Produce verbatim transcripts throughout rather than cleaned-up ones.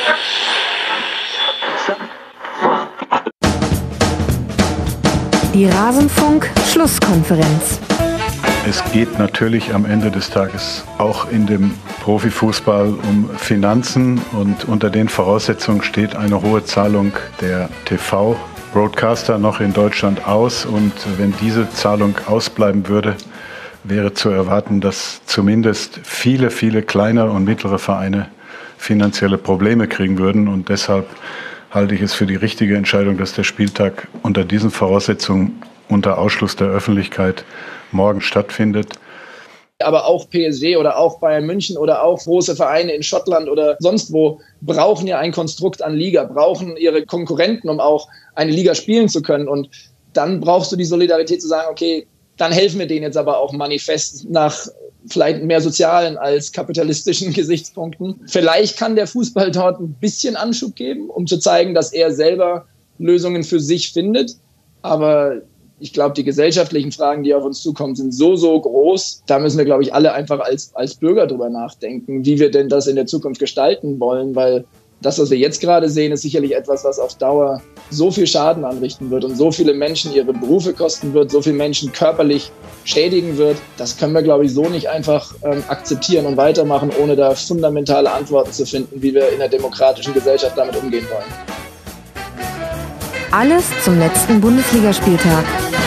Die Rasenfunk-Schlusskonferenz. Es geht natürlich am Ende des Tages auch in dem Profifußball um Finanzen und unter den Voraussetzungen steht eine hohe Zahlung der T V-Broadcaster noch in Deutschland aus. Und wenn diese Zahlung ausbleiben würde, wäre zu erwarten, dass zumindest viele, viele kleinere und mittlere Vereine finanzielle Probleme kriegen würden. Und deshalb halte ich es für die richtige Entscheidung, dass der Spieltag unter diesen Voraussetzungen unter Ausschluss der Öffentlichkeit morgen stattfindet. Aber auch P S G oder auch Bayern München oder auch große Vereine in Schottland oder sonst wo brauchen ja ein Konstrukt an Liga, brauchen ihre Konkurrenten, um auch eine Liga spielen zu können. Und dann brauchst du die Solidarität zu sagen, okay, dann helfen wir denen jetzt aber auch manifest nach vielleicht mehr sozialen als kapitalistischen Gesichtspunkten. Vielleicht kann der Fußball dort ein bisschen Anschub geben, um zu zeigen, dass er selber Lösungen für sich findet. Aber ich glaube, die gesellschaftlichen Fragen, die auf uns zukommen, sind so, so groß. Da müssen wir, glaube ich, alle einfach als, als Bürger drüber nachdenken, wie wir denn das in der Zukunft gestalten wollen, weil das, was wir jetzt gerade sehen, ist sicherlich etwas, was auf Dauer so viel Schaden anrichten wird und so viele Menschen ihre Berufe kosten wird, so viele Menschen körperlich schädigen wird. Das können wir, glaube ich, so nicht einfach ähm, akzeptieren und weitermachen, ohne da fundamentale Antworten zu finden, wie wir in einer demokratischen Gesellschaft damit umgehen wollen. Alles zum letzten Bundesligaspieltag.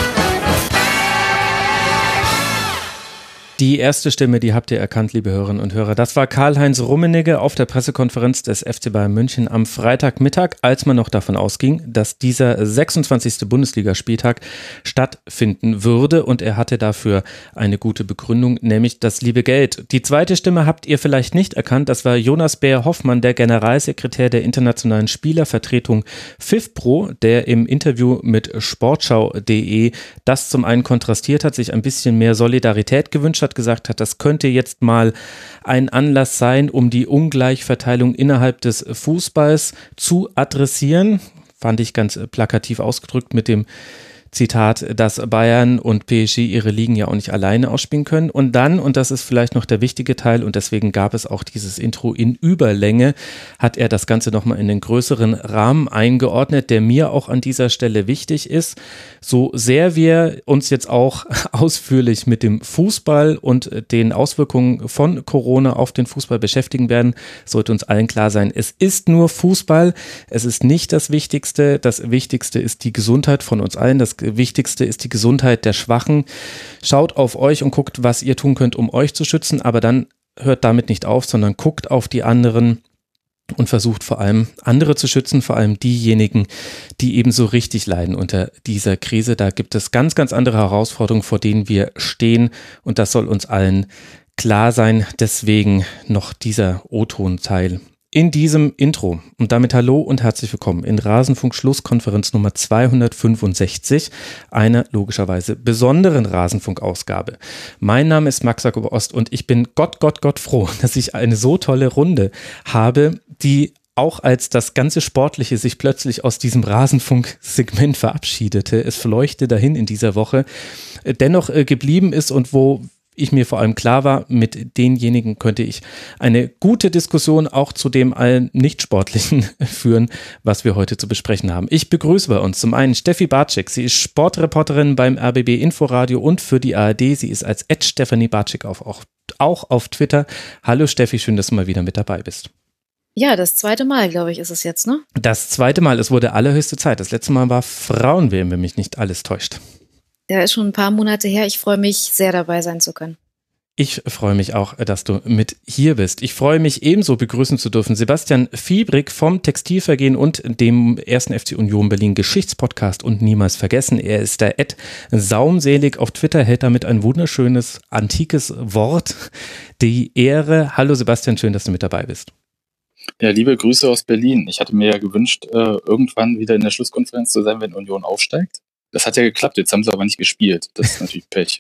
Die erste Stimme, die habt ihr erkannt, liebe Hörerinnen und Hörer. Das war Karl-Heinz Rummenigge auf der Pressekonferenz des F C Bayern München am Freitagmittag, als man noch davon ausging, dass dieser sechsundzwanzigste Bundesligaspieltag stattfinden würde. Und er hatte dafür eine gute Begründung, nämlich das liebe Geld. Die zweite Stimme habt ihr vielleicht nicht erkannt. Das war Jonas Beer-Hoffmann, der Generalsekretär der internationalen Spielervertretung FIFPro, der im Interview mit Sportschau punkt de das zum einen kontrastiert hat, sich ein bisschen mehr Solidarität gewünscht hat, gesagt hat, das könnte jetzt mal ein Anlass sein, um die Ungleichverteilung innerhalb des Fußballs zu adressieren. Fand ich ganz plakativ ausgedrückt mit dem Zitat, dass Bayern und P S G ihre Ligen ja auch nicht alleine ausspielen können. Und dann, und das ist vielleicht noch der wichtige Teil, und deswegen gab es auch dieses Intro in Überlänge, hat er das Ganze nochmal in den größeren Rahmen eingeordnet, der mir auch an dieser Stelle wichtig ist. So sehr wir uns jetzt auch ausführlich mit dem Fußball und den Auswirkungen von Corona auf den Fußball beschäftigen werden, sollte uns allen klar sein, es ist nur Fußball, es ist nicht das Wichtigste. Das Wichtigste ist die Gesundheit von uns allen, das Wichtigste ist die Gesundheit der Schwachen. Schaut auf euch und guckt, was ihr tun könnt, um euch zu schützen, aber dann hört damit nicht auf, sondern guckt auf die anderen und versucht vor allem andere zu schützen, vor allem diejenigen, die eben so richtig leiden unter dieser Krise. Da gibt es ganz, ganz andere Herausforderungen, vor denen wir stehen, und das soll uns allen klar sein. Deswegen noch dieser O-Ton-Teil in diesem Intro. Und damit hallo und herzlich willkommen in Rasenfunk-Schlusskonferenz Nummer zweihundertfünfundsechzig, einer logischerweise besonderen Rasenfunk-Ausgabe. Mein Name ist Max Jakob Ost und ich bin Gott, Gott, Gott froh, dass ich eine so tolle Runde habe, die auch als das ganze Sportliche sich plötzlich aus diesem Rasenfunk-Segment verabschiedete, es fleuchte dahin in dieser Woche, dennoch äh, geblieben ist und wo ich mir vor allem klar war, mit denjenigen könnte ich eine gute Diskussion auch zu dem allen Nicht-Sportlichen führen, was wir heute zu besprechen haben. Ich begrüße bei uns zum einen Steffi Bartschik. Sie ist Sportreporterin beim R B B Inforadio und für die A R D. Sie ist als at Stefanie Bartschik auf, auch, auch auf Twitter. Hallo Steffi, schön, dass du mal wieder mit dabei bist. Ja, das zweite Mal, glaube ich, ist es jetzt, ne? Das zweite Mal, es wurde allerhöchste Zeit. Das letzte Mal war Frauen-W M, wenn mich nicht alles täuscht. Der ist schon ein paar Monate her. Ich freue mich sehr, dabei sein zu können. Ich freue mich auch, dass du mit hier bist. Ich freue mich ebenso begrüßen zu dürfen Sebastian Fiebrig vom Textilvergehen und dem ersten F C Union Berlin Geschichtspodcast und niemals vergessen. Er ist der Ed Saumselig auf Twitter, hält damit ein wunderschönes, antikes Wort, die Ehre. Hallo Sebastian, schön, dass du mit dabei bist. Ja, liebe Grüße aus Berlin. Ich hatte mir ja gewünscht, irgendwann wieder in der Schlusskonferenz zu sein, wenn Union aufsteigt. Das hat ja geklappt, jetzt haben sie aber nicht gespielt. Das ist natürlich Pech.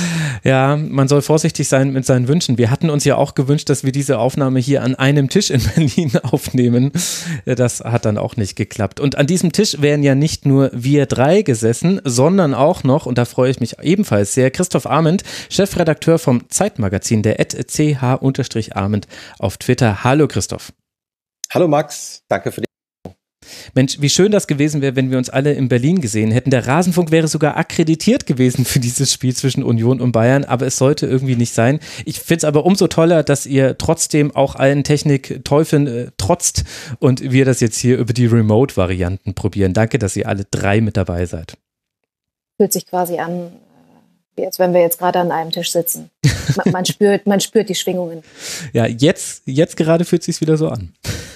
Ja, man soll vorsichtig sein mit seinen Wünschen. Wir hatten uns ja auch gewünscht, dass wir diese Aufnahme hier an einem Tisch in Berlin aufnehmen. Das hat dann auch nicht geklappt. Und an diesem Tisch wären ja nicht nur wir drei gesessen, sondern auch noch, und da freue ich mich ebenfalls sehr, Christoph Arment, Chefredakteur vom Zeitmagazin, der at c h Arment auf Twitter. Hallo Christoph. Hallo Max, danke für die Mensch, wie schön das gewesen wäre, wenn wir uns alle in Berlin gesehen hätten. Der Rasenfunk wäre sogar akkreditiert gewesen für dieses Spiel zwischen Union und Bayern, aber es sollte irgendwie nicht sein. Ich finde es aber umso toller, dass ihr trotzdem auch allen Technik-Teufeln äh, trotzt und wir das jetzt hier über die Remote-Varianten probieren. Danke, dass ihr alle drei mit dabei seid. Fühlt sich quasi an, wie als wenn wir jetzt gerade an einem Tisch sitzen. Man, man, spürt, man spürt die Schwingungen. Ja, jetzt, jetzt gerade fühlt es sich wieder so an.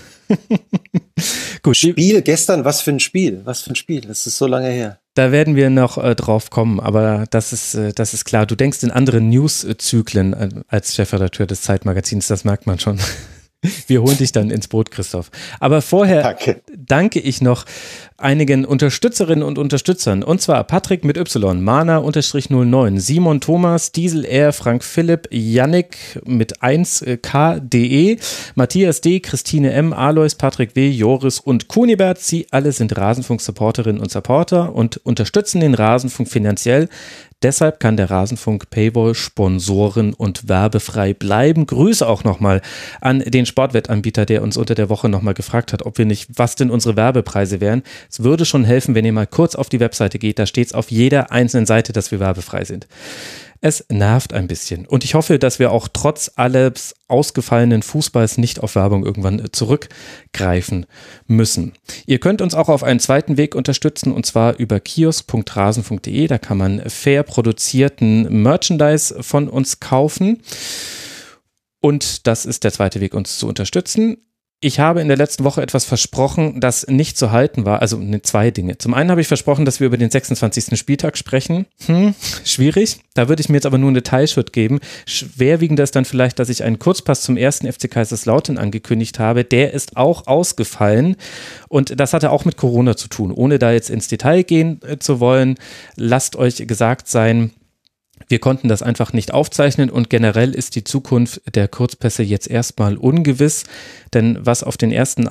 Gut. Spiel gestern, was für ein Spiel, was für ein Spiel, das ist so lange her. Da werden wir noch äh, drauf kommen, aber das ist, äh, das ist klar. Du denkst in anderen News-Zyklen äh, als Chefredakteur des Zeitmagazins, das merkt man schon. Wir holen dich dann ins Boot, Christoph. Aber vorher danke, danke ich noch einigen Unterstützerinnen und Unterstützern. Und zwar Patrick mit Y, Mana null neun, Simon Thomas, Diesel R, Frank Philipp, Yannick mit eins K D E, Matthias D, Christine M, Alois, Patrick W, Joris und Kunibert. Sie alle sind Rasenfunk-Supporterinnen und Supporter und unterstützen den Rasenfunk finanziell. Deshalb kann der Rasenfunk Paywall sponsoren und werbefrei bleiben. Grüße auch nochmal an den Sportwettanbieter, der uns unter der Woche nochmal gefragt hat, ob wir nicht, was denn unsere Werbepreise wären. Es würde schon helfen, wenn ihr mal kurz auf die Webseite geht. Da steht es auf jeder einzelnen Seite, dass wir werbefrei sind. Es nervt ein bisschen und ich hoffe, dass wir auch trotz alles ausgefallenen Fußballs nicht auf Werbung irgendwann zurückgreifen müssen. Ihr könnt uns auch auf einen zweiten Weg unterstützen und zwar über kiosk punkt rasenfunk punkt de. Da kann man fair produzierten Merchandise von uns kaufen und das ist der zweite Weg, uns zu unterstützen. Ich habe in der letzten Woche etwas versprochen, das nicht zu halten war, also ne, zwei Dinge. Zum einen habe ich versprochen, dass wir über den sechsundzwanzigsten Spieltag sprechen. Hm, schwierig. Da würde ich mir jetzt aber nur einen Detailschritt geben. Schwerwiegender ist dann vielleicht, dass ich einen Kurzpass zum ersten F C Kaiserslautern angekündigt habe. Der ist auch ausgefallen und das hatte auch mit Corona zu tun. Ohne da jetzt ins Detail gehen äh, zu wollen, lasst euch gesagt sein, wir konnten das einfach nicht aufzeichnen und generell ist die Zukunft der Kurzpässe jetzt erstmal ungewiss, denn was auf den ersten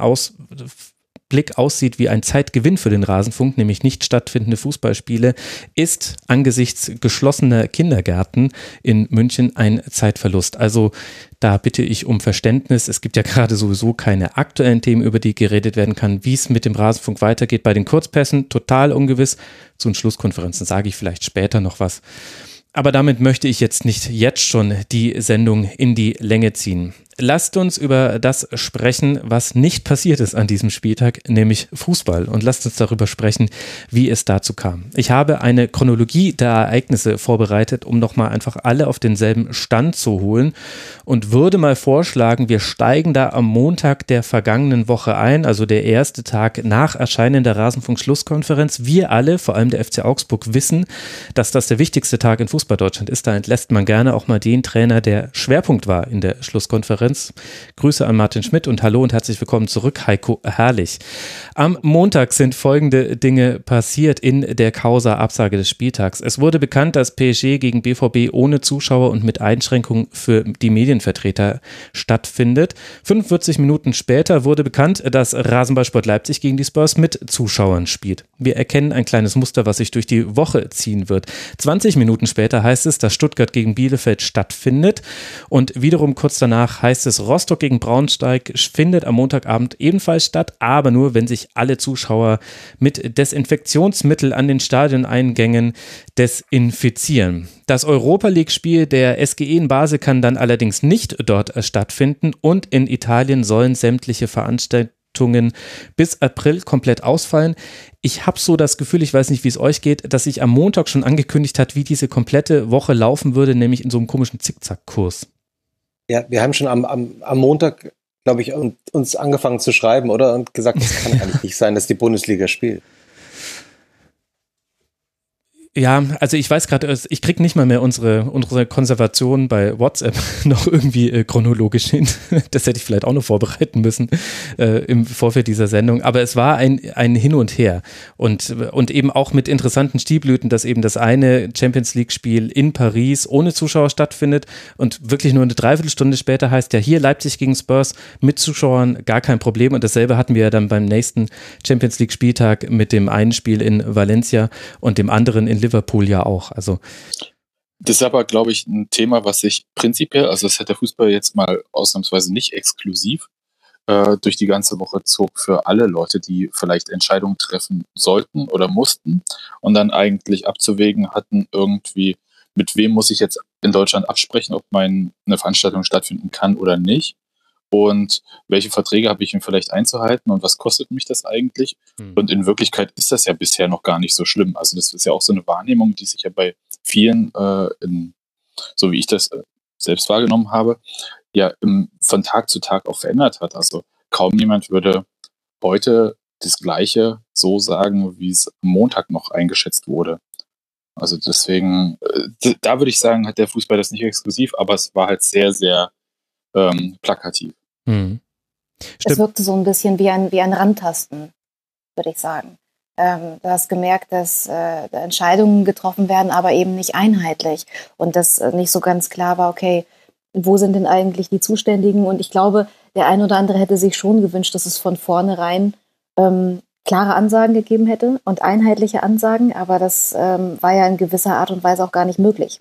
Ausblick aussieht wie ein Zeitgewinn für den Rasenfunk, nämlich nicht stattfindende Fußballspiele, ist angesichts geschlossener Kindergärten in München ein Zeitverlust. Also da bitte ich um Verständnis. Es gibt ja gerade sowieso keine aktuellen Themen, über die geredet werden kann. Wie es mit dem Rasenfunk weitergeht bei den Kurzpässen, total ungewiss. Zu den Schlusskonferenzen sage ich vielleicht später noch was. Aber damit möchte ich jetzt nicht jetzt schon die Sendung in die Länge ziehen. Lasst uns über das sprechen, was nicht passiert ist an diesem Spieltag, nämlich Fußball. Und lasst uns darüber sprechen, wie es dazu kam. Ich habe eine Chronologie der Ereignisse vorbereitet, um nochmal einfach alle auf denselben Stand zu holen und würde mal vorschlagen, wir steigen da am Montag der vergangenen Woche ein, also der erste Tag nach Erscheinen der Rasenfunk-Schlusskonferenz. Wir alle, vor allem der F C Augsburg, wissen, dass das der wichtigste Tag in Fußball-Deutschland ist. Da entlässt man gerne auch mal den Trainer, der Schwerpunkt war in der Schlusskonferenz. Grüße an Martin Schmidt und hallo und herzlich willkommen zurück, Heiko Herrlich. Am Montag sind folgende Dinge passiert in der Causa Absage des Spieltags. Es wurde bekannt, dass P S G gegen B V B ohne Zuschauer und mit Einschränkungen für die Medienvertreter stattfindet. fünfundvierzig Minuten später wurde bekannt, dass Rasenballsport Leipzig gegen die Spurs mit Zuschauern spielt. Wir erkennen ein kleines Muster, was sich durch die Woche ziehen wird. zwanzig Minuten später heißt es, dass Stuttgart gegen Bielefeld stattfindet und wiederum kurz danach heißt es, Rostock gegen Braunschweig findet am Montagabend ebenfalls statt, aber nur, wenn sich alle Zuschauer mit Desinfektionsmittel an den Stadioneingängen desinfizieren. Das Europa-League-Spiel der S G E in Basel kann dann allerdings nicht dort stattfinden und in Italien sollen sämtliche Veranstaltungen bis April komplett ausfallen. Ich habe so das Gefühl, ich weiß nicht, wie es euch geht, dass sich am Montag schon angekündigt hat, wie diese komplette Woche laufen würde, nämlich in so einem komischen Zickzackkurs. Ja, wir haben schon am, am, am Montag, glaube ich, uns angefangen zu schreiben, oder? Und gesagt, es kann eigentlich nicht sein, dass die Bundesliga spielt. Ja, also ich weiß gerade, ich kriege nicht mal mehr unsere, unsere Konservation bei WhatsApp noch irgendwie äh, chronologisch hin. Das hätte ich vielleicht auch noch vorbereiten müssen äh, im Vorfeld dieser Sendung. Aber es war ein, ein Hin und Her und, und eben auch mit interessanten Stilblüten, dass eben das eine Champions-League-Spiel in Paris ohne Zuschauer stattfindet und wirklich nur eine Dreiviertelstunde später heißt ja hier Leipzig gegen Spurs mit Zuschauern gar kein Problem. Und dasselbe hatten wir ja dann beim nächsten Champions-League-Spieltag mit dem einen Spiel in Valencia und dem anderen in Liverpool ja auch. Also das ist aber, glaube ich, ein Thema, was sich prinzipiell, also das hat der Fußball jetzt mal ausnahmsweise nicht exklusiv, äh, durch die ganze Woche zog für alle Leute, die vielleicht Entscheidungen treffen sollten oder mussten und dann eigentlich abzuwägen hatten, irgendwie, mit wem muss ich jetzt in Deutschland absprechen, ob meine Veranstaltung stattfinden kann oder nicht. Und welche Verträge habe ich denn vielleicht einzuhalten und was kostet mich das eigentlich? Mhm. Und in Wirklichkeit ist das ja bisher noch gar nicht so schlimm. Also das ist ja auch so eine Wahrnehmung, die sich ja bei vielen, äh, in, so wie ich das äh, selbst wahrgenommen habe, ja im, von Tag zu Tag auch verändert hat. Also kaum jemand würde heute das Gleiche so sagen, wie es am Montag noch eingeschätzt wurde. Also deswegen, äh, da würde ich sagen, hat der Fußball das nicht exklusiv, aber es war halt sehr, sehr ähm, plakativ. Hm. Es wirkte so ein bisschen wie ein, wie ein Rantasten, würde ich sagen. Ähm, du hast gemerkt, dass äh, Entscheidungen getroffen werden, aber eben nicht einheitlich. Und dass äh, nicht so ganz klar war, okay, wo sind denn eigentlich die Zuständigen? Und ich glaube, der ein oder andere hätte sich schon gewünscht, dass es von vornherein ähm, klare Ansagen gegeben hätte und einheitliche Ansagen. Aber das ähm, war ja in gewisser Art und Weise auch gar nicht möglich.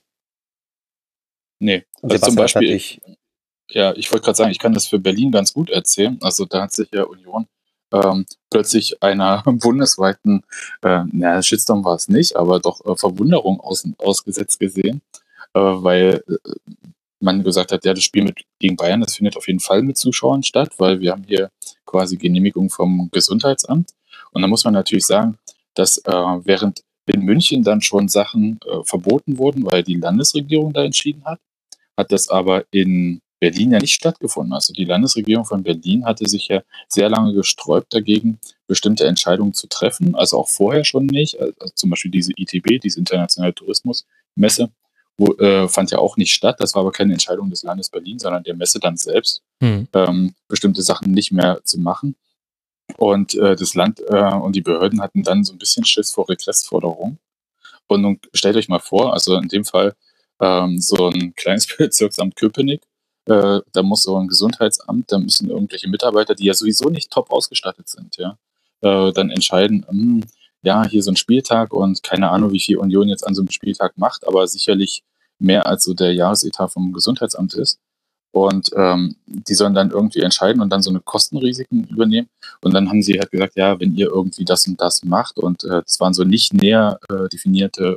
Nee, also zum Beispiel... Ich Ja, ich wollte gerade sagen, ich kann das für Berlin ganz gut erzählen. Also da hat sich ja Union ähm, plötzlich einer bundesweiten, äh, naja, Shitstorm war es nicht, aber doch äh, Verwunderung aus, ausgesetzt gesehen, äh, weil äh, man gesagt hat, ja, das Spiel mit, gegen Bayern, das findet auf jeden Fall mit Zuschauern statt, weil wir haben hier quasi Genehmigung vom Gesundheitsamt. Und da muss man natürlich sagen, dass äh, während in München dann schon Sachen äh, verboten wurden, weil die Landesregierung da entschieden hat, hat das aber in Berlin ja nicht stattgefunden. Also die Landesregierung von Berlin hatte sich ja sehr lange gesträubt dagegen, bestimmte Entscheidungen zu treffen, also auch vorher schon nicht. Also zum Beispiel diese I T B, diese Internationale Tourismusmesse, wo, äh, fand ja auch nicht statt. Das war aber keine Entscheidung des Landes Berlin, sondern der Messe dann selbst, hm. ähm, bestimmte Sachen nicht mehr zu machen. Und äh, das Land äh, und die Behörden hatten dann so ein bisschen Schiss vor Regressforderungen. Und nun stellt euch mal vor, also in dem Fall ähm, so ein kleines Bezirksamt Köpenick, Äh, da muss so ein Gesundheitsamt, da müssen irgendwelche Mitarbeiter, die ja sowieso nicht top ausgestattet sind, ja, äh, dann entscheiden, mh, ja, hier so ein Spieltag und keine Ahnung, wie viel Union jetzt an so einem Spieltag macht, aber sicherlich mehr als so der Jahresetat vom Gesundheitsamt ist. Und ähm, die sollen dann irgendwie entscheiden und dann so eine Kostenrisiken übernehmen. Und dann haben sie halt gesagt, ja, wenn ihr irgendwie das und das macht, und äh, das waren so nicht näher äh, definierte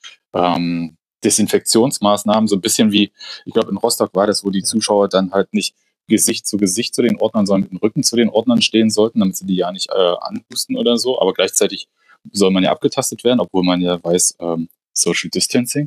ähm, Desinfektionsmaßnahmen, so ein bisschen wie, ich glaube in Rostock war das, wo die Zuschauer dann halt nicht Gesicht zu Gesicht zu den Ordnern, sondern mit dem Rücken zu den Ordnern stehen sollten, damit sie die ja nicht äh, anhusten oder so, aber gleichzeitig soll man ja abgetastet werden, obwohl man ja weiß, ähm, Social Distancing.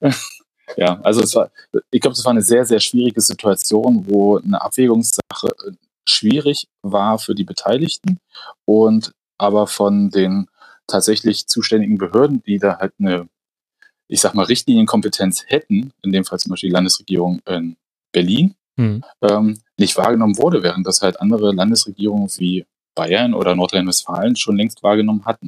Ja, also es war, ich glaube, es war eine sehr, sehr schwierige Situation, wo eine Abwägungssache schwierig war für die Beteiligten und aber von den tatsächlich zuständigen Behörden, die da halt eine, ich sag mal, Richtlinienkompetenz hätten, in dem Fall zum Beispiel die Landesregierung in Berlin, hm. ähm, nicht wahrgenommen wurde, während das halt andere Landesregierungen wie Bayern oder Nordrhein-Westfalen schon längst wahrgenommen hatten.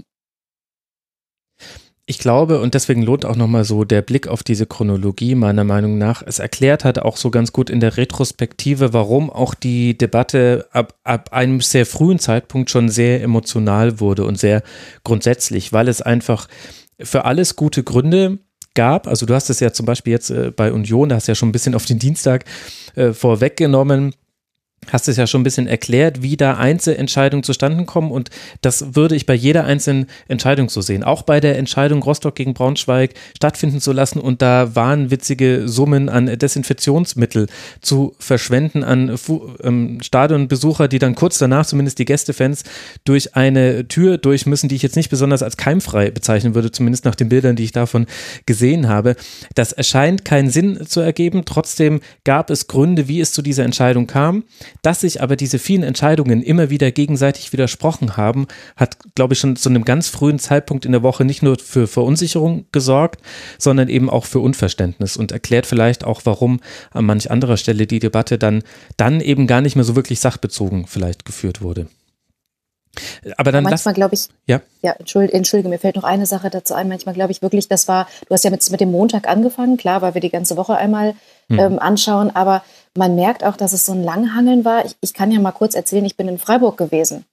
Ich glaube, und deswegen lohnt auch nochmal so der Blick auf diese Chronologie meiner Meinung nach. Es erklärt hat auch so ganz gut in der Retrospektive, warum auch die Debatte ab, ab einem sehr frühen Zeitpunkt schon sehr emotional wurde und sehr grundsätzlich, weil es einfach für alles gute Gründe gab. Also du hast es ja zum Beispiel jetzt äh, bei Union, da hast du ja schon ein bisschen auf den Dienstag äh, vorweggenommen, hast es ja schon ein bisschen erklärt, wie da Einzelentscheidungen zustande kommen, und das würde ich bei jeder einzelnen Entscheidung so sehen. Auch bei der Entscheidung, Rostock gegen Braunschweig stattfinden zu lassen und da wahnwitzige Summen an Desinfektionsmittel zu verschwenden an Fu- ähm, Stadionbesucher, die dann kurz danach zumindest die Gästefans durch eine Tür durch müssen, die ich jetzt nicht besonders als keimfrei bezeichnen würde, zumindest nach den Bildern, die ich davon gesehen habe. Das erscheint keinen Sinn zu ergeben. Trotzdem gab es Gründe, wie es zu dieser Entscheidung kam. Dass sich aber diese vielen Entscheidungen immer wieder gegenseitig widersprochen haben, hat, glaube ich, schon zu einem ganz frühen Zeitpunkt in der Woche nicht nur für Verunsicherung gesorgt, sondern eben auch für Unverständnis und erklärt vielleicht auch, warum an manch anderer Stelle die Debatte dann, dann eben gar nicht mehr so wirklich sachbezogen vielleicht geführt wurde. Aber dann manchmal glaube ich, ja, ja entschuldige, entschuldige, mir fällt noch eine Sache dazu ein. Manchmal glaube ich wirklich, das war, du hast ja mit, mit dem Montag angefangen, klar, weil wir die ganze Woche einmal hm. ähm, anschauen, aber man merkt auch, dass es so ein Langhangeln war. Ich, ich kann ja mal kurz erzählen, ich bin in Freiburg gewesen.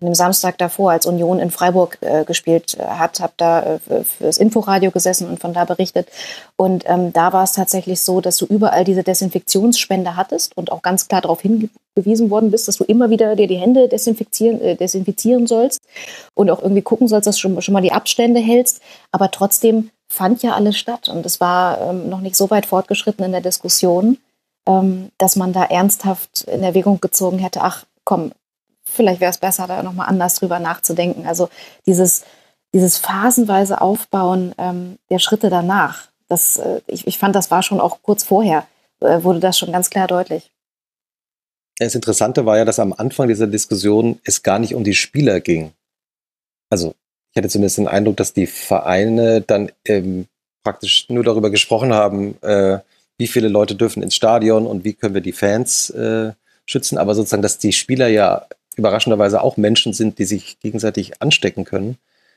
an dem Samstag davor, als Union in Freiburg äh, gespielt äh, hat, habe da äh, für das Inforadio gesessen und von da berichtet. Und ähm, da war es tatsächlich so, dass du überall diese Desinfektionsspender hattest und auch ganz klar darauf hingewiesen worden bist, dass du immer wieder dir die Hände desinfizieren, äh, desinfizieren sollst und auch irgendwie gucken sollst, dass du schon, schon mal die Abstände hältst. Aber trotzdem fand ja alles statt. Und es war ähm, noch nicht so weit fortgeschritten in der Diskussion, ähm, dass man da ernsthaft in Erwägung gezogen hätte, ach komm, vielleicht wäre es besser, da nochmal anders drüber nachzudenken. Also dieses, dieses phasenweise Aufbauen ähm, der Schritte danach, das, äh, ich, ich fand, das war schon auch kurz vorher, äh, wurde das schon ganz klar deutlich. Das Interessante war ja, dass am Anfang dieser Diskussion es gar nicht um die Spieler ging. Also ich hatte zumindest den Eindruck, dass die Vereine dann ähm, praktisch nur darüber gesprochen haben, äh, wie viele Leute dürfen ins Stadion und wie können wir die Fans äh, schützen, aber sozusagen, dass die Spieler ja überraschenderweise auch Menschen sind, die sich gegenseitig anstecken können.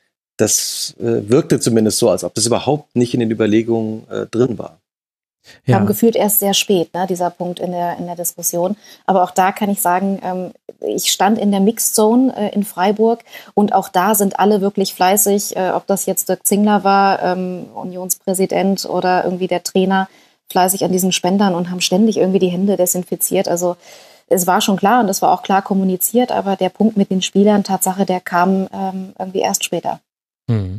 Das äh, wirkte zumindest so, als ob das überhaupt nicht in den Überlegungen äh, drin war. Ja. Kam gefühlt erst sehr spät, ne, dieser Punkt in der, in der Diskussion. Aber auch da kann ich sagen, ähm, ich stand in der Mixed Zone äh, in Freiburg und auch da sind alle wirklich fleißig, äh, ob das jetzt Dirk Zingler war, ähm, Unionspräsident oder irgendwie der Trainer, fleißig an diesen Spendern und haben ständig irgendwie die Hände desinfiziert. Also es war schon klar und es war auch klar kommuniziert, aber der Punkt mit den Spielern, Tatsache, der kam ähm, irgendwie erst später. Hm.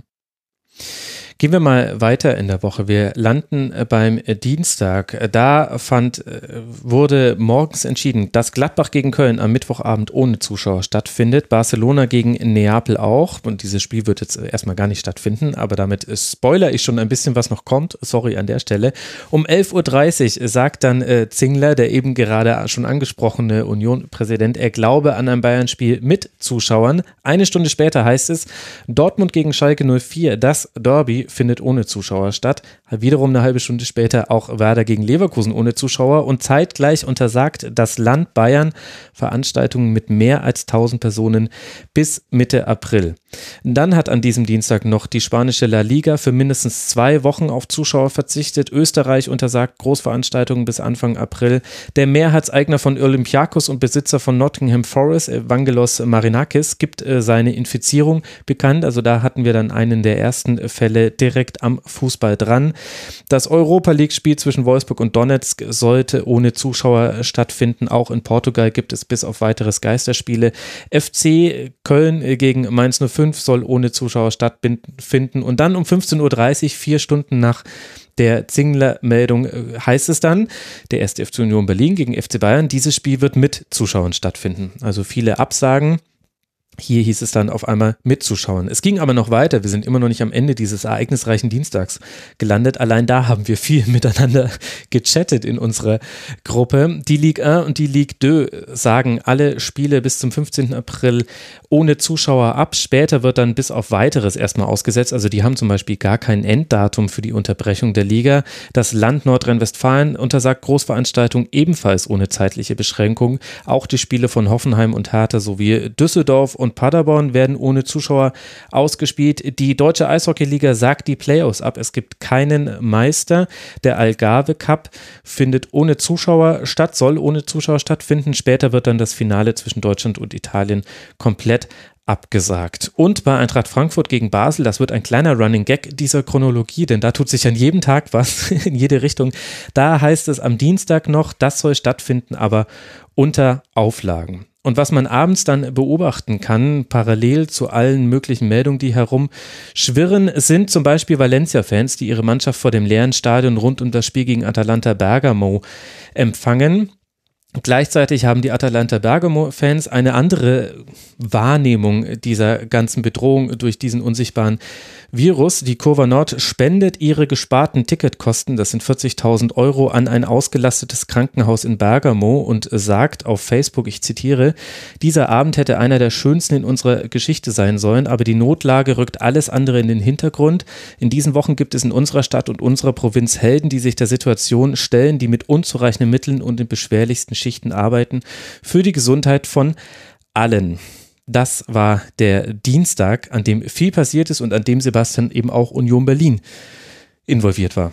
Gehen wir mal weiter in der Woche. Wir landen beim Dienstag. Da fand, wurde morgens entschieden, dass Gladbach gegen Köln am Mittwochabend ohne Zuschauer stattfindet. Barcelona gegen Neapel auch. Und dieses Spiel wird jetzt erstmal gar nicht stattfinden, aber damit spoiler ich schon ein bisschen, was noch kommt. Sorry an der Stelle. Um elf Uhr dreißig sagt dann äh, Zingler, der eben gerade schon angesprochene Union-Präsident, er glaube an ein Bayern-Spiel mit Zuschauern. Eine Stunde später heißt es, Dortmund gegen Schalke null vier, das Derby findet ohne Zuschauer statt. Wiederum eine halbe Stunde später auch Werder gegen Leverkusen ohne Zuschauer und zeitgleich untersagt das Land Bayern Veranstaltungen mit mehr als tausend Personen bis Mitte April. Dann hat an diesem Dienstag noch die spanische La Liga für mindestens zwei Wochen auf Zuschauer verzichtet. Österreich untersagt Großveranstaltungen bis Anfang April. Der Mehrheitseigner von Olympiakos und Besitzer von Nottingham Forest, Evangelos Marinakis, gibt äh, seine Infizierung bekannt. Also da hatten wir dann einen der ersten Fälle direkt am Fußball dran. Das Europa-League-Spiel zwischen Wolfsburg und Donetsk sollte ohne Zuschauer stattfinden. Auch in Portugal gibt es bis auf weiteres Geisterspiele. F C Köln gegen Mainz null fünf soll ohne Zuschauer stattfinden. Und dann um fünfzehn Uhr dreißig, vier Stunden nach der Zingler-Meldung, heißt es dann, der erste F C Union Berlin gegen F C Bayern, dieses Spiel wird mit Zuschauern stattfinden. Also viele Absagen. Hier hieß es dann auf einmal mitzuschauen. Es ging aber noch weiter. Wir sind immer noch nicht am Ende dieses ereignisreichen Dienstags gelandet. Allein da haben wir viel miteinander gechattet in unserer Gruppe. Die Ligue eins und die Ligue zwei sagen alle Spiele bis zum fünfzehnten April ohne Zuschauer ab. Später wird dann bis auf weiteres erstmal ausgesetzt. Also die haben zum Beispiel gar kein Enddatum für die Unterbrechung der Liga. Das Land Nordrhein-Westfalen untersagt Großveranstaltungen ebenfalls ohne zeitliche Beschränkung. Auch die Spiele von Hoffenheim und Hertha sowie Düsseldorf und und Paderborn werden ohne Zuschauer ausgespielt. Die Deutsche Eishockey-Liga sagt die Playoffs ab. Es gibt keinen Meister. Der Algarve Cup findet ohne Zuschauer statt, soll ohne Zuschauer stattfinden. Später wird dann das Finale zwischen Deutschland und Italien komplett abgesagt. Und bei Eintracht Frankfurt gegen Basel, das wird ein kleiner Running Gag dieser Chronologie, denn da tut sich an jedem Tag was in jede Richtung. Da heißt es am Dienstag noch, das soll stattfinden, aber unter Auflagen. Und was man abends dann beobachten kann, parallel zu allen möglichen Meldungen, die herumschwirren, sind zum Beispiel Valencia-Fans, die ihre Mannschaft vor dem leeren Stadion rund um das Spiel gegen Atalanta Bergamo empfangen. Gleichzeitig haben die Atalanta Bergamo-Fans eine andere Wahrnehmung dieser ganzen Bedrohung durch diesen unsichtbaren Virus. Die Kurva Nord spendet ihre gesparten Ticketkosten, das sind vierzigtausend Euro, an ein ausgelastetes Krankenhaus in Bergamo und sagt auf Facebook, ich zitiere, dieser Abend hätte einer der schönsten in unserer Geschichte sein sollen, aber die Notlage rückt alles andere in den Hintergrund. In diesen Wochen gibt es in unserer Stadt und unserer Provinz Helden, die sich der Situation stellen, die mit unzureichenden Mitteln und den beschwerlichsten Schichten arbeiten, für die Gesundheit von allen. Das war der Dienstag, an dem viel passiert ist und an dem Sebastian eben auch Union Berlin involviert war.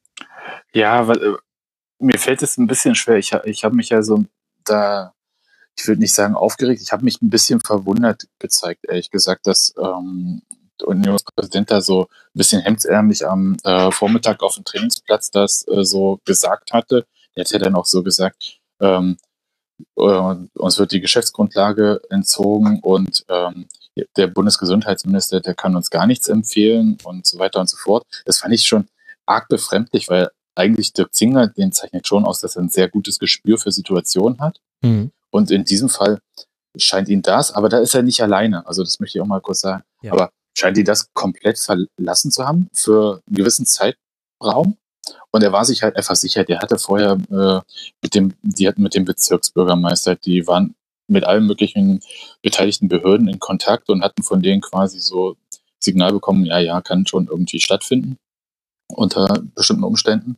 Ja, weil, äh, mir fällt es ein bisschen schwer. Ich, ich habe mich ja so da ich würde nicht sagen aufgeregt, ich habe mich ein bisschen verwundert gezeigt, ehrlich gesagt, dass ähm, der Unionspräsident da so ein bisschen hemdsärmlich am äh, Vormittag auf dem Trainingsplatz das äh, so gesagt hatte. Er hat ja dann auch so gesagt, ähm, äh, uns wird die Geschäftsgrundlage entzogen und ähm, der Bundesgesundheitsminister, der kann uns gar nichts empfehlen und so weiter und so fort. Das fand ich schon arg befremdlich, weil eigentlich Dirk Zingler, den zeichnet schon aus, dass er ein sehr gutes Gespür für Situationen hat. Mhm. Und in diesem Fall scheint ihn das, aber da ist er nicht alleine. Also das möchte ich auch mal kurz sagen. Ja. Aber scheint ihn das komplett verlassen zu haben für einen gewissen Zeitraum. Und er war sich halt einfach sicher. Der hatte vorher äh, mit dem, die hatten mit dem Bezirksbürgermeister, die waren mit allen möglichen beteiligten Behörden in Kontakt und hatten von denen quasi so Signal bekommen, ja, ja, kann schon irgendwie stattfinden unter bestimmten Umständen.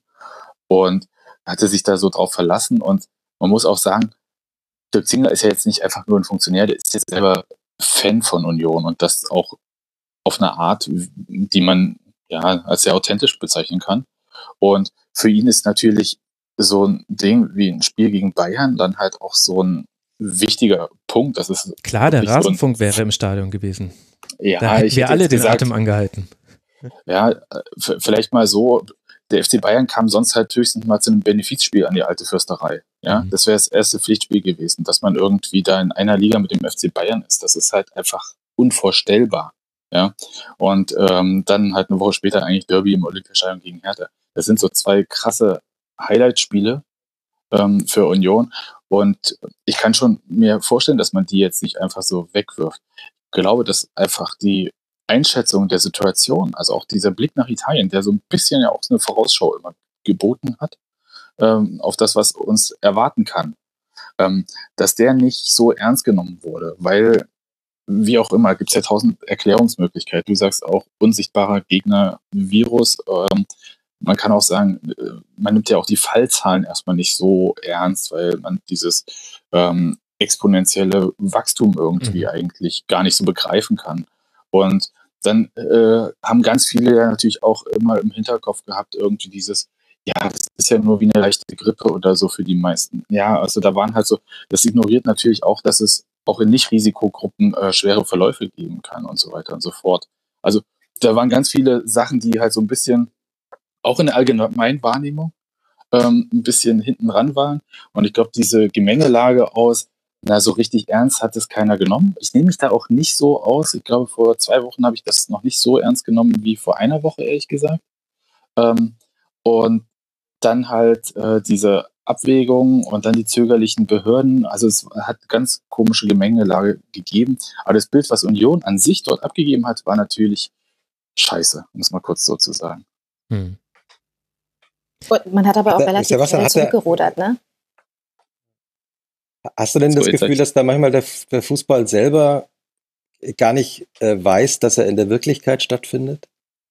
Und hatte sich da so drauf verlassen. Und man muss auch sagen, Dirk Zingler ist ja jetzt nicht einfach nur ein Funktionär, der ist jetzt selber Fan von Union und das auch auf eine Art, die man ja als sehr authentisch bezeichnen kann. Und für ihn ist natürlich so ein Ding wie ein Spiel gegen Bayern dann halt auch so ein wichtiger Punkt. Das ist klar, der Rasenfunk so wäre im Stadion gewesen. Ja, da hätten ich wir alle den gesagt, Atem angehalten. Ja, f- vielleicht mal so, der F C Bayern kam sonst halt höchstens mal zu einem Benefizspiel an die alte Fürsterei. Ja, mhm. Das wäre das erste Pflichtspiel gewesen, dass man irgendwie da in einer Liga mit dem F C Bayern ist. Das ist halt einfach unvorstellbar. Ja, und ähm, dann halt eine Woche später eigentlich Derby im Olympiastadion gegen Hertha. Das sind so zwei krasse Highlight-Spiele ähm, für Union. Und ich kann schon mir vorstellen, dass man die jetzt nicht einfach so wegwirft. Ich glaube, dass einfach die Einschätzung der Situation, also auch dieser Blick nach Italien, der so ein bisschen ja auch eine Vorausschau immer geboten hat, ähm, auf das, was uns erwarten kann, ähm, dass der nicht so ernst genommen wurde, weil, wie auch immer, gibt es ja tausend Erklärungsmöglichkeiten. Du sagst auch unsichtbarer Gegner, Virus. Ähm, man kann auch sagen, man nimmt ja auch die Fallzahlen erstmal nicht so ernst, weil man dieses ähm, exponentielle Wachstum irgendwie mhm. eigentlich gar nicht so begreifen kann. Und dann äh, haben ganz viele ja natürlich auch immer im Hinterkopf gehabt, irgendwie dieses, ja, das ist ja nur wie eine leichte Grippe oder so für die meisten. Ja, also da waren halt so, das ignoriert natürlich auch, dass es auch in Nicht-Risikogruppen äh, schwere Verläufe geben kann und so weiter und so fort. Also da waren ganz viele Sachen, die halt so ein bisschen, auch in der allgemeinen Wahrnehmung, ähm, ein bisschen hinten ran waren. Und ich glaube, diese Gemengelage aus, na, so richtig ernst hat es keiner genommen. Ich nehme mich da auch nicht so aus. Ich glaube, vor zwei Wochen habe ich das noch nicht so ernst genommen wie vor einer Woche, ehrlich gesagt. Ähm, und dann halt äh, diese Abwägung und dann die zögerlichen Behörden. Also es hat ganz komische Gemengelage gegeben. Aber das Bild, was Union an sich dort abgegeben hat, war natürlich scheiße, um es mal kurz so zu sagen. Hm. Und man hat aber auch relativ schnell zurückgerudert, ne? Hast du denn das Gefühl, dass da manchmal der, der Fußball selber gar nicht äh, weiß, dass er in der Wirklichkeit stattfindet?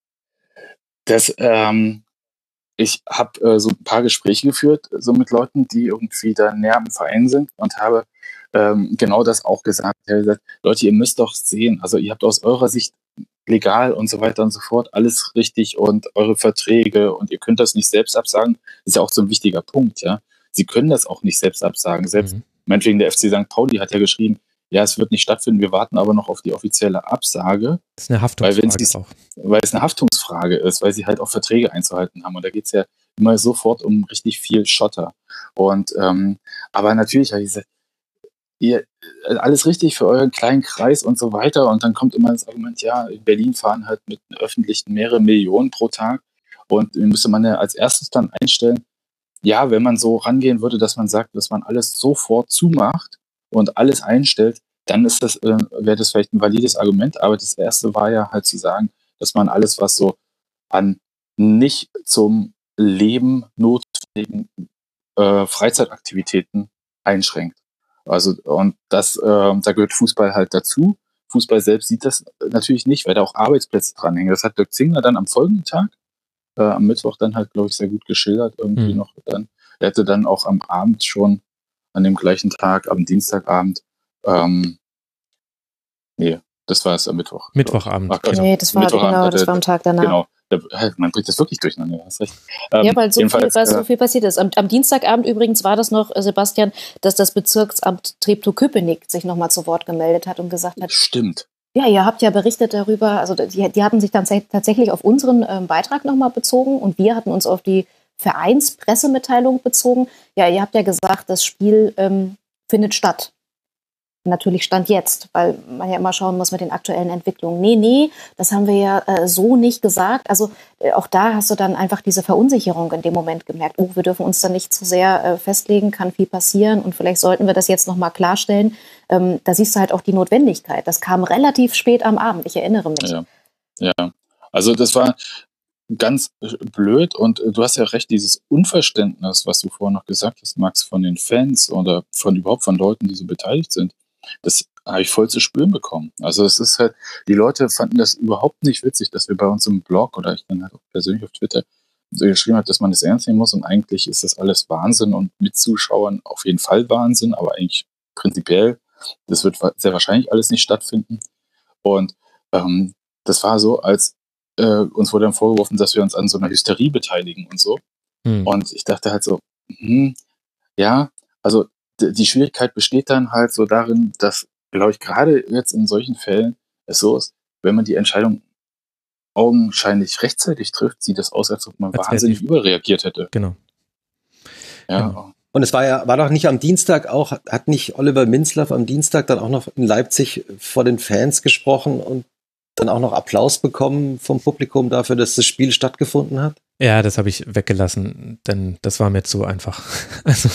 Das, ähm, ich habe äh, so ein paar Gespräche geführt, so mit Leuten, die irgendwie da näher am Verein sind und habe ähm, genau das auch gesagt. Ich habe gesagt, Leute, ihr müsst doch sehen, also ihr habt aus eurer Sicht legal und so weiter und so fort alles richtig und eure Verträge und ihr könnt das nicht selbst absagen. Das ist ja auch so ein wichtiger Punkt, ja. Sie können das auch nicht selbst absagen. Selbst mhm. meinetwegen der F C Sankt Pauli hat ja geschrieben, ja, es wird nicht stattfinden, wir warten aber noch auf die offizielle Absage. Das ist eine Haftungsfrage weil, dies, auch. Weil es eine Haftungsfrage ist, weil sie halt auch Verträge einzuhalten haben. Und da geht es ja immer sofort um richtig viel Schotter. Und ähm, aber natürlich habe ich gesagt, ihr, alles richtig für euren kleinen Kreis und so weiter. Und dann kommt immer das Argument, ja, in Berlin fahren halt mit öffentlichen mehrere Millionen pro Tag. Und müsste man ja als erstes dann einstellen, ja, wenn man so rangehen würde, dass man sagt, dass man alles sofort zumacht und alles einstellt, dann ist das, äh, wäre das vielleicht ein valides Argument. Aber das erste war ja halt zu sagen, dass man alles, was so an nicht zum Leben notwendigen äh, Freizeitaktivitäten einschränkt. Also, und das, äh, da gehört Fußball halt dazu. Fußball selbst sieht das natürlich nicht, weil da auch Arbeitsplätze dranhängen. Das hat Dirk Zingler dann am folgenden Tag, äh, am Mittwoch dann halt, glaube ich, sehr gut geschildert irgendwie mhm. noch dann. Er hatte dann auch am Abend schon, an dem gleichen Tag, am Dienstagabend, ähm, nee, das war es am Mittwoch. Mittwochabend. Ach, also, nee, das war, genau, das war am Tag danach. Genau, man bringt das wirklich durcheinander, hast recht. Ähm, ja, weil so viel, weil so viel passiert ist. Am, am Dienstagabend übrigens war das noch, Sebastian, dass das Bezirksamt Treptow-Köpenick sich nochmal zu Wort gemeldet hat und gesagt hat. Stimmt. Ja, ihr habt ja berichtet darüber, also die, die hatten sich dann tatsächlich auf unseren ähm, Beitrag nochmal bezogen und wir hatten uns auf die Vereinspressemitteilung bezogen. Ja, ihr habt ja gesagt, das Spiel ähm, findet statt. Natürlich Stand jetzt, weil man ja immer schauen muss mit den aktuellen Entwicklungen. Nee, nee, das haben wir ja äh, so nicht gesagt. Also äh, auch da hast du dann einfach diese Verunsicherung in dem Moment gemerkt. Oh, wir dürfen uns da nicht zu sehr äh, festlegen, kann viel passieren und vielleicht sollten wir das jetzt nochmal klarstellen. Ähm, da siehst du halt auch die Notwendigkeit. Das kam relativ spät am Abend, ich erinnere mich. Ja, ja. Also das war ganz blöd und du hast ja recht, dieses Unverständnis, was du vorher noch gesagt hast, Max, von den Fans oder von überhaupt von Leuten, die so beteiligt sind, das habe ich voll zu spüren bekommen. Also es ist halt, die Leute fanden das überhaupt nicht witzig, dass wir bei uns im Blog oder ich dann halt auch persönlich auf Twitter so geschrieben habe, dass man das ernst nehmen muss und eigentlich ist das alles Wahnsinn und mit Zuschauern auf jeden Fall Wahnsinn, aber eigentlich prinzipiell, das wird sehr wahrscheinlich alles nicht stattfinden. Und ähm, das war so, als äh, uns wurde dann vorgeworfen, dass wir uns an so einer Hysterie beteiligen und so. Hm. Und ich dachte halt so, hm, ja, also die Schwierigkeit besteht dann halt so darin, dass, glaube ich, gerade jetzt in solchen Fällen es so ist, wenn man die Entscheidung augenscheinlich rechtzeitig trifft, sieht das aus, als ob man als wahnsinnig überreagiert hätte. Genau. Ja. Genau. Und es war ja, war doch nicht am Dienstag auch, hat nicht Oliver Minzlaff am Dienstag dann auch noch in Leipzig vor den Fans gesprochen und dann auch noch Applaus bekommen vom Publikum dafür, dass das Spiel stattgefunden hat? Ja, das habe ich weggelassen, denn das war mir zu einfach. Also,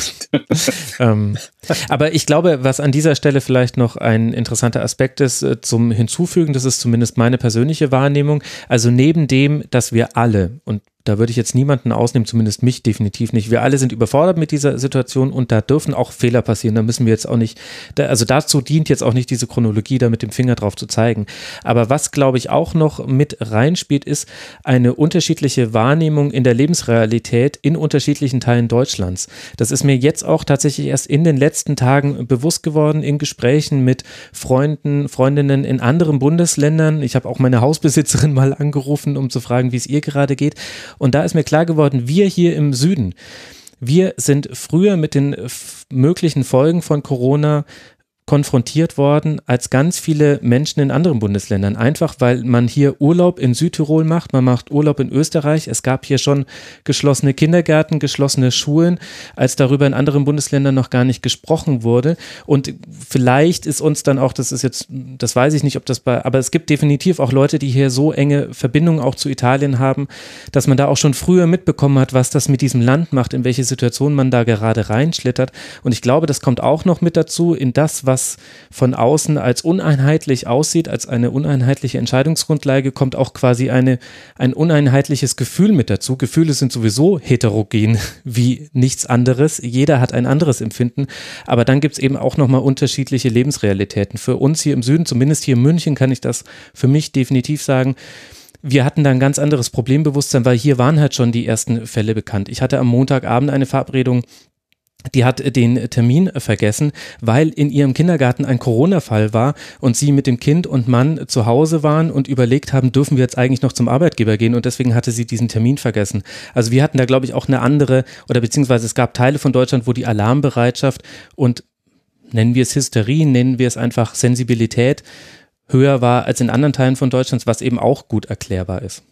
ähm, aber ich glaube, was an dieser Stelle vielleicht noch ein interessanter Aspekt ist, äh, zum Hinzufügen, das ist zumindest meine persönliche Wahrnehmung, also neben dem, dass wir alle, und da würde ich jetzt niemanden ausnehmen, zumindest mich definitiv nicht. Wir alle sind überfordert mit dieser Situation und da dürfen auch Fehler passieren. Da müssen wir jetzt auch nicht, da, also dazu dient jetzt auch nicht diese Chronologie, da mit dem Finger drauf zu zeigen. Aber was, glaube ich, auch noch mit reinspielt, ist eine unterschiedliche Wahrnehmung in der Lebensrealität in unterschiedlichen Teilen Deutschlands. Das ist mir jetzt auch tatsächlich erst in den letzten Tagen bewusst geworden in Gesprächen mit Freunden, Freundinnen in anderen Bundesländern. Ich habe auch meine Hausbesitzerin mal angerufen, um zu fragen, wie es ihr gerade geht. Und da ist mir klar geworden, wir hier im Süden, wir sind früher mit den f- möglichen Folgen von Corona konfrontiert worden als ganz viele Menschen in anderen Bundesländern. Einfach, weil man hier Urlaub in Südtirol macht, man macht Urlaub in Österreich. Es gab hier schon geschlossene Kindergärten, geschlossene Schulen, als darüber in anderen Bundesländern noch gar nicht gesprochen wurde. Und vielleicht ist uns dann auch, das ist jetzt, das weiß ich nicht, ob das bei, aber es gibt definitiv auch Leute, die hier so enge Verbindungen auch zu Italien haben, dass man da auch schon früher mitbekommen hat, was das mit diesem Land macht, in welche Situation man da gerade reinschlittert. Und ich glaube, das kommt auch noch mit dazu in das, was von außen als uneinheitlich aussieht, als eine uneinheitliche Entscheidungsgrundlage, kommt auch quasi eine, ein uneinheitliches Gefühl mit dazu. Gefühle sind sowieso heterogen wie nichts anderes. Jeder hat ein anderes Empfinden, aber dann gibt es eben auch nochmal unterschiedliche Lebensrealitäten. Für uns hier im Süden, zumindest hier in München, kann ich das für mich definitiv sagen, wir hatten da ein ganz anderes Problembewusstsein, weil hier waren halt schon die ersten Fälle bekannt. Ich hatte am Montagabend eine Verabredung, die hat den Termin vergessen, weil in ihrem Kindergarten ein Corona-Fall war und sie mit dem Kind und Mann zu Hause waren und überlegt haben, dürfen wir jetzt eigentlich noch zum Arbeitgeber gehen, und deswegen hatte sie diesen Termin vergessen. Also wir hatten da, glaube ich, auch eine andere, oder beziehungsweise es gab Teile von Deutschland, wo die Alarmbereitschaft und nennen wir es Hysterie, nennen wir es einfach Sensibilität höher war als in anderen Teilen von Deutschland, was eben auch gut erklärbar ist.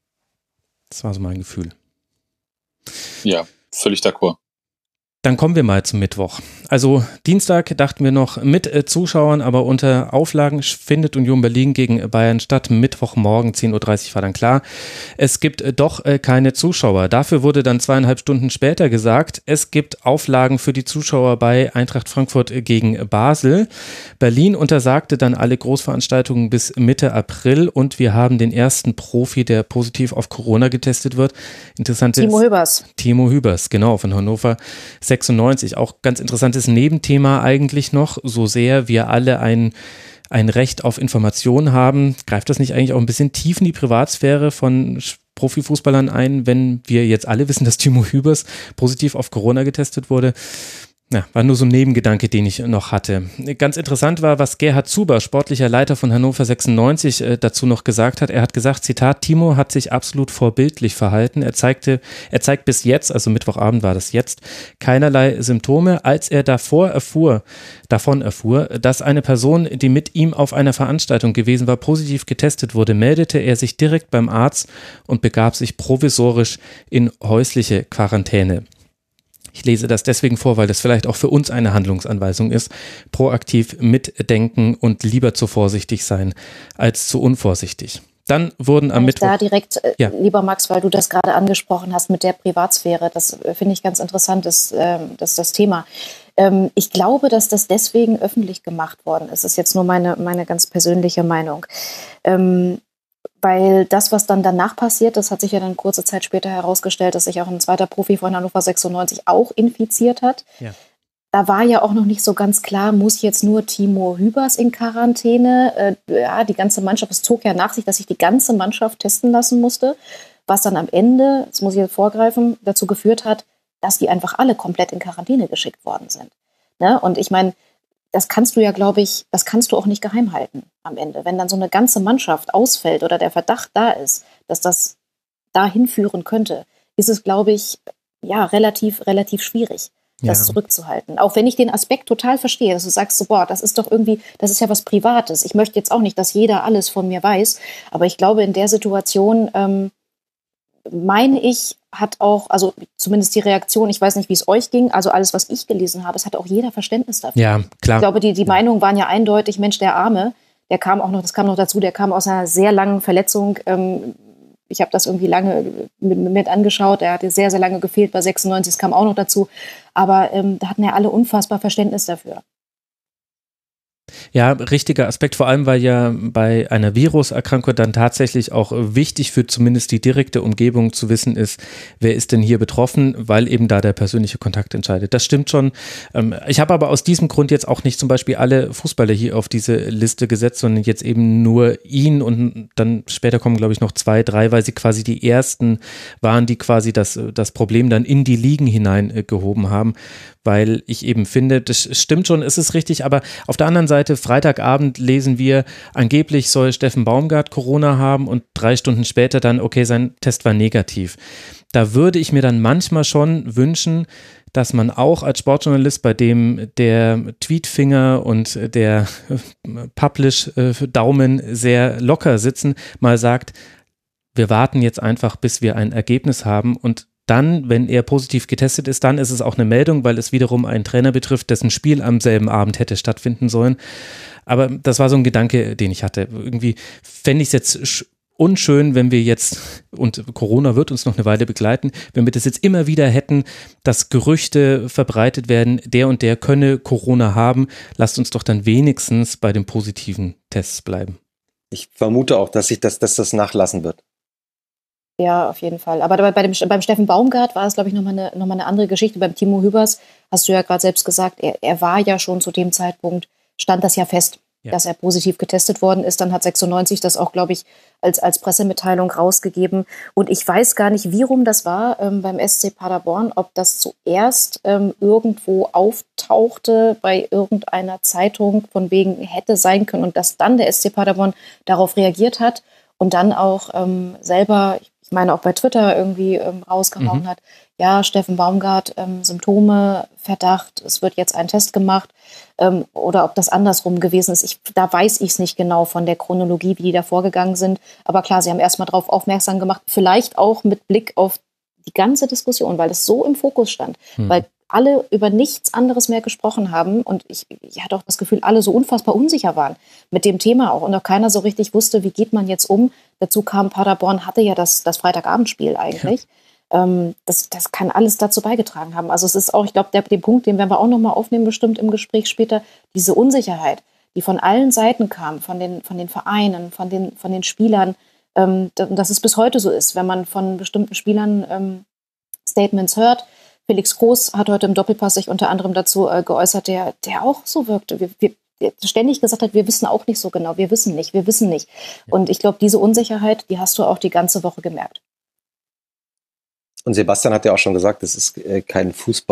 Das war so mein Gefühl. Ja, völlig d'accord. Dann kommen wir mal zum Mittwoch. Also Dienstag dachten wir noch mit äh, Zuschauern, aber unter Auflagen findet Union Berlin gegen Bayern statt. Mittwochmorgen zehn Uhr dreißig war dann klar, es gibt äh, doch äh, keine Zuschauer. Dafür wurde dann zweieinhalb Stunden später gesagt, es gibt Auflagen für die Zuschauer bei Eintracht Frankfurt äh, gegen Basel. Berlin untersagte dann alle Großveranstaltungen bis Mitte April und wir haben den ersten Profi, der positiv auf Corona getestet wird. Interessant ist, Timo Hübers. Timo Hübers, genau, von Hannover sechsundneunzig. Auch ganz interessantes Nebenthema eigentlich noch, so sehr wir alle ein, ein Recht auf Information haben, greift das nicht eigentlich auch ein bisschen tief in die Privatsphäre von Profifußballern ein, wenn wir jetzt alle wissen, dass Timo Hübers positiv auf Corona getestet wurde? Ja, war nur so ein Nebengedanke, den ich noch hatte. Ganz interessant war, was Gerhard Zuber, sportlicher Leiter von Hannover sechsundneunzig, äh, dazu noch gesagt hat. Er hat gesagt, Zitat, Timo hat sich absolut vorbildlich verhalten. Er zeigte, er zeigt bis jetzt, also Mittwochabend war das jetzt, keinerlei Symptome. Als er davor erfuhr, davon erfuhr, dass eine Person, die mit ihm auf einer Veranstaltung gewesen war, positiv getestet wurde, meldete er sich direkt beim Arzt und begab sich provisorisch in häusliche Quarantäne. Ich lese das deswegen vor, weil das vielleicht auch für uns eine Handlungsanweisung ist. Proaktiv mitdenken und lieber zu vorsichtig sein als zu unvorsichtig. Dann wurden am Mittwoch... Da direkt, ja. Lieber Max, weil du das gerade angesprochen hast mit der Privatsphäre, das finde ich ganz interessant, das, das, das Thema. Ich glaube, dass das deswegen öffentlich gemacht worden ist. Das ist jetzt nur meine, meine ganz persönliche Meinung. Weil das, was dann danach passiert, das hat sich ja dann kurze Zeit später herausgestellt, dass sich auch ein zweiter Profi von Hannover sechsundneunzig auch infiziert hat. Ja. Da war ja auch noch nicht so ganz klar, muss jetzt nur Timo Hübers in Quarantäne? Äh, ja, die ganze Mannschaft, es zog ja nach sich, dass sich die ganze Mannschaft testen lassen musste, was dann am Ende, das muss ich jetzt vorgreifen, dazu geführt hat, dass die einfach alle komplett in Quarantäne geschickt worden sind. Ne? Und ich meine, das kannst du ja, glaube ich, das kannst du auch nicht geheim halten am Ende. Wenn dann so eine ganze Mannschaft ausfällt oder der Verdacht da ist, dass das dahin führen könnte, ist es, glaube ich, ja, relativ, relativ schwierig, das ja. zurückzuhalten. Auch wenn ich den Aspekt total verstehe, dass du sagst, so, boah, das ist doch irgendwie, das ist ja was Privates. Ich möchte jetzt auch nicht, dass jeder alles von mir weiß, aber ich glaube, in der Situation, ähm, meine ich, hat auch, also zumindest die Reaktion, ich weiß nicht, wie es euch ging, also alles, was ich gelesen habe, es hat auch jeder Verständnis dafür. Ja, klar. Ich glaube, die, die Meinungen waren ja eindeutig, Mensch, der Arme, der kam auch noch, das kam noch dazu, der kam aus einer sehr langen Verletzung. Ähm, ich habe das irgendwie lange mit, mit angeschaut, der hatte sehr, sehr lange gefehlt bei sechsundneunzig, das kam auch noch dazu. Aber ähm, da hatten ja alle unfassbar Verständnis dafür. Ja, richtiger Aspekt, vor allem, weil ja bei einer Viruserkrankung dann tatsächlich auch wichtig für zumindest die direkte Umgebung zu wissen ist, wer ist denn hier betroffen, weil eben da der persönliche Kontakt entscheidet. Das stimmt schon. Ich habe aber aus diesem Grund jetzt auch nicht zum Beispiel alle Fußballer hier auf diese Liste gesetzt, sondern jetzt eben nur ihn und dann später kommen, glaube ich, noch zwei, drei, weil sie quasi die ersten waren, die quasi das, das Problem dann in die Ligen hinein gehoben haben, weil ich eben finde, das stimmt schon, es ist richtig, aber auf der anderen Seite, Freitagabend lesen wir, angeblich soll Steffen Baumgart Corona haben und drei Stunden später dann, okay, sein Test war negativ. Da würde ich mir dann manchmal schon wünschen, dass man auch als Sportjournalist, bei dem der Tweetfinger und der Publish-Daumen sehr locker sitzen, mal sagt, wir warten jetzt einfach, bis wir ein Ergebnis haben und dann, wenn er positiv getestet ist, dann ist es auch eine Meldung, weil es wiederum einen Trainer betrifft, dessen Spiel am selben Abend hätte stattfinden sollen. Aber das war so ein Gedanke, den ich hatte. Irgendwie fände ich es jetzt unschön, wenn wir jetzt, und Corona wird uns noch eine Weile begleiten, wenn wir das jetzt immer wieder hätten, dass Gerüchte verbreitet werden, der und der könne Corona haben. Lasst uns doch dann wenigstens bei den positiven Tests bleiben. Ich vermute auch, dass sich das, dass das nachlassen wird. Ja, auf jeden Fall. Aber bei dem, beim Steffen Baumgart war es, glaube ich, nochmal eine, noch mal eine andere Geschichte. Beim Timo Hübers hast du ja gerade selbst gesagt, er, er war ja schon zu dem Zeitpunkt, stand das ja fest, ja. dass er positiv getestet worden ist. Dann hat sechsundneunzig das auch, glaube ich, als, als Pressemitteilung rausgegeben. Und ich weiß gar nicht, wie rum das war ähm, beim S C Paderborn, ob das zuerst ähm, irgendwo auftauchte bei irgendeiner Zeitung, von wegen hätte sein können und dass dann der S C Paderborn darauf reagiert hat und dann auch ähm, selber, ich meine auch bei Twitter irgendwie ähm, rausgehauen mhm. hat, ja, Steffen Baumgart, ähm, Symptome, Verdacht, es wird jetzt ein Test gemacht ähm, oder ob das andersrum gewesen ist. Ich, da weiß ich es nicht genau von der Chronologie, wie die da vorgegangen sind. Aber klar, sie haben erstmal darauf aufmerksam gemacht, vielleicht auch mit Blick auf die ganze Diskussion, weil das so im Fokus stand, mhm. weil alle über nichts anderes mehr gesprochen haben und ich, ich hatte auch das Gefühl, alle so unfassbar unsicher waren mit dem Thema auch und auch keiner so richtig wusste, wie geht man jetzt um. Dazu kam, Paderborn hatte ja das, das Freitagabendspiel eigentlich. Ja. Ähm, das, das kann alles dazu beigetragen haben. Also es ist auch, ich glaube, der, der Punkt, den werden wir auch nochmal aufnehmen, bestimmt im Gespräch später, diese Unsicherheit, die von allen Seiten kam, von den, von den Vereinen, von den, von den Spielern, ähm, dass es bis heute so ist, wenn man von bestimmten Spielern ähm, Statements hört. Felix Groß hat heute im Doppelpass sich unter anderem dazu äh, geäußert, der, der auch so wirkte. Wir, wir, der ständig gesagt hat, wir wissen auch nicht so genau, wir wissen nicht, wir wissen nicht. Ja. Und ich glaube, diese Unsicherheit, die hast du auch die ganze Woche gemerkt. Und Sebastian hat ja auch schon gesagt, das ist äh, kein Fußball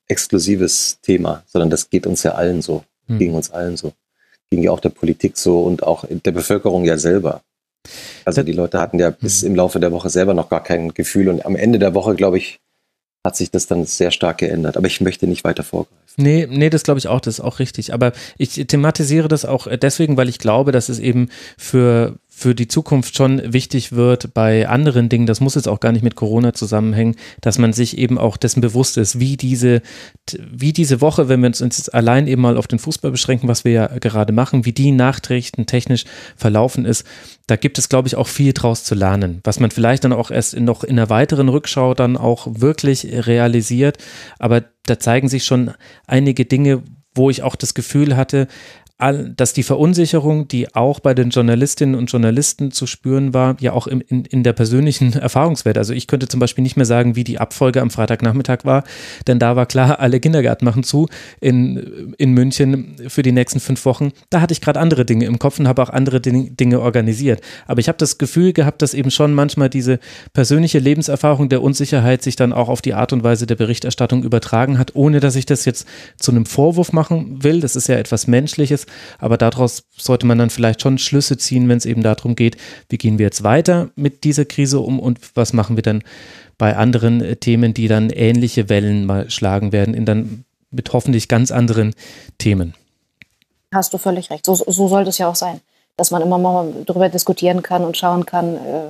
exklusives Thema, sondern das geht uns ja allen so, hm. ging uns allen so, ging ja auch der Politik so und auch der Bevölkerung ja selber. Also die Leute hatten ja bis im Laufe der Woche selber noch gar kein Gefühl und am Ende der Woche, glaube ich, hat sich das dann sehr stark geändert. Aber ich möchte nicht weiter vorgreifen. Nee, nee, das glaube ich auch, das ist auch richtig. Aber ich thematisiere das auch deswegen, weil ich glaube, dass es eben für, für die Zukunft schon wichtig wird bei anderen Dingen, das muss jetzt auch gar nicht mit Corona zusammenhängen, dass man sich eben auch dessen bewusst ist, wie diese, wie diese Woche, wenn wir uns jetzt allein eben mal auf den Fußball beschränken, was wir ja gerade machen, wie die Nachrichten technisch verlaufen ist, da gibt es, glaube ich, auch viel draus zu lernen, was man vielleicht dann auch erst in, noch in einer weiteren Rückschau dann auch wirklich realisiert, aber da zeigen sich schon einige Dinge, wo ich auch das Gefühl hatte, dass die Verunsicherung, die auch bei den Journalistinnen und Journalisten zu spüren war, ja auch in, in, in der persönlichen Erfahrungswelt. Also ich könnte zum Beispiel nicht mehr sagen, wie die Abfolge am Freitagnachmittag war, denn da war klar, alle Kindergärten machen zu in, in München für die nächsten fünf Wochen. Da hatte ich gerade andere Dinge im Kopf und habe auch andere Dinge organisiert. Aber ich habe das Gefühl gehabt, dass eben schon manchmal diese persönliche Lebenserfahrung der Unsicherheit sich dann auch auf die Art und Weise der Berichterstattung übertragen hat, ohne dass ich das jetzt zu einem Vorwurf machen will. Das ist ja etwas Menschliches. Aber daraus sollte man dann vielleicht schon Schlüsse ziehen, wenn es eben darum geht, wie gehen wir jetzt weiter mit dieser Krise um und was machen wir dann bei anderen Themen, die dann ähnliche Wellen mal schlagen werden, in dann mit hoffentlich ganz anderen Themen. Hast du völlig recht. So, so sollte es ja auch sein, dass man immer mal darüber diskutieren kann und schauen kann, äh,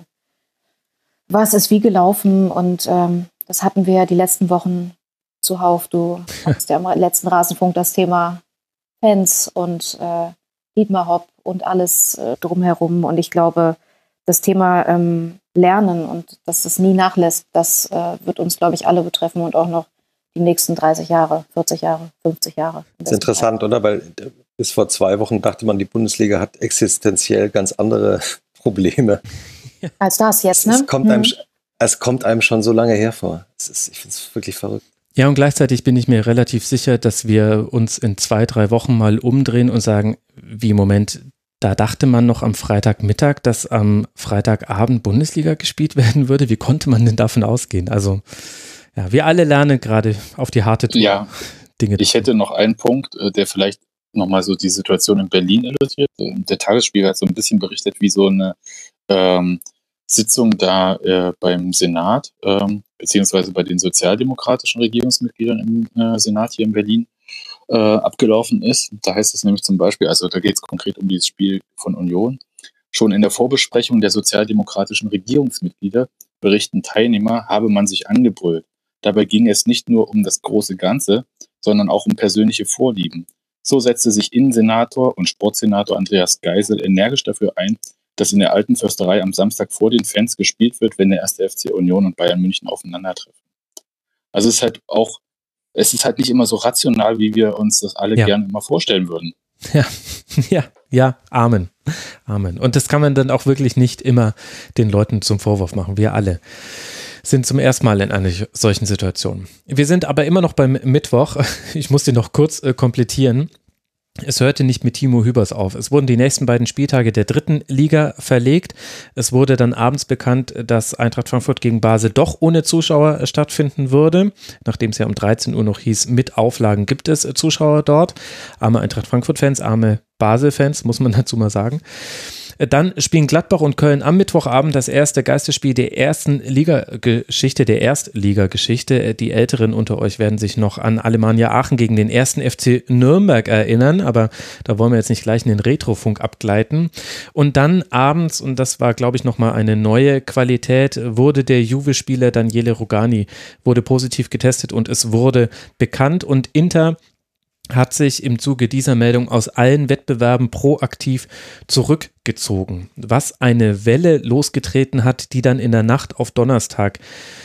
was ist wie gelaufen. Und ähm, das hatten wir ja die letzten Wochen zuhauf. Du hast ja im letzten Rasenfunk das Thema Fans und äh, Dietmar Hopp und alles äh, drumherum. Und ich glaube, das Thema ähm, Lernen und dass das nie nachlässt, das äh, wird uns, glaube ich, alle betreffen und auch noch die nächsten dreißig Jahre, vierzig Jahre, fünfzig Jahre. Das ist interessant, oder? Weil bis vor zwei Wochen dachte man, die Bundesliga hat existenziell ganz andere Probleme. Als das jetzt, ne? Es kommt, einem, hm. es kommt einem schon so lange her vor. Es ist, ich finde es wirklich verrückt. Ja, und gleichzeitig bin ich mir relativ sicher, dass wir uns in zwei, drei Wochen mal umdrehen und sagen, wie im Moment, da dachte man noch am Freitagmittag, dass am Freitagabend Bundesliga gespielt werden würde. Wie konnte man denn davon ausgehen? Also, ja, wir alle lernen gerade auf die harte Tour ja, Dinge. Ich hätte noch einen Punkt, der vielleicht nochmal so die Situation in Berlin illustriert. Der Tagesspiegel hat so ein bisschen berichtet, wie so eine ähm, Sitzung da äh, beim Senat, ähm, beziehungsweise bei den sozialdemokratischen Regierungsmitgliedern im äh, Senat hier in Berlin äh, abgelaufen ist. Da heißt es nämlich zum Beispiel, also da geht es konkret um dieses Spiel von Union, schon in der Vorbesprechung der sozialdemokratischen Regierungsmitglieder berichten Teilnehmer, habe man sich angebrüllt. Dabei ging es nicht nur um das große Ganze, sondern auch um persönliche Vorlieben. So setzte sich Innensenator und Sportsenator Andreas Geisel energisch dafür ein, dass in der Alten Försterei am Samstag vor den Fans gespielt wird, wenn der erste F C Union und Bayern München aufeinandertreffen. Also es ist halt auch, es ist halt nicht immer so rational, wie wir uns das alle ja. gerne immer vorstellen würden. Ja, ja, ja, Amen. Amen. Und das kann man dann auch wirklich nicht immer den Leuten zum Vorwurf machen. Wir alle sind zum ersten Mal in einer solchen Situation. Wir sind aber immer noch beim Mittwoch. Ich muss den noch kurz äh, komplettieren. Es hörte nicht mit Timo Hübers auf. Es wurden die nächsten beiden Spieltage der dritten Liga verlegt. Es wurde dann abends bekannt, dass Eintracht Frankfurt gegen Basel doch ohne Zuschauer stattfinden würde. Nachdem es ja um dreizehn Uhr noch hieß, mit Auflagen gibt es Zuschauer dort. Arme Eintracht Frankfurt-Fans, arme Basel-Fans, muss man dazu mal sagen. Dann spielen Gladbach und Köln am Mittwochabend das erste Geisterspiel der ersten Liga-Geschichte, der Erstligageschichte. Die Älteren unter euch werden sich noch an Alemannia Aachen gegen den ersten F C Nürnberg erinnern, aber da wollen wir jetzt nicht gleich in den Retrofunk abgleiten. Und dann abends, und das war, glaube ich, nochmal eine neue Qualität, wurde der Juve-Spieler Daniele Rugani wurde positiv getestet und es wurde bekannt und Inter hat sich im Zuge dieser Meldung aus allen Wettbewerben proaktiv zurückgezogen, was eine Welle losgetreten hat, die dann in der Nacht auf Donnerstag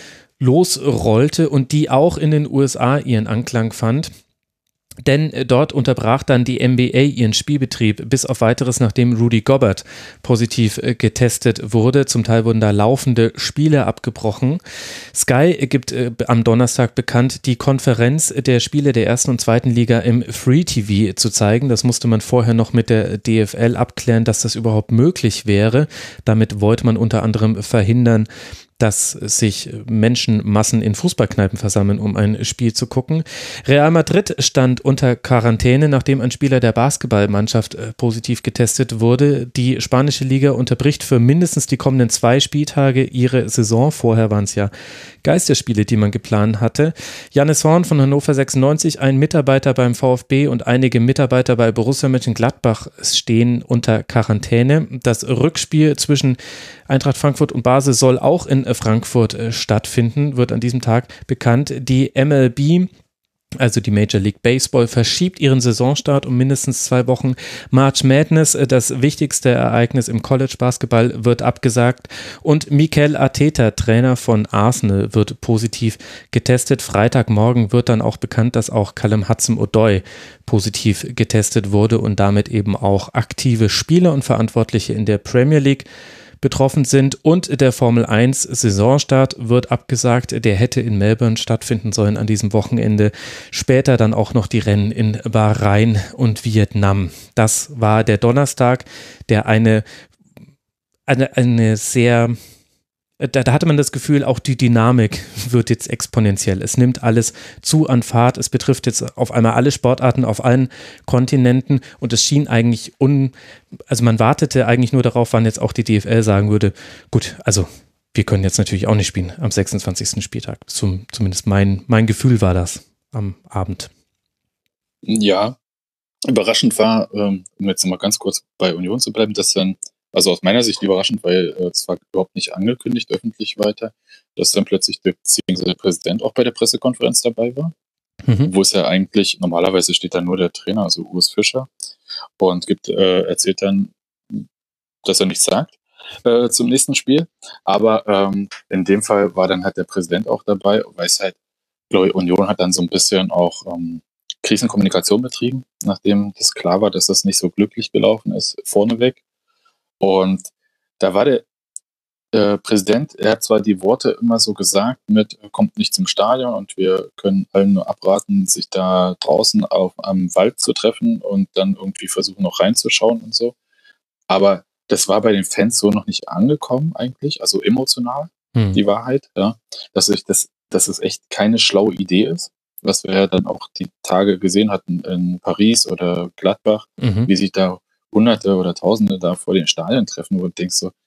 losrollte und die auch in den U S A ihren Anklang fand. Denn dort unterbrach dann die N B A ihren Spielbetrieb bis auf weiteres, nachdem Rudy Gobert positiv getestet wurde. Zum Teil wurden da laufende Spiele abgebrochen. Sky gibt äh, am Donnerstag bekannt, die Konferenz der Spiele der ersten und zweiten Liga im Free T V zu zeigen. Das musste man vorher noch mit der D F L abklären, dass das überhaupt möglich wäre. Damit wollte man unter anderem verhindern, dass sich Menschenmassen in Fußballkneipen versammeln, um ein Spiel zu gucken. Real Madrid stand unter Quarantäne, nachdem ein Spieler der Basketballmannschaft äh, positiv getestet wurde. Die spanische Liga unterbricht für mindestens die kommenden zwei Spieltage ihre Saison. Vorher waren es ja Geisterspiele, die man geplant hatte. Jannis Horn von Hannover sechsundneunzig, ein Mitarbeiter beim VfB und einige Mitarbeiter bei Borussia Mönchengladbach stehen unter Quarantäne. Das Rückspiel zwischen Eintracht Frankfurt und Basel soll auch in Frankfurt äh, stattfinden, wird an diesem Tag bekannt. Die M L B, also die Major League Baseball, verschiebt ihren Saisonstart um mindestens zwei Wochen. March Madness, das wichtigste Ereignis im College-Basketball, wird abgesagt. Und Mikel Arteta, Trainer von Arsenal, wird positiv getestet. Freitagmorgen wird dann auch bekannt, dass auch Callum Hudson-Odoi positiv getestet wurde und damit eben auch aktive Spieler und Verantwortliche in der Premier League betroffen sind, und der Formel eins Saisonstart wird abgesagt. Der hätte in Melbourne stattfinden sollen an diesem Wochenende. Später dann auch noch die Rennen in Bahrain und Vietnam. Das war der Donnerstag, der eine, eine, eine sehr... Da, da hatte man das Gefühl, auch die Dynamik wird jetzt exponentiell. Es nimmt alles zu an Fahrt. Es betrifft jetzt auf einmal alle Sportarten auf allen Kontinenten, und es schien eigentlich un, also man wartete eigentlich nur darauf, wann jetzt auch die D F L sagen würde, gut, also wir können jetzt natürlich auch nicht spielen am sechsundzwanzigsten Spieltag. Zum, zumindest mein, mein Gefühl war das am Abend. Ja, überraschend war, um jetzt mal ganz kurz bei Union zu bleiben, dass dann, also aus meiner Sicht überraschend, weil äh, es war überhaupt nicht angekündigt öffentlich weiter, dass dann plötzlich der, der Präsident auch bei der Pressekonferenz dabei war, mhm. wo es ja eigentlich, normalerweise steht da nur der Trainer, also Urs Fischer, und gibt, äh, erzählt dann, dass er nichts sagt äh, zum nächsten Spiel, aber ähm, in dem Fall war dann halt der Präsident auch dabei, weil es halt, glaube ich, Union hat dann so ein bisschen auch ähm, Krisenkommunikation betrieben, nachdem das klar war, dass das nicht so glücklich gelaufen ist, vorneweg. Und da war der äh, Präsident, er hat zwar die Worte immer so gesagt mit, kommt nicht zum Stadion und wir können allen nur abraten, sich da draußen auf, am Wald zu treffen und dann irgendwie versuchen noch reinzuschauen und so. Aber das war bei den Fans so noch nicht angekommen eigentlich, also emotional, hm. die Wahrheit, ja, dass ich das, dass es echt keine schlaue Idee ist, was wir ja dann auch die Tage gesehen hatten in Paris oder Gladbach, mhm. wie sich da Hunderte oder Tausende da vor den Stadien treffen, wo du denkst so,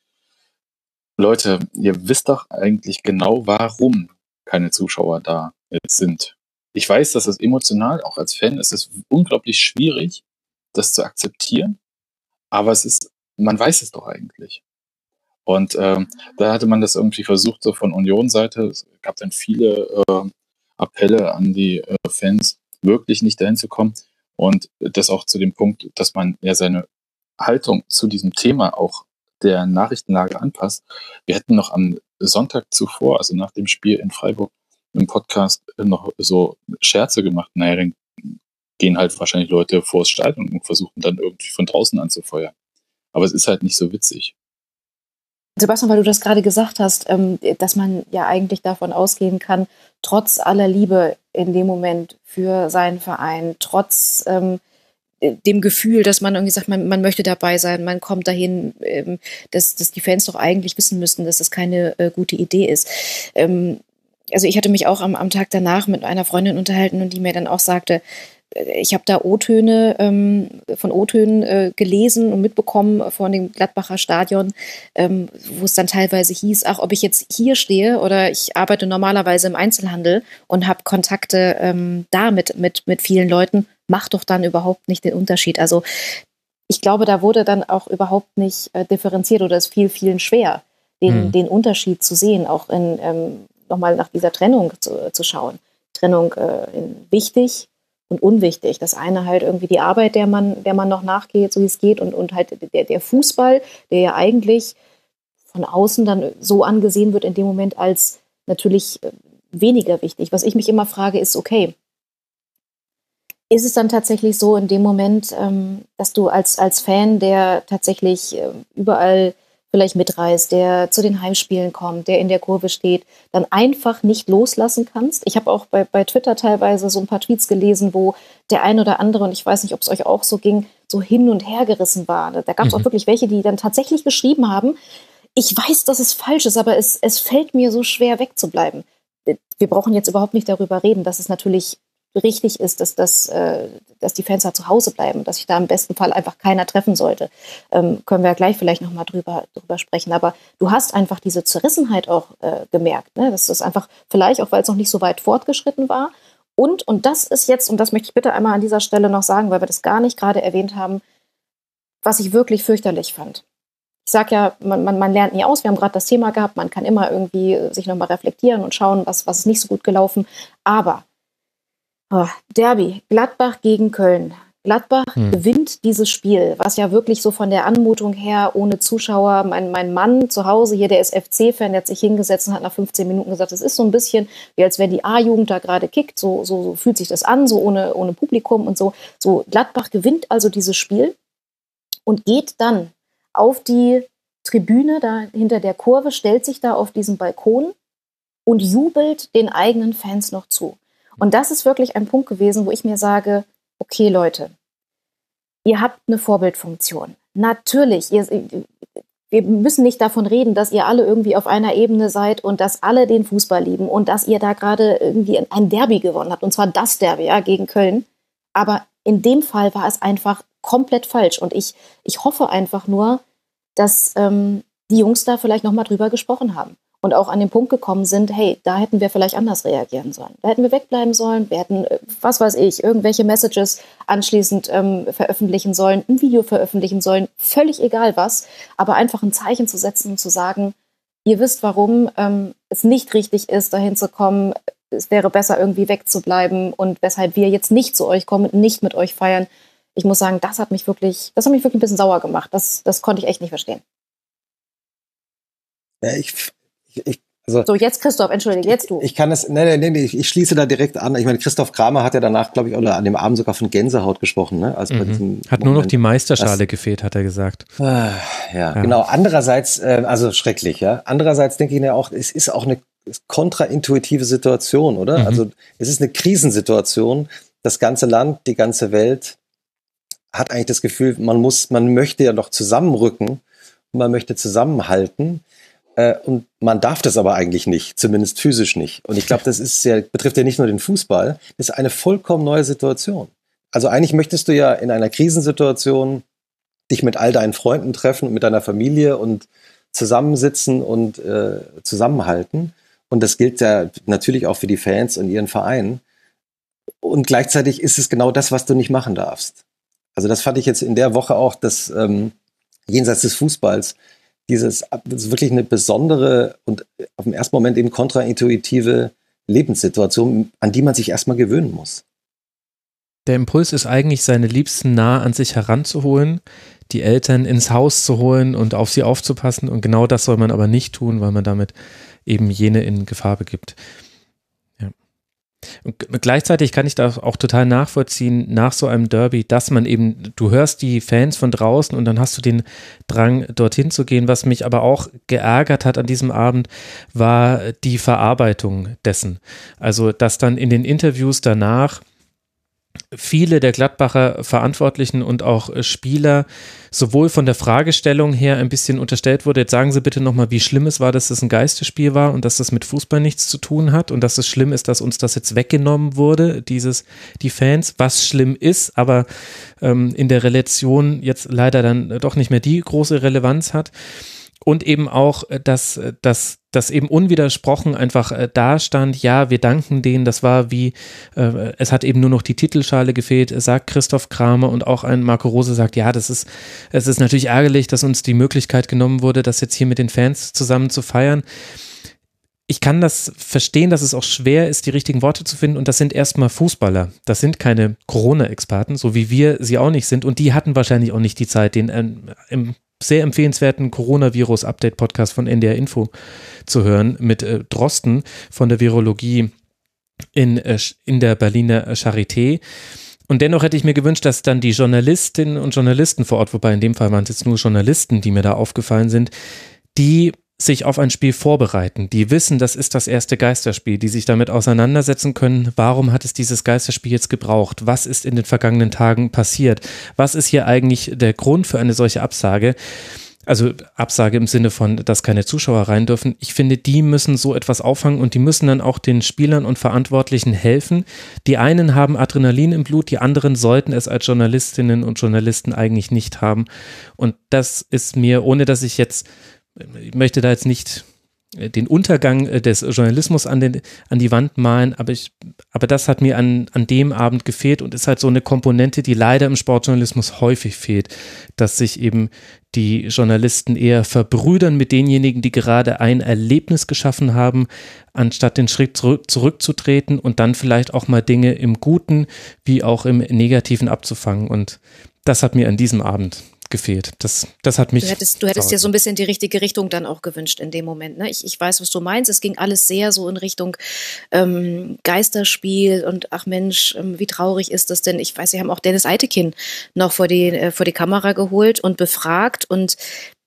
Leute, ihr wisst doch eigentlich genau, warum keine Zuschauer da jetzt sind. Ich weiß, dass es emotional, auch als Fan, ist es unglaublich schwierig, das zu akzeptieren, aber es ist, man weiß es doch eigentlich. Und ähm, da hatte man das irgendwie versucht, so von Union-Seite, es gab dann viele äh, Appelle an die äh, Fans, wirklich nicht dahin zu kommen. Und das auch zu dem Punkt, dass man ja seine Haltung zu diesem Thema auch der Nachrichtenlage anpasst. Wir hätten noch am Sonntag zuvor, also nach dem Spiel in Freiburg, im Podcast noch so Scherze gemacht. Naja, dann gehen halt wahrscheinlich Leute vors Stadion und versuchen dann irgendwie von draußen anzufeuern. Aber es ist halt nicht so witzig. Sebastian, weil du das gerade gesagt hast, dass man ja eigentlich davon ausgehen kann, trotz aller Liebe in dem Moment für seinen Verein, trotz ähm, dem Gefühl, dass man irgendwie sagt, man, man möchte dabei sein, man kommt dahin, ähm, dass, dass die Fans doch eigentlich wissen müssten, dass das keine äh, gute Idee ist. Ähm, also ich hatte mich auch am, am Tag danach mit einer Freundin unterhalten und die mir dann auch sagte, ich habe da O-Töne ähm, von O-Tönen äh, gelesen und mitbekommen von dem Gladbacher Stadion, ähm, wo es dann teilweise hieß, ach, ob ich jetzt hier stehe oder ich arbeite normalerweise im Einzelhandel und habe Kontakte ähm, da mit, mit, mit vielen Leuten, macht doch dann überhaupt nicht den Unterschied. Also ich glaube, da wurde dann auch überhaupt nicht äh, differenziert oder es fiel vielen schwer, den, mhm. den Unterschied zu sehen, auch in ähm, nochmal nach dieser Trennung zu, zu schauen. Trennung äh, in wichtig und unwichtig. Das eine halt irgendwie die Arbeit, der man, der man noch nachgeht, so wie es geht, und, und halt der, der Fußball, der ja eigentlich von außen dann so angesehen wird in dem Moment als natürlich weniger wichtig. Was ich mich immer frage, ist, okay, ist es dann tatsächlich so in dem Moment, ähm, dass du als, als Fan, der tatsächlich äh, überall vielleicht mitreist, der zu den Heimspielen kommt, der in der Kurve steht, dann einfach nicht loslassen kannst. Ich habe auch bei, bei Twitter teilweise so ein paar Tweets gelesen, wo der ein oder andere, und ich weiß nicht, ob es euch auch so ging, so hin und her gerissen war. Da gab es mhm. auch wirklich welche, die dann tatsächlich geschrieben haben, ich weiß, dass es falsch ist, aber es, es fällt mir so schwer wegzubleiben. Wir brauchen jetzt überhaupt nicht darüber reden, dass es natürlich richtig ist, dass, dass, äh, dass die Fans da zu Hause bleiben, dass sich da im besten Fall einfach keiner treffen sollte. Ähm, können wir ja gleich vielleicht nochmal drüber, drüber sprechen. Aber du hast einfach diese Zerrissenheit auch äh, gemerkt. Ne? Das ist einfach vielleicht auch, weil es noch nicht so weit fortgeschritten war. Und, und das ist jetzt, und das möchte ich bitte einmal an dieser Stelle noch sagen, weil wir das gar nicht gerade erwähnt haben, was ich wirklich fürchterlich fand. Ich sage ja, man, man, man lernt nie aus. Wir haben gerade das Thema gehabt. Man kann immer irgendwie sich nochmal reflektieren und schauen, was, was ist nicht so gut gelaufen. Aber oh, Derby, Gladbach gegen Köln. Gladbach hm. gewinnt dieses Spiel, was ja wirklich so von der Anmutung her ohne Zuschauer, mein, mein Mann zu Hause hier, der ist F C-Fan, der hat sich hingesetzt und hat nach fünfzehn Minuten gesagt, es ist so ein bisschen, wie als wenn die A-Jugend da gerade kickt, so, so, so fühlt sich das an, so ohne, ohne Publikum und so. So, Gladbach gewinnt also dieses Spiel und geht dann auf die Tribüne da hinter der Kurve, stellt sich da auf diesen Balkon und jubelt den eigenen Fans noch zu. Und das ist wirklich ein Punkt gewesen, wo ich mir sage, okay Leute, ihr habt eine Vorbildfunktion. Natürlich, ihr, wir müssen nicht davon reden, dass ihr alle irgendwie auf einer Ebene seid und dass alle den Fußball lieben und dass ihr da gerade irgendwie ein Derby gewonnen habt, und zwar das Derby, ja, gegen Köln. Aber in dem Fall war es einfach komplett falsch. Und ich, ich hoffe einfach nur, dass ähm, die Jungs da vielleicht nochmal drüber gesprochen haben und auch an den Punkt gekommen sind, hey, da hätten wir vielleicht anders reagieren sollen. Da hätten wir wegbleiben sollen, wir hätten, was weiß ich, irgendwelche Messages anschließend ähm, veröffentlichen sollen, ein Video veröffentlichen sollen, völlig egal was, aber einfach ein Zeichen zu setzen und zu sagen, ihr wisst, warum ähm, es nicht richtig ist, dahin zu kommen, es wäre besser, irgendwie wegzubleiben und weshalb wir jetzt nicht zu euch kommen und nicht mit euch feiern. Ich muss sagen, das hat mich wirklich, das hat mich wirklich ein bisschen sauer gemacht. Das, das konnte ich echt nicht verstehen. Ja, ich, ich, ich also, so, jetzt Christoph, entschuldige, jetzt du. Ich kann es, nee, nee, nee, ich, ich schließe da direkt an. Ich meine, Christoph Kramer hat ja danach, glaube ich, oder an dem Abend sogar von Gänsehaut gesprochen, ne? Also mhm. bei diesem hat Moment, nur noch die Meisterschale das, gefehlt, hat er gesagt. Ah, ja, ja, genau. Andererseits, äh, also schrecklich, ja. Andererseits denke ich mir auch, es ist auch eine kontraintuitive Situation, oder? Mhm. Also es ist eine Krisensituation. Das ganze Land, die ganze Welt hat eigentlich das Gefühl, man muss, man möchte ja noch zusammenrücken, man möchte zusammenhalten äh, und man darf das aber eigentlich nicht, zumindest physisch nicht. Und ich glaube, das ist ja, betrifft ja nicht nur den Fußball, das ist eine vollkommen neue Situation. Also eigentlich möchtest du ja in einer Krisensituation dich mit all deinen Freunden treffen und mit deiner Familie und zusammensitzen und äh, zusammenhalten. Und das gilt ja natürlich auch für die Fans und ihren Verein. Und gleichzeitig ist es genau das, was du nicht machen darfst. Also das fand ich jetzt in der Woche auch, dass ähm, jenseits des Fußballs dieses das ist wirklich eine besondere und auf den ersten Moment eben kontraintuitive Lebenssituation, an die man sich erstmal gewöhnen muss. Der Impuls ist eigentlich, seine Liebsten nah an sich heranzuholen, die Eltern ins Haus zu holen und auf sie aufzupassen, und genau das soll man aber nicht tun, weil man damit eben jene in Gefahr begibt. Und gleichzeitig kann ich da auch total nachvollziehen, nach so einem Derby, dass man eben, du hörst die Fans von draußen und dann hast du den Drang, dorthin zu gehen. Was mich aber auch geärgert hat an diesem Abend, war die Verarbeitung dessen. Also, dass dann in den Interviews danach viele der Gladbacher Verantwortlichen und auch Spieler sowohl von der Fragestellung her ein bisschen unterstellt wurde, jetzt sagen Sie bitte nochmal, wie schlimm es war, dass das ein Geisterspiel war und dass das mit Fußball nichts zu tun hat und dass es schlimm ist, dass uns das jetzt weggenommen wurde, dieses, die Fans, was schlimm ist, aber ähm, in der Relation jetzt leider dann doch nicht mehr die große Relevanz hat. Und eben auch, dass, dass, dass eben unwidersprochen einfach äh, da stand, ja, wir danken denen, das war wie, äh, es hat eben nur noch die Titelschale gefehlt, sagt Christoph Kramer, und auch ein Marco Rose sagt, ja, das ist, es ist natürlich ärgerlich, dass uns die Möglichkeit genommen wurde, das jetzt hier mit den Fans zusammen zu feiern. Ich kann das verstehen, dass es auch schwer ist, die richtigen Worte zu finden, und das sind erstmal Fußballer, das sind keine Corona-Experten, so wie wir sie auch nicht sind, und die hatten wahrscheinlich auch nicht die Zeit, den äh, im sehr empfehlenswerten Coronavirus-Update-Podcast von N D R Info zu hören mit äh, Drosten von der Virologie in, äh, in der Berliner Charité. Und dennoch hätte ich mir gewünscht, dass dann die Journalistinnen und Journalisten vor Ort, wobei in dem Fall waren es jetzt nur Journalisten, die mir da aufgefallen sind, die sich auf ein Spiel vorbereiten, die wissen, das ist das erste Geisterspiel, die sich damit auseinandersetzen können, warum hat es dieses Geisterspiel jetzt gebraucht, was ist in den vergangenen Tagen passiert, was ist hier eigentlich der Grund für eine solche Absage. also Absage im Sinne von, dass keine Zuschauer rein dürfen. Ich finde, die müssen so etwas auffangen und die müssen dann auch den Spielern und Verantwortlichen helfen. Die einen haben Adrenalin im Blut, die anderen sollten es als Journalistinnen und Journalisten eigentlich nicht haben. Und das ist mir, ohne dass ich jetzt, ich möchte da jetzt nicht den Untergang des Journalismus an, den, an die Wand malen, aber, ich, aber das hat mir an, an dem Abend gefehlt und ist halt so eine Komponente, die leider im Sportjournalismus häufig fehlt, dass sich eben die Journalisten eher verbrüdern mit denjenigen, die gerade ein Erlebnis geschaffen haben, anstatt den Schritt zurück, zurückzutreten und dann vielleicht auch mal Dinge im Guten wie auch im Negativen abzufangen. Und das hat mir an diesem Abend gefehlt. Das, das hat mich. Du hättest, du hättest dir so ein bisschen die richtige Richtung dann auch gewünscht in dem Moment. Ne? Ich, ich weiß, was du meinst. Es ging alles sehr so in Richtung ähm, Geisterspiel und ach Mensch, ähm, wie traurig ist das denn? Ich weiß, sie haben auch Dennis Eitekin noch vor die, äh, vor die Kamera geholt und befragt und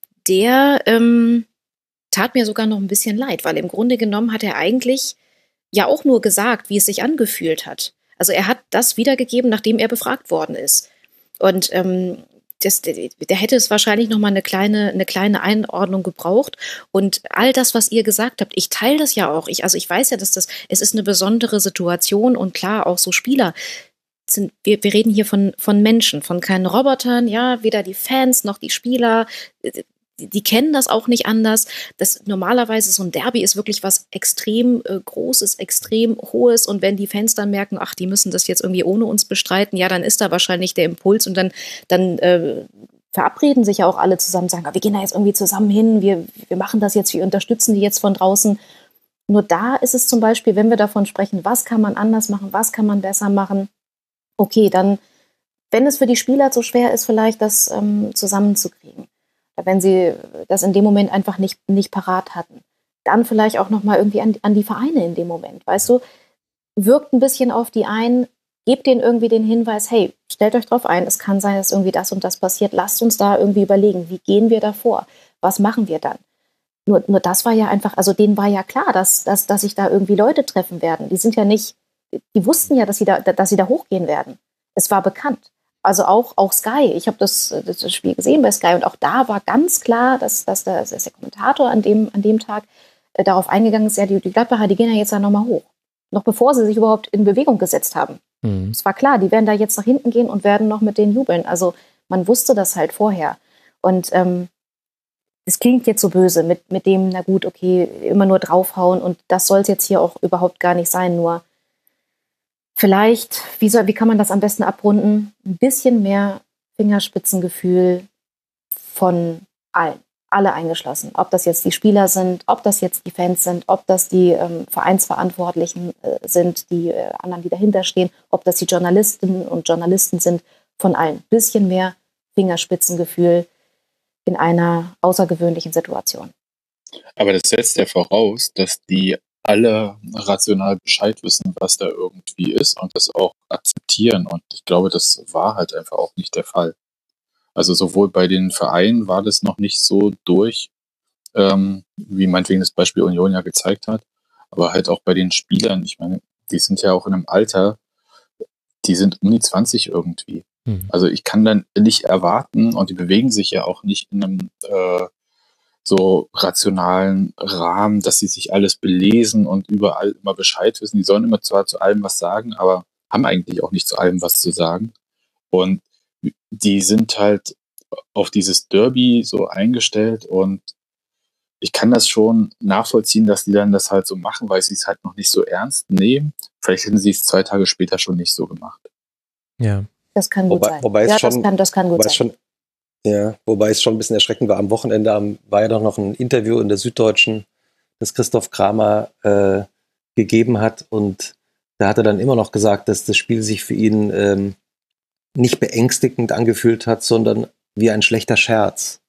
der ähm, tat mir sogar noch ein bisschen leid, weil im Grunde genommen hat er eigentlich ja auch nur gesagt, wie es sich angefühlt hat. Also er hat das wiedergegeben, nachdem er befragt worden ist. Und ähm, Das, der, der hätte es wahrscheinlich noch mal eine kleine, eine kleine Einordnung gebraucht. Und all das, was ihr gesagt habt, ich teile das ja auch. Ich, also ich weiß ja, dass das, es ist eine besondere Situation und klar, auch so Spieler sind, wir, wir reden hier von, von Menschen, von keinen Robotern, ja, weder die Fans noch die Spieler, die, die kennen das auch nicht anders. Das normalerweise so ein Derby ist wirklich was extrem äh, Großes, extrem Hohes und wenn die Fans dann merken, ach, die müssen das jetzt irgendwie ohne uns bestreiten, ja, dann ist da wahrscheinlich der Impuls und dann, dann äh, verabreden sich ja auch alle zusammen, sagen, wir gehen da jetzt irgendwie zusammen hin, wir, wir machen das jetzt, wir unterstützen die jetzt von draußen. Nur da ist es zum Beispiel, wenn wir davon sprechen, was kann man anders machen, was kann man besser machen, okay, dann, wenn es für die Spieler so schwer ist, vielleicht das ähm, zusammenzukriegen, wenn sie das in dem Moment einfach nicht, nicht parat hatten. Dann vielleicht auch nochmal irgendwie an, an die Vereine in dem Moment, weißt du? Wirkt ein bisschen auf die ein, gebt denen irgendwie den Hinweis, hey, stellt euch drauf ein, es kann sein, dass irgendwie das und das passiert, lasst uns da irgendwie überlegen, wie gehen wir da vor? Was machen wir dann? Nur, nur das war ja einfach, also denen war ja klar, dass, dass, dass sich da irgendwie Leute treffen werden. Die sind ja nicht, die wussten ja, dass sie da, dass sie da hochgehen werden. Es war bekannt. Also auch, auch Sky, ich habe das, das Spiel gesehen bei Sky und auch da war ganz klar, dass, dass, der, dass der Kommentator an dem, an dem Tag äh, darauf eingegangen ist, ja, die, die Gladbacher, die gehen ja jetzt da nochmal hoch. Noch bevor sie sich überhaupt in Bewegung gesetzt haben. Mhm. Es war klar, die werden da jetzt nach hinten gehen und werden noch mit denen jubeln. Also man wusste das halt vorher. Und ähm, es klingt jetzt so böse mit, mit dem, na gut, okay, immer nur draufhauen und das soll es jetzt hier auch überhaupt gar nicht sein, nur vielleicht, wie, soll, wie kann man das am besten abrunden? Ein bisschen mehr Fingerspitzengefühl von allen, alle eingeschlossen. Ob das jetzt die Spieler sind, ob das jetzt die Fans sind, ob das die ähm, Vereinsverantwortlichen äh, sind, die äh, anderen, die dahinter stehen, ob das die Journalistinnen und Journalisten sind, von allen. Ein bisschen mehr Fingerspitzengefühl in einer außergewöhnlichen Situation. Aber das setzt ja voraus, dass die alle rational Bescheid wissen, was da irgendwie ist und das auch akzeptieren. Und ich glaube, das war halt einfach auch nicht der Fall. Also sowohl bei den Vereinen war das noch nicht so durch, ähm, wie meinetwegen das Beispiel Union ja gezeigt hat, aber halt auch bei den Spielern. Ich meine, die sind ja auch in einem Alter, die sind um die zwanzig irgendwie. Mhm. Also ich kann dann nicht erwarten, und die bewegen sich ja auch nicht in einem äh, so rationalen Rahmen, dass sie sich alles belesen und überall immer Bescheid wissen. Die sollen immer zwar zu allem was sagen, aber haben eigentlich auch nicht zu allem was zu sagen. Und die sind halt auf dieses Derby so eingestellt und ich kann das schon nachvollziehen, dass die dann das halt so machen, weil sie es halt noch nicht so ernst nehmen. Vielleicht hätten sie es zwei Tage später schon nicht so gemacht. Ja. Das kann gut wobei, sein. Wobei es ja, schon, das kann, das kann gut sein. Schon, ja, wobei es schon ein bisschen erschreckend war. Am Wochenende am, war ja doch noch ein Interview in der Süddeutschen, das Christoph Kramer äh, gegeben hat. Und da hat er dann immer noch gesagt, dass das Spiel sich für ihn ähm, nicht beängstigend angefühlt hat, sondern wie ein schlechter Scherz.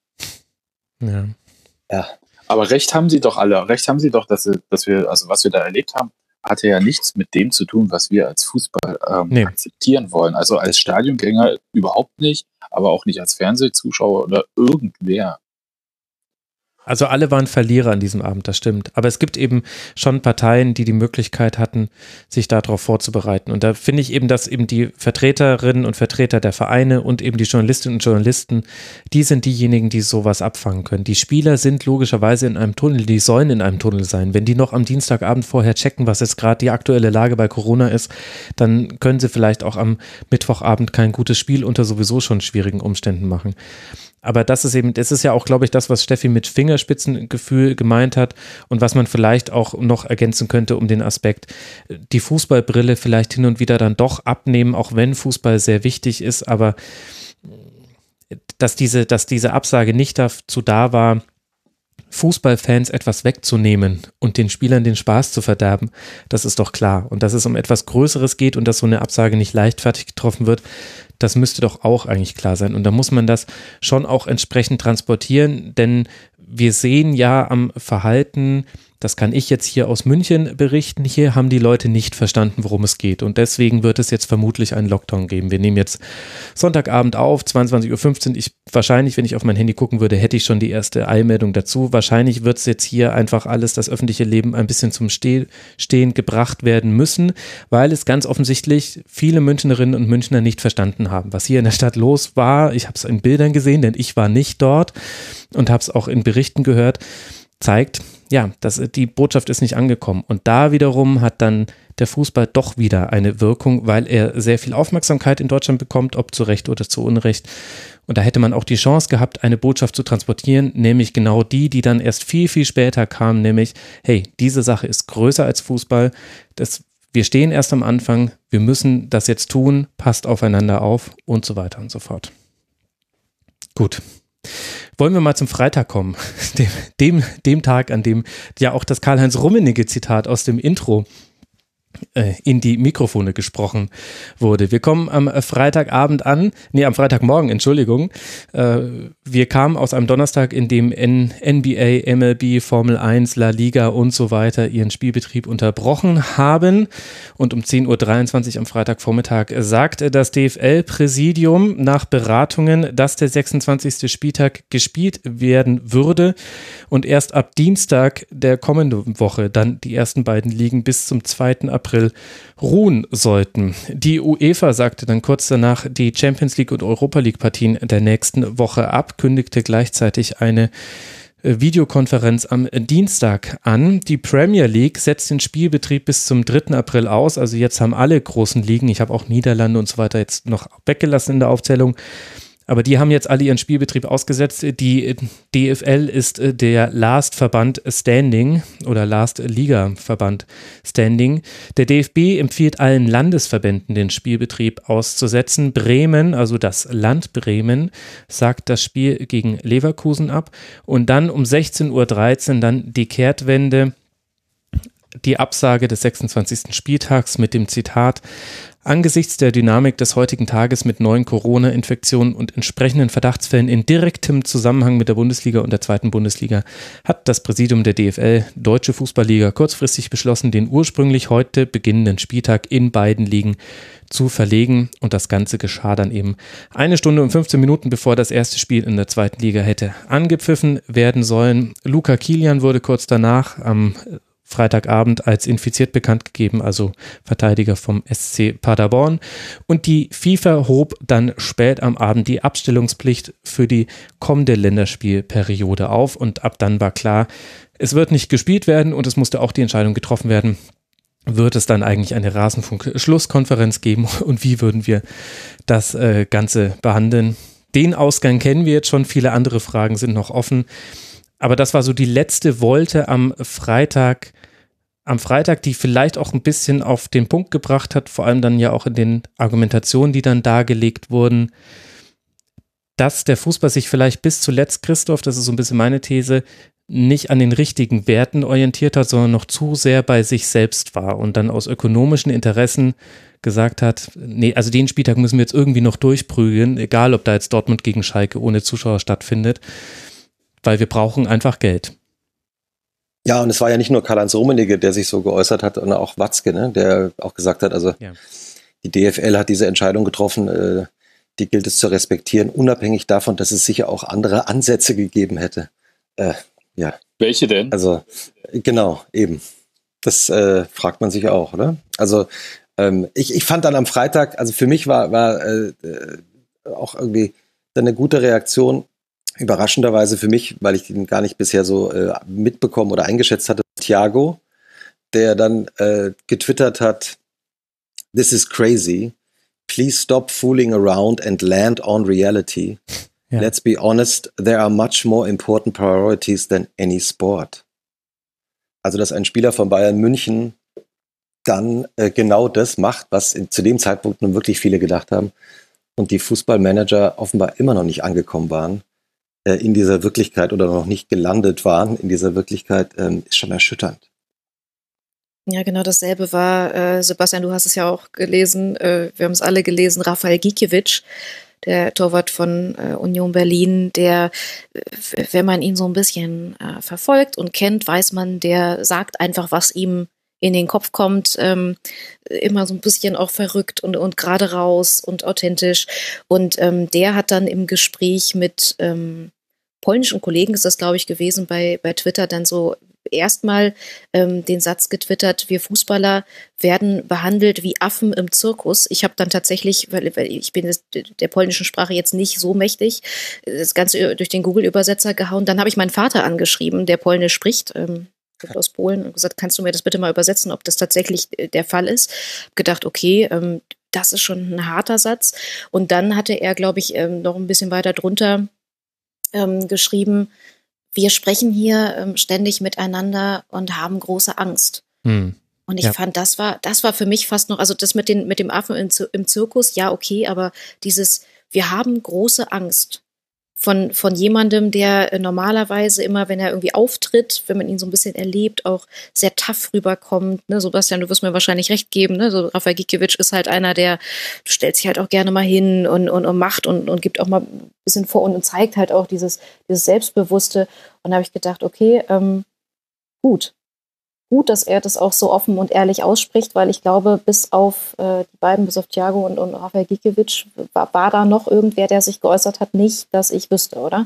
Ja. Ja. Aber recht haben sie doch alle. Recht haben sie doch, dass, sie, dass wir, also was wir da erlebt haben, hatte ja nichts mit dem zu tun, was wir als Fußball ähm, nee. akzeptieren wollen. Also als Stadiongänger überhaupt nicht, aber auch nicht als Fernsehzuschauer oder irgendwer. Also alle waren Verlierer an diesem Abend, das stimmt. Aber es gibt eben schon Parteien, die die Möglichkeit hatten, sich darauf vorzubereiten. Und da finde ich eben, dass eben die Vertreterinnen und Vertreter der Vereine und eben die Journalistinnen und Journalisten, die sind diejenigen, die sowas abfangen können. Die Spieler sind logischerweise in einem Tunnel, die sollen in einem Tunnel sein. Wenn die noch am Dienstagabend vorher checken, was jetzt gerade die aktuelle Lage bei Corona ist, dann können sie vielleicht auch am Mittwochabend kein gutes Spiel unter sowieso schon schwierigen Umständen machen. Aber das ist eben, das ist ja auch, glaube ich, das, was Steffi mit Fingerspitzengefühl gemeint hat und was man vielleicht auch noch ergänzen könnte um den Aspekt, die Fußballbrille vielleicht hin und wieder dann doch abnehmen, auch wenn Fußball sehr wichtig ist, aber dass diese, dass diese Absage nicht dazu da war, Fußballfans etwas wegzunehmen und den Spielern den Spaß zu verderben, das ist doch klar. Und dass es um etwas Größeres geht und dass so eine Absage nicht leichtfertig getroffen wird, das müsste doch auch eigentlich klar sein. Und da muss man das schon auch entsprechend transportieren, denn wir sehen ja am Verhalten, das kann ich jetzt hier aus München berichten, hier haben die Leute nicht verstanden, worum es geht. Und deswegen wird es jetzt vermutlich einen Lockdown geben. Wir nehmen jetzt Sonntagabend auf, zweiundzwanzig Uhr fünfzehn. Ich, wahrscheinlich, wenn ich auf mein Handy gucken würde, hätte ich schon die erste Eilmeldung dazu. Wahrscheinlich wird es jetzt hier einfach alles, das öffentliche Leben ein bisschen zum Ste- Stehen gebracht werden müssen, weil es ganz offensichtlich viele Münchnerinnen und Münchner nicht verstanden haben, was hier in der Stadt los war. Ich habe es in Bildern gesehen, denn ich war nicht dort und habe es auch in Berichten gehört, zeigt, ja, das, die Botschaft ist nicht angekommen. Und da wiederum hat dann der Fußball doch wieder eine Wirkung, weil er sehr viel Aufmerksamkeit in Deutschland bekommt, ob zu Recht oder zu Unrecht. Und da hätte man auch die Chance gehabt, eine Botschaft zu transportieren, nämlich genau die, die dann erst viel, viel später kam, nämlich, hey, diese Sache ist größer als Fußball, das, wir stehen erst am Anfang, wir müssen das jetzt tun, passt aufeinander auf und so weiter und so fort. Gut. Wollen wir mal zum Freitag kommen, dem, dem, dem Tag, an dem ja auch das Karl-Heinz Rummenigge Zitat aus dem Intro äh, in die Mikrofone gesprochen wurde. Wir kommen am Freitagabend an, nee, am Freitagmorgen, Entschuldigung. Äh, wir kamen aus einem Donnerstag, in dem N- NBA, M L B, Formel eins, La Liga und so weiter ihren Spielbetrieb unterbrochen haben. Und um zehn Uhr dreiundzwanzig am Freitagvormittag sagte das D F L-Präsidium nach Beratungen, dass der sechsundzwanzigste Spieltag gespielt werden würde und erst ab Dienstag der kommenden Woche dann die ersten beiden Ligen bis zum zweiten April ruhen sollten. Die UEFA sagte dann kurz danach die Champions League und Europa League Partien der nächsten Woche ab, kündigte gleichzeitig eine Videokonferenz am Dienstag an. Die Premier League setzt den Spielbetrieb bis zum dritten April aus. Also jetzt haben alle großen Ligen, ich habe auch Niederlande und so weiter jetzt noch weggelassen in der Aufzählung, aber die haben jetzt alle ihren Spielbetrieb ausgesetzt. Die D F L ist der Last Verband Standing oder Last Liga Verband Standing. Der D F B empfiehlt allen Landesverbänden, den Spielbetrieb auszusetzen. Bremen, also das Land Bremen, sagt das Spiel gegen Leverkusen ab. Und dann um sechzehn Uhr dreizehn dann die Kehrtwende, die Absage des sechsundzwanzigsten Spieltags mit dem Zitat: Angesichts der Dynamik des heutigen Tages mit neuen Corona-Infektionen und entsprechenden Verdachtsfällen in direktem Zusammenhang mit der Bundesliga und der zweiten Bundesliga hat das Präsidium der D F L, Deutsche Fußballliga, kurzfristig beschlossen, den ursprünglich heute beginnenden Spieltag in beiden Ligen zu verlegen. Und das Ganze geschah dann eben eine Stunde und fünfzehn Minuten, bevor das erste Spiel in der zweiten Liga hätte angepfiffen werden sollen. Luca Kilian wurde kurz danach am Freitagabend als infiziert bekannt gegeben, also Verteidiger vom S C Paderborn. Und die FIFA hob dann spät am Abend die Abstellungspflicht für die kommende Länderspielperiode auf. Und ab dann war klar, es wird nicht gespielt werden und es musste auch die Entscheidung getroffen werden, wird es dann eigentlich eine Rasenfunk-Schlusskonferenz geben und wie würden wir das äh, Ganze behandeln? Den Ausgang kennen wir jetzt schon, viele andere Fragen sind noch offen. Aber das war so die letzte Wolte am Freitag, am Freitag, die vielleicht auch ein bisschen auf den Punkt gebracht hat, vor allem dann ja auch in den Argumentationen, die dann dargelegt wurden, dass der Fußball sich vielleicht bis zuletzt, Christoph, das ist so ein bisschen meine These, nicht an den richtigen Werten orientiert hat, sondern noch zu sehr bei sich selbst war und dann aus ökonomischen Interessen gesagt hat, nee, also den Spieltag müssen wir jetzt irgendwie noch durchprügeln, egal ob da jetzt Dortmund gegen Schalke ohne Zuschauer stattfindet, weil wir brauchen einfach Geld. Ja, und es war ja nicht nur Karl-Heinz Rummenigge, der sich so geäußert hat, sondern auch Watzke, ne, der auch gesagt hat, also ja. Die D F L hat diese Entscheidung getroffen, äh, die gilt es zu respektieren, unabhängig davon, dass es sicher auch andere Ansätze gegeben hätte. Äh, Ja. Welche denn? Also, genau, eben. Das äh, fragt man sich auch, oder? Also, ähm, ich, ich fand dann am Freitag, also für mich war, war äh, auch irgendwie dann eine gute Reaktion, überraschenderweise für mich, weil ich ihn gar nicht bisher so äh, mitbekommen oder eingeschätzt hatte, Thiago, der dann äh, getwittert hat, "This is crazy. Please stop fooling around and land on reality. Ja. Let's be honest, there are much more important priorities than any sport." Also, dass ein Spieler von Bayern München dann äh, genau das macht, was in, zu dem Zeitpunkt nun wirklich viele gedacht haben und die Fußballmanager offenbar immer noch nicht angekommen waren äh, in dieser Wirklichkeit oder noch nicht gelandet waren in dieser Wirklichkeit, ähm, ist schon erschütternd. Ja, genau dasselbe war, äh, Sebastian, du hast es ja auch gelesen, äh, wir haben es alle gelesen, Rafael Gikiewicz, der Torwart von äh, Union Berlin, der, äh, wenn man ihn so ein bisschen äh, verfolgt und kennt, weiß man, der sagt einfach, was ihm in den Kopf kommt, ähm, immer so ein bisschen auch verrückt und, und gerade raus und authentisch. Und ähm, der hat dann im Gespräch mit ähm, polnischen Kollegen, ist das, glaube ich, gewesen, bei, bei Twitter dann so erstmal ähm, den Satz getwittert, wir Fußballer werden behandelt wie Affen im Zirkus. Ich habe dann tatsächlich, weil, weil ich bin der polnischen Sprache jetzt nicht so mächtig, das Ganze durch den Google-Übersetzer gehauen. Dann habe ich meinen Vater angeschrieben, der Polnisch spricht, ähm, aus Polen, und gesagt, kannst du mir das bitte mal übersetzen, ob das tatsächlich der Fall ist? Hab gedacht, okay, ähm, das ist schon ein harter Satz. Und dann hatte er, glaube ich, ähm, noch ein bisschen weiter drunter ähm, geschrieben, wir sprechen hier ähm, ständig miteinander und haben große Angst. Hm. Und ich ja. fand, das war, das war für mich fast noch, also das mit, den, mit dem Affen im, im Zirkus, ja, okay, aber dieses, wir haben große Angst von, von jemandem, der normalerweise immer, wenn er irgendwie auftritt, wenn man ihn so ein bisschen erlebt, auch sehr tough rüberkommt. Ne? Sebastian, du wirst mir wahrscheinlich recht geben, ne? So Rafael Gikiewicz ist halt einer, der, du stellst dich halt auch gerne mal hin und, und, und macht und, und gibt auch mal ein bisschen vor und, und zeigt halt auch dieses, dieses Selbstbewusste. Und da habe ich gedacht, okay, ähm, gut. Gut, dass er das auch so offen und ehrlich ausspricht, weil ich glaube, bis auf äh, die beiden, bis auf Thiago und, und Rafael Gikiewicz, war, war da noch irgendwer, der sich geäußert hat, nicht, dass ich wüsste, oder?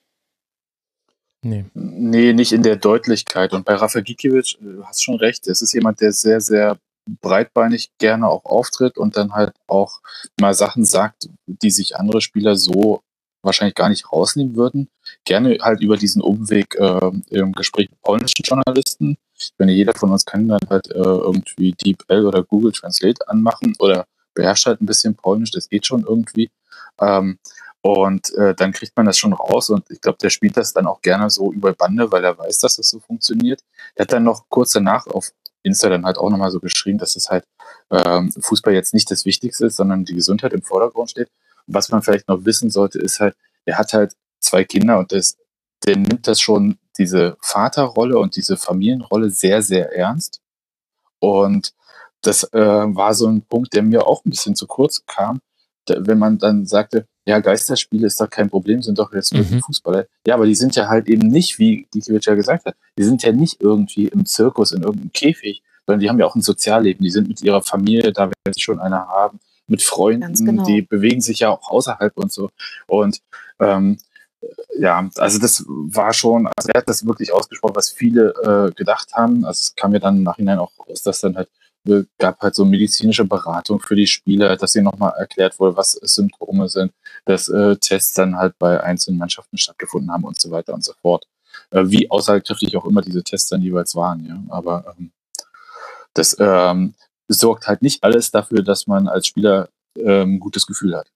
Nee. Nee, nicht in der Deutlichkeit. Und bei Rafael Gikiewicz, du hast schon recht, es ist jemand, der sehr, sehr breitbeinig gerne auch auftritt und dann halt auch mal Sachen sagt, die sich andere Spieler so wahrscheinlich gar nicht rausnehmen würden. Gerne halt über diesen Umweg äh, im Gespräch mit polnischen Journalisten. Ich meine, jeder von uns kann dann halt äh, irgendwie DeepL oder Google Translate anmachen oder beherrscht halt ein bisschen Polnisch, das geht schon irgendwie. Ähm, und äh, dann kriegt man das schon raus und ich glaube, der spielt das dann auch gerne so über Bande, weil er weiß, dass das so funktioniert. Der hat dann noch kurz danach auf Insta dann halt auch nochmal so geschrieben, dass es halt ähm, Fußball jetzt nicht das Wichtigste ist, sondern die Gesundheit im Vordergrund steht. Und was man vielleicht noch wissen sollte, ist halt, er hat halt zwei Kinder und das, der nimmt das schon, diese Vaterrolle und diese Familienrolle sehr, sehr ernst. Und das äh, war so ein Punkt, der mir auch ein bisschen zu kurz kam, da, wenn man dann sagte, ja, Geisterspiele ist doch kein Problem, sind doch jetzt wirklich mhm. Fußballer. Ja, aber die sind ja halt eben nicht, wie Gikiewicz ja gesagt hat, die sind ja nicht irgendwie im Zirkus, in irgendeinem Käfig, sondern die haben ja auch ein Sozialleben, die sind mit ihrer Familie, da werden sie schon einer haben, mit Freunden, genau. Die bewegen sich ja auch außerhalb und so. Und ähm, ja, also das war schon, also er hat das wirklich ausgesprochen, was viele äh, gedacht haben. Also es kam ja dann im Nachhinein auch raus, dass dann halt gab halt so medizinische Beratung für die Spieler, dass ihnen nochmal erklärt wurde, was Symptome sind, dass äh, Tests dann halt bei einzelnen Mannschaften stattgefunden haben und so weiter und so fort. Äh, wie aussagekräftig auch immer diese Tests dann jeweils waren, ja. Aber ähm, das ähm, sorgt halt nicht alles dafür, dass man als Spieler ähm, ein gutes Gefühl hat.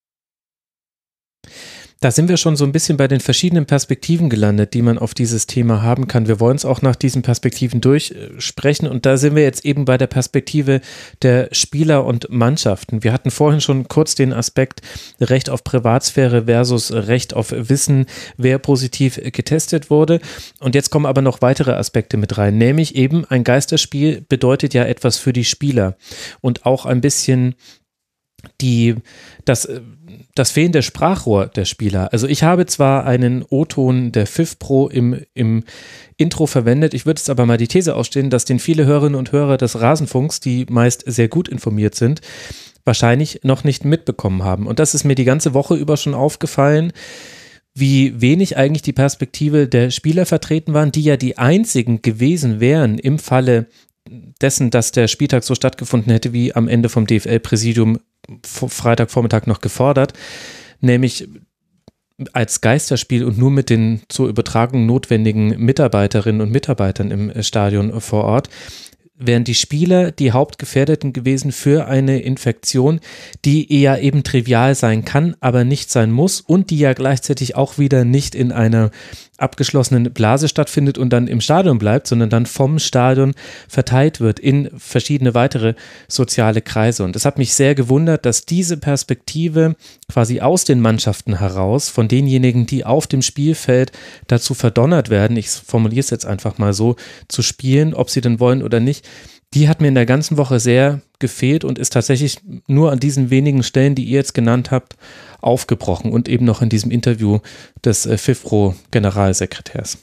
Da sind wir schon so ein bisschen bei den verschiedenen Perspektiven gelandet, die man auf dieses Thema haben kann. Wir wollen es auch nach diesen Perspektiven durchsprechen und da sind wir jetzt eben bei der Perspektive der Spieler und Mannschaften. Wir hatten vorhin schon kurz den Aspekt Recht auf Privatsphäre versus Recht auf Wissen, wer positiv getestet wurde. Und jetzt kommen aber noch weitere Aspekte mit rein, nämlich eben ein Geisterspiel bedeutet ja etwas für die Spieler und auch ein bisschen die, das, das fehlende Sprachrohr der Spieler. Also ich habe zwar einen O-Ton der F I F Pro im, im Intro verwendet, ich würde jetzt aber mal die These ausstellen, dass den viele Hörerinnen und Hörer des Rasenfunks, die meist sehr gut informiert sind, wahrscheinlich noch nicht mitbekommen haben. Und das ist mir die ganze Woche über schon aufgefallen, wie wenig eigentlich die Perspektive der Spieler vertreten waren, die ja die einzigen gewesen wären im Falle dessen, dass der Spieltag so stattgefunden hätte, wie am Ende vom D F L-Präsidium Freitagvormittag noch gefordert, nämlich als Geisterspiel und nur mit den zur Übertragung notwendigen Mitarbeiterinnen und Mitarbeitern im Stadion vor Ort, wären die Spieler die Hauptgefährdeten gewesen für eine Infektion, die eher eben trivial sein kann, aber nicht sein muss und die ja gleichzeitig auch wieder nicht in einer abgeschlossenen Blase stattfindet und dann im Stadion bleibt, sondern dann vom Stadion verteilt wird in verschiedene weitere soziale Kreise. Und es hat mich sehr gewundert, dass diese Perspektive quasi aus den Mannschaften heraus, von denjenigen, die auf dem Spielfeld dazu verdonnert werden, ich formuliere es jetzt einfach mal so, zu spielen, ob sie denn wollen oder nicht, die hat mir in der ganzen Woche sehr gefehlt und ist tatsächlich nur an diesen wenigen Stellen, die ihr jetzt genannt habt, aufgebrochen und eben noch in diesem Interview des äh, FIFPro-Generalsekretärs.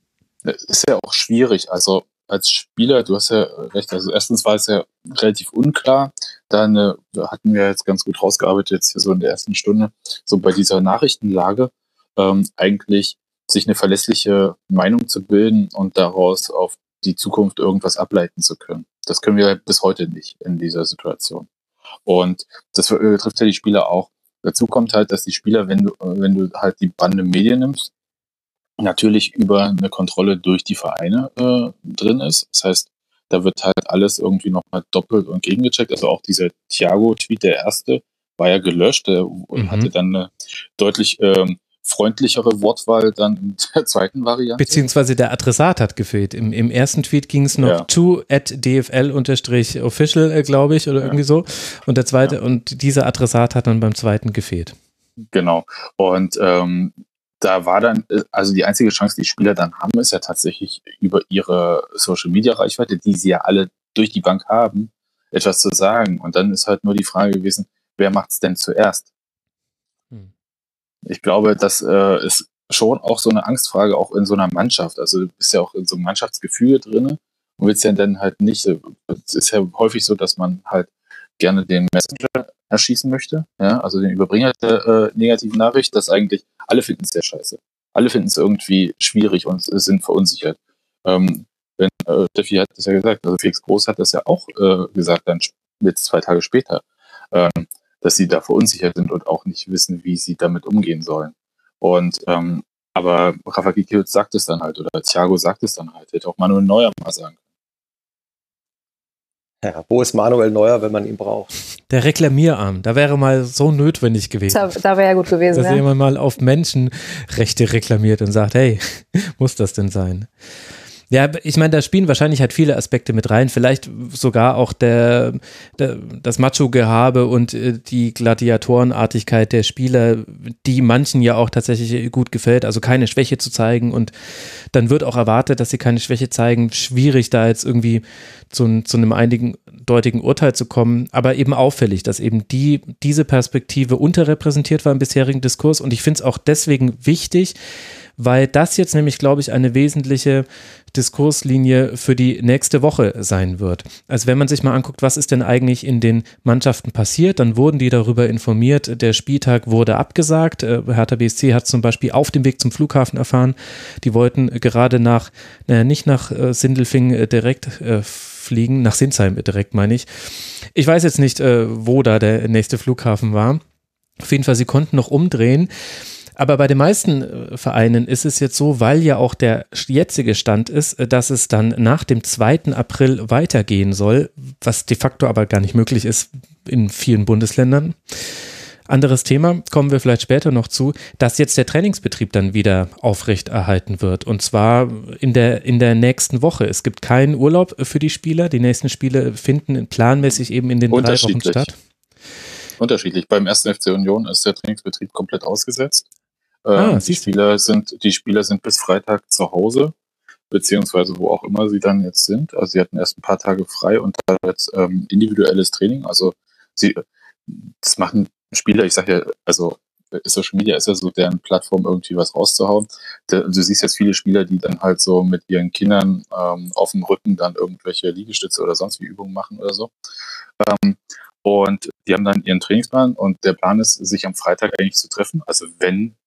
Ist ja auch schwierig, also als Spieler, du hast ja recht, also erstens war es ja relativ unklar, dann äh, hatten wir jetzt ganz gut rausgearbeitet, jetzt hier so in der ersten Stunde, so bei dieser Nachrichtenlage, ähm, eigentlich sich eine verlässliche Meinung zu bilden und daraus auf die Zukunft irgendwas ableiten zu können. Das können wir bis heute nicht in dieser Situation. Und das betrifft ja die Spieler auch. Dazu kommt halt, dass die Spieler, wenn du, wenn du halt die Bande Medien nimmst, natürlich über eine Kontrolle durch die Vereine äh, drin ist. Das heißt, da wird halt alles irgendwie nochmal doppelt und gegengecheckt. Also auch dieser Thiago-Tweet, der erste, war ja gelöscht. Der mhm. hatte dann eine deutlich ähm, freundlichere Wortwahl dann in der zweiten Variante. Beziehungsweise der Adressat hat gefehlt. Im, im ersten Tweet ging es noch ja. to at dfl-official, äh, glaube ich, oder ja. irgendwie so. Und der zweite, ja. und dieser Adressat hat dann beim zweiten gefehlt. Genau. Und ähm, da war dann, also die einzige Chance, die Spieler dann haben, ist ja tatsächlich über ihre Social-Media-Reichweite, die sie ja alle durch die Bank haben, etwas zu sagen. Und dann ist halt nur die Frage gewesen, wer macht's denn zuerst? Hm. Ich glaube, das äh, ist schon auch so eine Angstfrage, auch in so einer Mannschaft. Also du bist ja auch in so einem Mannschaftsgefüge drin und willst ja dann halt nicht, es ist ja häufig so, dass man halt gerne den Messenger erschießen möchte, ja, also den Überbringer der äh, negativen Nachricht, dass eigentlich alle finden es sehr scheiße. Alle finden es irgendwie schwierig und sind verunsichert. Ähm, wenn, äh, Steffi hat das ja gesagt, also Felix Groß hat das ja auch äh, gesagt, dann jetzt zwei Tage später, ähm, dass sie da verunsichert sind und auch nicht wissen, wie sie damit umgehen sollen. Und ähm, aber Rafa Gikiewicz sagt es dann halt, oder Thiago sagt es dann halt, hätte auch Manuel Neuer mal sagen können. Ja, wo ist Manuel Neuer, wenn man ihn braucht? Der Reklamierarm, da wäre mal so notwendig gewesen. Da, da wäre ja gut gewesen, dass ja. jemand mal auf Menschenrechte reklamiert und sagt, hey, muss das denn sein? Ja, ich meine, da spielen wahrscheinlich halt viele Aspekte mit rein, vielleicht sogar auch der, der das Macho-Gehabe und die Gladiatorenartigkeit der Spieler, die manchen ja auch tatsächlich gut gefällt, also keine Schwäche zu zeigen, und dann wird auch erwartet, dass sie keine Schwäche zeigen. Schwierig, da jetzt irgendwie zu, zu einem eindeutigen Urteil zu kommen, aber eben auffällig, dass eben die diese Perspektive unterrepräsentiert war im bisherigen Diskurs, und ich finde es auch deswegen wichtig, weil das jetzt nämlich, glaube ich, eine wesentliche Diskurslinie für die nächste Woche sein wird. Also wenn man sich mal anguckt, was ist denn eigentlich in den Mannschaften passiert, dann wurden die darüber informiert, der Spieltag wurde abgesagt. Hertha B S C hat zum Beispiel auf dem Weg zum Flughafen erfahren, die wollten gerade nach, naja, nicht nach äh, Sindelfingen direkt äh, fliegen, nach Sinsheim direkt, meine ich. Ich weiß jetzt nicht, äh, wo da der nächste Flughafen war. Auf jeden Fall, sie konnten noch umdrehen. Aber bei den meisten Vereinen ist es jetzt so, weil ja auch der jetzige Stand ist, dass es dann nach dem zweiten April weitergehen soll, was de facto aber gar nicht möglich ist in vielen Bundesländern. Anderes Thema, kommen wir vielleicht später noch zu, dass jetzt der Trainingsbetrieb dann wieder aufrechterhalten wird, und zwar in der, in der nächsten Woche. Es gibt keinen Urlaub für die Spieler, die nächsten Spiele finden planmäßig eben in den drei Wochen statt. Unterschiedlich. Beim ersten F C Union ist der Trainingsbetrieb komplett ausgesetzt. Ah, ähm, die Spieler sind, die Spieler sind bis Freitag zu Hause, beziehungsweise wo auch immer sie dann jetzt sind. Also sie hatten erst ein paar Tage frei und da jetzt ähm, individuelles Training. Also sie, das machen Spieler, ich sag ja, also Social Media ist ja so deren Plattform, irgendwie was rauszuhauen. Du siehst jetzt viele Spieler, die dann halt so mit ihren Kindern ähm, auf dem Rücken dann irgendwelche Liegestütze oder sonst wie Übungen machen oder so. Ähm, Und die haben dann ihren Trainingsplan und der Plan ist, sich am Freitag eigentlich zu treffen. Also wenn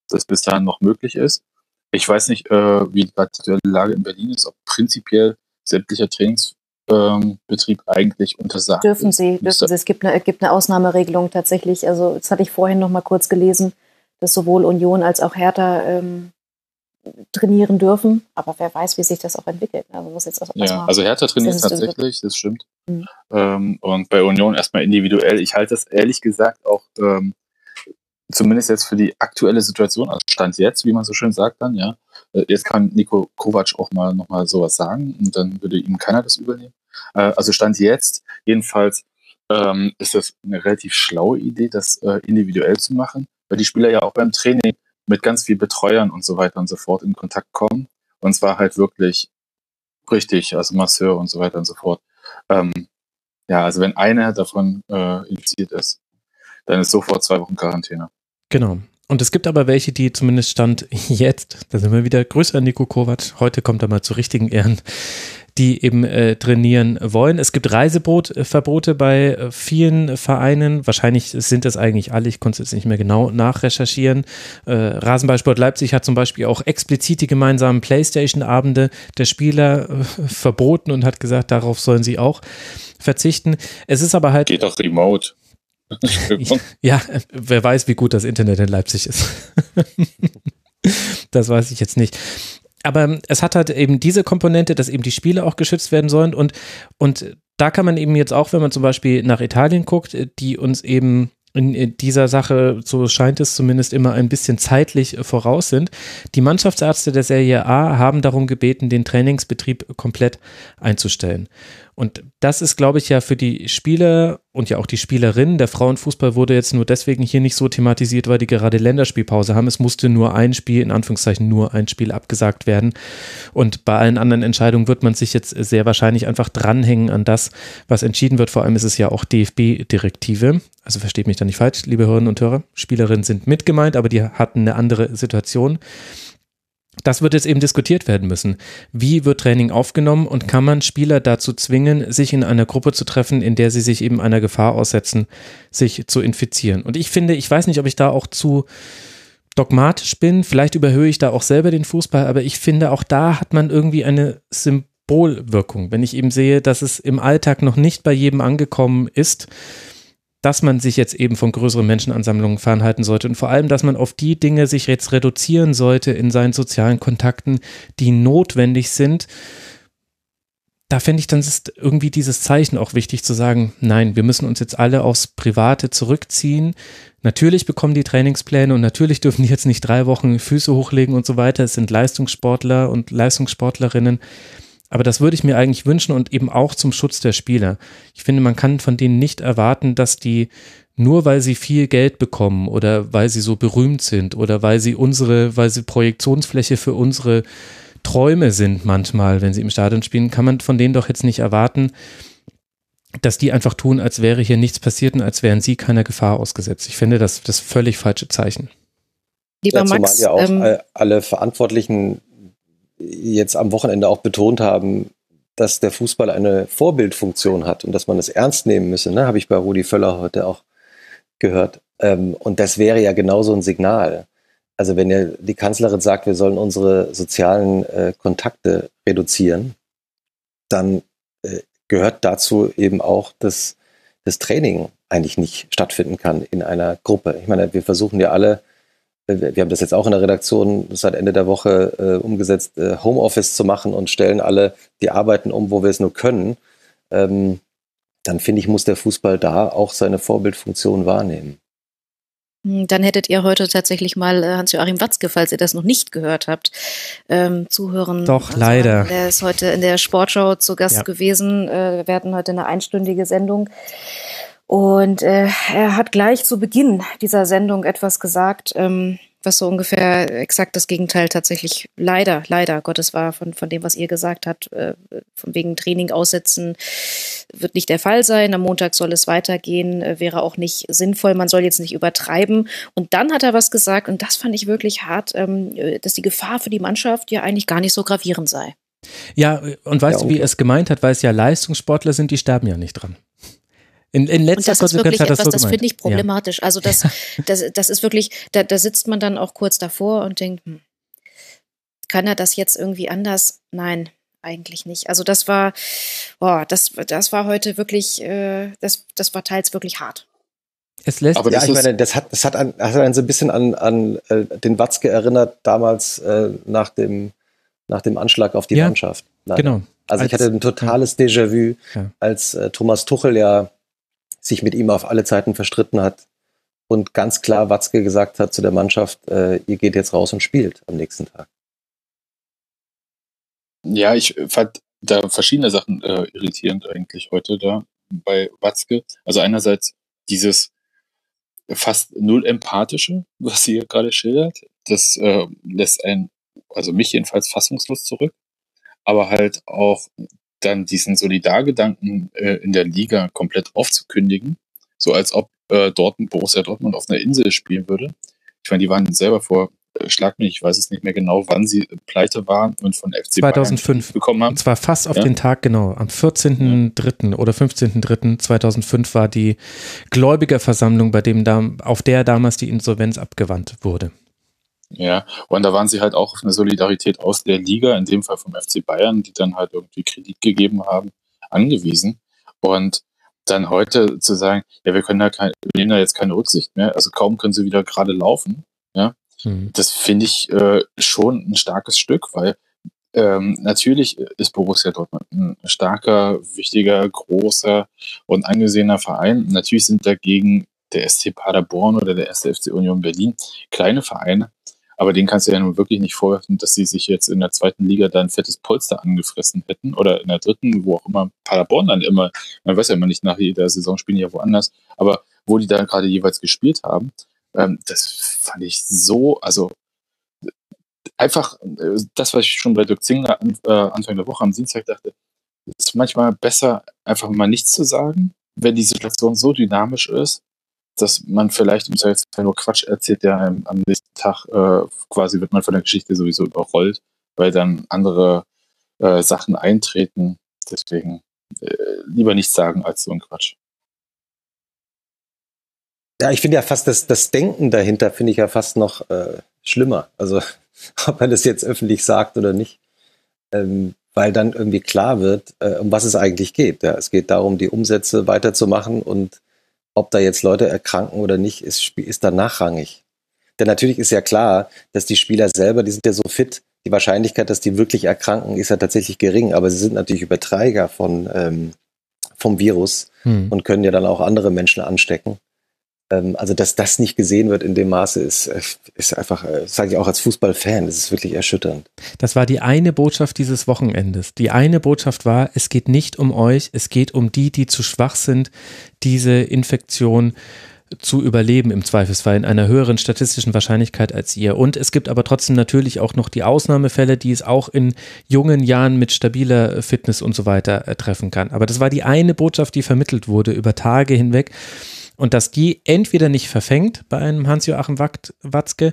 das bis dahin noch möglich ist. Ich weiß nicht, äh, wie die aktuelle Lage in Berlin ist, ob prinzipiell sämtlicher Trainingsbetrieb ähm, eigentlich untersagt dürfen ist. Sie, dürfen Sie. Es gibt eine, gibt eine Ausnahmeregelung tatsächlich. Also das hatte ich vorhin noch mal kurz gelesen, dass sowohl Union als auch Hertha ähm, trainieren dürfen. Aber wer weiß, wie sich das auch entwickelt. Also, muss jetzt auch ja, also Hertha trainiert tatsächlich, das stimmt. Mhm. Ähm, und bei Union erstmal individuell. Ich halte das ehrlich gesagt auch ähm, zumindest jetzt für die aktuelle Situation, also Stand jetzt, wie man so schön sagt dann, ja. Jetzt kann Niko Kovac auch mal nochmal sowas sagen und dann würde ihm keiner das übernehmen. Äh, also Stand jetzt, jedenfalls ähm, ist das eine relativ schlaue Idee, das äh, individuell zu machen, weil die Spieler ja auch beim Training mit ganz viel Betreuern und so weiter und so fort in Kontakt kommen. Und zwar halt wirklich richtig, also Masseur und so weiter und so fort. Ähm, ja, also wenn einer davon äh, infiziert ist, dann ist sofort zwei Wochen Quarantäne. Genau. Und es gibt aber welche, die zumindest Stand jetzt, da sind wir wieder, Grüße an Nico Kovac, heute kommt er mal zu richtigen Ehren, die eben äh, trainieren wollen. Es gibt Reiseverbote bei äh, vielen Vereinen. Wahrscheinlich sind das eigentlich alle. Ich konnte es jetzt nicht mehr genau nachrecherchieren. Äh, Rasenballsport Leipzig hat zum Beispiel auch explizit die gemeinsamen Playstation-Abende der Spieler äh, verboten und hat gesagt, darauf sollen sie auch verzichten. Es ist aber halt... Geht doch remote. Ja, wer weiß, wie gut das Internet in Leipzig ist. Das weiß ich jetzt nicht. Aber es hat halt eben diese Komponente, dass eben die Spiele auch geschützt werden sollen und, und da kann man eben jetzt auch, wenn man zum Beispiel nach Italien guckt, die uns eben in dieser Sache, so scheint es zumindest, immer ein bisschen zeitlich voraus sind. Die Mannschaftsärzte der Serie A haben darum gebeten, den Trainingsbetrieb komplett einzustellen. Und das ist, glaube ich, ja für die Spieler und ja auch die Spielerinnen, der Frauenfußball wurde jetzt nur deswegen hier nicht so thematisiert, weil die gerade Länderspielpause haben. Es musste nur ein Spiel, in Anführungszeichen nur ein Spiel abgesagt werden. Und bei allen anderen Entscheidungen wird man sich jetzt sehr wahrscheinlich einfach dranhängen an das, was entschieden wird. Vor allem ist es ja auch D F B-Direktive. Also versteht mich da nicht falsch, liebe Hörerinnen und Hörer. Spielerinnen sind mit gemeint, aber die hatten eine andere Situation. Das wird jetzt eben diskutiert werden müssen. Wie wird Training aufgenommen und kann man Spieler dazu zwingen, sich in einer Gruppe zu treffen, in der sie sich eben einer Gefahr aussetzen, sich zu infizieren? Und ich finde, ich weiß nicht, ob ich da auch zu dogmatisch bin, vielleicht überhöhe ich da auch selber den Fußball, aber ich finde, auch da hat man irgendwie eine Symbolwirkung. Wenn ich eben sehe, dass es im Alltag noch nicht bei jedem angekommen ist, dass man sich jetzt eben von größeren Menschenansammlungen fernhalten sollte und vor allem, dass man auf die Dinge sich jetzt reduzieren sollte in seinen sozialen Kontakten, die notwendig sind. Da finde ich, dann ist irgendwie dieses Zeichen auch wichtig zu sagen, nein, wir müssen uns jetzt alle aufs Private zurückziehen. Natürlich bekommen die Trainingspläne und natürlich dürfen die jetzt nicht drei Wochen Füße hochlegen und so weiter. Es sind Leistungssportler und Leistungssportlerinnen. Aber das würde ich mir eigentlich wünschen und eben auch zum Schutz der Spieler. Ich finde, man kann von denen nicht erwarten, dass die nur weil sie viel Geld bekommen oder weil sie so berühmt sind oder weil sie unsere, weil sie Projektionsfläche für unsere Träume sind manchmal, wenn sie im Stadion spielen, kann man von denen doch jetzt nicht erwarten, dass die einfach tun, als wäre hier nichts passiert und als wären sie keiner Gefahr ausgesetzt. Ich finde das das völlig falsche Zeichen. Lieber ja, Max, zumal ja auch ähm, alle Verantwortlichen jetzt am Wochenende auch betont haben, dass der Fußball eine Vorbildfunktion hat und dass man es ernst nehmen müsse, ne? Habe ich bei Rudi Völler heute auch gehört. Ähm, und das wäre ja genauso ein Signal. Also wenn ja die Kanzlerin sagt, wir sollen unsere sozialen äh, Kontakte reduzieren, dann äh, gehört dazu eben auch, dass das Training eigentlich nicht stattfinden kann in einer Gruppe. Ich meine, wir versuchen ja alle, wir haben das jetzt auch in der Redaktion seit Ende der Woche äh, umgesetzt, äh, Homeoffice zu machen und stellen alle die Arbeiten um, wo wir es nur können. Ähm, dann finde ich, muss der Fußball da auch seine Vorbildfunktion wahrnehmen. Dann hättet ihr heute tatsächlich mal äh, Hans-Joachim Watzke, falls ihr das noch nicht gehört habt, ähm, zuhören. Doch, also, leider. Der ist heute in der Sportschau zu Gast ja. gewesen. Äh, wir hatten heute eine einstündige Sendung. Und äh, er hat gleich zu Beginn dieser Sendung etwas gesagt, ähm, was so ungefähr exakt das Gegenteil tatsächlich leider, leider Gottes war von, von dem, was ihr gesagt habt, äh, von wegen Training aussetzen, wird nicht der Fall sein. Am Montag soll es weitergehen, äh, wäre auch nicht sinnvoll. Man soll jetzt nicht übertreiben. Und dann hat er was gesagt, und das fand ich wirklich hart, ähm, dass die Gefahr für die Mannschaft ja eigentlich gar nicht so gravierend sei. Ja, und weißt ja, du, wie er es gemeint hat, weil es ja Leistungssportler sind, die sterben ja nicht dran. In, in letzter und das ist wirklich hat das etwas, so das finde ich problematisch. Ja. Also das, das, das ist wirklich, da, da sitzt man dann auch kurz davor und denkt, hm, kann er das jetzt irgendwie anders? Nein, eigentlich nicht. Also das war, boah, das, das war heute wirklich, äh, das, das war teils wirklich hart. Es lässt, aber ja, ich meine, das hat, das hat, an, das hat einen so ein bisschen an, an äh, den Watzke erinnert, damals äh, nach dem, nach dem Anschlag auf die ja, Mannschaft. Leider. Genau. Also als, ich hatte ein totales ja. Déjà-vu, ja. als äh, Thomas Tuchel ja sich mit ihm auf alle Zeiten verstritten hat und ganz klar Watzke gesagt hat zu der Mannschaft, äh, ihr geht jetzt raus und spielt am nächsten Tag. Ja, ich fand da verschiedene Sachen äh, irritierend eigentlich heute da bei Watzke. Also einerseits dieses fast null empathische, was sie hier gerade schildert, das äh, lässt einen, also mich jedenfalls fassungslos zurück, aber halt auch dann diesen Solidargedanken äh, in der Liga komplett aufzukündigen, so als ob äh, Dortmund, Borussia Dortmund auf einer Insel spielen würde. Ich meine, die waren selber vor, äh, schlag mich, ich weiß es nicht mehr genau, wann sie pleite waren und von F C zweitausendfünf Bayern bekommen haben. Und zwar fast auf ja? den Tag genau, am vierzehnten dritten Ja. oder fünfzehnten dritten zweitausendfünf war die Gläubigerversammlung, bei dem da, auf der damals die Insolvenz abgewandt wurde. Ja, und da waren sie halt auch auf eine Solidarität aus der Liga, in dem Fall vom F C Bayern, die dann halt irgendwie Kredit gegeben haben, angewiesen. Und dann heute zu sagen, ja, wir können da kein, wir nehmen da jetzt keine Rücksicht mehr, also kaum können sie wieder gerade laufen, ja, mhm. das finde ich äh, schon ein starkes Stück, weil ähm, natürlich ist Borussia Dortmund ein starker, wichtiger, großer und angesehener Verein. Natürlich sind dagegen der S C Paderborn oder der erste F C Union Berlin kleine Vereine, aber denen kannst du ja nun wirklich nicht vorwerfen, dass sie sich jetzt in der zweiten Liga da ein fettes Polster angefressen hätten oder in der dritten, wo auch immer Paderborn dann immer, man weiß ja immer nicht, nach jeder Saison spielen die ja woanders, aber wo die da gerade jeweils gespielt haben, ähm, das fand ich so, also einfach äh, das, was ich schon bei Dirk Zingler an, äh, Anfang der Woche am Dienstag dachte, ist manchmal besser, einfach mal nichts zu sagen, wenn die Situation so dynamisch ist, dass man vielleicht im Zweifelsfall nur Quatsch erzählt, der einem am nächsten Tag äh, quasi wird man von der Geschichte sowieso überrollt, weil dann andere äh, Sachen eintreten. Deswegen äh, lieber nichts sagen als so ein Quatsch. Ja, ich finde ja fast das, das Denken dahinter finde ich ja fast noch äh, schlimmer. Also ob man das jetzt öffentlich sagt oder nicht. Ähm, weil dann irgendwie klar wird, äh, um was es eigentlich geht. Ja, es geht darum, die Umsätze weiterzumachen und ob da jetzt Leute erkranken oder nicht, ist, ist dann nachrangig. Denn natürlich ist ja klar, dass die Spieler selber, die sind ja so fit, die Wahrscheinlichkeit, dass die wirklich erkranken, ist ja tatsächlich gering, aber sie sind natürlich Überträger von, ähm, vom Virus hm. und können ja dann auch andere Menschen anstecken. Ähm, also, dass das nicht gesehen wird in dem Maße, ist, ist einfach, äh, sage ich auch als Fußballfan, das ist wirklich erschütternd. Das war die eine Botschaft dieses Wochenendes. Die eine Botschaft war, es geht nicht um euch, es geht um die, die zu schwach sind, diese Infektion zu überleben, im Zweifelsfall in einer höheren statistischen Wahrscheinlichkeit als ihr. Und es gibt aber trotzdem natürlich auch noch die Ausnahmefälle, die es auch in jungen Jahren mit stabiler Fitness und so weiter äh, treffen kann. Aber das war die eine Botschaft, die vermittelt wurde über Tage hinweg. Und dass die entweder nicht verfängt bei einem Hans-Joachim Watzke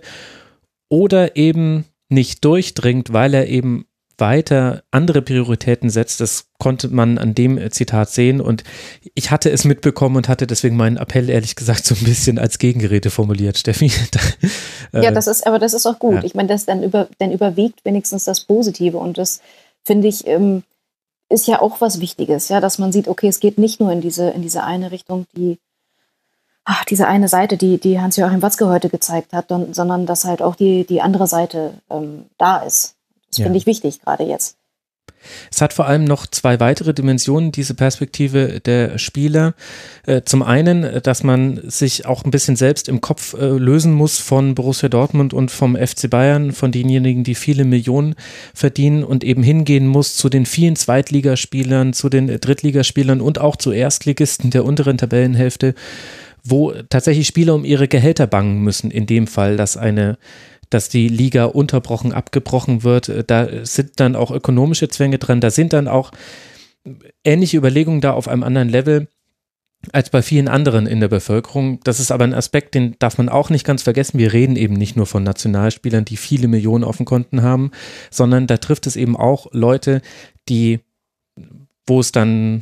oder eben nicht durchdringt, weil er eben weiter andere Prioritäten setzt, das konnte man an dem Zitat sehen und ich hatte es mitbekommen und hatte deswegen meinen Appell ehrlich gesagt so ein bisschen als Gegenrede formuliert, Steffi. Ja, das ist, aber das ist auch gut. Ja. Ich meine, das dann, über, dann überwiegt wenigstens das Positive und das finde ich, ähm, ist ja auch was Wichtiges, ja, dass man sieht, okay, es geht nicht nur in diese, in diese eine Richtung, die Ach, diese eine Seite, die, die Hans-Joachim Watzke heute gezeigt hat, don, sondern dass halt auch die, die andere Seite ähm, da ist. Das ja. finde ich wichtig, gerade jetzt. Es hat vor allem noch zwei weitere Dimensionen, diese Perspektive der Spieler. Äh, zum einen, dass man sich auch ein bisschen selbst im Kopf äh, lösen muss von Borussia Dortmund und vom F C Bayern, von denjenigen, die viele Millionen verdienen und eben hingehen muss zu den vielen Zweitligaspielern, zu den Drittligaspielern und auch zu Erstligisten der unteren Tabellenhälfte, wo tatsächlich Spieler um ihre Gehälter bangen müssen, in dem Fall, dass eine, dass die Liga unterbrochen, abgebrochen wird. Da sind dann auch ökonomische Zwänge dran, da sind dann auch ähnliche Überlegungen da auf einem anderen Level als bei vielen anderen in der Bevölkerung. Das ist aber ein Aspekt, den darf man auch nicht ganz vergessen. Wir reden eben nicht nur von Nationalspielern, die viele Millionen auf den Konten haben, sondern da trifft es eben auch Leute, die, wo es dann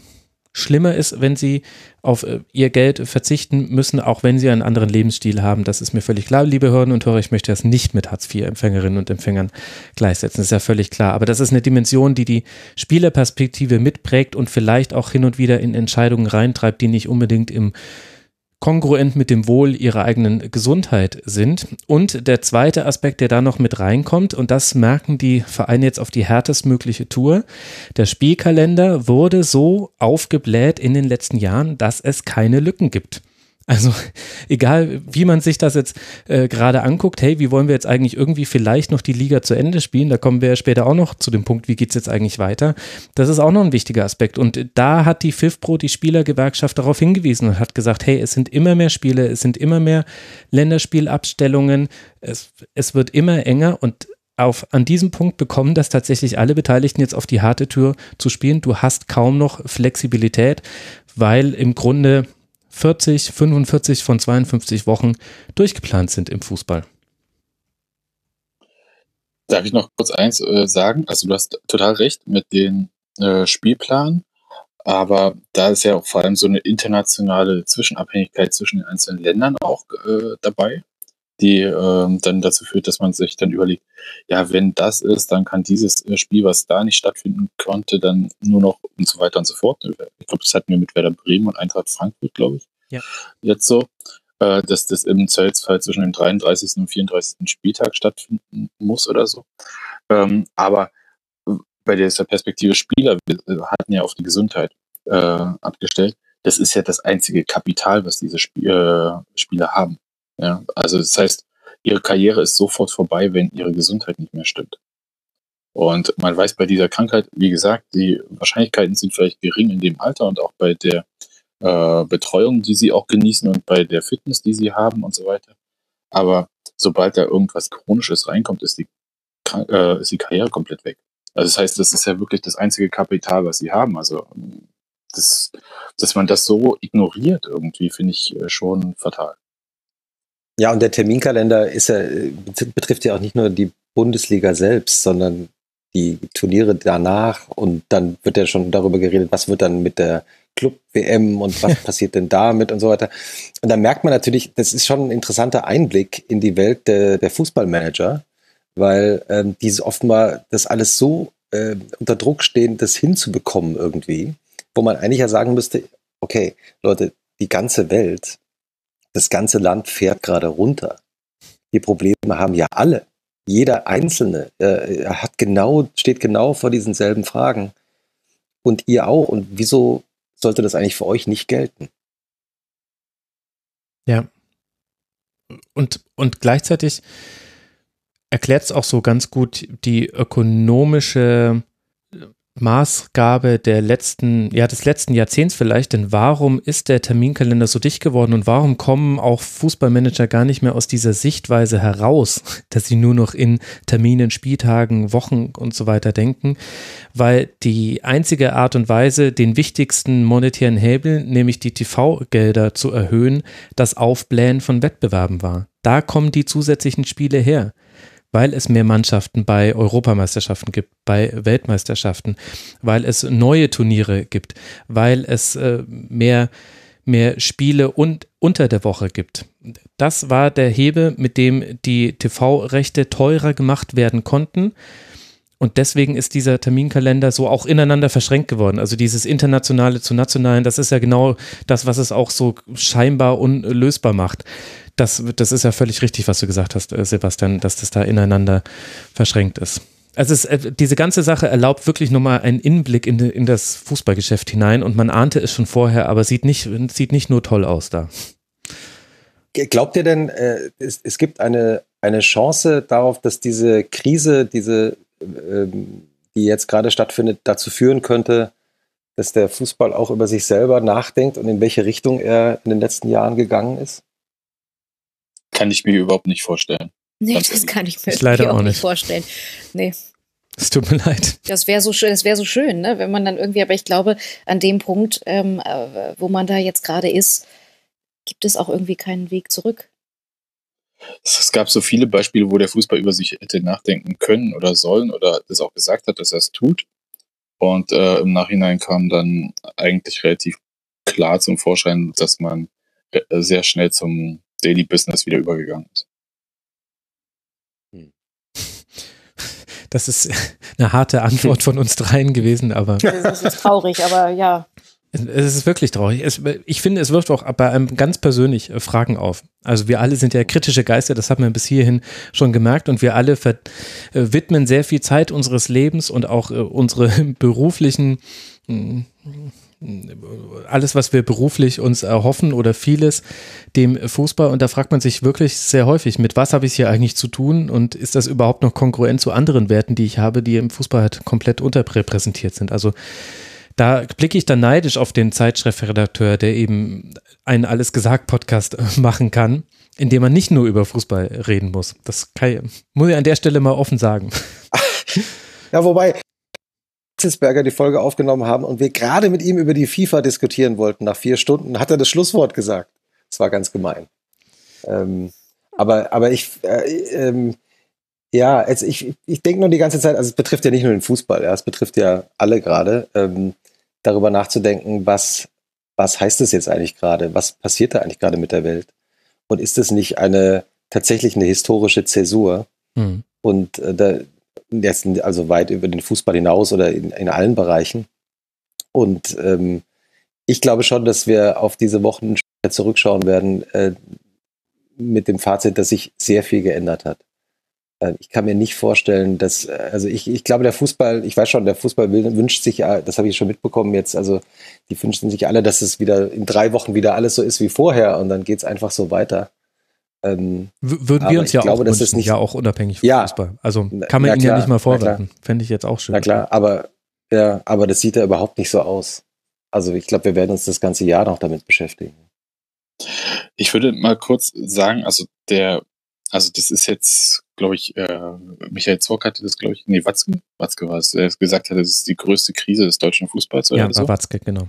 schlimmer ist, wenn sie auf ihr Geld verzichten müssen, auch wenn sie einen anderen Lebensstil haben. Das ist mir völlig klar, liebe Hörerinnen und Hörer. Ich möchte das nicht mit Hartz vier Empfängerinnen und Empfängern gleichsetzen. Das ist ja völlig klar. Aber das ist eine Dimension, die die Spielerperspektive mitprägt und vielleicht auch hin und wieder in Entscheidungen reintreibt, die nicht unbedingt im kongruent mit dem Wohl ihrer eigenen Gesundheit sind. Und der zweite Aspekt, der da noch mit reinkommt, und das merken die Vereine jetzt auf die härtestmögliche Tour, der Spielkalender wurde so aufgebläht in den letzten Jahren, dass es keine Lücken gibt. Also egal, wie man sich das jetzt äh, gerade anguckt, hey, wie wollen wir jetzt eigentlich irgendwie vielleicht noch die Liga zu Ende spielen? Da kommen wir ja später auch noch zu dem Punkt, wie geht es jetzt eigentlich weiter? Das ist auch noch ein wichtiger Aspekt. Und da hat die FIFPro, die Spielergewerkschaft, darauf hingewiesen und hat gesagt, hey, es sind immer mehr Spiele, es sind immer mehr Länderspielabstellungen, es, es wird immer enger und auf, an diesem Punkt bekommen das tatsächlich alle Beteiligten jetzt auf die harte Tür zu spielen. Du hast kaum noch Flexibilität, weil im Grunde vierzig, fünfundvierzig von zweiundfünfzig Wochen durchgeplant sind im Fußball. Darf ich noch kurz eins äh, sagen? Also du hast total recht mit dem äh, Spielplan, aber da ist ja auch vor allem so eine internationale Zwischenabhängigkeit zwischen den einzelnen Ländern auch äh, dabei, die äh, dann dazu führt, dass man sich dann überlegt, ja, wenn das ist, dann kann dieses äh, Spiel, was da nicht stattfinden konnte, dann nur noch und so weiter und so fort. Ich glaube, das hatten wir mit Werder Bremen und Eintracht Frankfurt, glaube ich, ja. Jetzt so, äh, dass das im Zweifelsfall zwischen dem dreiunddreißigsten und vierunddreißigsten Spieltag stattfinden muss oder so. Ähm, aber bei dieser Perspektive Spieler, wir hatten ja auf die Gesundheit äh, abgestellt, das ist ja das einzige Kapital, was diese Sp- äh, Spieler haben. Ja, also das heißt, ihre Karriere ist sofort vorbei, wenn ihre Gesundheit nicht mehr stimmt. Und man weiß bei dieser Krankheit, wie gesagt, die Wahrscheinlichkeiten sind vielleicht gering in dem Alter und auch bei der äh, Betreuung, die sie auch genießen und bei der Fitness, die sie haben und so weiter. Aber sobald da irgendwas Chronisches reinkommt, ist die, äh, ist die Karriere komplett weg. Also das heißt, das ist ja wirklich das einzige Kapital, was sie haben. Also das, dass man das so ignoriert irgendwie, finde ich schon fatal. Ja, und der Terminkalender ist ja, betrifft ja auch nicht nur die Bundesliga selbst, sondern die Turniere danach. Und dann wird ja schon darüber geredet, was wird dann mit der Club-W M und was passiert denn damit und so weiter. Und da merkt man natürlich, das ist schon ein interessanter Einblick in die Welt der, der Fußballmanager, weil ähm, diese offenbar das alles so äh, unter Druck stehen, das hinzubekommen irgendwie, wo man eigentlich ja sagen müsste, okay, Leute, die ganze Welt, das ganze Land fährt gerade runter. Die Probleme haben ja alle. Jeder Einzelne äh, hat genau, steht genau vor diesen selben Fragen. Und ihr auch. Und wieso sollte das eigentlich für euch nicht gelten? Ja. Und, und gleichzeitig erklärt es auch so ganz gut die ökonomische Maßgabe der letzten, ja, des letzten Jahrzehnts vielleicht, denn warum ist der Terminkalender so dicht geworden und warum kommen auch Fußballmanager gar nicht mehr aus dieser Sichtweise heraus, dass sie nur noch in Terminen, Spieltagen, Wochen und so weiter denken, weil die einzige Art und Weise, den wichtigsten monetären Hebel, nämlich die T V-Gelder zu erhöhen, das Aufblähen von Wettbewerben war. Da kommen die zusätzlichen Spiele her. Weil es mehr Mannschaften bei Europameisterschaften gibt, bei Weltmeisterschaften, weil es neue Turniere gibt, weil es äh, mehr, mehr Spiele und unter der Woche gibt. Das war der Hebel, mit dem die T V-Rechte teurer gemacht werden konnten. Und deswegen ist dieser Terminkalender so auch ineinander verschränkt geworden. Also dieses Internationale zu Nationalen, das ist ja genau das, was es auch so scheinbar unlösbar macht. Das, das ist ja völlig richtig, was du gesagt hast, Sebastian, dass das da ineinander verschränkt ist. Also es, diese ganze Sache erlaubt wirklich nochmal einen Innenblick in, in das Fußballgeschäft hinein und man ahnte es schon vorher, aber sieht nicht, sieht nicht nur toll aus da. Glaubt ihr denn, äh, es, es gibt eine, eine Chance darauf, dass diese Krise, diese, ähm, die jetzt gerade stattfindet, dazu führen könnte, dass der Fußball auch über sich selber nachdenkt und in welche Richtung er in den letzten Jahren gegangen ist? Kann ich mir überhaupt nicht vorstellen. Nee, Ganz das ehrlich. Kann ich mir ich leider auch, auch nicht nicht vorstellen. Nee. Es tut mir leid. Das wäre so schön, das wäre so schön, ne? Wenn man dann irgendwie, aber ich glaube, an dem Punkt, ähm, wo man da jetzt gerade ist, gibt es auch irgendwie keinen Weg zurück. Es gab so viele Beispiele, wo der Fußball über sich hätte nachdenken können oder sollen oder das auch gesagt hat, dass er es tut. Und äh, im Nachhinein kam dann eigentlich relativ klar zum Vorschein, dass man äh, sehr schnell zum Daily Business wieder übergegangen ist. Das ist eine harte Antwort von uns dreien gewesen, aber. Das ist traurig, aber ja. Es ist wirklich traurig. Es, ich finde, es wirft auch bei einem ganz persönlich Fragen auf. Also wir alle sind ja kritische Geister, das haben wir bis hierhin schon gemerkt und wir alle ver- äh, widmen sehr viel Zeit unseres Lebens und auch äh, unsere beruflichen, äh, alles, was wir beruflich uns erhoffen oder vieles dem Fußball, und da fragt man sich wirklich sehr häufig, mit was habe ich hier eigentlich zu tun und ist das überhaupt noch kongruent zu anderen Werten, die ich habe, die im Fußball halt komplett unterrepräsentiert sind. Also da blicke ich dann neidisch auf den Zeitschriftredakteur, der eben einen Alles-Gesagt-Podcast machen kann, in dem man nicht nur über Fußball reden muss. Das kann, muss ich an der Stelle mal offen sagen. Ja, wobei Hitzelsberger die Folge aufgenommen haben und wir gerade mit ihm über die FIFA diskutieren wollten. Nach vier Stunden hat er das Schlusswort gesagt. Das war ganz gemein. Ähm, aber, aber ich, äh, ähm, ja, also ich, ich denke nur die ganze Zeit, also es betrifft ja nicht nur den Fußball, ja, es betrifft ja alle gerade, ähm, darüber nachzudenken, was, was heißt das jetzt eigentlich gerade? Was passiert da eigentlich gerade mit der Welt? Und ist das nicht eine, tatsächlich eine historische Zäsur? Mhm. Und äh, da, jetzt also weit über den Fußball hinaus oder in, in allen Bereichen. Und ähm, ich glaube schon, dass wir auf diese Wochen zurückschauen werden äh, mit dem Fazit, dass sich sehr viel geändert hat. Äh, ich kann mir nicht vorstellen, dass, also ich, ich glaube, der Fußball, ich weiß schon, der Fußball will, wünscht sich, das habe ich schon mitbekommen jetzt, also die wünschen sich alle, dass es wieder in drei Wochen wieder alles so ist wie vorher und dann geht es einfach so weiter. Ähm, Würden wir uns ja glaube, auch wünschen, nicht, ja auch unabhängig vom ja, Fußball. Also kann man ihnen ja nicht mal vorwerfen. Fände ich jetzt auch schön. Na klar, aber, ja, aber das sieht ja überhaupt nicht so aus. Also ich glaube, wir werden uns das ganze Jahr noch damit beschäftigen. Ich würde mal kurz sagen, also der, also das ist jetzt, glaube ich, äh, Michael Zorc hatte das, glaube ich, nee, Watzke, Watzke war es, der gesagt hat, das ist die größte Krise des deutschen Fußballs. Oder ja, so. war Watzke, genau.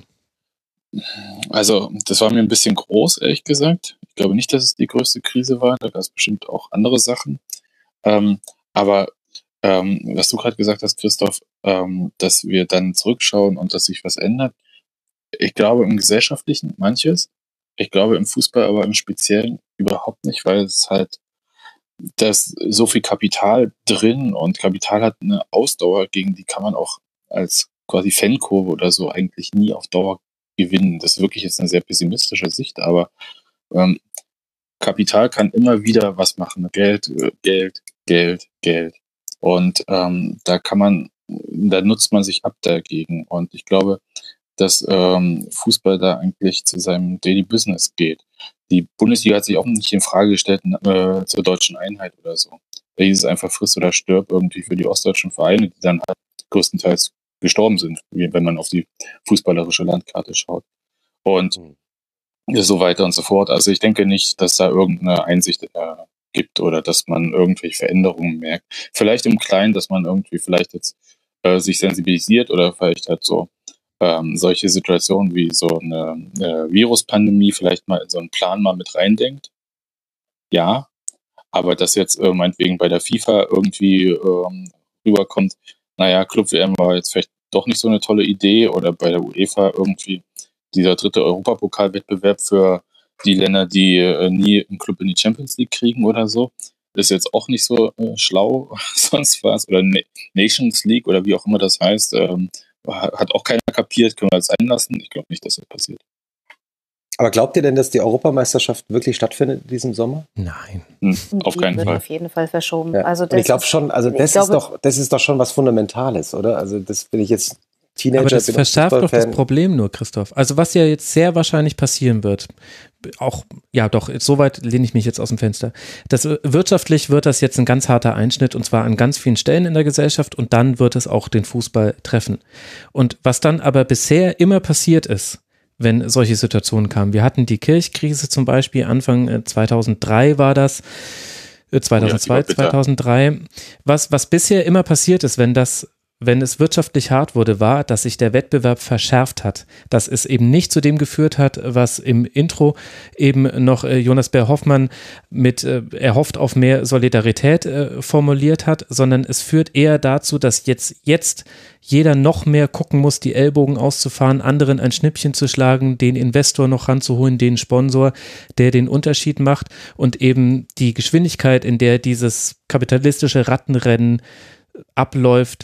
Also, das war mir ein bisschen groß, ehrlich gesagt. Ich glaube nicht, dass es die größte Krise war. Da gab es bestimmt auch andere Sachen. Ähm, aber ähm, was du gerade gesagt hast, Christoph, ähm, dass wir dann zurückschauen und dass sich was ändert. Ich glaube im Gesellschaftlichen manches. Ich glaube im Fußball aber im Speziellen überhaupt nicht, weil es halt, da ist so viel Kapital drin und Kapital hat eine Ausdauer, gegen die kann man auch als quasi Fankurve oder so eigentlich nie auf Dauer gewinnen. Das ist wirklich jetzt eine sehr pessimistische Sicht, aber ähm, Kapital kann immer wieder was machen. Geld, Geld, Geld, Geld. Und ähm, da kann man, da nutzt man sich ab dagegen. Und ich glaube, dass ähm, Fußball da eigentlich zu seinem Daily Business geht. Die Bundesliga hat sich auch nicht in Frage gestellt äh, zur deutschen Einheit oder so. Da hieß es einfach friss oder stirb irgendwie für die ostdeutschen Vereine, die dann halt größtenteils gestorben sind, wenn man auf die fußballerische Landkarte schaut. Und so weiter und so fort. Also ich denke nicht, dass da irgendeine Einsicht äh, gibt oder dass man irgendwelche Veränderungen merkt. Vielleicht im Kleinen, dass man irgendwie vielleicht jetzt äh, sich sensibilisiert oder vielleicht halt so ähm, solche Situationen wie so eine äh, Viruspandemie vielleicht mal in so einen Plan mal mit reindenkt. Ja, aber dass jetzt äh, meinetwegen bei der FIFA irgendwie ähm, rüberkommt, naja, Club-W M war jetzt vielleicht doch nicht so eine tolle Idee oder bei der UEFA irgendwie dieser dritte Europapokalwettbewerb für die Länder, die äh, nie einen Club in die Champions League kriegen oder so, ist jetzt auch nicht so äh, schlau, sonst was. Oder Na- Nations League oder wie auch immer das heißt, ähm, hat auch keiner kapiert, können wir das einlassen. Ich glaube nicht, dass das passiert. Aber glaubt ihr denn, dass die Europameisterschaft wirklich stattfindet in diesem Sommer? Nein. Hm, auf keinen wird Fall. auf jeden Fall verschoben. Ja. Also Und ich glaube schon, also das glaube, ist doch, das ist doch schon was Fundamentales, oder? Also das bin ich jetzt Teenager. Aber das bin verschärft doch das Fußballfan. Problem nur, Christoph. Also was ja jetzt sehr wahrscheinlich passieren wird, auch, ja doch, soweit lehne ich mich jetzt aus dem Fenster. Das, wirtschaftlich wird das jetzt ein ganz harter Einschnitt und zwar an ganz vielen Stellen in der Gesellschaft und dann wird es auch den Fußball treffen. Und was dann aber bisher immer passiert ist, wenn solche Situationen kamen. Wir hatten die Kirchkrise zum Beispiel, Anfang zweitausenddrei war das, zweitausendzwei, oh ja, zweitausenddrei. Was, was bisher immer passiert ist, wenn das wenn es wirtschaftlich hart wurde, war, dass sich der Wettbewerb verschärft hat, dass es eben nicht zu dem geführt hat, was im Intro eben noch äh, Jonas Bär-Hoffmann mit äh, er hofft auf mehr Solidarität äh, formuliert hat, sondern es führt eher dazu, dass jetzt, jetzt jeder noch mehr gucken muss, die Ellbogen auszufahren, anderen ein Schnippchen zu schlagen, den Investor noch ranzuholen, den Sponsor, der den Unterschied macht und eben die Geschwindigkeit, in der dieses kapitalistische Rattenrennen abläuft,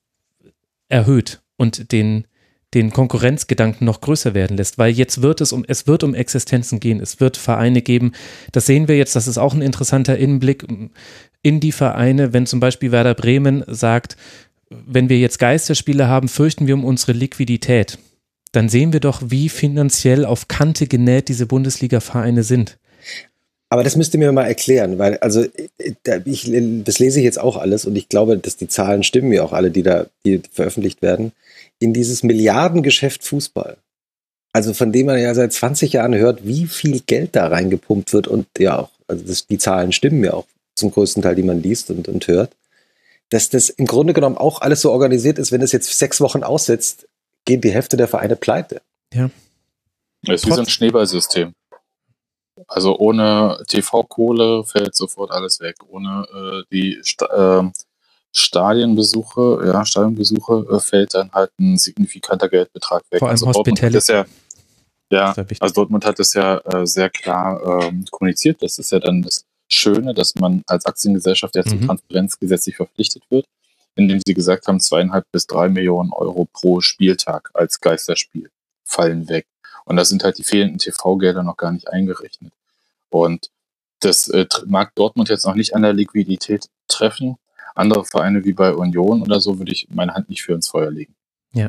erhöht und den, den Konkurrenzgedanken noch größer werden lässt, weil jetzt wird es um, es wird um Existenzen gehen, es wird Vereine geben, das sehen wir jetzt, das ist auch ein interessanter Innenblick in die Vereine, wenn zum Beispiel Werder Bremen sagt, wenn wir jetzt Geisterspiele haben, fürchten wir um unsere Liquidität, dann sehen wir doch, wie finanziell auf Kante genäht diese Bundesliga-Vereine sind. Aber das müsst ihr mir mal erklären, weil also ich, das lese ich jetzt auch alles und ich glaube, dass die Zahlen stimmen ja auch alle, die da die veröffentlicht werden, in dieses Milliardengeschäft Fußball. Also von dem man ja seit zwanzig Jahren hört, wie viel Geld da reingepumpt wird und ja auch, also das, die Zahlen stimmen ja auch zum größten Teil, die man liest und, und hört, dass das im Grunde genommen auch alles so organisiert ist, wenn es jetzt sechs Wochen aussetzt, geht die Hälfte der Vereine pleite. Ja. Das ist wie so ein Schneeballsystem. Also ohne T V-Kohle fällt sofort alles weg. Ohne äh, die Sta- äh, Stadienbesuche, ja, Stadionbesuche äh, fällt dann halt ein signifikanter Geldbetrag weg. Vor allem also Dortmund hat das ja, ja, also Dortmund hat das ja äh, sehr klar ähm, kommuniziert. Das ist ja dann das Schöne, dass man als Aktiengesellschaft ja zum Mhm. Transparenz gesetzlich verpflichtet wird, indem sie gesagt haben, zweieinhalb bis drei Millionen Euro pro Spieltag als Geisterspiel fallen weg. Und da sind halt die fehlenden T V-Gelder noch gar nicht eingerechnet. Und das äh, mag Dortmund jetzt noch nicht an der Liquidität treffen. Andere Vereine wie bei Union oder so würde ich meine Hand nicht für ins Feuer legen. Ja.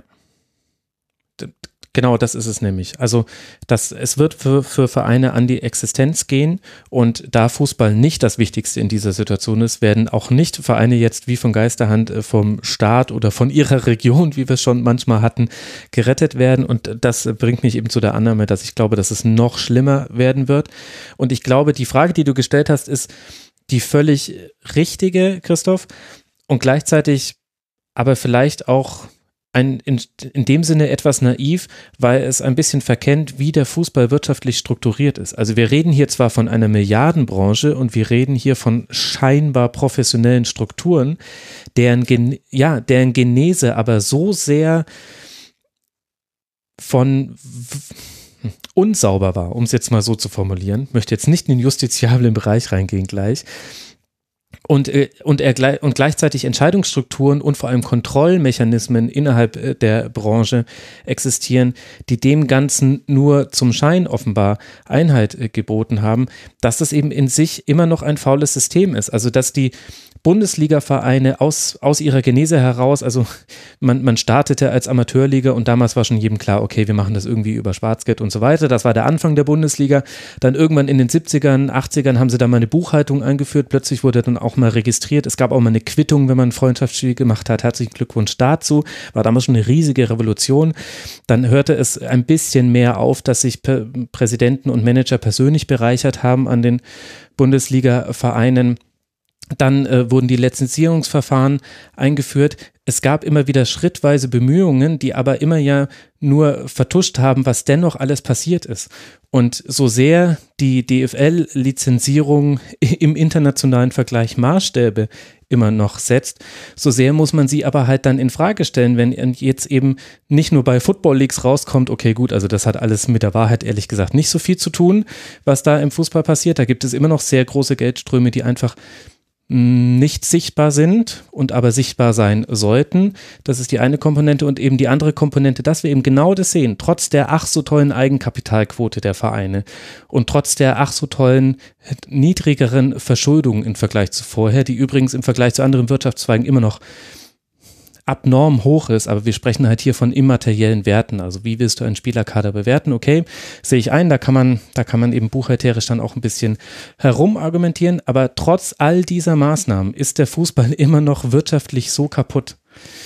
D- Genau, das ist es nämlich. Also das, es wird für, für Vereine an die Existenz gehen und da Fußball nicht das Wichtigste in dieser Situation ist, werden auch nicht Vereine jetzt wie von Geisterhand äh, vom Staat oder von ihrer Region, wie wir es schon manchmal hatten, gerettet werden und das bringt mich eben zu der Annahme, dass ich glaube, dass es noch schlimmer werden wird und ich glaube, die Frage, die du gestellt hast, ist die völlig richtige, Christoph, und gleichzeitig aber vielleicht auch Ein, in, in dem Sinne etwas naiv, weil es ein bisschen verkennt, wie der Fußball wirtschaftlich strukturiert ist. Also wir reden hier zwar von einer Milliardenbranche und wir reden hier von scheinbar professionellen Strukturen, deren, Gen, ja, deren Genese aber so sehr von w- unsauber war, um es jetzt mal so zu formulieren. Ich möchte jetzt nicht in den justiziablen Bereich reingehen gleich. Und, äh, und, er, glei- und gleichzeitig Entscheidungsstrukturen und vor allem Kontrollmechanismen innerhalb äh, der Branche existieren, die dem Ganzen nur zum Schein offenbar Einhalt äh, geboten haben, dass das eben in sich immer noch ein faules System ist. Also dass die Bundesliga-Vereine aus, aus ihrer Genese heraus, also man, man startete als Amateurliga und damals war schon jedem klar, okay, wir machen das irgendwie über Schwarzgeld und so weiter. Das war der Anfang der Bundesliga. Dann irgendwann in den siebzigern, achtzigern haben sie da mal eine Buchhaltung eingeführt. Plötzlich wurde dann auch mal registriert. Es gab auch mal eine Quittung, wenn man ein Freundschaftsspiel gemacht hat. Herzlichen Glückwunsch dazu. War damals schon eine riesige Revolution. Dann hörte es ein bisschen mehr auf, dass sich P- Präsidenten und Manager persönlich bereichert haben an den Bundesliga-Vereinen. Dann äh, wurden die Lizenzierungsverfahren eingeführt. Es gab immer wieder schrittweise Bemühungen, die aber immer ja nur vertuscht haben, was dennoch alles passiert ist. Und so sehr die D F L-Lizenzierung im internationalen Vergleich Maßstäbe immer noch setzt, so sehr muss man sie aber halt dann in Frage stellen, wenn jetzt eben nicht nur bei Football Leagues rauskommt, okay gut, also das hat alles mit der Wahrheit ehrlich gesagt nicht so viel zu tun, was da im Fußball passiert. Da gibt es immer noch sehr große Geldströme, die einfach nicht sichtbar sind und aber sichtbar sein sollten. Das ist die eine Komponente und eben die andere Komponente, dass wir eben genau das sehen, trotz der ach so tollen Eigenkapitalquote der Vereine und trotz der ach so tollen niedrigeren Verschuldung im Vergleich zu vorher, die übrigens im Vergleich zu anderen Wirtschaftszweigen immer noch abnorm hoch ist, aber wir sprechen halt hier von immateriellen Werten. Also wie willst du einen Spielerkader bewerten? Okay, sehe ich ein, da kann man, da kann man eben buchhalterisch dann auch ein bisschen herumargumentieren, aber trotz all dieser Maßnahmen ist der Fußball immer noch wirtschaftlich so kaputt.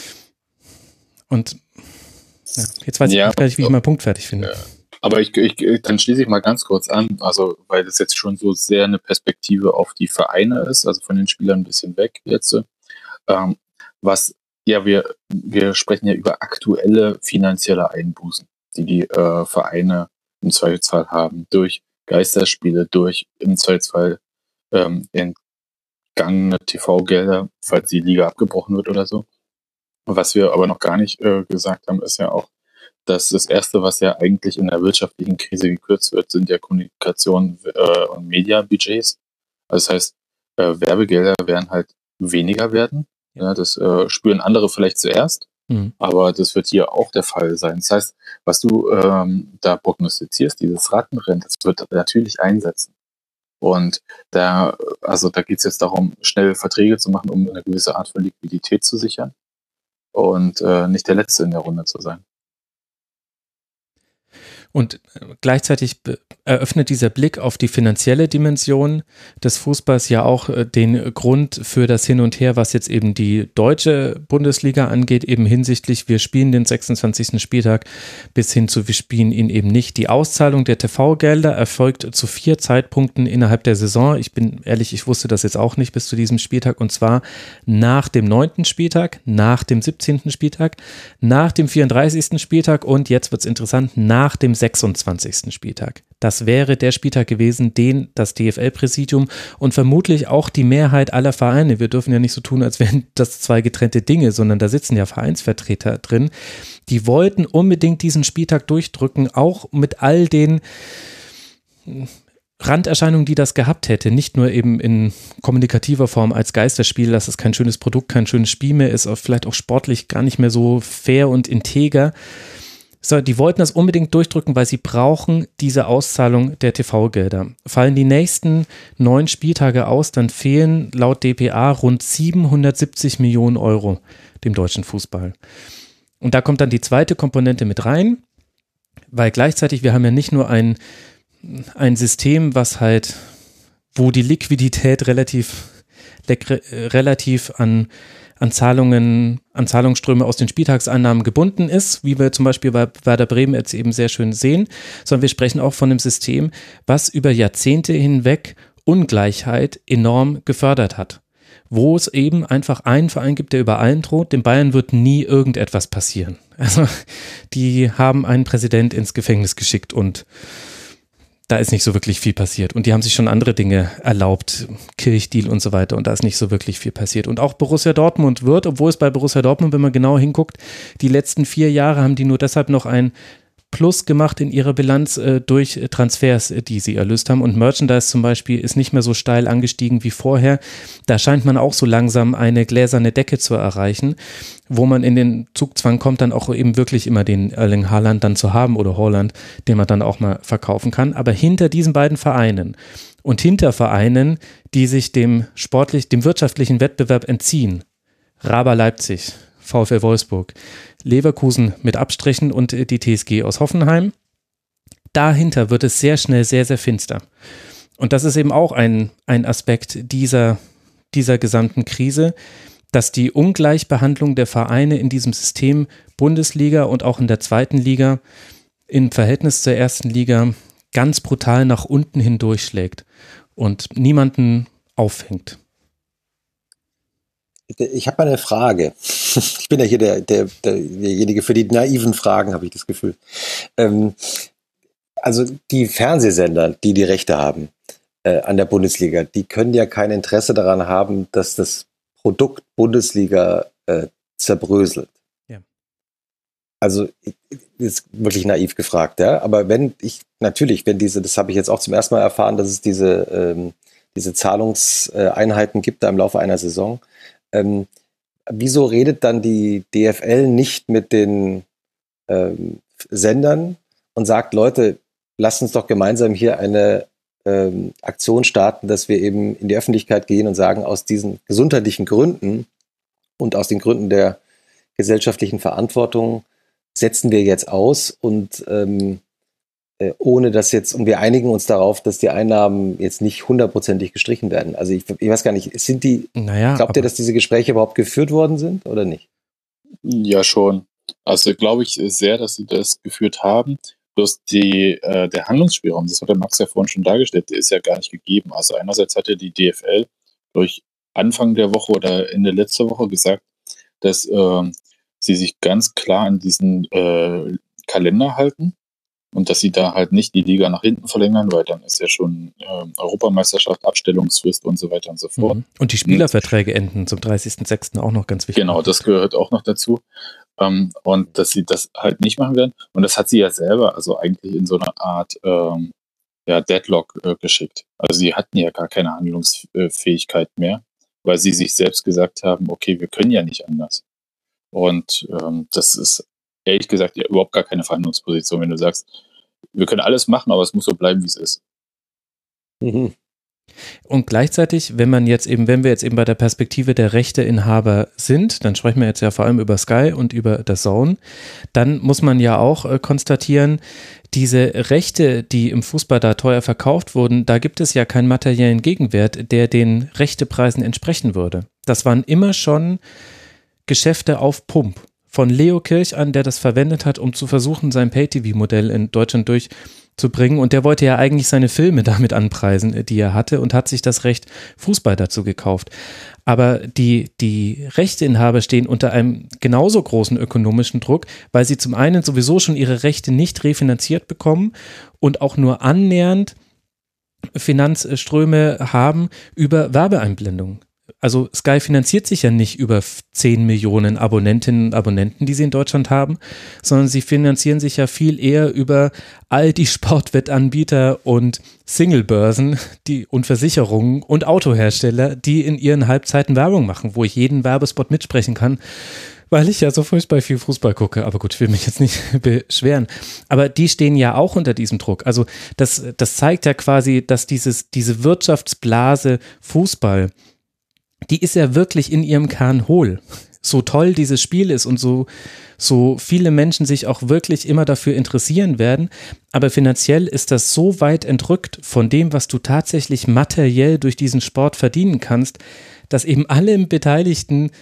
Und ja, jetzt weiß ich Ja, nicht, fertig, wie ich meinen Punkt fertig finde. Ja. Aber ich, ich, dann schließe ich mal ganz kurz an, also weil das jetzt schon so sehr eine Perspektive auf die Vereine ist, also von den Spielern ein bisschen weg jetzt. Ähm, was Ja, wir, wir sprechen ja über aktuelle finanzielle Einbußen, die die äh, Vereine im Zweifelsfall haben, durch Geisterspiele, durch im Zweifelsfall ähm, entgangene T V-Gelder, falls die Liga abgebrochen wird oder so. Was wir aber noch gar nicht äh, gesagt haben, ist ja auch, dass das Erste, was ja eigentlich in der wirtschaftlichen Krise gekürzt wird, sind ja Kommunikation äh, und Media-Budgets. Also das heißt, äh, Werbegelder werden halt weniger werden. Ja, das äh, spüren andere vielleicht zuerst, mhm. aber das wird hier auch der Fall sein. Das heißt, was du ähm, da prognostizierst, dieses Rattenrennen, das wird natürlich einsetzen. Und da, also da geht es jetzt darum, schnell Verträge zu machen, um eine gewisse Art von Liquidität zu sichern und äh, nicht der Letzte in der Runde zu sein. Und gleichzeitig eröffnet dieser Blick auf die finanzielle Dimension des Fußballs ja auch den Grund für das Hin und Her, was jetzt eben die deutsche Bundesliga angeht, eben hinsichtlich, wir spielen den sechsundzwanzigsten Spieltag bis hin zu, wir spielen ihn eben nicht. Die Auszahlung der T V-Gelder erfolgt zu vier Zeitpunkten innerhalb der Saison. Ich bin ehrlich, ich wusste das jetzt auch nicht bis zu diesem Spieltag, und zwar nach dem neunten Spieltag, nach dem siebzehnten Spieltag, nach dem vierunddreißigsten Spieltag und jetzt wird es interessant, nach dem sechsundzwanzigsten Spieltag. Das wäre der Spieltag gewesen, den das D F L-Präsidium und vermutlich auch die Mehrheit aller Vereine, wir dürfen ja nicht so tun, als wären das zwei getrennte Dinge, sondern da sitzen ja Vereinsvertreter drin, die wollten unbedingt diesen Spieltag durchdrücken, auch mit all den Randerscheinungen, die das gehabt hätte, nicht nur eben in kommunikativer Form als Geisterspiel, dass es kein schönes Produkt, kein schönes Spiel mehr ist, auch vielleicht auch sportlich gar nicht mehr so fair und integer. So, die wollten das unbedingt durchdrücken, weil sie brauchen diese Auszahlung der T V-Gelder. Fallen die nächsten neun Spieltage aus, dann fehlen laut D P A rund siebenhundertsiebzig Millionen Euro dem deutschen Fußball. Und da kommt dann die zweite Komponente mit rein, weil gleichzeitig, wir haben ja nicht nur ein, ein System, was halt, wo die Liquidität relativ, relativ an an Zahlungen, an Zahlungsströme aus den Spieltagseinnahmen gebunden ist, wie wir zum Beispiel bei Werder Bremen jetzt eben sehr schön sehen, sondern wir sprechen auch von einem System, was über Jahrzehnte hinweg Ungleichheit enorm gefördert hat. Wo es eben einfach einen Verein gibt, der über allen droht, dem Bayern wird nie irgendetwas passieren. Also die haben einen Präsident ins Gefängnis geschickt und da ist nicht so wirklich viel passiert. Und die haben sich schon andere Dinge erlaubt, Kirchdeal und so weiter. Und da ist nicht so wirklich viel passiert. Und auch Borussia Dortmund wird, obwohl es bei Borussia Dortmund, wenn man genau hinguckt, die letzten vier Jahre haben die nur deshalb noch ein Plus gemacht in ihrer Bilanz äh, durch Transfers, die sie erlöst haben. Und Merchandise zum Beispiel ist nicht mehr so steil angestiegen wie vorher. Da scheint man auch so langsam eine gläserne Decke zu erreichen, wo man in den Zugzwang kommt, dann auch eben wirklich immer den Erling Haaland dann zu haben oder Haaland, den man dann auch mal verkaufen kann. Aber hinter diesen beiden Vereinen und hinter Vereinen, die sich dem sportlich, dem wirtschaftlichen Wettbewerb entziehen, Raba Leipzig, VfL Wolfsburg, Leverkusen mit Abstrichen und die T S G aus Hoffenheim. Dahinter wird es sehr schnell sehr, sehr finster. Und das ist eben auch ein, ein Aspekt dieser, dieser gesamten Krise, dass die Ungleichbehandlung der Vereine in diesem System Bundesliga und auch in der zweiten Liga im Verhältnis zur ersten Liga ganz brutal nach unten hin durchschlägt und niemanden auffängt. Ich habe mal eine Frage. Ich bin ja hier der, der, der, derjenige für die naiven Fragen, habe ich das Gefühl. Ähm, also die Fernsehsender, die die Rechte haben äh, an der Bundesliga, die können ja kein Interesse daran haben, dass das Produkt Bundesliga äh, zerbröselt. Ja. Also ist wirklich naiv gefragt, ja. Aber wenn ich natürlich, wenn diese, das habe ich jetzt auch zum ersten Mal erfahren, dass es diese ähm, diese Zahlungseinheiten gibt da im Laufe einer Saison. Ähm, wieso redet dann die D F L nicht mit den ähm, Sendern und sagt, Leute, lasst uns doch gemeinsam hier eine ähm, Aktion starten, dass wir eben in die Öffentlichkeit gehen und sagen, aus diesen gesundheitlichen Gründen und aus den Gründen der gesellschaftlichen Verantwortung setzen wir jetzt aus und ähm, äh, ohne dass jetzt, und wir einigen uns darauf, dass die Einnahmen jetzt nicht hundertprozentig gestrichen werden. Also ich, ich weiß gar nicht, sind die, naja, glaubt ihr, dass diese Gespräche überhaupt geführt worden sind oder nicht? Ja, schon. Also glaube ich sehr, dass sie das geführt haben. Bloß die, äh, der Handlungsspielraum, das hat der Max ja vorhin schon dargestellt, der ist ja gar nicht gegeben. Also einerseits hatte die D F L durch Anfang der Woche oder Ende letzter Woche gesagt, dass äh, sie sich ganz klar an diesen äh, Kalender halten und dass sie da halt nicht die Liga nach hinten verlängern, weil dann ist ja schon äh, Europameisterschaft, Abstellungsfrist und so weiter und so fort. Mhm. Und die Spielerverträge enden zum dreißigsten sechsten auch noch ganz wichtig. Genau, das gehört auch noch dazu. Ähm, und dass sie das halt nicht machen werden. Und das hat sie ja selber, also eigentlich in so einer Art ähm, ja, Deadlock äh, geschickt. Also sie hatten ja gar keine Handlungsfähigkeit mehr, weil sie sich selbst gesagt haben, okay, wir können ja nicht anders. Und ähm, das ist ehrlich gesagt ja überhaupt gar keine Verhandlungsposition, wenn du sagst, wir können alles machen, aber es muss so bleiben, wie es ist. Mhm. Und gleichzeitig, wenn man jetzt eben, wenn wir jetzt eben bei der Perspektive der Rechteinhaber sind, dann sprechen wir jetzt ja vor allem über Sky und über The Zone, dann muss man ja auch äh, konstatieren, diese Rechte, die im Fußball da teuer verkauft wurden, da gibt es ja keinen materiellen Gegenwert, der den Rechtepreisen entsprechen würde. Das waren immer schon Geschäfte auf Pump. Von Leo Kirch an, der das verwendet hat, um zu versuchen, sein Pay-T V-Modell in Deutschland durchzubringen. Und der wollte ja eigentlich seine Filme damit anpreisen, die er hatte, und hat sich das Recht Fußball dazu gekauft. Aber die, die Rechteinhaber stehen unter einem genauso großen ökonomischen Druck, weil sie zum einen sowieso schon ihre Rechte nicht refinanziert bekommen und auch nur annähernd Finanzströme haben über Werbeeinblendungen. Also Sky finanziert sich ja nicht über zehn Millionen Abonnentinnen und Abonnenten, die sie in Deutschland haben, sondern sie finanzieren sich ja viel eher über all die Sportwettanbieter und Singlebörsen die, und Versicherungen und Autohersteller, die in ihren Halbzeiten Werbung machen, wo ich jeden Werbespot mitsprechen kann, weil ich ja so furchtbar viel Fußball gucke. Aber gut, ich will mich jetzt nicht beschweren. Aber die stehen ja auch unter diesem Druck. Also das, das zeigt ja quasi, dass dieses, diese Wirtschaftsblase Fußball, die ist ja wirklich in ihrem Kern hohl. So toll dieses Spiel ist und so, so viele Menschen sich auch wirklich immer dafür interessieren werden. Aber finanziell ist das so weit entrückt von dem, was du tatsächlich materiell durch diesen Sport verdienen kannst, dass eben alle Beteiligten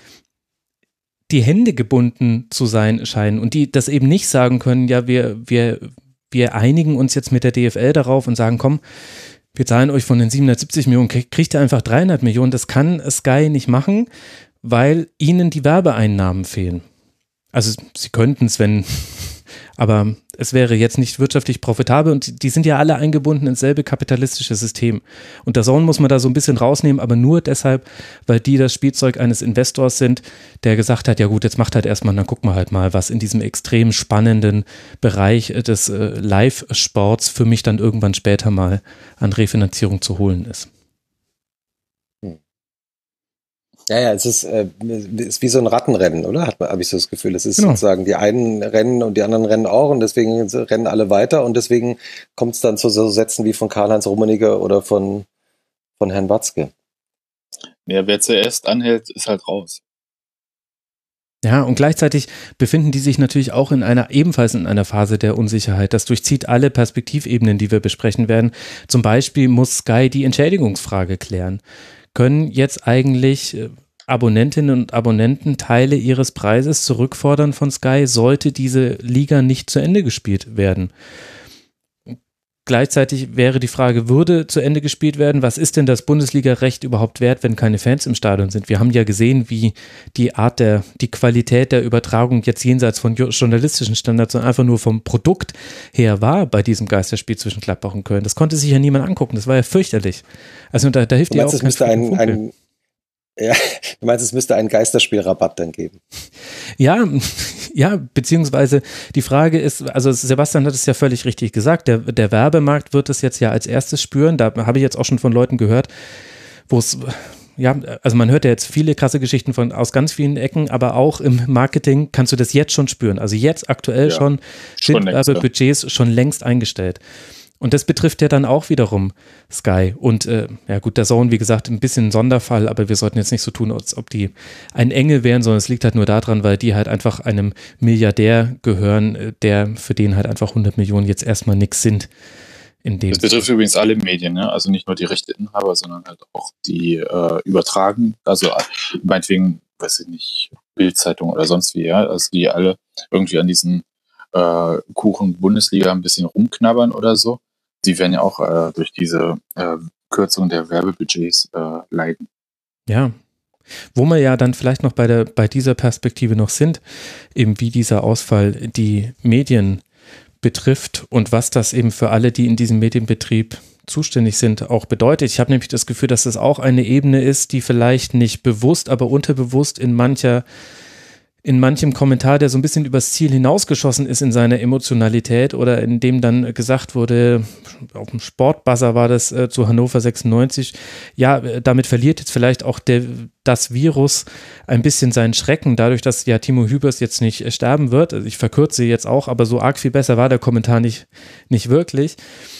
die Hände gebunden zu sein scheinen und die das eben nicht sagen können, ja, wir, wir, wir einigen uns jetzt mit der D F L darauf und sagen, komm, wir zahlen euch von den siebenhundertsiebzig Millionen, kriegt ihr einfach dreihundert Millionen. Das kann Sky nicht machen, weil ihnen die Werbeeinnahmen fehlen. Also sie könnten es, wenn, aber es wäre jetzt nicht wirtschaftlich profitabel und die sind ja alle eingebunden ins selbe kapitalistische System. Und der Zone muss man da so ein bisschen rausnehmen, aber nur deshalb, weil die das Spielzeug eines Investors sind, der gesagt hat, ja gut, jetzt macht halt erstmal, dann gucken wir halt mal, was in diesem extrem spannenden Bereich des äh, Live-Sports für mich dann irgendwann später mal an Refinanzierung zu holen ist. Ja, ja, es ist, äh, ist wie so ein Rattenrennen, oder? Hat man, habe ich so das Gefühl. Es ist Genau. sozusagen, die einen rennen und die anderen rennen auch und deswegen rennen alle weiter und deswegen kommt es dann zu so Sätzen wie von Karl-Heinz Rummenigge oder von, von Herrn Watzke. Ja, wer zuerst anhält, ist halt raus. Ja, und gleichzeitig befinden die sich natürlich auch in einer, ebenfalls in einer Phase der Unsicherheit. Das durchzieht alle Perspektivebenen, die wir besprechen werden. Zum Beispiel muss Sky die Entschädigungsfrage klären. Können jetzt eigentlich Abonnentinnen und Abonnenten Teile ihres Preises zurückfordern von Sky, sollte diese Liga nicht zu Ende gespielt werden? Gleichzeitig wäre die Frage, würde zu Ende gespielt werden, was ist denn das Bundesliga-Recht überhaupt wert, wenn keine Fans im Stadion sind? Wir haben ja gesehen, wie die Art der, die Qualität der Übertragung jetzt jenseits von journalistischen Standards, sondern einfach nur vom Produkt her war bei diesem Geisterspiel zwischen Gladbach und Köln. Das konnte sich ja niemand angucken, das war ja fürchterlich. Also da, da hilft dir auch kein es müsste ein, ein Ja, du meinst, es müsste einen Geisterspielrabatt dann geben? Ja, ja, beziehungsweise die Frage ist, also Sebastian hat es ja völlig richtig gesagt, der, der Werbemarkt wird es jetzt ja als erstes spüren, da habe ich jetzt auch schon von Leuten gehört, wo es, ja, also man hört ja jetzt viele krasse Geschichten von aus ganz vielen Ecken, aber auch im Marketing kannst du das jetzt schon spüren, also jetzt aktuell ja, schon sind Werbebudgets ja. schon längst eingestellt. Und das betrifft ja dann auch wiederum Sky. Und äh, ja gut, der Zone, wie gesagt, ein bisschen ein Sonderfall, aber wir sollten jetzt nicht so tun, als ob die ein Engel wären, sondern es liegt halt nur daran, weil die halt einfach einem Milliardär gehören, der für den halt einfach hundert Millionen jetzt erstmal nichts sind. In dem das betrifft übrigens alle Medien, ne? Also nicht nur die Rechteinhaber, sondern halt auch die äh, übertragen, also meinetwegen, weiß ich nicht, Bild-Zeitung oder sonst wie, ja, also die alle irgendwie an diesem äh, Kuchen Bundesliga ein bisschen rumknabbern oder so. Die werden ja auch äh, durch diese äh, Kürzung der Werbebudgets äh, leiden. Ja, Wo wir ja dann vielleicht noch bei der, bei dieser Perspektive noch sind, eben wie dieser Ausfall die Medien betrifft und was das eben für alle, die in diesem Medienbetrieb zuständig sind, auch bedeutet. Ich habe nämlich das Gefühl, dass das auch eine Ebene ist, die vielleicht nicht bewusst, aber unterbewusst in mancher in manchem Kommentar, der so ein bisschen übers Ziel hinausgeschossen ist in seiner Emotionalität oder in dem dann gesagt wurde, auf dem Sportbuzzer war das äh, zu Hannover sechsundneunzig, ja, damit verliert jetzt vielleicht auch der, das Virus ein bisschen seinen Schrecken, dadurch, dass ja Timo Hübers jetzt nicht äh, sterben wird. Also ich verkürze jetzt auch, aber so arg viel besser war der Kommentar nicht, nicht wirklich.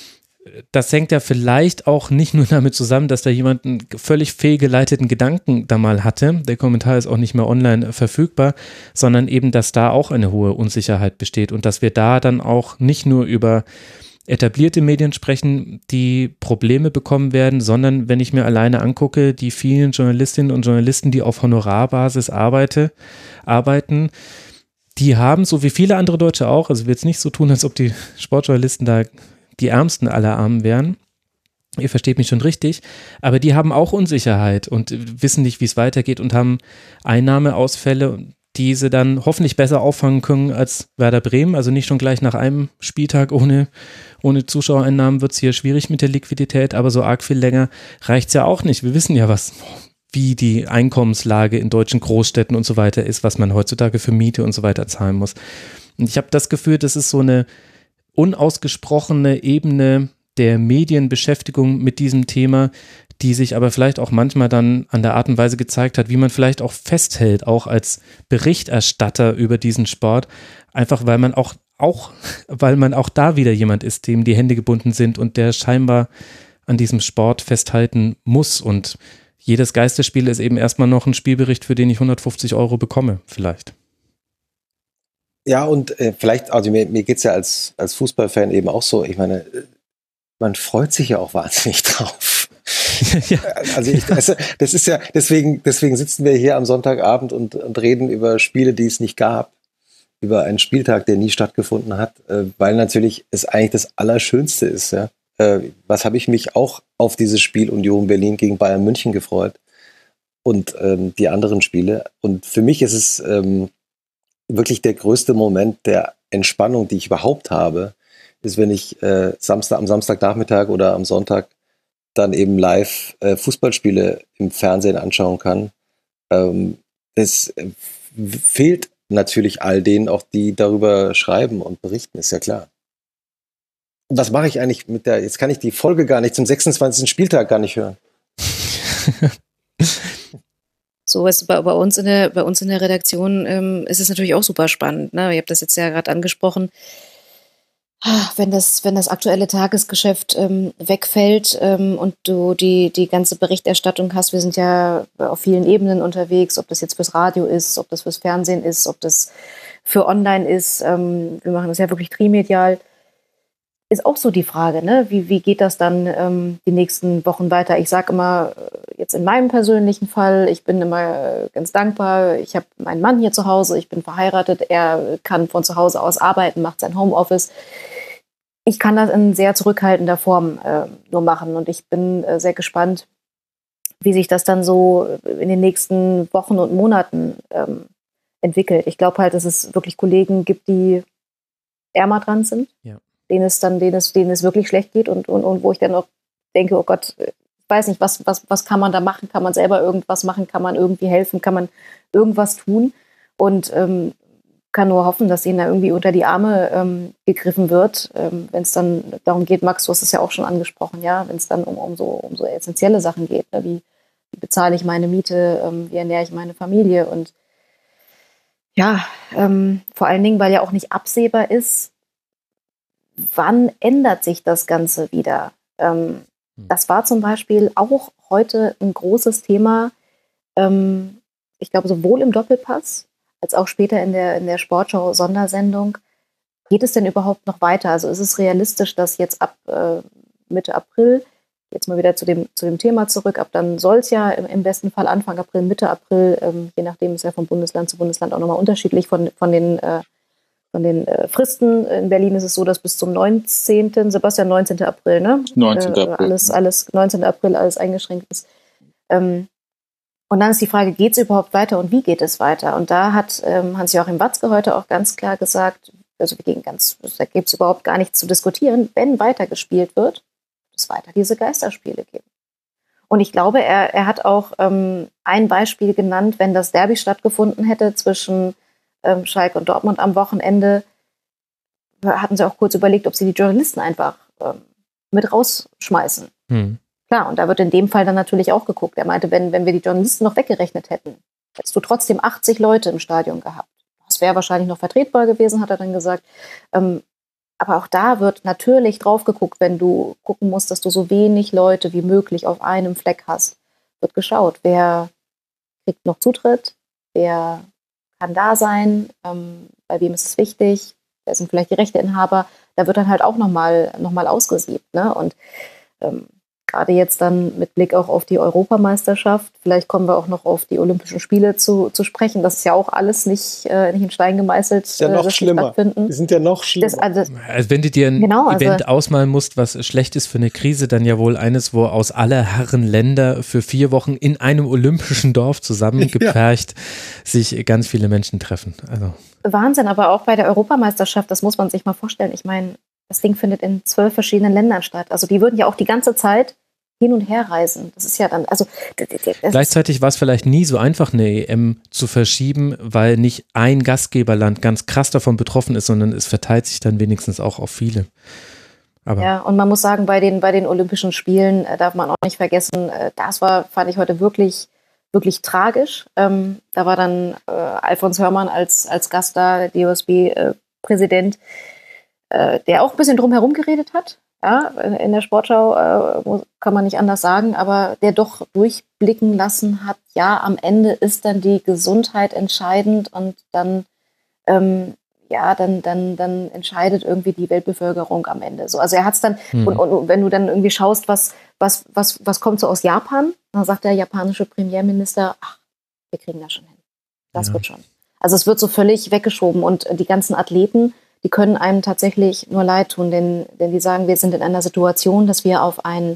Das hängt ja vielleicht auch nicht nur damit zusammen, dass da jemand einen völlig fehlgeleiteten Gedanken da mal hatte. Der Kommentar ist auch nicht mehr online verfügbar, sondern eben, dass da auch eine hohe Unsicherheit besteht und dass wir da dann auch nicht nur über etablierte Medien sprechen, die Probleme bekommen werden, sondern wenn ich mir alleine angucke, die vielen Journalistinnen und Journalisten, die auf Honorarbasis arbeite, arbeiten, die haben, so wie viele andere Deutsche auch, also ich will jetzt nicht so tun, als ob die Sportjournalisten da die ärmsten aller Armen wären. Ihr versteht mich schon richtig, aber die haben auch Unsicherheit und wissen nicht, wie es weitergeht und haben Einnahmeausfälle, die sie dann hoffentlich besser auffangen können als Werder Bremen. Also nicht schon gleich nach einem Spieltag ohne, ohne Zuschauereinnahmen wird es hier schwierig mit der Liquidität, aber so arg viel länger reicht es ja auch nicht. Wir wissen ja, was, wie die Einkommenslage in deutschen Großstädten und so weiter ist, was man heutzutage für Miete und so weiter zahlen muss. Und ich habe das Gefühl, das ist so eine unausgesprochene Ebene der Medienbeschäftigung mit diesem Thema, die sich aber vielleicht auch manchmal dann an der Art und Weise gezeigt hat, wie man vielleicht auch festhält, auch als Berichterstatter über diesen Sport, einfach weil man auch, auch, weil man auch da wieder jemand ist, dem die Hände gebunden sind und der scheinbar an diesem Sport festhalten muss und jedes Geisterspiel ist eben erstmal noch ein Spielbericht, für den ich hundertfünfzig Euro bekomme, vielleicht. Ja, und äh, vielleicht, also mir, mir geht es ja als, als Fußballfan eben auch so, ich meine, man freut sich ja auch wahnsinnig drauf. Ja. Also ich, das, das ist ja, deswegen, deswegen sitzen wir hier am Sonntagabend und, und reden über Spiele, die es nicht gab, über einen Spieltag, der nie stattgefunden hat, äh, weil natürlich es eigentlich das Allerschönste ist. Ja? Äh, was habe ich mich auch auf dieses Spiel Union Berlin gegen Bayern München gefreut und ähm, die anderen Spiele. Und für mich ist es ähm, wirklich der größte Moment der Entspannung, die ich überhaupt habe, ist, wenn ich äh, Samstag, am Samstagnachmittag oder am Sonntag dann eben live äh, Fußballspiele im Fernsehen anschauen kann. Ähm, es äh, fehlt natürlich all denen auch, die darüber schreiben und berichten, ist ja klar. Was mache ich eigentlich mit der, jetzt kann ich die Folge gar nicht, zum sechsundzwanzigsten Spieltag gar nicht hören. So ist bei, bei uns in der bei uns in der Redaktion ähm, ist es natürlich auch super spannend. Ne? Ihr habt das jetzt ja gerade angesprochen. Wenn das wenn das aktuelle Tagesgeschäft ähm, wegfällt ähm, und du die die ganze Berichterstattung hast, wir sind ja auf vielen Ebenen unterwegs, ob das jetzt fürs Radio ist, ob das fürs Fernsehen ist, ob das für Online ist. Ähm, wir machen das ja wirklich trimedial. Ist auch so die Frage, ne? Wie, wie geht das dann ähm, die nächsten Wochen weiter? Ich sage immer, jetzt in meinem persönlichen Fall, ich bin immer ganz dankbar. Ich habe meinen Mann hier zu Hause, ich bin verheiratet, er kann von zu Hause aus arbeiten, macht sein Homeoffice. Ich kann das in sehr zurückhaltender Form äh, nur machen und ich bin äh, sehr gespannt, wie sich das dann so in den nächsten Wochen und Monaten ähm, entwickelt. Ich glaube halt, dass es wirklich Kollegen gibt, die ärmer dran sind. Ja. denen es dann, denen es, denen es wirklich schlecht geht und, und, und wo ich dann auch denke, oh Gott, ich weiß nicht, was, was, was kann man da machen? Kann man selber irgendwas machen? Kann man irgendwie helfen? Kann man irgendwas tun? Und ähm, kann nur hoffen, dass ihnen da irgendwie unter die Arme ähm, gegriffen wird, ähm, wenn es dann darum geht, Max, du hast es ja auch schon angesprochen, ja, wenn es dann um, um, so, um so essentielle Sachen geht, ne? wie, wie bezahle ich meine Miete, ähm, wie ernähre ich meine Familie und ja, ähm, vor allen Dingen, weil ja auch nicht absehbar ist, wann ändert sich das Ganze wieder? Ähm, das war zum Beispiel auch heute ein großes Thema, ähm, ich glaube sowohl im Doppelpass als auch später in der, in der Sportschau-Sondersendung. Geht es denn überhaupt noch weiter? Also ist es realistisch, dass jetzt ab äh, Mitte April, jetzt mal wieder zu dem, zu dem Thema zurück, ab dann soll es ja im, im besten Fall Anfang April, Mitte April, ähm, je nachdem ist ja von Bundesland zu Bundesland auch nochmal unterschiedlich von, von den äh, Von den äh, Fristen. In Berlin ist es so, dass bis zum neunzehnten Sebastian, neunzehnten April, ne? neunzehnten Äh, April. alles, alles, neunzehnten April alles eingeschränkt ist. Ähm, Und dann ist die Frage, geht es überhaupt weiter und wie geht es weiter? Und da hat ähm, Hans-Joachim Watzke heute auch ganz klar gesagt, also wir gehen ganz, da gibt es überhaupt gar nichts zu diskutieren, wenn weitergespielt wird, wird es weiter diese Geisterspiele geben. Und ich glaube, er, er hat auch ähm, ein Beispiel genannt, wenn das Derby stattgefunden hätte zwischen ähm, Schalke und Dortmund am Wochenende, hatten sie auch kurz überlegt, ob sie die Journalisten einfach ähm, mit rausschmeißen. Hm. Klar, und da wird in dem Fall dann natürlich auch geguckt. Er meinte, wenn, wenn wir die Journalisten noch weggerechnet hätten, hättest du trotzdem achtzig Leute im Stadion gehabt. Das wäre wahrscheinlich noch vertretbar gewesen, hat er dann gesagt. Ähm, aber auch da wird natürlich drauf geguckt, wenn du gucken musst, dass du so wenig Leute wie möglich auf einem Fleck hast. Wird geschaut, wer kriegt noch Zutritt, wer kann da sein, ähm, bei wem ist es wichtig, wer sind vielleicht die Rechteinhaber. Da wird dann halt auch nochmal noch mal ausgesiebt. Ne? Und ähm, gerade jetzt dann mit Blick auch auf die Europameisterschaft, vielleicht kommen wir auch noch auf die Olympischen Spiele zu, zu sprechen. Das ist ja auch alles nicht, äh, nicht in Stein gemeißelt. Das ist ja noch schlimmer. Die sind ja noch schlimmer. Das, also, also wenn du dir ein genau, Event also, ausmalen musst, was schlecht ist für eine Krise, dann ja wohl eines, wo aus aller Herren Länder für vier Wochen in einem olympischen Dorf zusammengepfercht ja. sich ganz viele Menschen treffen. Also. Wahnsinn, aber auch bei der Europameisterschaft, das muss man sich mal vorstellen. Ich meine, das Ding findet in zwölf verschiedenen Ländern statt. Also die würden ja auch die ganze Zeit hin und her reisen. Das ist ja dann, also gleichzeitig war es vielleicht nie so einfach, eine E M zu verschieben, weil nicht ein Gastgeberland ganz krass davon betroffen ist, sondern es verteilt sich dann wenigstens auch auf viele. Aber ja, und man muss sagen, bei den, bei den Olympischen Spielen äh, darf man auch nicht vergessen, äh, das war, fand ich heute wirklich, wirklich tragisch. Ähm, da war dann äh, Alfons Hörmann als, als Gast da, D O S B-Präsident, äh, der auch ein bisschen drum herum geredet hat. Ja, in der Sportschau äh, kann man nicht anders sagen, aber der doch durchblicken lassen hat, ja, am Ende ist dann die Gesundheit entscheidend und dann, ähm, ja, dann, dann, dann entscheidet irgendwie die Weltbevölkerung am Ende. So, also er hat es dann, hm. und, und wenn du dann irgendwie schaust, was, was, was, was kommt so aus Japan, dann sagt der japanische Premierminister, ach, wir kriegen das schon hin. Das ja. wird schon. Also es wird so völlig weggeschoben und die ganzen Athleten, die können einem tatsächlich nur leid tun, denn, denn die sagen, wir sind in einer Situation, dass wir auf einen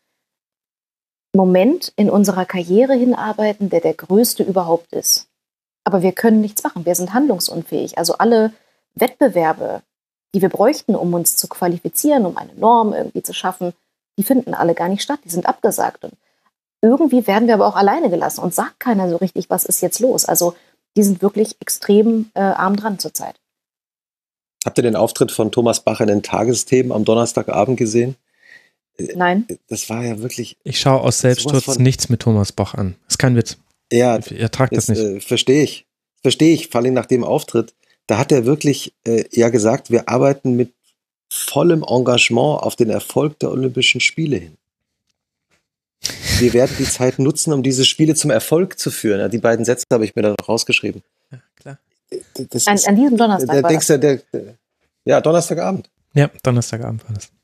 Moment in unserer Karriere hinarbeiten, der der größte überhaupt ist. Aber wir können nichts machen, wir sind handlungsunfähig. Also alle Wettbewerbe, die wir bräuchten, um uns zu qualifizieren, um eine Norm irgendwie zu schaffen, die finden alle gar nicht statt, die sind abgesagt. Und irgendwie werden wir aber auch alleine gelassen und sagt keiner so richtig, was ist jetzt los. Also die sind wirklich extrem äh, arm dran zurzeit. Habt ihr den Auftritt von Thomas Bach in den Tagesthemen am Donnerstagabend gesehen? Nein. Das war ja wirklich... Ich schaue aus Selbstschutz von, nichts mit Thomas Bach an. Das ist kein Witz. Ja, ich ertrage das nicht. Äh, verstehe ich. Verstehe ich, vor allem nach dem Auftritt. Da hat er wirklich äh, ja gesagt, wir arbeiten mit vollem Engagement auf den Erfolg der Olympischen Spiele hin. Wir werden die Zeit nutzen, um diese Spiele zum Erfolg zu führen. Ja, die beiden Sätze habe ich mir da rausgeschrieben. Ja, klar. Das an, ist, an diesem Donnerstag der, war denkst das. Der, der, ja, Donnerstagabend. Ja, Donnerstagabend war das.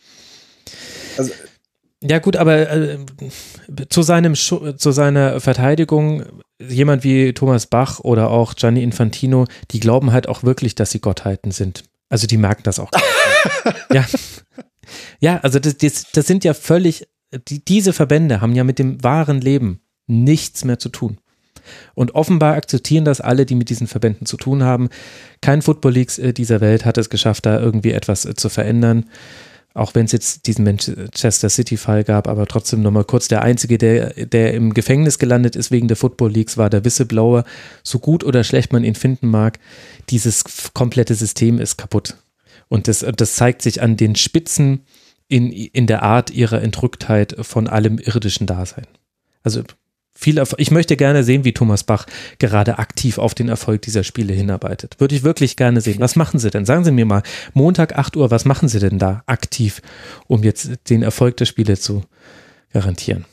Also, ja gut, aber äh, zu, seinem zu seiner Verteidigung, jemand wie Thomas Bach oder auch Gianni Infantino, die glauben halt auch wirklich, dass sie Gottheiten sind. Also die merken das auch. ja. ja, also das, das, das sind ja völlig, die, diese Verbände haben ja mit dem wahren Leben nichts mehr zu tun. Und offenbar akzeptieren das alle, die mit diesen Verbänden zu tun haben. Kein Football Leagues dieser Welt hat es geschafft, da irgendwie etwas zu verändern. Auch wenn es jetzt diesen Manchester City-Fall gab, aber trotzdem nochmal kurz, der Einzige, der, der im Gefängnis gelandet ist wegen der Football Leagues, war der Whistleblower. So gut oder schlecht man ihn finden mag, dieses komplette System ist kaputt. Und das, das zeigt sich an den Spitzen in, in der Art ihrer Entrücktheit von allem irdischen Dasein. Also Viel Erfolg. Ich möchte gerne sehen, wie Thomas Bach gerade aktiv auf den Erfolg dieser Spiele hinarbeitet. Würde ich wirklich gerne sehen. Was machen Sie denn? Sagen Sie mir mal, Montag acht Uhr, was machen Sie denn da aktiv, um jetzt den Erfolg der Spiele zu garantieren?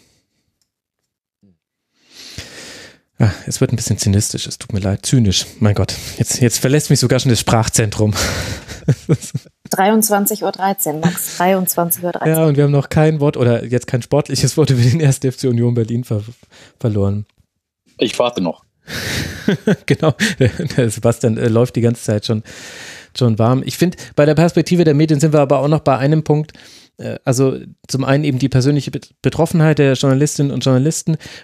Ah, es wird ein bisschen zynistisch, es tut mir leid, zynisch. Mein Gott, jetzt, jetzt verlässt mich sogar schon das Sprachzentrum. dreiundzwanzig Uhr dreizehn, Max, dreiundzwanzig Uhr dreizehn. Ja, und wir haben noch kein Wort oder jetzt kein sportliches Wort über den ersten F C Union Berlin ver- verloren. Ich warte noch. Genau, der Sebastian äh, läuft die ganze Zeit schon, schon warm. Ich finde, bei der Perspektive der Medien sind wir aber auch noch bei einem Punkt, äh, also zum einen eben die persönliche Betroffenheit der Journalistinnen und Journalisten,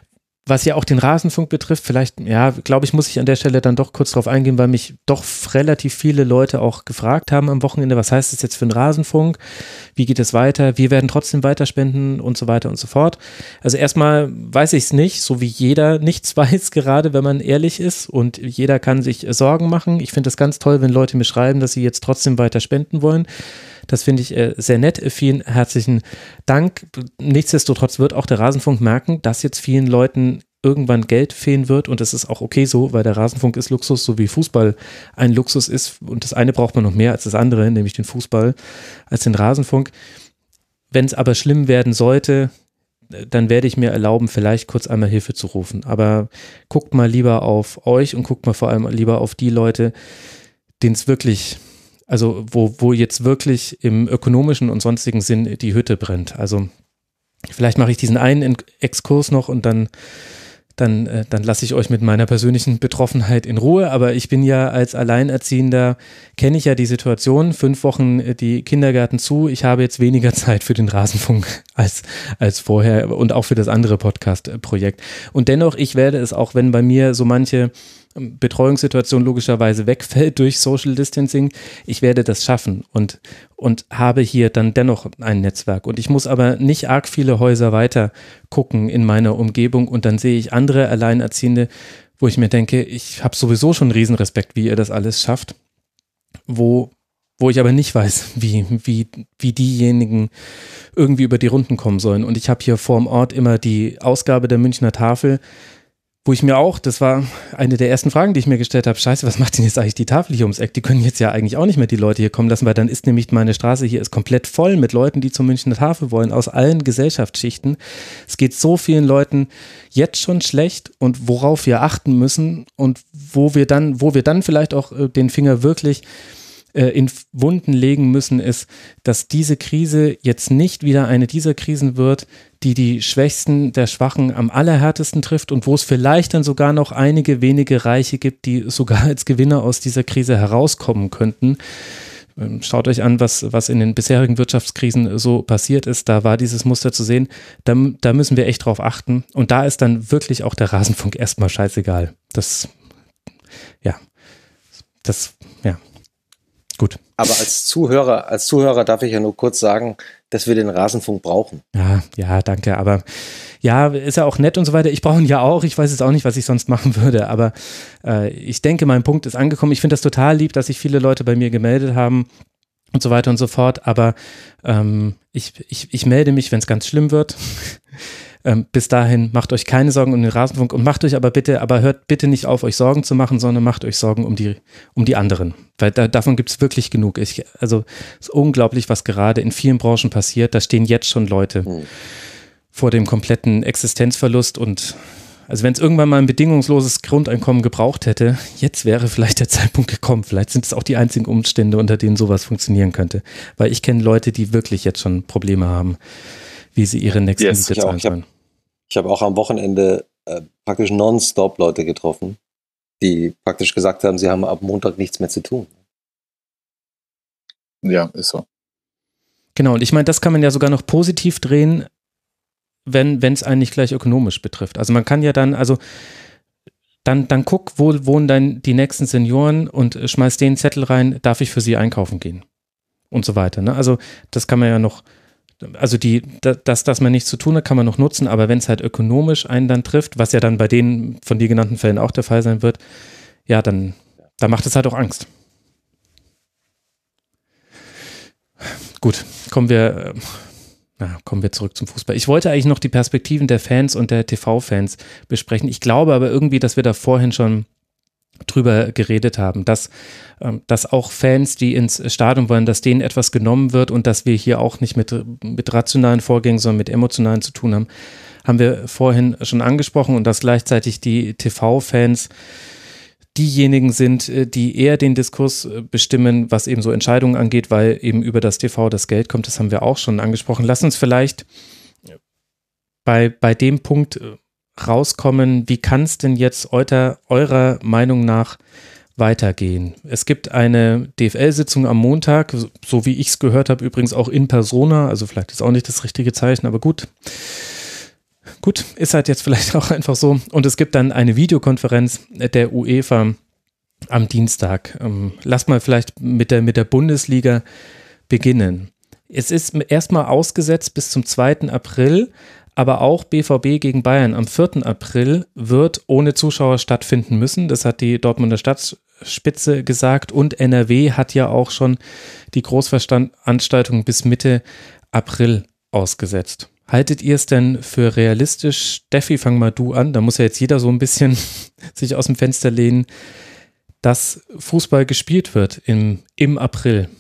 was ja auch den Rasenfunk betrifft, vielleicht, ja, glaube ich, muss ich an der Stelle dann doch kurz drauf eingehen, weil mich doch relativ viele Leute auch gefragt haben am Wochenende, was heißt das jetzt für den Rasenfunk? Wie geht es weiter? Wir werden trotzdem weiterspenden und so weiter und so fort. Also erstmal weiß ich es nicht, so wie jeder nichts weiß gerade, wenn man ehrlich ist, und jeder kann sich Sorgen machen. Ich finde es ganz toll, wenn Leute mir schreiben, dass sie jetzt trotzdem weiter spenden wollen. Das finde ich äh, sehr nett. Vielen herzlichen Dank. Nichtsdestotrotz wird auch der Rasenfunk merken, dass jetzt vielen Leuten irgendwann Geld fehlen wird, und das ist auch okay so, weil der Rasenfunk ist Luxus, so wie Fußball ein Luxus ist, und das eine braucht man noch mehr als das andere, nämlich den Fußball, als den Rasenfunk. Wenn es aber schlimm werden sollte, dann werde ich mir erlauben, vielleicht kurz einmal Hilfe zu rufen. Aber guckt mal lieber auf euch und guckt mal vor allem lieber auf die Leute, denen es wirklich... Also wo, wo jetzt wirklich im ökonomischen und sonstigen Sinn die Hütte brennt. Also vielleicht mache ich diesen einen Exkurs noch und dann, dann, äh, dann lasse ich euch mit meiner persönlichen Betroffenheit in Ruhe. Aber ich bin ja als Alleinerziehender, kenne ich ja die Situation, fünf Wochen äh, die Kindergärten zu. Ich habe jetzt weniger Zeit für den Rasenfunk als, als vorher und auch für das andere Podcast-Projekt. Und dennoch, ich werde es auch, wenn bei mir so manche Betreuungssituation logischerweise wegfällt durch Social Distancing. Ich werde das schaffen und, und habe hier dann dennoch ein Netzwerk. Und ich muss aber nicht arg viele Häuser weiter gucken in meiner Umgebung, und dann sehe ich andere Alleinerziehende, wo ich mir denke, ich habe sowieso schon Riesenrespekt, wie ihr das alles schafft, wo, wo ich aber nicht weiß, wie, wie, wie diejenigen irgendwie über die Runden kommen sollen. Und ich habe hier vorm Ort immer die Ausgabe der Münchner Tafel, wo ich mir auch, das war eine der ersten Fragen, die ich mir gestellt habe, scheiße, was macht denn jetzt eigentlich die Tafel hier ums Eck? Die können jetzt ja eigentlich auch nicht mehr die Leute hier kommen lassen, weil dann ist nämlich meine Straße hier ist komplett voll mit Leuten, die zur Münchner Tafel wollen, aus allen Gesellschaftsschichten. Es geht so vielen Leuten jetzt schon schlecht, und worauf wir achten müssen und wo wir dann, wo wir dann vielleicht auch den Finger wirklich in Wunden legen müssen, ist, dass diese Krise jetzt nicht wieder eine dieser Krisen wird, die die Schwächsten der Schwachen am allerhärtesten trifft, und wo es vielleicht dann sogar noch einige wenige Reiche gibt, die sogar als Gewinner aus dieser Krise herauskommen könnten. Schaut euch an, was, was in den bisherigen Wirtschaftskrisen so passiert ist. Da war dieses Muster zu sehen. Da, da müssen wir echt drauf achten. Und da ist dann wirklich auch der Rasenfunk erstmal scheißegal. Das, ja, das, ja. Gut. Aber als Zuhörer, als Zuhörer darf ich ja nur kurz sagen, dass wir den Rasenfunk brauchen. Ja, ja, danke. Aber ja, ist ja auch nett und so weiter. Ich brauche ihn ja auch. Ich weiß jetzt auch nicht, was ich sonst machen würde. Aber äh, ich denke, mein Punkt ist angekommen. Ich finde das total lieb, dass sich viele Leute bei mir gemeldet haben und so weiter und so fort. Aber ähm, ich, ich, ich melde mich, wenn es ganz schlimm wird. Ähm, bis dahin macht euch keine Sorgen um den Rasenfunk, und macht euch aber bitte, aber hört bitte nicht auf, euch Sorgen zu machen, sondern macht euch Sorgen um die, um die anderen. Weil da, davon gibt es wirklich genug. Ich, also es ist unglaublich, was gerade in vielen Branchen passiert. Da stehen jetzt schon Leute hm. vor dem kompletten Existenzverlust, und also wenn es irgendwann mal ein bedingungsloses Grundeinkommen gebraucht hätte, jetzt wäre vielleicht der Zeitpunkt gekommen. Vielleicht sind es auch die einzigen Umstände, unter denen sowas funktionieren könnte. Weil ich kenne Leute, die wirklich jetzt schon Probleme haben, wie sie ihre nächsten yes, Miete zahlen sollen. Ich habe hab auch am Wochenende äh, praktisch nonstop Leute getroffen, die praktisch gesagt haben, sie haben ab Montag nichts mehr zu tun. Ja, ist so. Genau, und ich meine, das kann man ja sogar noch positiv drehen, wenn es einen nicht gleich ökonomisch betrifft. Also man kann ja dann, also dann, dann guck, wo wohnen dann die nächsten Senioren, und schmeiß den Zettel rein, darf ich für sie einkaufen gehen? Und so weiter. Ne? Also das kann man ja noch, also die, das, dass man nichts zu tun hat, kann man noch nutzen, aber wenn es halt ökonomisch einen dann trifft, was ja dann bei den von dir genannten Fällen auch der Fall sein wird, ja, dann, dann macht es halt auch Angst. Gut, kommen wir, na, kommen wir zurück zum Fußball. Ich wollte eigentlich noch die Perspektiven der Fans und der T V-Fans besprechen. Ich glaube aber irgendwie, dass wir da vorhin schon drüber geredet haben, dass, dass auch Fans, die ins Stadion wollen, dass denen etwas genommen wird, und dass wir hier auch nicht mit, mit rationalen Vorgängen, sondern mit emotionalen zu tun haben, haben wir vorhin schon angesprochen, und dass gleichzeitig die T V-Fans diejenigen sind, die eher den Diskurs bestimmen, was eben so Entscheidungen angeht, weil eben über das T V das Geld kommt. Das haben wir auch schon angesprochen. Lass uns vielleicht bei, bei dem Punkt rauskommen, wie kann es denn jetzt eurer, eurer Meinung nach weitergehen? Es gibt eine D F L-Sitzung am Montag, so wie ich es gehört habe, übrigens auch in persona, also vielleicht ist auch nicht das richtige Zeichen, aber gut. Gut, ist halt jetzt vielleicht auch einfach so. Und es gibt dann eine Videokonferenz der UEFA am Dienstag. Ähm, lass mal vielleicht mit der, mit der Bundesliga beginnen. Es ist erstmal ausgesetzt bis zum zweiten April, aber auch B V B gegen Bayern am vierten April wird ohne Zuschauer stattfinden müssen. Das hat die Dortmunder Stadtspitze gesagt und N R W hat ja auch schon die Großveranstaltung bis Mitte April ausgesetzt. Haltet ihr es denn für realistisch? Steffi, fang mal du an. Da muss ja jetzt jeder so ein bisschen sich aus dem Fenster lehnen, dass Fußball gespielt wird im, im April.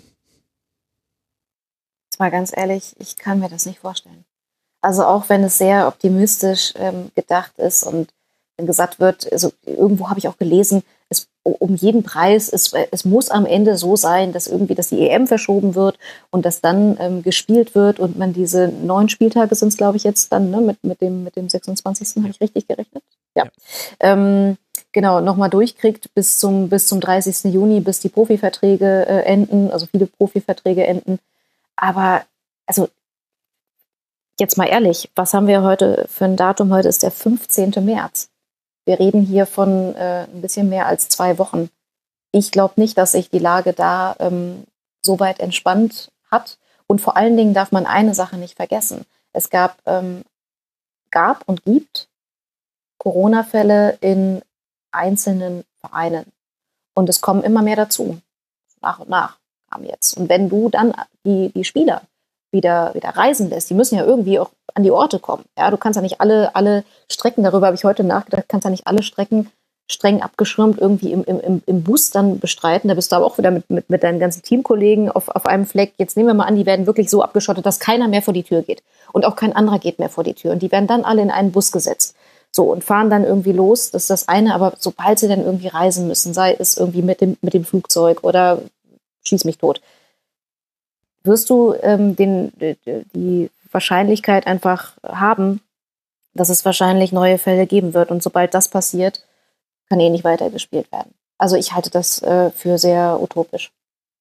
Jetzt mal ganz ehrlich, ich kann mir das nicht vorstellen. Also auch wenn es sehr optimistisch ähm, gedacht ist und wenn gesagt wird, also irgendwo habe ich auch gelesen, es, um jeden Preis, es, es muss am Ende so sein, dass irgendwie, dass die E M verschoben wird und dass dann ähm, gespielt wird und man diese neun Spieltage sind es, glaube ich, jetzt dann, ne, mit, mit dem, mit dem sechsundzwanzigsten habe ich richtig gerechnet? Ja. ja. Ähm, genau, nochmal durchkriegt bis zum, bis zum dreißigsten Juni, bis die Profiverträge äh, enden, also viele Profiverträge enden. Aber, also, jetzt mal ehrlich, was haben wir heute für ein Datum? Heute ist der fünfzehnten März. Wir reden hier von äh, ein bisschen mehr als zwei Wochen. Ich glaube nicht, dass sich die Lage da ähm, so weit entspannt hat. Und vor allen Dingen darf man eine Sache nicht vergessen. Es gab, ähm, gab und gibt Corona-Fälle in einzelnen Vereinen. Und es kommen immer mehr dazu. Nach und nach kam jetzt. Und wenn du dann die, die Spieler wieder, wieder reisen lässt, die müssen ja irgendwie auch an die Orte kommen. Ja, du kannst ja nicht alle, alle Strecken, darüber habe ich heute nachgedacht, kannst ja nicht alle Strecken streng abgeschirmt irgendwie im, im, im Bus dann bestreiten. Da bist du aber auch wieder mit, mit, mit deinen ganzen Teamkollegen auf, auf einem Fleck. Jetzt nehmen wir mal an, die werden wirklich so abgeschottet, dass keiner mehr vor die Tür geht. Und auch kein anderer geht mehr vor die Tür. Und die werden dann alle in einen Bus gesetzt. So, und fahren dann irgendwie los. Das ist das eine. Aber sobald sie dann irgendwie reisen müssen, sei es irgendwie mit dem, mit dem Flugzeug oder schieß mich tot, wirst du ähm, den, die Wahrscheinlichkeit einfach haben, dass es wahrscheinlich neue Fälle geben wird. Und sobald das passiert, kann eh nicht weitergespielt werden. Also ich halte das äh, für sehr utopisch.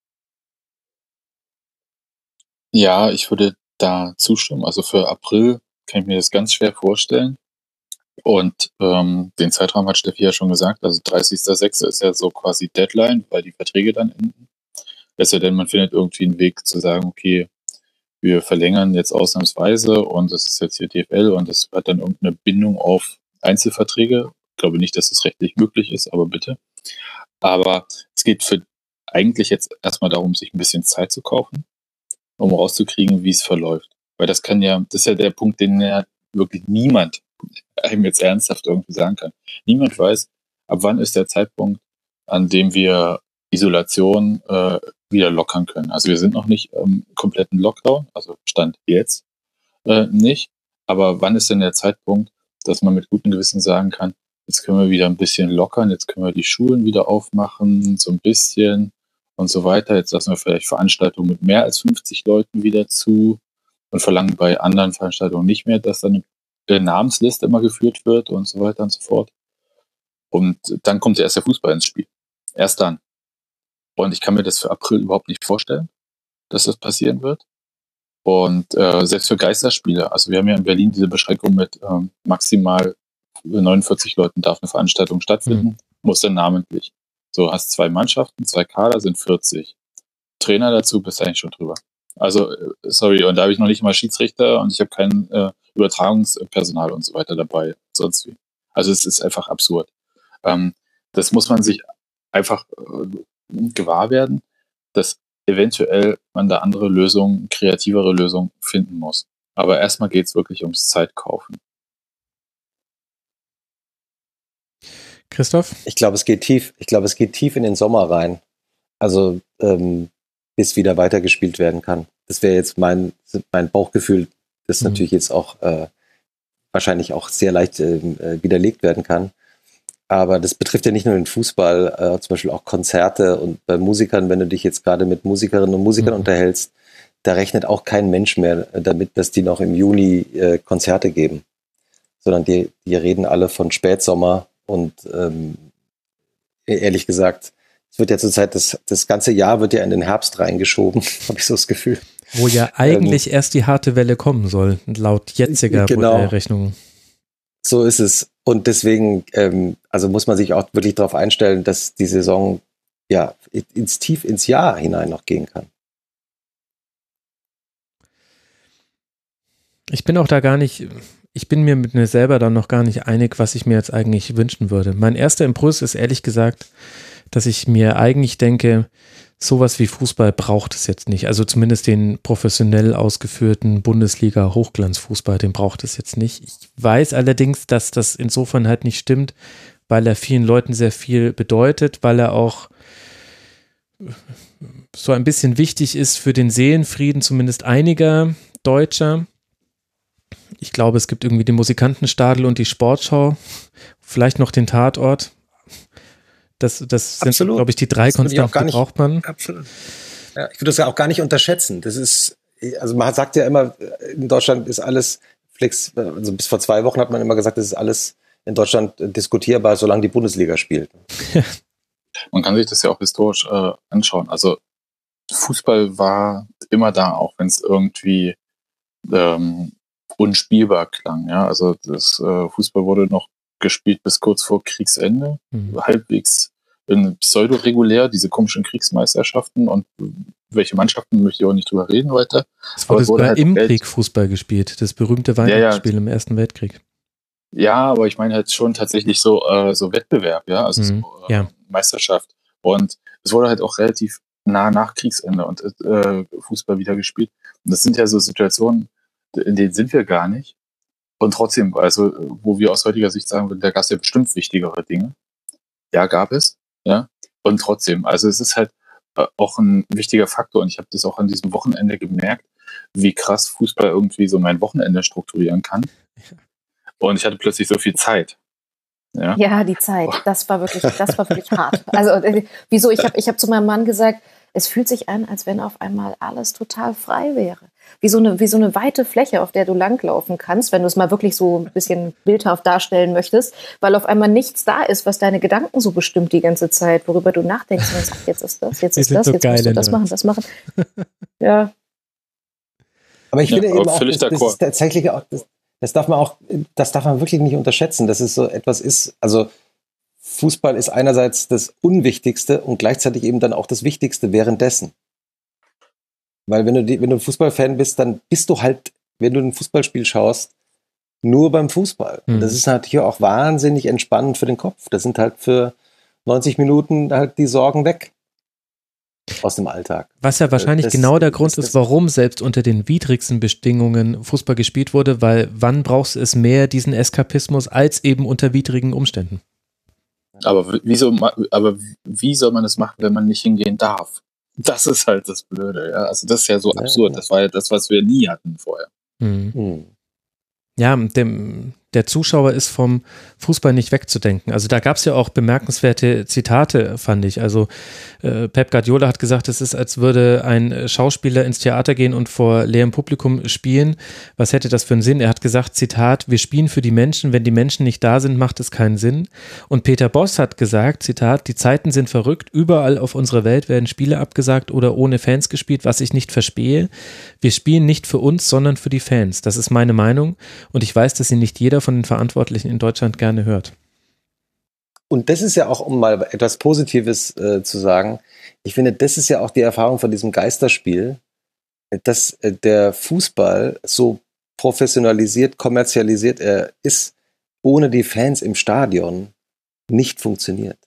Ja, ich würde da zustimmen. Also für April kann ich mir das ganz schwer vorstellen. Und ähm, den Zeitraum hat Steffi ja schon gesagt. Also dreißigster sechster ist ja so quasi Deadline, weil die Verträge dann enden. Es sei denn, man findet irgendwie einen Weg zu sagen, okay, wir verlängern jetzt ausnahmsweise und das ist jetzt hier D F L und das hat dann irgendeine Bindung auf Einzelverträge. Ich glaube nicht, dass das rechtlich möglich ist, aber bitte. Aber es geht für eigentlich jetzt erstmal darum, sich ein bisschen Zeit zu kaufen, um rauszukriegen, wie es verläuft. Weil das kann ja, das ist ja der Punkt, den ja wirklich niemand einem jetzt ernsthaft irgendwie sagen kann. Niemand weiß, ab wann ist der Zeitpunkt, an dem wir Isolation äh, wieder lockern können. Also wir sind noch nicht im ähm, kompletten Lockdown, also Stand jetzt äh, nicht. Aber wann ist denn der Zeitpunkt, dass man mit gutem Gewissen sagen kann, jetzt können wir wieder ein bisschen lockern, jetzt können wir die Schulen wieder aufmachen, so ein bisschen und so weiter. Jetzt lassen wir vielleicht Veranstaltungen mit mehr als fünfzig Leuten wieder zu und verlangen bei anderen Veranstaltungen nicht mehr, dass dann eine Namensliste immer geführt wird und so weiter und so fort. Und dann kommt ja erst der Fußball ins Spiel. Erst dann. Und ich kann mir das für April überhaupt nicht vorstellen, dass das passieren wird. Und äh, selbst für Geisterspiele, also wir haben ja in Berlin diese Beschränkung mit ähm, maximal neunundvierzig Leuten darf eine Veranstaltung stattfinden, mhm. muss dann namentlich. So, hast zwei Mannschaften, zwei Kader, sind vierzig. Trainer dazu, bist du eigentlich schon drüber. Also, sorry, und da habe ich noch nicht mal Schiedsrichter und ich habe kein äh, Übertragungspersonal und so weiter dabei, sonst wie. Also es ist einfach absurd. Ähm, das muss man sich einfach äh, gewahr werden, dass eventuell man da andere Lösungen, kreativere Lösungen finden muss. Aber erstmal geht es wirklich ums Zeitkaufen. Christoph? Ich glaube, es geht tief, ich glaube, es geht tief in den Sommer rein. Also ähm, bis wieder weitergespielt werden kann. Das wäre jetzt mein, mein Bauchgefühl, das mhm. natürlich jetzt auch äh, wahrscheinlich auch sehr leicht äh, widerlegt werden kann. Aber das betrifft ja nicht nur den Fußball, äh, zum Beispiel auch Konzerte und bei Musikern, wenn du dich jetzt gerade mit Musikerinnen und Musikern mhm. unterhältst, da rechnet auch kein Mensch mehr damit, dass die noch im Juni äh, Konzerte geben. Sondern die, die reden alle von Spätsommer und ähm, ehrlich gesagt, es wird ja zurzeit, das, das ganze Jahr wird ja in den Herbst reingeschoben, habe ich so das Gefühl. Wo ja eigentlich ähm, erst die harte Welle kommen soll, laut jetziger genau. Rechnung. So ist es. Und deswegen, ähm, also muss man sich auch wirklich darauf einstellen, dass die Saison ja ins tief ins Jahr hinein noch gehen kann. Ich bin auch da gar nicht, ich bin mir mit mir selber dann noch gar nicht einig, was ich mir jetzt eigentlich wünschen würde. Mein erster Impuls ist ehrlich gesagt, dass ich mir eigentlich denke, sowas wie Fußball braucht es jetzt nicht. Also zumindest den professionell ausgeführten Bundesliga-Hochglanzfußball, den braucht es jetzt nicht. Ich weiß allerdings, dass das insofern halt nicht stimmt, weil er vielen Leuten sehr viel bedeutet, weil er auch so ein bisschen wichtig ist für den Seelenfrieden zumindest einiger Deutscher. Ich glaube, es gibt irgendwie den Musikantenstadel und die Sportschau, vielleicht noch den Tatort. Das, das sind, glaube ich, die drei Konstanten, die braucht man. Absolut. Ja, ich würde das ja auch gar nicht unterschätzen. Das ist, also man sagt ja immer, in Deutschland ist alles flex, also bis vor zwei Wochen hat man immer gesagt, das ist alles in Deutschland diskutierbar, solange die Bundesliga spielt. Man kann sich das ja auch historisch äh, anschauen. Also Fußball war immer da, auch wenn es irgendwie ähm, unspielbar klang. Ja? Also das äh, Fußball wurde noch gespielt bis kurz vor Kriegsende, mhm. halbwegs in pseudo-regulär, diese komischen Kriegsmeisterschaften und welche Mannschaften, möchte ich auch nicht drüber reden weiter. Es wurde, wurde halt im Welt- Krieg Fußball gespielt, das berühmte Weihnachtsspiel ja, ja. im Ersten Weltkrieg. Ja, aber ich meine halt schon tatsächlich so, äh, so Wettbewerb, ja, also mhm. so, äh, ja. Meisterschaft. Und es wurde halt auch relativ nah nach Kriegsende und äh, Fußball wieder gespielt. Und das sind ja so Situationen, in denen sind wir gar nicht. Und trotzdem, also wo wir aus heutiger Sicht sagen würden, da gab es ja bestimmt wichtigere Dinge. Ja, gab es. Ja. Und trotzdem, also es ist halt äh, auch ein wichtiger Faktor. Und ich habe das auch an diesem Wochenende gemerkt, wie krass Fußball irgendwie so mein Wochenende strukturieren kann. Und ich hatte plötzlich so viel Zeit. Ja, ja die Zeit. Das war wirklich, das war wirklich hart. Also äh, wieso? Ich habe ich hab zu meinem Mann gesagt, es fühlt sich an, als wenn auf einmal alles total frei wäre. Wie so eine, wie so eine weite Fläche, auf der du langlaufen kannst, wenn du es mal wirklich so ein bisschen bildhaft darstellen möchtest, weil auf einmal nichts da ist, was deine Gedanken so bestimmt die ganze Zeit, worüber du nachdenkst. Und sagst, jetzt ist das, jetzt ist das, so jetzt musst du das machen, das machen. Ja. Aber ich finde ja, eben auch, das, das ist tatsächlich auch, das, das darf man auch, das darf man wirklich nicht unterschätzen, dass es so etwas ist, also Fußball ist einerseits das Unwichtigste und gleichzeitig eben dann auch das Wichtigste währenddessen. Weil wenn du, die, wenn du ein Fußballfan bist, dann bist du halt, wenn du ein Fußballspiel schaust, nur beim Fußball. Mhm. Und das ist natürlich auch wahnsinnig entspannend für den Kopf. Das sind halt für neunzig Minuten halt die Sorgen weg aus dem Alltag. Was ja wahrscheinlich das, genau der Grund das, das, ist, warum selbst unter den widrigsten Bedingungen Fußball gespielt wurde, weil wann brauchst du es mehr, diesen Eskapismus, als eben unter widrigen Umständen? Aber wieso, aber wie soll man das machen, wenn man nicht hingehen darf? Das ist halt das Blöde, ja. Also das ist ja so ja, absurd. Das war ja das, was wir nie hatten vorher. Mhm. Mhm. Ja, dem, der Zuschauer ist vom Fußball nicht wegzudenken. Also da gab es ja auch bemerkenswerte Zitate, fand ich. Also äh, Pep Guardiola hat gesagt, es ist, als würde ein Schauspieler ins Theater gehen und vor leerem Publikum spielen. Was hätte das für einen Sinn? Er hat gesagt, Zitat, wir spielen für die Menschen, wenn die Menschen nicht da sind, macht es keinen Sinn. Und Peter Bosz hat gesagt, Zitat, die Zeiten sind verrückt, überall auf unserer Welt werden Spiele abgesagt oder ohne Fans gespielt, was ich nicht verspähe. Wir spielen nicht für uns, sondern für die Fans. Das ist meine Meinung und ich weiß, dass sie nicht jeder von den Verantwortlichen in Deutschland gerne hört. Und das ist ja auch, um mal etwas Positives äh, zu sagen, ich finde, das ist ja auch die Erfahrung von diesem Geisterspiel, dass äh, der Fußball so professionalisiert, kommerzialisiert er ist, ohne die Fans im Stadion nicht funktioniert.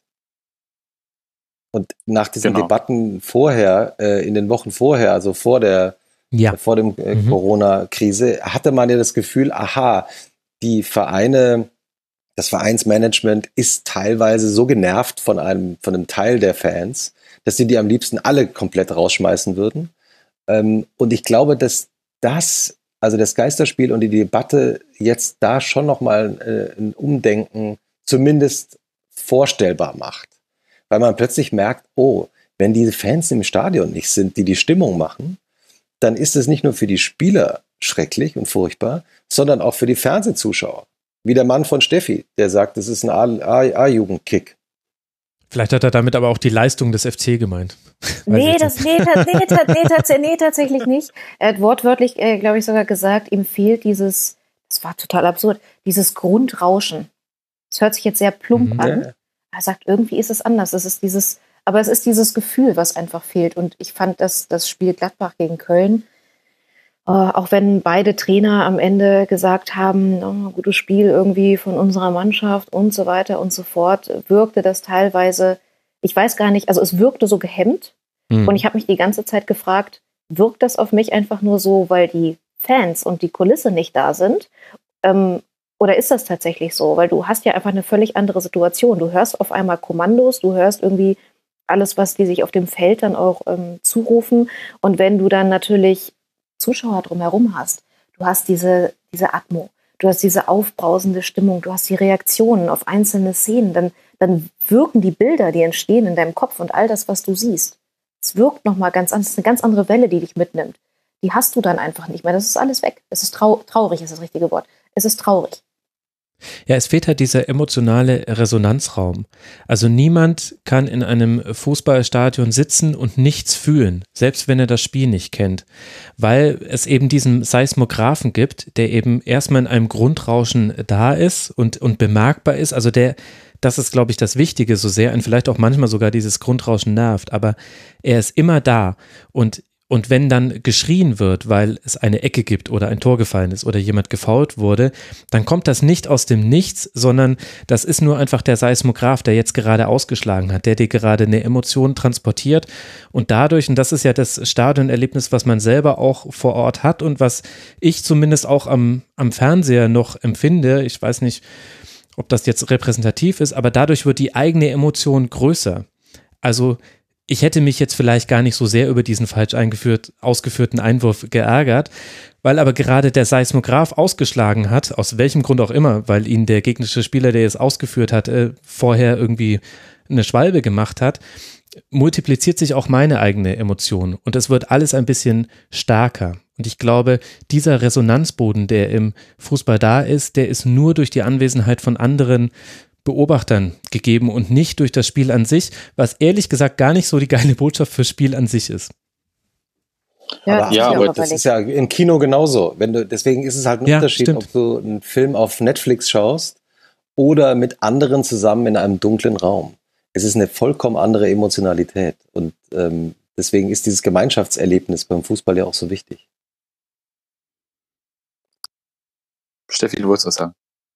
Und nach diesen genau. Debatten vorher, äh, in den Wochen vorher, also vor der ja. äh, vor dem äh, mhm. Corona-Krise, hatte man ja das Gefühl, aha, die Vereine, das Vereinsmanagement ist teilweise so genervt von einem, von einem Teil der Fans, dass sie die am liebsten alle komplett rausschmeißen würden. Ähm, und ich glaube, dass das, also das Geisterspiel und die Debatte jetzt da schon nochmal äh, ein Umdenken zumindest vorstellbar macht. Weil man plötzlich merkt, oh, wenn diese Fans im Stadion nicht sind, die die Stimmung machen, dann ist es nicht nur für die Spieler schrecklich und furchtbar, sondern auch für die Fernsehzuschauer. Wie der Mann von Steffi, der sagt, das ist ein A-Jugendkick. Vielleicht hat er damit aber auch die Leistung des F C gemeint. Nee, das, nee, nee, nee, nee, tatsächlich nicht. Er hat wortwörtlich, äh, glaube ich, sogar gesagt, ihm fehlt dieses, das war total absurd. Dieses Grundrauschen. Das hört sich jetzt sehr plump mhm. an. Er sagt, irgendwie ist es anders. Es ist dieses, aber es ist dieses Gefühl, was einfach fehlt. Und ich fand, dass das Spiel Gladbach gegen Köln, äh, auch wenn beide Trainer am Ende gesagt haben, oh, gutes Spiel irgendwie von unserer Mannschaft und so weiter und so fort, wirkte das teilweise, ich weiß gar nicht, also es wirkte so gehemmt. Mhm. Und ich habe mich die ganze Zeit gefragt, wirkt das auf mich einfach nur so, weil die Fans und die Kulisse nicht da sind? Ähm, oder ist das tatsächlich so? Weil du hast ja einfach eine völlig andere Situation. Du hörst auf einmal Kommandos, du hörst irgendwie alles, was die sich auf dem Feld dann auch ähm, zurufen. Und wenn du dann natürlich Zuschauer drumherum hast, du hast diese, diese Atmo, du hast diese aufbrausende Stimmung, du hast die Reaktionen auf einzelne Szenen, dann, dann wirken die Bilder, die entstehen in deinem Kopf und all das, was du siehst. Es wirkt nochmal ganz anders, eine ganz andere Welle, die dich mitnimmt. Die hast du dann einfach nicht mehr. Das ist alles weg. Es ist trau- traurig, ist das richtige Wort. Es ist traurig. Ja, es fehlt halt dieser emotionale Resonanzraum. Also niemand kann in einem Fußballstadion sitzen und nichts fühlen, selbst wenn er das Spiel nicht kennt, weil es eben diesen Seismographen gibt, der eben erstmal in einem Grundrauschen da ist und, und bemerkbar ist. Also der, das ist, glaube ich, das Wichtige, so sehr und vielleicht auch manchmal sogar dieses Grundrauschen nervt, aber er ist immer da und Und wenn dann geschrien wird, weil es eine Ecke gibt oder ein Tor gefallen ist oder jemand gefoult wurde, dann kommt das nicht aus dem Nichts, sondern das ist nur einfach der Seismograph, der jetzt gerade ausgeschlagen hat, der dir gerade eine Emotion transportiert und dadurch, und das ist ja das Stadionerlebnis, was man selber auch vor Ort hat und was ich zumindest auch am, am Fernseher noch empfinde, ich weiß nicht, ob das jetzt repräsentativ ist, aber dadurch wird die eigene Emotion größer. Also ich hätte mich jetzt vielleicht gar nicht so sehr über diesen falsch eingeführt, ausgeführten Einwurf geärgert, weil aber gerade der Seismograph ausgeschlagen hat, aus welchem Grund auch immer, weil ihn der gegnerische Spieler, der es ausgeführt hat, äh, vorher irgendwie eine Schwalbe gemacht hat, multipliziert sich auch meine eigene Emotion und es wird alles ein bisschen stärker. Und ich glaube, dieser Resonanzboden, der im Fußball da ist, der ist nur durch die Anwesenheit von anderen Beobachtern gegeben und nicht durch das Spiel an sich, was ehrlich gesagt gar nicht so die geile Botschaft fürs Spiel an sich ist. Ja, aber, ja, aber das überlegt. Ist ja im Kino genauso. Wenn du, deswegen ist es halt ein ja, Unterschied, stimmt. ob du einen Film auf Netflix schaust oder mit anderen zusammen in einem dunklen Raum. Es ist eine vollkommen andere Emotionalität und ähm, deswegen ist dieses Gemeinschaftserlebnis beim Fußball ja auch so wichtig. Steffi, du wolltest was sagen?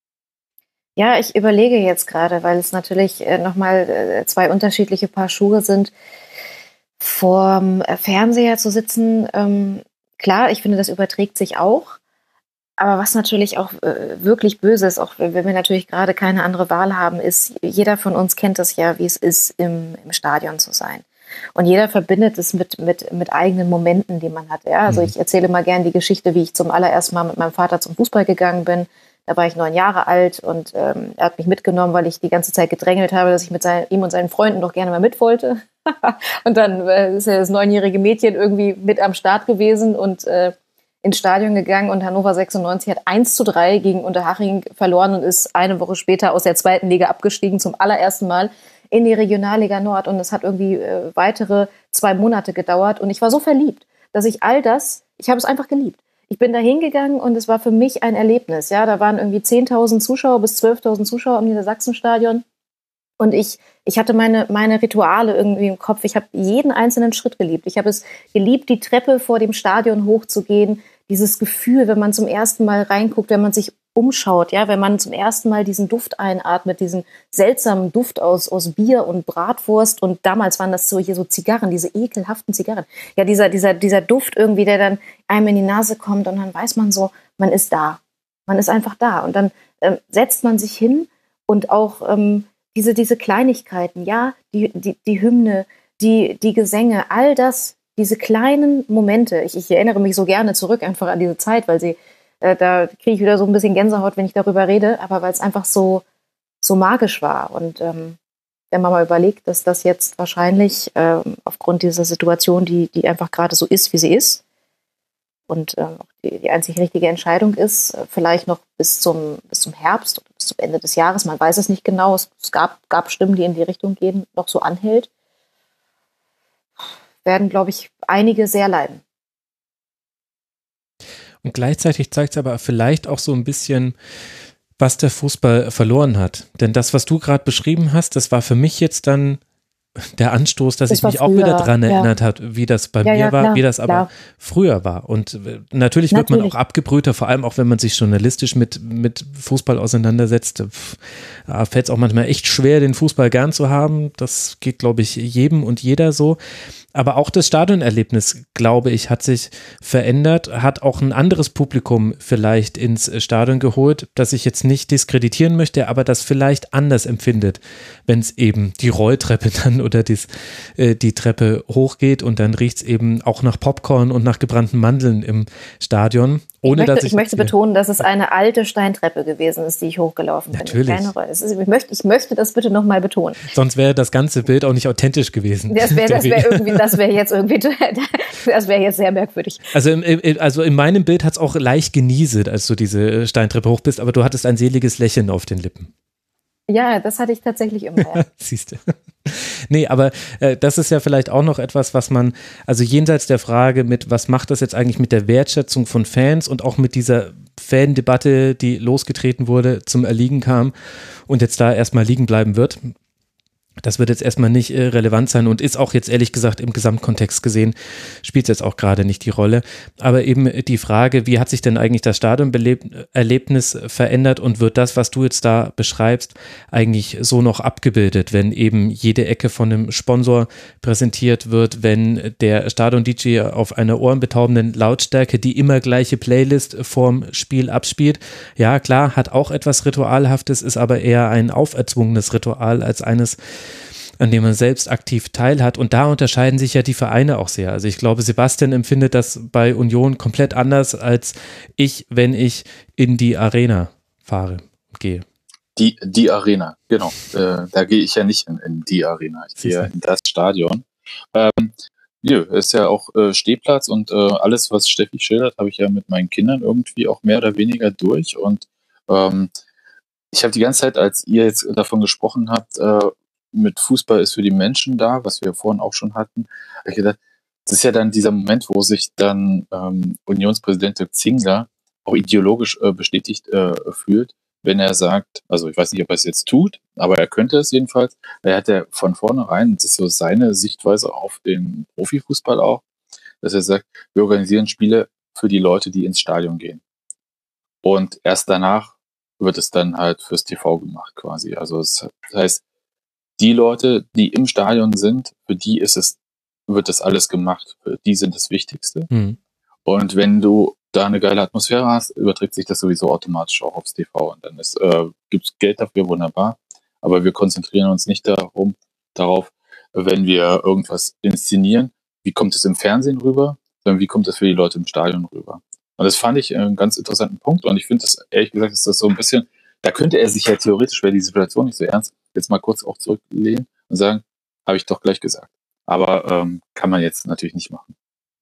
Ja, ich überlege jetzt gerade, weil es natürlich äh, nochmal äh, zwei unterschiedliche Paar Schuhe sind, vorm äh, Fernseher zu sitzen. Ähm, klar, ich finde, das überträgt sich auch. Aber was natürlich auch äh, wirklich böse ist, auch wenn wir natürlich gerade keine andere Wahl haben, ist, jeder von uns kennt das ja, wie es ist, im, im Stadion zu sein. Und jeder verbindet es mit, mit, mit eigenen Momenten, die man hat. Ja? Also mhm. ich erzähle mal gern die Geschichte, wie ich zum allerersten Mal mit meinem Vater zum Fußball gegangen bin. Da war ich neun Jahre alt und ähm, er hat mich mitgenommen, weil ich die ganze Zeit gedrängelt habe, dass ich mit seinen, ihm und seinen Freunden doch gerne mal mit wollte. Und dann äh, ist ja das neunjährige Mädchen irgendwie mit am Start gewesen und äh, ins Stadion gegangen und Hannover sechsundneunzig hat eins zu drei gegen Unterhaching verloren und ist eine Woche später aus der zweiten Liga abgestiegen, zum allerersten Mal in die Regionalliga Nord. Und es hat irgendwie äh, weitere zwei Monate gedauert und ich war so verliebt, dass ich all das, ich habe es einfach geliebt. Ich bin da hingegangen und es war für mich ein Erlebnis. Ja, da waren irgendwie zehntausend Zuschauer bis zwölftausend Zuschauer im Niedersachsenstadion. Und ich, ich hatte meine, meine Rituale irgendwie im Kopf. Ich habe jeden einzelnen Schritt geliebt. Ich habe es geliebt, die Treppe vor dem Stadion hochzugehen. Dieses Gefühl, wenn man zum ersten Mal reinguckt, wenn man sich umschaut, ja, wenn man zum ersten Mal diesen Duft einatmet, diesen seltsamen Duft aus, aus Bier und Bratwurst. Und damals waren das so hier so Zigarren, diese ekelhaften Zigarren. Ja, dieser, dieser, dieser Duft irgendwie, der dann einem in die Nase kommt und dann weiß man so, man ist da. Man ist einfach da. Und dann ähm, setzt man sich hin und auch ähm, diese, diese Kleinigkeiten, ja, die, die, die Hymne, die, die Gesänge, all das, diese kleinen Momente. Ich, ich erinnere mich so gerne zurück einfach an diese Zeit, weil sie äh, da kriege ich wieder so ein bisschen Gänsehaut, wenn ich darüber rede, aber weil es einfach so, so magisch war. Und ähm, wenn man mal überlegt, dass das jetzt wahrscheinlich ähm, aufgrund dieser Situation, die, die einfach gerade so ist, wie sie ist, und äh, die, die einzig richtige Entscheidung ist, äh, vielleicht noch bis zum, bis zum Herbst oder bis zum Ende des Jahres, man weiß es nicht genau, es, es gab, gab Stimmen, die in die Richtung gehen, noch so anhält, werden, glaube ich, einige sehr leiden. Und gleichzeitig zeigt es aber vielleicht auch so ein bisschen, was der Fußball verloren hat. Denn das, was du gerade beschrieben hast, das war für mich jetzt dann der Anstoß, dass das ich mich früher, auch wieder dran ja. erinnert habe, wie das bei ja, mir ja, war, klar, wie das aber klar. früher war. Und natürlich wird natürlich. man auch abgebrühter, vor allem auch wenn man sich journalistisch mit, mit Fußball auseinandersetzt. Fällt es auch manchmal echt schwer, den Fußball gern zu haben. Das geht, glaube ich, jedem und jeder so. Aber auch das Stadionerlebnis, glaube ich, hat sich verändert, hat auch ein anderes Publikum vielleicht ins Stadion geholt, das ich jetzt nicht diskreditieren möchte, aber das vielleicht anders empfindet, wenn es eben die Rolltreppe dann oder dies, äh, die Treppe hochgeht und dann riecht es eben auch nach Popcorn und nach gebrannten Mandeln im Stadion. Ohne, ich möchte, dass ich, ich möchte betonen, dass es eine alte Steintreppe gewesen ist, die ich hochgelaufen bin. Natürlich. Keine, es ist, ich, möchte, ich möchte das bitte nochmal betonen. Sonst wäre das ganze Bild auch nicht authentisch gewesen. Das wäre das wär irgendwie, das wäre jetzt irgendwie, das wäre jetzt sehr merkwürdig. Also, im, also in meinem Bild hat es auch leicht genieselt, als du diese Steintreppe hoch bist, aber du hattest ein seliges Lächeln auf den Lippen. Ja, das hatte ich tatsächlich immer. Ja. Siehst du. Nee, aber äh, das ist ja vielleicht auch noch etwas, was man, also jenseits der Frage mit, was macht das jetzt eigentlich mit der Wertschätzung von Fans und auch mit dieser Fan-Debatte, die losgetreten wurde, zum Erliegen kam und jetzt da erstmal liegen bleiben wird. Das wird jetzt erstmal nicht äh, relevant sein und ist auch jetzt ehrlich gesagt im Gesamtkontext gesehen, spielt es jetzt auch gerade nicht die Rolle. Aber eben die Frage, wie hat sich denn eigentlich das Stadionerlebnis verändert und wird das, was du jetzt da beschreibst, eigentlich so noch abgebildet, wenn eben jede Ecke von einem Sponsor präsentiert wird, wenn der Stadion-D J auf einer ohrenbetaubenden Lautstärke die immer gleiche Playlist vorm Spiel abspielt. Ja, klar, hat auch etwas Ritualhaftes, ist aber eher ein auferzwungenes Ritual als eines, an dem man selbst aktiv teilhat. Und da unterscheiden sich ja die Vereine auch sehr. Also ich glaube, Sebastian empfindet das bei Union komplett anders als ich, wenn ich in die Arena fahre, gehe. Die, die Arena, genau. Äh, da gehe ich ja nicht in, in die Arena. Ich gehe in das Stadion. Ähm, ja, ist ja auch äh, Stehplatz und äh, alles, was Steffi schildert, habe ich ja mit meinen Kindern irgendwie auch mehr oder weniger durch. Und ähm, ich habe die ganze Zeit, als ihr jetzt davon gesprochen habt, äh, mit Fußball ist für die Menschen da, was wir vorhin auch schon hatten, habe ich gedacht, das ist ja dann dieser Moment, wo sich dann ähm, Unionspräsident Dirk Zingler auch ideologisch äh, bestätigt äh, fühlt, wenn er sagt, also ich weiß nicht, ob er es jetzt tut, aber er könnte es jedenfalls, er hat ja von vornherein, das ist so seine Sichtweise auf den Profifußball auch, dass er sagt, wir organisieren Spiele für die Leute, die ins Stadion gehen. Und erst danach wird es dann halt fürs T V gemacht quasi. Also das heißt, die Leute, die im Stadion sind, für die ist es, wird das alles gemacht. Für die sind das Wichtigste. Mhm. Und wenn du da eine geile Atmosphäre hast, überträgt sich das sowieso automatisch auch aufs T V. Und dann ist, äh, gibt's Geld dafür, wunderbar. Aber wir konzentrieren uns nicht darum, darauf, wenn wir irgendwas inszenieren, wie kommt es im Fernsehen rüber, sondern wie kommt es für die Leute im Stadion rüber. Und das fand ich einen ganz interessanten Punkt. Und ich finde das, ehrlich gesagt, ist das so ein bisschen, da könnte er sich ja theoretisch, wäre die Situation nicht so ernst, jetzt mal kurz auch zurücklehnen und sagen, habe ich doch gleich gesagt. Aber ähm, kann man jetzt natürlich nicht machen.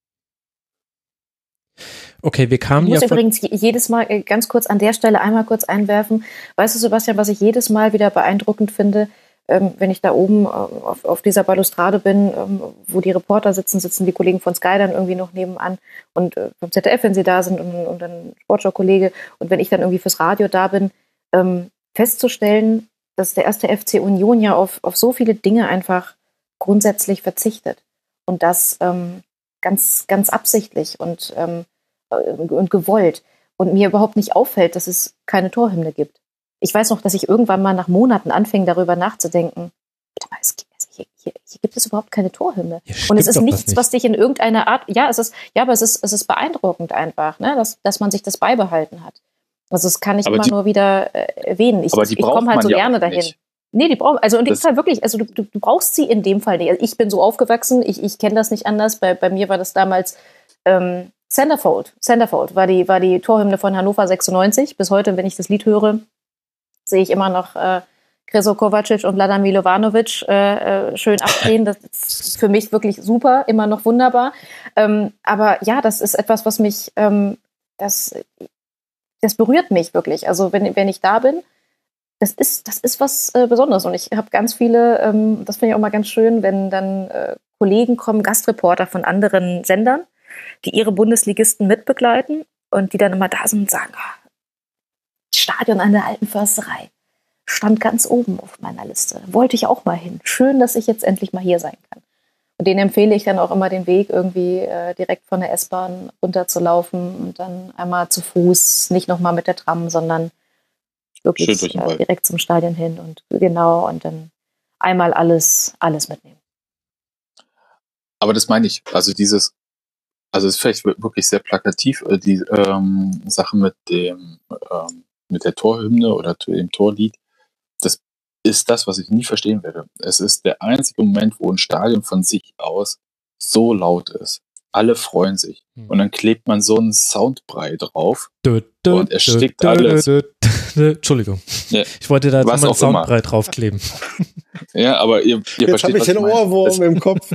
Okay, wir kamen ja... Ich muss ja übrigens jedes Mal ganz kurz an der Stelle einmal kurz einwerfen. Weißt du, Sebastian, was ich jedes Mal wieder beeindruckend finde, ähm, wenn ich da oben äh, auf, auf dieser Balustrade bin, ähm, wo die Reporter sitzen, sitzen die Kollegen von Sky dann irgendwie noch nebenan und äh, vom Z D F, wenn sie da sind und, und dann Sportschau-Kollege und wenn ich dann irgendwie fürs Radio da bin, ähm, festzustellen, dass der erste F C Union ja auf, auf so viele Dinge einfach grundsätzlich verzichtet. Und das ähm, ganz, ganz absichtlich und, ähm, und gewollt. Und mir überhaupt nicht auffällt, dass es keine Torhymne gibt. Ich weiß noch, dass ich irgendwann mal nach Monaten anfing, darüber nachzudenken, es gibt, hier, hier, hier gibt es überhaupt keine Torhymne. Und es ist nichts, nicht. was dich in irgendeiner Art, ja, es ist, ja, aber es ist, es ist beeindruckend einfach, ne, dass, dass man sich das beibehalten hat. Also das kann ich aber immer die, nur wieder äh, erwähnen. Ich, ich komme halt so ja gerne dahin. Nicht. Nee, die brauchen, also in dem das Fall wirklich, also du, du, du brauchst sie in dem Fall nicht. Also ich bin so aufgewachsen, ich, ich kenne das nicht anders. Bei, bei mir war das damals ähm, Centerfold. Centerfold war die, war die Torhymne von Hannover sechsundneunzig. Bis heute, wenn ich das Lied höre, sehe ich immer noch äh, Krešo Kovačić und Vladan Milovanovic äh, äh, schön abdrehen. Das ist für mich wirklich super, immer noch wunderbar. Ähm, aber ja, das ist etwas, was mich, ähm, das, das berührt mich wirklich. Also wenn, wenn ich da bin, das ist, das ist was äh, Besonderes. Und ich habe ganz viele, ähm, das finde ich auch mal ganz schön, wenn dann äh, Kollegen kommen, Gastreporter von anderen Sendern, die ihre Bundesligisten mitbegleiten und die dann immer da sind und sagen, ah, Stadion an der Alten Försterei stand ganz oben auf meiner Liste. Wollte ich auch mal hin. Schön, dass ich jetzt endlich mal hier sein kann. Und denen empfehle ich dann auch immer den Weg irgendwie äh, direkt von der S-Bahn runterzulaufen und dann einmal zu Fuß, nicht nochmal mit der Tram, sondern wirklich äh, direkt zum Stadion hin und genau und dann einmal alles, alles mitnehmen. Aber das meine ich, also dieses, also es ist vielleicht wirklich sehr plakativ, die ähm, Sache mit dem, ähm, mit der Torhymne oder dem Torlied, das ist das, was ich nie verstehen werde. Es ist der einzige Moment, wo ein Stadion von sich aus so laut ist. Alle freuen sich. Hm. Und dann klebt man so einen Soundbrei drauf du, du, und erstickt du, alles. Du, du, du. Entschuldigung. Ja. Ich wollte da jetzt mal einen Soundbrei draufkleben. Ja, aber ihr, ihr jetzt habe ich den Ohrwurm im Kopf.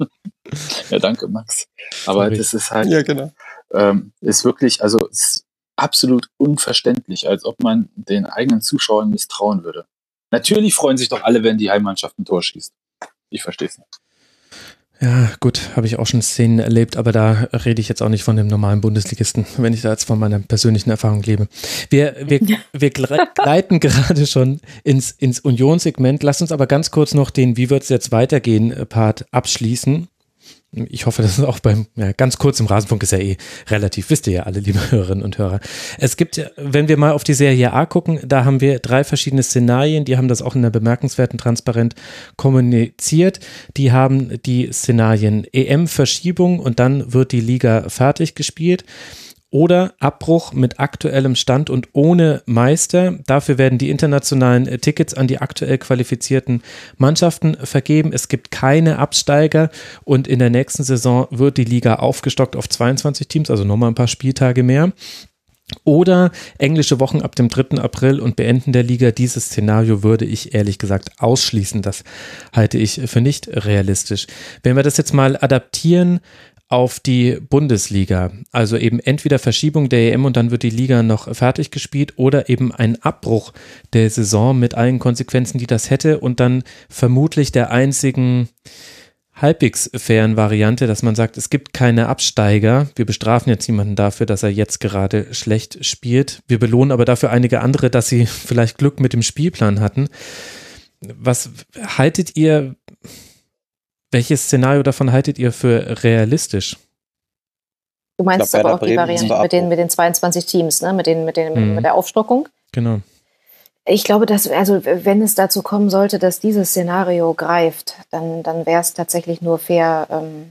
Ja, danke, Max. Aber Sorry. Das ist halt, ja, genau. ähm, ist wirklich, also ist absolut unverständlich, als ob man den eigenen Zuschauern misstrauen würde. Natürlich freuen sich doch alle, wenn die Heimmannschaft ein Tor schießt. Ich verstehe es nicht. Ja, gut, habe ich auch schon Szenen erlebt, aber da rede ich jetzt auch nicht von dem normalen Bundesligisten, wenn ich da jetzt von meiner persönlichen Erfahrung lebe. Wir, wir, wir gleiten gerade schon ins, ins Unionssegment. Lass uns aber ganz kurz noch den Wie wird es jetzt weitergehen Part abschließen. Ich hoffe, das ist auch beim, ja, ganz kurz im Rasenfunk ist ja eh relativ, wisst ihr ja alle, liebe Hörerinnen und Hörer. Es gibt, wenn wir mal auf die Serie A gucken, da haben wir drei verschiedene Szenarien, die haben das auch in einer bemerkenswerten Transparent kommuniziert. Die haben die Szenarien E M-Verschiebung und dann wird die Liga fertig gespielt. Oder Abbruch mit aktuellem Stand und ohne Meister. Dafür werden die internationalen Tickets an die aktuell qualifizierten Mannschaften vergeben. Es gibt keine Absteiger und in der nächsten Saison wird die Liga aufgestockt auf zweiundzwanzig Teams, also nochmal ein paar Spieltage mehr. Oder englische Wochen ab dem dritten April und Beenden der Liga. Dieses Szenario würde ich ehrlich gesagt ausschließen. Das halte ich für nicht realistisch. Wenn wir das jetzt mal adaptieren auf die Bundesliga, also eben entweder Verschiebung der E M und dann wird die Liga noch fertig gespielt oder eben ein Abbruch der Saison mit allen Konsequenzen, die das hätte und dann vermutlich der einzigen halbwegs fairen Variante, dass man sagt, es gibt keine Absteiger, wir bestrafen jetzt jemanden dafür, dass er jetzt gerade schlecht spielt, wir belohnen aber dafür einige andere, dass sie vielleicht Glück mit dem Spielplan hatten. Was haltet ihr Welches Szenario davon haltet ihr für realistisch? Du meinst glaub, aber auch die Variante mit den, mit den zweiundzwanzig Teams, ne? mit, den, mit, den, mhm. mit der Aufstockung? Genau. Ich glaube, dass, also wenn es dazu kommen sollte, dass dieses Szenario greift, dann, dann wäre es tatsächlich nur fair, ähm,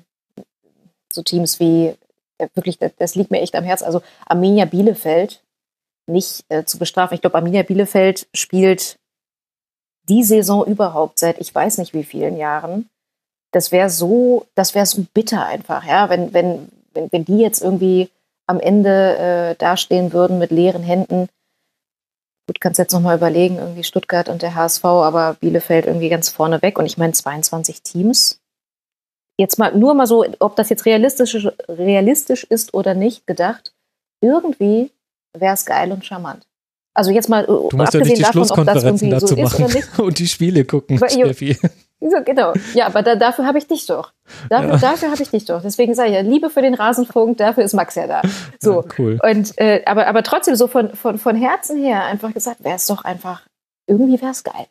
so Teams wie, äh, wirklich, das, das liegt mir echt am Herzen, also Arminia Bielefeld nicht äh, zu bestrafen. Ich glaube, Arminia Bielefeld spielt die Saison überhaupt seit ich weiß nicht wie vielen Jahren. Das wäre so, das wäre so bitter einfach, ja, wenn, wenn, wenn, wenn die jetzt irgendwie am Ende äh, dastehen würden mit leeren Händen. Gut, kannst jetzt nochmal überlegen, irgendwie Stuttgart und der H S V, aber Bielefeld irgendwie ganz vorne weg. Und ich meine zweiundzwanzig Teams. Jetzt mal, nur mal so, ob das jetzt realistisch, realistisch ist oder nicht, gedacht, irgendwie wäre es geil und charmant. Also jetzt mal, du musst ja nicht die davon, Schlusskonferenzen dazu so machen und die Spiele gucken, Steffi. So, genau. Ja, aber da, dafür habe ich dich doch. Dafür, ja. dafür habe ich dich doch. Deswegen sage ich ja, Liebe für den Rasenfunk, dafür ist Max ja da. So. Ja, cool. Und, äh, aber, aber trotzdem so von, von, von Herzen her einfach gesagt, wäre es doch einfach, irgendwie wäre es geil.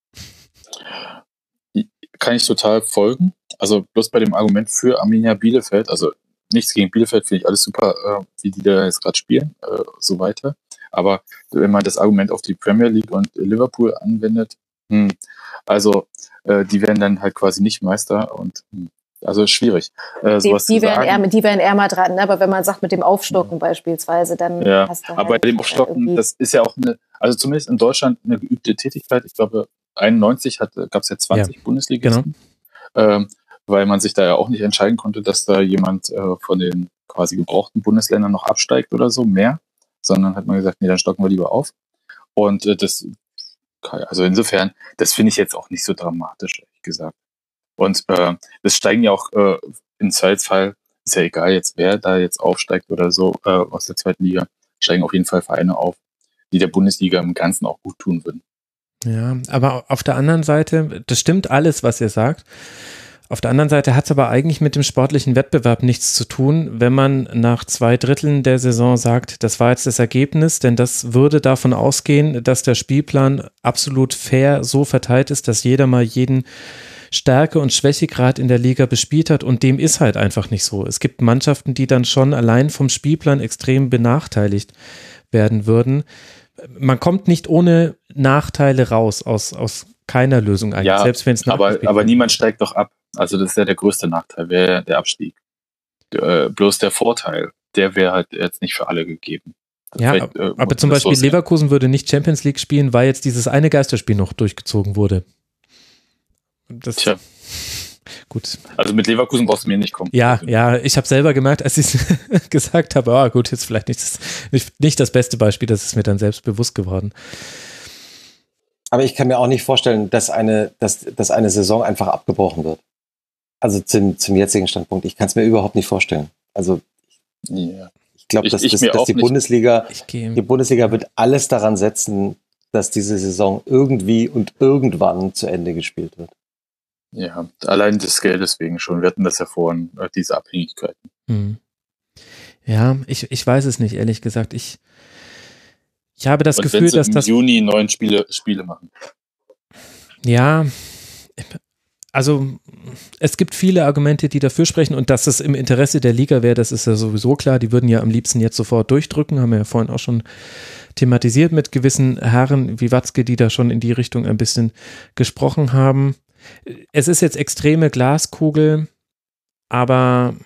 Kann ich total folgen. Also bloß bei dem Argument für Arminia Bielefeld, also nichts gegen Bielefeld, finde ich alles super, äh, wie die da jetzt gerade spielen, äh, so weiter. Aber wenn man das Argument auf die Premier League und Liverpool anwendet, hm, also äh, die werden dann halt quasi nicht Meister und hm, also schwierig. Äh, die, die, wären eher, die wären eher mal dran, ne? Aber wenn man sagt mit dem Aufstocken ja. beispielsweise, dann ja. hast du halt aber bei dem Aufstocken, irgendwie. Das ist ja auch eine, also zumindest in Deutschland eine geübte Tätigkeit. Ich glaube, einundneunzig gab es ja zwanzig ja. Bundesligisten, genau. ähm, weil man sich da ja auch nicht entscheiden konnte, dass da jemand äh, von den quasi gebrauchten Bundesländern noch absteigt oder so, mehr. Sondern hat man gesagt, nee, dann stocken wir lieber auf. Und äh, das, also insofern, das finde ich jetzt auch nicht so dramatisch, ehrlich gesagt. Und äh, das steigen ja auch äh, im Zweifelsfall, ist ja egal jetzt, wer da jetzt aufsteigt oder so äh, aus der zweiten Liga, steigen auf jeden Fall Vereine auf, die der Bundesliga im Ganzen auch gut tun würden. Ja, aber auf der anderen Seite, das stimmt alles, was ihr sagt. Auf der anderen Seite hat es aber eigentlich mit dem sportlichen Wettbewerb nichts zu tun, wenn man nach zwei Dritteln der Saison sagt, das war jetzt das Ergebnis, denn das würde davon ausgehen, dass der Spielplan absolut fair so verteilt ist, dass jeder mal jeden Stärke- und Schwächegrad in der Liga bespielt hat und dem ist halt einfach nicht so. Es gibt Mannschaften, die dann schon allein vom Spielplan extrem benachteiligt werden würden. Man kommt nicht ohne Nachteile raus aus, aus keiner Lösung eigentlich, ja, selbst wenn es aber, aber niemand steigt doch ab. Also das ist ja der größte Nachteil, wäre der Abstieg. Äh, bloß der Vorteil, der wäre halt jetzt nicht für alle gegeben. Das ja, äh, aber zum Beispiel so Leverkusen würde nicht Champions League spielen, weil jetzt dieses eine Geisterspiel noch durchgezogen wurde. Das, Tja. Gut. Also mit Leverkusen brauchst du mir nicht kommen. Ja, ja, ich habe selber gemerkt, als ich gesagt habe, oh, gut, jetzt vielleicht nicht das, nicht, nicht das beste Beispiel, das ist mir dann selbst bewusst geworden. Aber ich kann mir auch nicht vorstellen, dass eine, dass, dass eine Saison einfach abgebrochen wird. Also zum, zum jetzigen Standpunkt. Ich kann es mir überhaupt nicht vorstellen. Also ja. ich glaube, dass, dass, dass die Bundesliga, die Bundesliga wird alles daran setzen, dass diese Saison irgendwie und irgendwann zu Ende gespielt wird. Ja, allein des Geldes wegen schon. Wir hatten das ja vorhin, diese Abhängigkeiten. Hm. Ja, ich, ich weiß es nicht, ehrlich gesagt. Ich, ich habe das und Gefühl, dass im das... Juni neun Spiele, Spiele machen. Ja, also es gibt viele Argumente, die dafür sprechen und dass es im Interesse der Liga wäre, das ist ja sowieso klar. Die würden ja am liebsten jetzt sofort durchdrücken, haben wir ja vorhin auch schon thematisiert mit gewissen Herren wie Watzke, die da schon in die Richtung ein bisschen gesprochen haben. Es ist jetzt extreme Glaskugel, aber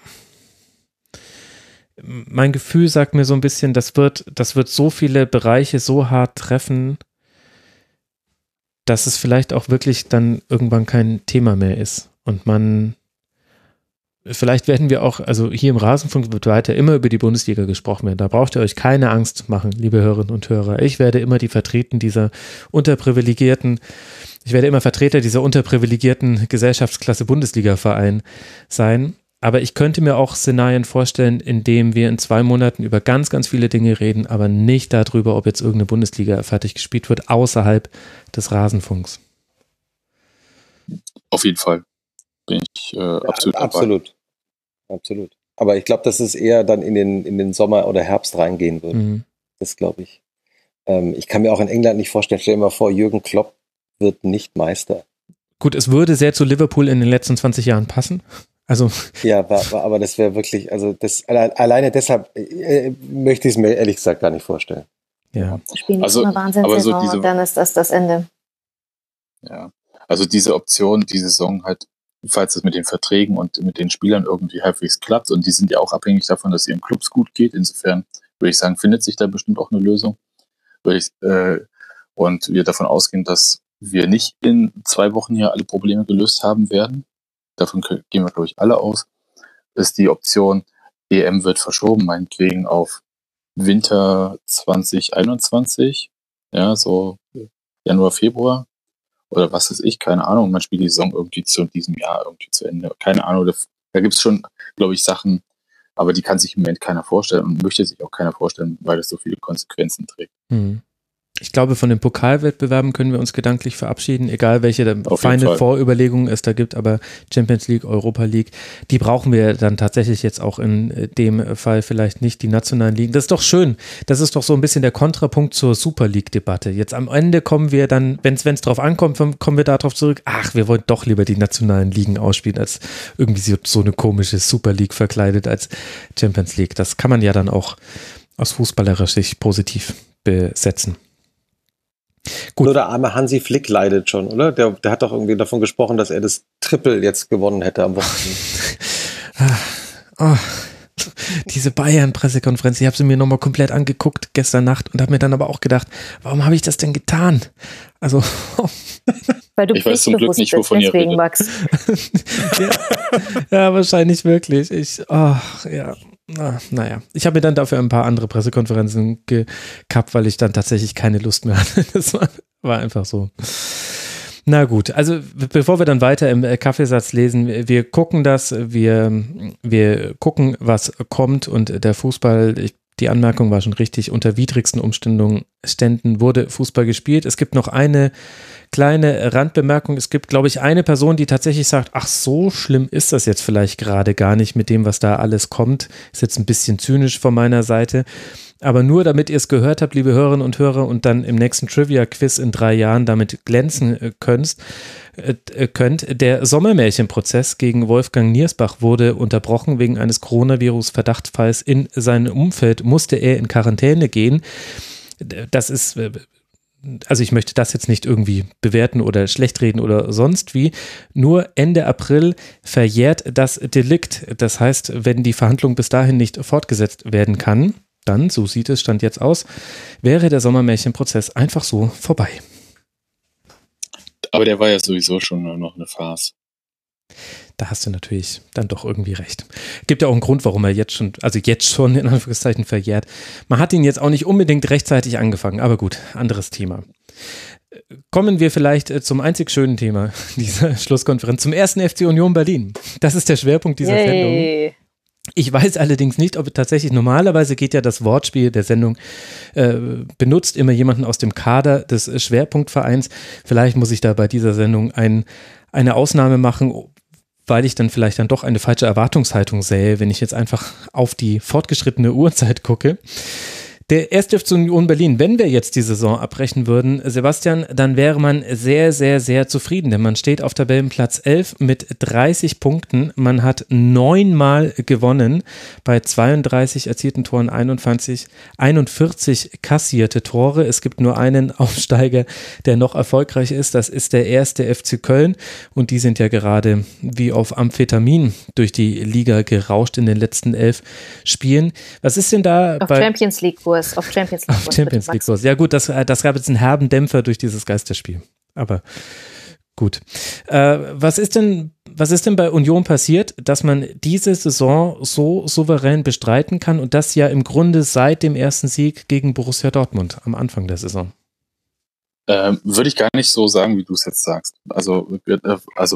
mein Gefühl sagt mir so ein bisschen, das wird, das wird so viele Bereiche so hart treffen, dass es vielleicht auch wirklich dann irgendwann kein Thema mehr ist und man, vielleicht werden wir auch, also hier im Rasenfunk wird weiter immer über die Bundesliga gesprochen werden, da braucht ihr euch keine Angst machen, liebe Hörerinnen und Hörer, ich werde immer die Vertreten dieser unterprivilegierten, ich werde immer Vertreter dieser unterprivilegierten Gesellschaftsklasse Bundesliga-Verein sein. Aber ich könnte mir auch Szenarien vorstellen, in denen wir in zwei Monaten über ganz, ganz viele Dinge reden, aber nicht darüber, ob jetzt irgendeine Bundesliga fertig gespielt wird, außerhalb des Rasenfunks. Auf jeden Fall. Bin ich äh, absolut ja, absolut. Absolut. Aber ich glaube, dass es eher dann in den, in den Sommer oder Herbst reingehen wird. Mhm. Das glaube ich. Ähm, ich kann mir auch in England nicht vorstellen, stell dir mal vor, Jürgen Klopp wird nicht Meister. Gut, es würde sehr zu Liverpool in den letzten zwanzig Jahren passen. Also ja, war, war, aber das wäre wirklich, also das alleine deshalb äh, möchte ich es mir ehrlich gesagt gar nicht vorstellen. Ja. Spielen also, eine Wahnsinnssaison so und dann ist das das Ende. Ja, also diese Option, die Saison halt, falls es mit den Verträgen und mit den Spielern irgendwie halbwegs klappt und die sind ja auch abhängig davon, dass es ihren Clubs gut geht. Insofern würde ich sagen, findet sich da bestimmt auch eine Lösung. Würde ich, äh, und wir davon ausgehen, dass wir nicht in zwei Wochen hier alle Probleme gelöst haben werden. Davon gehen wir, glaube ich, alle aus, ist die Option, E M wird verschoben, meinetwegen auf Winter zwanzig einundzwanzig, ja, so Januar, Februar oder was weiß ich, keine Ahnung, man spielt die Saison irgendwie zu diesem Jahr irgendwie zu Ende, keine Ahnung, da, da gibt es schon, glaube ich, Sachen, aber die kann sich im Moment keiner vorstellen und möchte sich auch keiner vorstellen, weil das so viele Konsequenzen trägt. Hm. Ich glaube, von den Pokalwettbewerben können wir uns gedanklich verabschieden, egal welche feine Vorüberlegungen es da gibt, aber Champions League, Europa League, die brauchen wir dann tatsächlich jetzt auch in dem Fall vielleicht nicht, die nationalen Ligen. Das ist doch schön, das ist doch so ein bisschen der Kontrapunkt zur Super League-Debatte. Jetzt am Ende kommen wir dann, wenn es drauf ankommt, kommen wir darauf zurück, ach, wir wollen doch lieber die nationalen Ligen ausspielen, als irgendwie so, so eine komische Super League verkleidet als Champions League. Das kann man ja dann auch aus fußballerischer Sicht positiv besetzen. Gut. Nur der arme Hansi Flick leidet schon, oder? Der, der hat doch irgendwie davon gesprochen, dass er das Triple jetzt gewonnen hätte am Wochenende. Oh, diese Bayern-Pressekonferenz, ich habe sie mir nochmal komplett angeguckt gestern Nacht und habe mir dann aber auch gedacht, warum habe ich das denn getan? Also weil du ich weiß zum Glück nicht, wovon ihr redet. Max. ja, ja, wahrscheinlich wirklich. Ich, oh, ja. Na, naja, ich habe mir dann dafür ein paar andere Pressekonferenzen gekappt, weil ich dann tatsächlich keine Lust mehr hatte. Das war, war einfach so. Na gut, also bevor wir dann weiter im Kaffeesatz lesen, wir gucken das, wir, wir gucken, was kommt und der Fußball, ich, die Anmerkung war schon richtig, unter widrigsten Umständen Ständen wurde Fußball gespielt. Es gibt noch eine kleine Randbemerkung, es gibt, glaube ich, eine Person, die tatsächlich sagt, ach, so schlimm ist das jetzt vielleicht gerade gar nicht mit dem, was da alles kommt. Ist jetzt ein bisschen zynisch von meiner Seite. Aber nur damit ihr es gehört habt, liebe Hörerinnen und Hörer, und dann im nächsten Trivia-Quiz in drei Jahren damit glänzen könnt, äh, könnt, der Sommermärchenprozess gegen Wolfgang Niersbach wurde unterbrochen wegen eines Coronavirus-Verdachtsfalls in seinem Umfeld, musste er in Quarantäne gehen. Das ist, also ich möchte das jetzt nicht irgendwie bewerten oder schlecht reden oder sonst wie, nur Ende April verjährt das Delikt. Das heißt, wenn die Verhandlung bis dahin nicht fortgesetzt werden kann, dann, so sieht es Stand jetzt aus, wäre der Sommermärchenprozess einfach so vorbei. Aber der war ja sowieso schon nur noch eine Farce. Da hast du natürlich dann doch irgendwie recht. Gibt ja auch einen Grund, warum er jetzt schon, also jetzt schon in Anführungszeichen verjährt. Man hat ihn jetzt auch nicht unbedingt rechtzeitig angefangen, aber gut, anderes Thema. Kommen wir vielleicht zum einzig schönen Thema dieser Schlusskonferenz, zum ersten F C Union Berlin. Das ist der Schwerpunkt dieser Yay. Sendung. Ich weiß allerdings nicht, ob tatsächlich, normalerweise geht ja das Wortspiel der Sendung, äh, benutzt immer jemanden aus dem Kader des Schwerpunktvereins. Vielleicht muss ich da bei dieser Sendung ein, eine Ausnahme machen, weil ich dann vielleicht dann doch eine falsche Erwartungshaltung sähe, wenn ich jetzt einfach auf die fortgeschrittene Uhrzeit gucke. Der erste F C Union Berlin, wenn wir jetzt die Saison abbrechen würden, Sebastian, dann wäre man sehr, sehr, sehr zufrieden, denn man steht auf Tabellenplatz elf mit dreißig Punkten. Man hat neunmal gewonnen, bei zweiunddreißig erzielten Toren, einundvierzig, einundvierzig kassierte Tore. Es gibt nur einen Aufsteiger, der noch erfolgreich ist, das ist der erste F C Köln, und die sind ja gerade wie auf Amphetamin durch die Liga gerauscht in den letzten elf Spielen. Was ist denn da auf bei Champions League Kurs? Auf Champions League Kurs. Auf Champions League Kurs. Ja gut, das, das gab jetzt einen herben Dämpfer durch dieses Geisterspiel. Aber gut. Äh, was ist denn, was ist denn bei Union passiert, dass man diese Saison so souverän bestreiten kann, und das ja im Grunde seit dem ersten Sieg gegen Borussia Dortmund am Anfang der Saison? Ähm, würde ich gar nicht so sagen, wie du es jetzt sagst. Also, äh, also,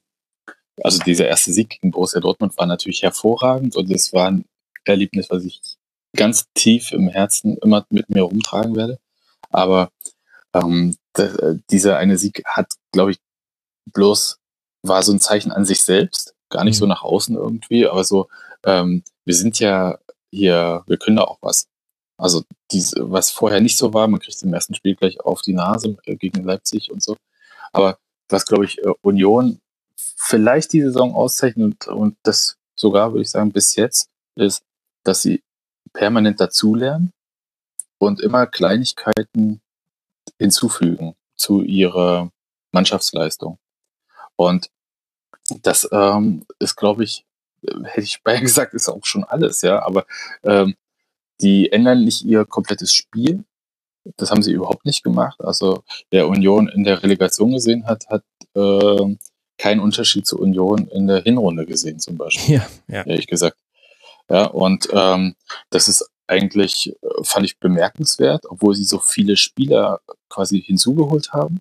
also dieser erste Sieg gegen Borussia Dortmund war natürlich hervorragend, und es war ein Erlebnis, was ich ganz tief im Herzen immer mit mir rumtragen werde. Aber ähm, der, dieser eine Sieg hat, glaube ich, bloß, war so ein Zeichen an sich selbst, gar nicht mhm. so nach außen irgendwie, aber so, ähm, wir sind ja hier, wir können da auch was. Also diese, was vorher nicht so war, man kriegt im ersten Spiel gleich auf die Nase äh, gegen Leipzig und so. Aber was, glaube ich, äh, Union vielleicht die Saison auszeichnet, und das sogar, würde ich sagen, bis jetzt, ist, dass sie permanent dazulernen und immer Kleinigkeiten hinzufügen zu ihrer Mannschaftsleistung. Und das ähm, ist, glaube ich, hätte ich beinahe gesagt, ist auch schon alles, ja, aber ähm, die ändern nicht ihr komplettes Spiel. Das haben sie überhaupt nicht gemacht. Also wer Union in der Relegation gesehen hat, hat äh, keinen Unterschied zur Union in der Hinrunde gesehen, zum Beispiel. Ja, ja. Ehrlich gesagt. Ja, und ähm, das ist eigentlich, äh, fand ich bemerkenswert, obwohl sie so viele Spieler quasi hinzugeholt haben.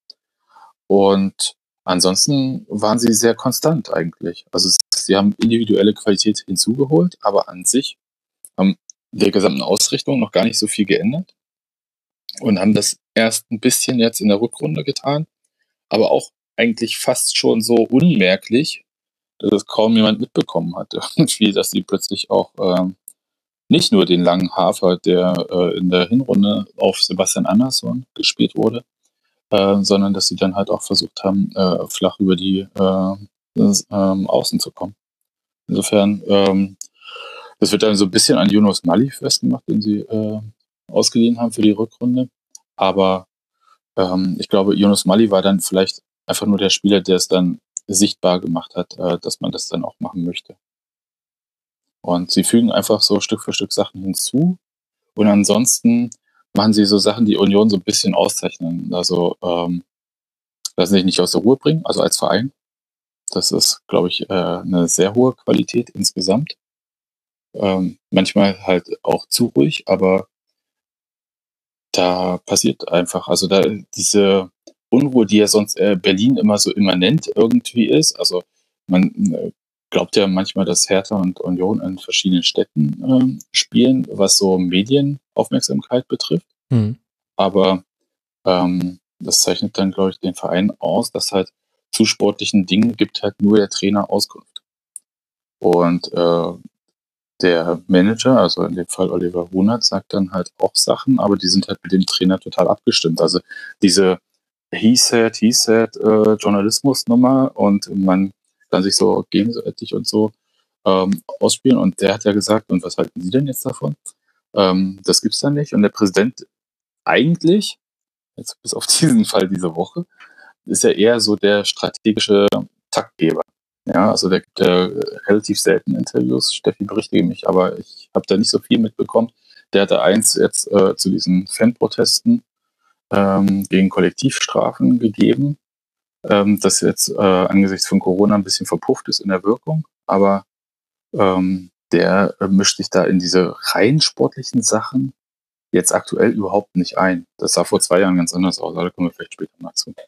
Und ansonsten waren sie sehr konstant eigentlich. Also sie haben individuelle Qualität hinzugeholt, aber an sich haben der gesamten Ausrichtung noch gar nicht so viel geändert und haben das erst ein bisschen jetzt in der Rückrunde getan, aber auch eigentlich fast schon so unmerklich, dass es kaum jemand mitbekommen hat, irgendwie, dass sie plötzlich auch ähm, nicht nur den langen Hafer, der äh, in der Hinrunde auf Sebastian Andersson gespielt wurde, äh, sondern dass sie dann halt auch versucht haben, äh, flach über die äh, das, ähm, Außen zu kommen. Insofern, ähm, das wird dann so ein bisschen an Yunus Mali festgemacht, den sie äh, ausgeliehen haben für die Rückrunde. Aber ähm, ich glaube, Yunus Mali war dann vielleicht einfach nur der Spieler, der es dann sichtbar gemacht hat, äh, dass man das dann auch machen möchte. Und sie fügen einfach so Stück für Stück Sachen hinzu. Und ansonsten machen sie so Sachen, die Union so ein bisschen auszeichnen. Also ähm, lassen sich nicht aus der Ruhe bringen, also als Verein. Das ist, glaube ich, äh, eine sehr hohe Qualität insgesamt. Ähm, manchmal halt auch zu ruhig, aber da passiert einfach, also da diese Unruhe, die ja sonst äh, Berlin immer so immanent irgendwie ist. Also man äh, glaubt ja manchmal, dass Hertha und Union in verschiedenen Städten äh, spielen, was so Medienaufmerksamkeit betrifft. Mhm. Aber ähm, das zeichnet dann, glaube ich, den Verein aus, dass halt zu sportlichen Dingen gibt halt nur der Trainer Auskunft. Und äh, der Manager, also in dem Fall Oliver Runert, sagt dann halt auch Sachen, aber die sind halt mit dem Trainer total abgestimmt. Also diese He said, he said äh, Journalismusnummer und man kann sich so gegenseitig und so ähm, ausspielen. Und der hat ja gesagt, und was halten Sie denn jetzt davon? Ähm, das gibt's dann nicht. Und der Präsident eigentlich, jetzt bis auf diesen Fall diese Woche, ist ja eher so der strategische Taktgeber. Ja, also der gibt ja relativ selten Interviews. Steffi, berichtige mich, aber ich habe da nicht so viel mitbekommen. Der hatte eins jetzt äh, zu diesen Fanprotesten ähm, gegen Kollektivstrafen gegeben, ähm, das jetzt äh, angesichts von Corona ein bisschen verpufft ist in der Wirkung, aber ähm, der äh, mischt sich da in diese rein sportlichen Sachen jetzt aktuell überhaupt nicht ein. Das sah vor zwei Jahren ganz anders aus, aber da kommen wir vielleicht später mal zu.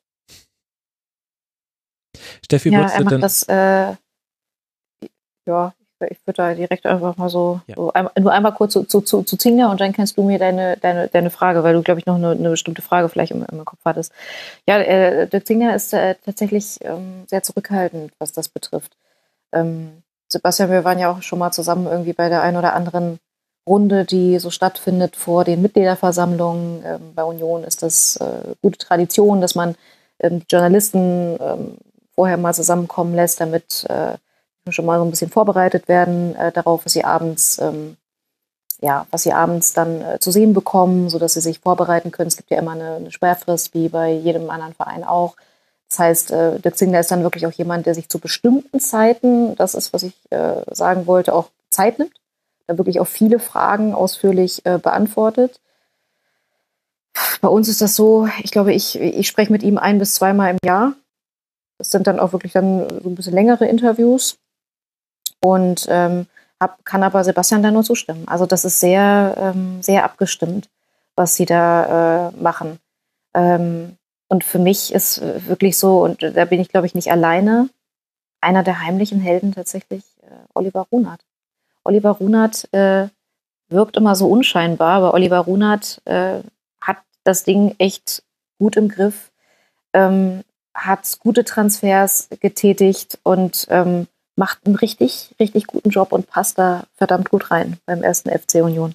Steffi, ja, er macht denn das, äh, ja, ich, ich würde da direkt einfach mal so, ja. so ein, nur einmal kurz zu, zu, zu, zu Zingler und dann kannst du mir deine, deine, deine Frage, weil du, glaube ich, noch eine, eine bestimmte Frage vielleicht im, im Kopf hattest. Ja, äh, der Zingler ist äh, tatsächlich ähm, sehr zurückhaltend, was das betrifft. Ähm, Sebastian, wir waren ja auch schon mal zusammen irgendwie bei der einen oder anderen Runde, die so stattfindet vor den Mitgliederversammlungen. Ähm, bei Union ist das äh, gute Tradition, dass man ähm, die Journalisten ähm, vorher mal zusammenkommen lässt, damit äh, schon mal so ein bisschen vorbereitet werden äh, darauf, was sie abends, ähm, ja, was sie abends dann äh, zu sehen bekommen, sodass sie sich vorbereiten können. Es gibt ja immer eine, eine Sperrfrist, wie bei jedem anderen Verein auch. Das heißt, äh, der Zingler ist dann wirklich auch jemand, der sich zu bestimmten Zeiten, das ist, was ich äh, sagen wollte, auch Zeit nimmt, da wirklich auch viele Fragen ausführlich äh, beantwortet. Bei uns ist das so, ich glaube, ich, ich spreche mit ihm ein- bis zweimal im Jahr. Das sind dann auch wirklich dann so ein bisschen längere Interviews und ähm, hab, kann aber Sebastian da nur zustimmen. Also das ist sehr, ähm, sehr abgestimmt, was sie da äh, machen. Ähm, und für mich ist wirklich so, und da bin ich, glaube ich, nicht alleine, einer der heimlichen Helden tatsächlich äh, Oliver Runert. Oliver Runert äh, wirkt immer so unscheinbar, aber Oliver Runert äh, hat das Ding echt gut im Griff. Ähm, hat gute Transfers getätigt und ähm, macht einen richtig, richtig guten Job und passt da verdammt gut rein beim ersten F C Union.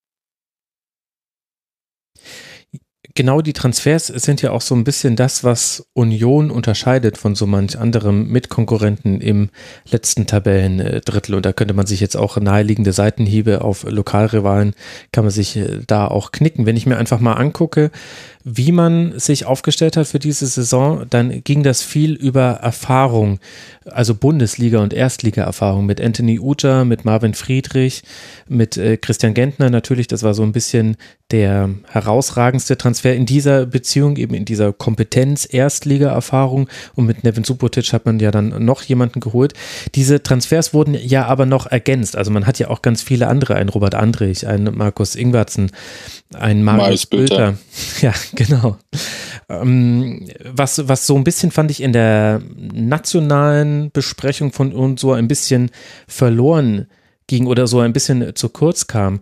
Genau, die Transfers sind ja auch so ein bisschen das, was Union unterscheidet von so manch anderem Mitkonkurrenten im letzten Tabellendrittel. Und da könnte man sich jetzt auch naheliegende Seitenhiebe auf Lokalrivalen, kann man sich da auch knicken. Wenn ich mir einfach mal angucke, wie man sich aufgestellt hat für diese Saison, dann ging das viel über Erfahrung, also Bundesliga- und Erstliga-Erfahrung mit Anthony Uja, mit Marvin Friedrich, mit äh, Christian Gentner natürlich. Das war so ein bisschen der herausragendste Transfer in dieser Beziehung, eben in dieser Kompetenz-Erstliga-Erfahrung. Und mit Nevin Subotic hat man ja dann noch jemanden geholt. Diese Transfers wurden ja aber noch ergänzt. Also man hat ja auch ganz viele andere, einen Robert Andrich, einen Markus Ingwertsen, einen Marius Bülter. Ja, genau. Ähm, was, was so ein bisschen fand ich in der nationalen Besprechung von uns so ein bisschen verloren ging oder so ein bisschen zu kurz kam.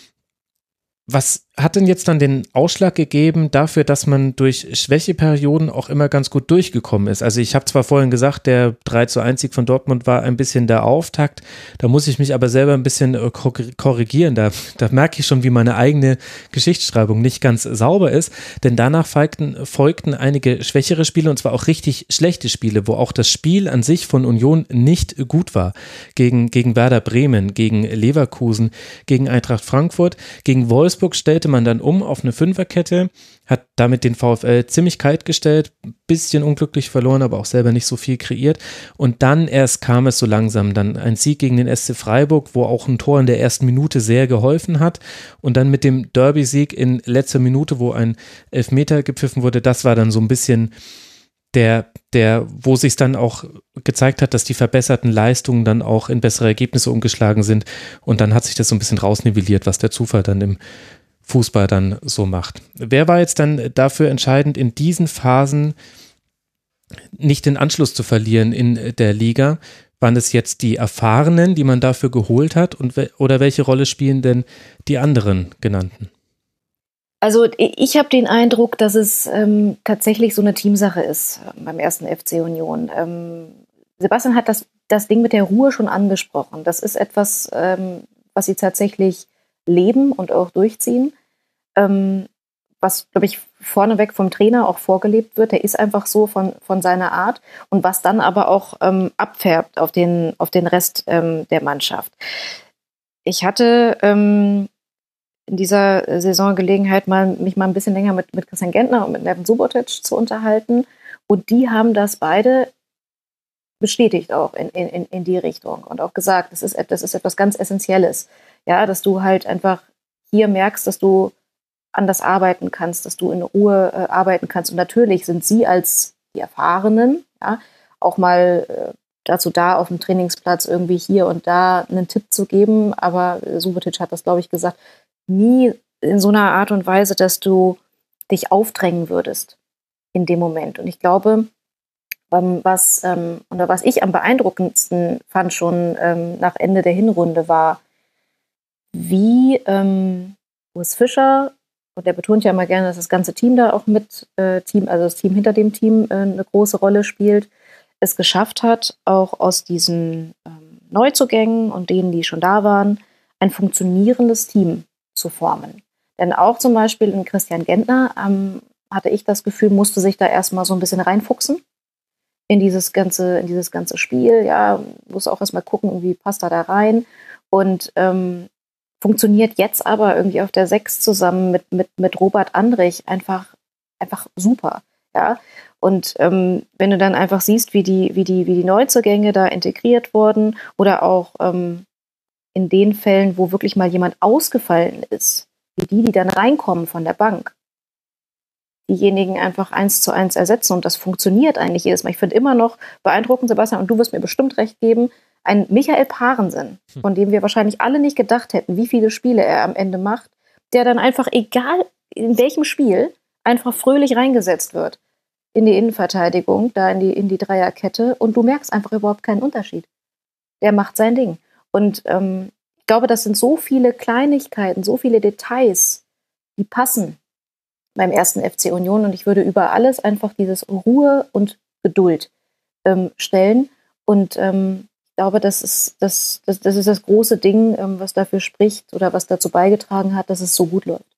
Was hat denn jetzt dann den Ausschlag gegeben dafür, dass man durch Schwächeperioden auch immer ganz gut durchgekommen ist? Also ich habe zwar vorhin gesagt, der drei zu eins Sieg von Dortmund war ein bisschen der Auftakt, da muss ich mich aber selber ein bisschen korrigieren. Da, da merke ich schon, wie meine eigene Geschichtsschreibung nicht ganz sauber ist, denn danach folgten, folgten einige schwächere Spiele und zwar auch richtig schlechte Spiele, wo auch das Spiel an sich von Union nicht gut war. Gegen, gegen Werder Bremen, gegen Leverkusen, gegen Eintracht Frankfurt, gegen Wolfsburg stellte man dann um auf eine Fünferkette, hat damit den VfL ziemlich kalt gestellt, bisschen unglücklich verloren, aber auch selber nicht so viel kreiert und dann erst kam es so langsam, dann ein Sieg gegen den S C Freiburg, wo auch ein Tor in der ersten Minute sehr geholfen hat und dann mit dem Derby-Sieg in letzter Minute, wo ein Elfmeter gepfiffen wurde, das war dann so ein bisschen der, der, wo sich dann auch gezeigt hat, dass die verbesserten Leistungen dann auch in bessere Ergebnisse umgeschlagen sind und dann hat sich das so ein bisschen rausnivelliert, was der Zufall dann im Fußball dann so macht. Wer war jetzt dann dafür entscheidend, in diesen Phasen nicht den Anschluss zu verlieren in der Liga? Waren es jetzt die Erfahrenen, die man dafür geholt hat und oder welche Rolle spielen denn die anderen genannten? Also ich habe den Eindruck, dass es ähm, tatsächlich so eine Teamsache ist äh, beim ersten F C Union. Ähm, Sebastian hat das, das Ding mit der Ruhe schon angesprochen. Das ist etwas, ähm, was sie tatsächlich leben und auch durchziehen. Ähm, was, glaube ich, vorneweg vom Trainer auch vorgelebt wird. Der ist einfach so von, von seiner Art und was dann aber auch ähm, abfärbt auf den, auf den Rest ähm, der Mannschaft. Ich hatte ähm, in dieser Saison Gelegenheit, mal, mich mal ein bisschen länger mit, mit Christian Gentner und mit Neven Subotic zu unterhalten. Und die haben das beide bestätigt auch in, in, in die Richtung und auch gesagt, das ist, das ist etwas ganz Essentielles. Ja, dass du halt einfach hier merkst, dass du anders arbeiten kannst, dass du in Ruhe äh, arbeiten kannst. Und natürlich sind sie als die Erfahrenen ja, auch mal äh, dazu da, auf dem Trainingsplatz irgendwie hier und da einen Tipp zu geben. Aber Subotic hat das, glaube ich, gesagt, nie in so einer Art und Weise, dass du dich aufdrängen würdest in dem Moment. Und ich glaube, ähm, was, ähm, oder was ich am beeindruckendsten fand schon ähm, nach Ende der Hinrunde war, wie ähm, Urs Fischer, und der betont ja immer gerne, dass das ganze Team da auch mit, äh, Team, also das Team hinter dem Team äh, eine große Rolle spielt, es geschafft hat, auch aus diesen ähm, Neuzugängen und denen, die schon da waren, ein funktionierendes Team zu formen. Denn auch zum Beispiel in Christian Gentner ähm, hatte ich das Gefühl, musste sich da erstmal so ein bisschen reinfuchsen in dieses ganze, in dieses ganze Spiel. Ja, muss auch erstmal gucken, wie passt er da rein. Und ähm, funktioniert jetzt aber irgendwie auf der Sechs zusammen mit, mit, mit Robert Andrich einfach, einfach super. Ja? Und ähm, wenn du dann einfach siehst, wie die, wie die, wie die Neuzugänge da integriert wurden oder auch ähm, in den Fällen, wo wirklich mal jemand ausgefallen ist, wie die, die dann reinkommen von der Bank, diejenigen einfach eins zu eins ersetzen. Und das funktioniert eigentlich jedes Mal. Ich finde immer noch beeindruckend, Sebastian, und du wirst mir bestimmt recht geben, ein Michael Parensen, von dem wir wahrscheinlich alle nicht gedacht hätten, wie viele Spiele er am Ende macht, der dann einfach, egal in welchem Spiel, einfach fröhlich reingesetzt wird in die Innenverteidigung, da in die, in die Dreierkette, und du merkst einfach überhaupt keinen Unterschied. Der macht sein Ding. Und ähm, ich glaube, das sind so viele Kleinigkeiten, so viele Details, die passen beim ersten F C Union. Und ich würde über alles einfach dieses Ruhe und Geduld ähm, stellen. Und ähm, ich glaube, das ist das, das, das ist das große Ding, ähm, was dafür spricht oder was dazu beigetragen hat, dass es so gut läuft.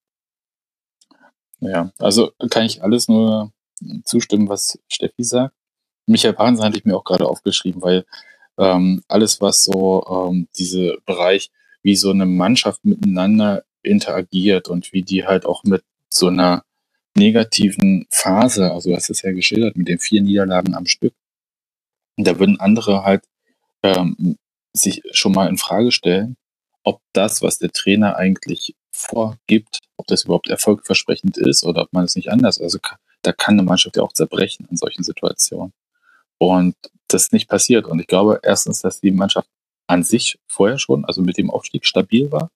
Ja, also kann ich alles nur zustimmen, was Steffi sagt. Michael Parensen hatte ich mir auch gerade aufgeschrieben, weil ähm, alles, was so ähm, diese Bereich, wie so eine Mannschaft miteinander interagiert und wie die halt auch mit so einer negativen Phase, also du hast es ja geschildert, mit den vier Niederlagen am Stück, und da würden andere halt ähm, sich schon mal in Frage stellen, ob das, was der Trainer eigentlich vorgibt, ob das überhaupt erfolgversprechend ist oder ob man es nicht anders. Also da kann eine Mannschaft ja auch zerbrechen in solchen Situationen. Und das ist nicht passiert. Und ich glaube erstens, dass die Mannschaft an sich vorher schon, also mit dem Aufstieg stabil war,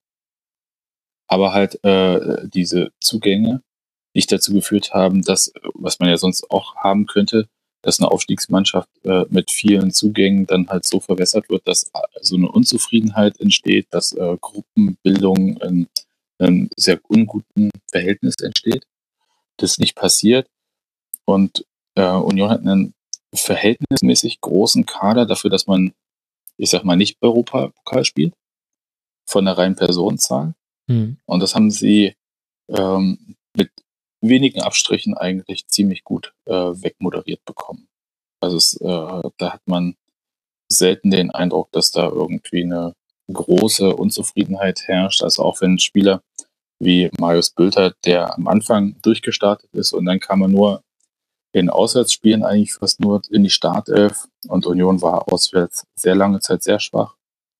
aber halt äh, diese Zugänge nicht dazu geführt haben, dass, was man ja sonst auch haben könnte, dass eine Aufstiegsmannschaft äh, mit vielen Zugängen dann halt so verwässert wird, dass so eine Unzufriedenheit entsteht, dass äh, Gruppenbildung in einem sehr unguten Verhältnis entsteht. Das ist nicht passiert. Und äh, Union hat einen verhältnismäßig großen Kader dafür, dass man, ich sag mal, nicht Europapokal spielt, von der reinen Personenzahl. Mhm. Und das haben sie ähm, mit wenigen Abstrichen eigentlich ziemlich gut äh, wegmoderiert bekommen. Also es, äh, da hat man selten den Eindruck, dass da irgendwie eine große Unzufriedenheit herrscht. Also auch wenn ein Spieler wie Marius Bülter, der am Anfang durchgestartet ist und dann kam er nur in Auswärtsspielen eigentlich fast nur in die Startelf, und Union war auswärts sehr lange Zeit sehr schwach.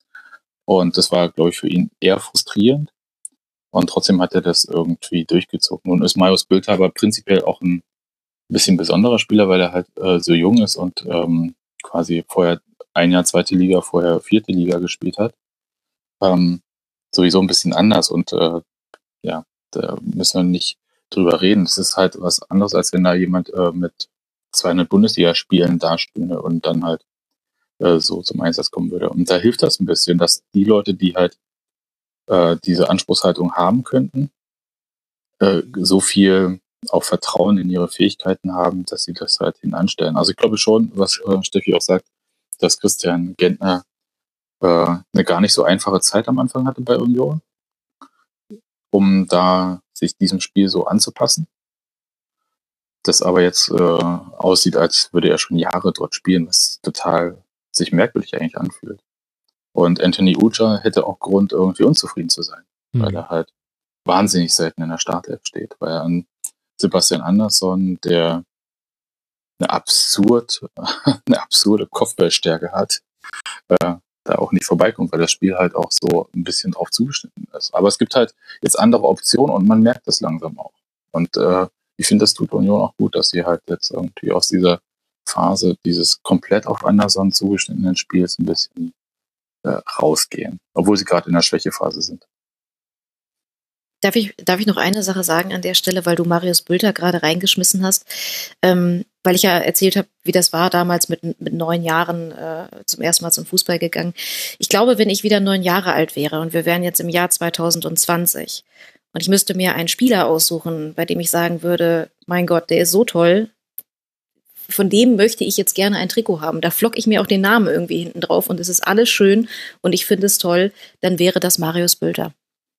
Und das war, glaube ich, für ihn eher frustrierend. Und trotzdem hat er das irgendwie durchgezogen. Nun ist Marius Bülter aber prinzipiell auch ein bisschen besonderer Spieler, weil er halt äh, so jung ist und ähm, quasi vorher ein Jahr zweite Liga, vorher vierte Liga gespielt hat. Ähm, sowieso ein bisschen anders, und äh, ja, da müssen wir nicht drüber reden. Es ist halt was anderes, als wenn da jemand äh, mit zweihundert Bundesligaspielen dastünde und dann halt äh, so zum Einsatz kommen würde. Und da hilft das ein bisschen, dass die Leute, die halt äh, diese Anspruchshaltung haben könnten, äh, so viel auch Vertrauen in ihre Fähigkeiten haben, dass sie das halt hinanstellen. Also ich glaube schon, was äh, Steffi auch sagt, dass Christian Gentner äh, eine gar nicht so einfache Zeit am Anfang hatte bei Union, um da sich diesem Spiel so anzupassen. Das aber jetzt äh, aussieht, als würde er schon Jahre dort spielen, was total sich merkwürdig eigentlich anfühlt. Und Anthony Ujah hätte auch Grund, irgendwie unzufrieden zu sein, mhm. weil er halt wahnsinnig selten in der Startelf steht, weil er an Sebastian Andersson, der eine absurd, eine absurde Kopfballstärke hat, äh, da auch nicht vorbeikommt, weil das Spiel halt auch so ein bisschen drauf zugeschnitten ist. Aber es gibt halt jetzt andere Optionen und man merkt das langsam auch. Und äh, ich finde, das tut Union auch gut, dass sie halt jetzt irgendwie aus dieser Phase dieses komplett auf Andersson zugeschnittenen Spiels ein bisschen äh, rausgehen, obwohl sie gerade in der Schwächephase sind. Darf ich, darf ich noch eine Sache sagen an der Stelle, weil du Marius Bülter gerade reingeschmissen hast, ähm, weil ich ja erzählt habe, wie das war damals mit, mit neun Jahren äh, zum ersten Mal zum Fußball gegangen. Ich glaube, wenn ich wieder neun Jahre alt wäre und wir wären jetzt im Jahr zwanzig zwanzig und ich müsste mir einen Spieler aussuchen, bei dem ich sagen würde, mein Gott, der ist so toll, von dem möchte ich jetzt gerne ein Trikot haben. Da flocke ich mir auch den Namen irgendwie hinten drauf und es ist alles schön und ich finde es toll, dann wäre das Marius Bülter.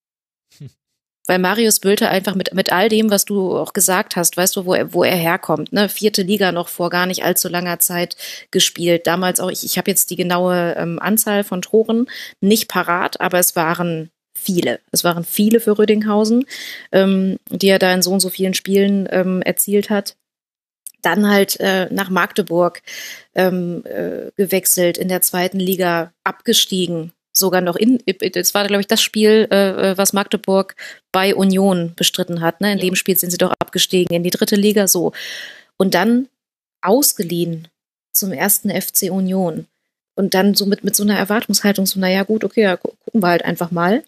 Weil Marius Bülter einfach mit, mit all dem, was du auch gesagt hast, weißt du, wo er, wo er herkommt, ne? Vierte Liga noch vor gar nicht allzu langer Zeit gespielt. Damals auch, ich, ich habe jetzt die genaue ähm, Anzahl von Toren nicht parat, aber es waren viele. Es waren viele für Rödinghausen, ähm, die er da in so und so vielen Spielen ähm, erzielt hat. Dann halt äh, nach Magdeburg ähm, äh, gewechselt, in der zweiten Liga abgestiegen. Sogar noch in, das war, glaube ich, das Spiel, äh, was Magdeburg bei Union bestritten hat. Ne? In ja. dem Spiel sind sie doch abgestiegen in die dritte Liga, so. Und dann ausgeliehen zum ersten F C Union. Und dann so mit, mit so einer Erwartungshaltung, so, naja, gut, okay, ja, gucken wir halt einfach mal.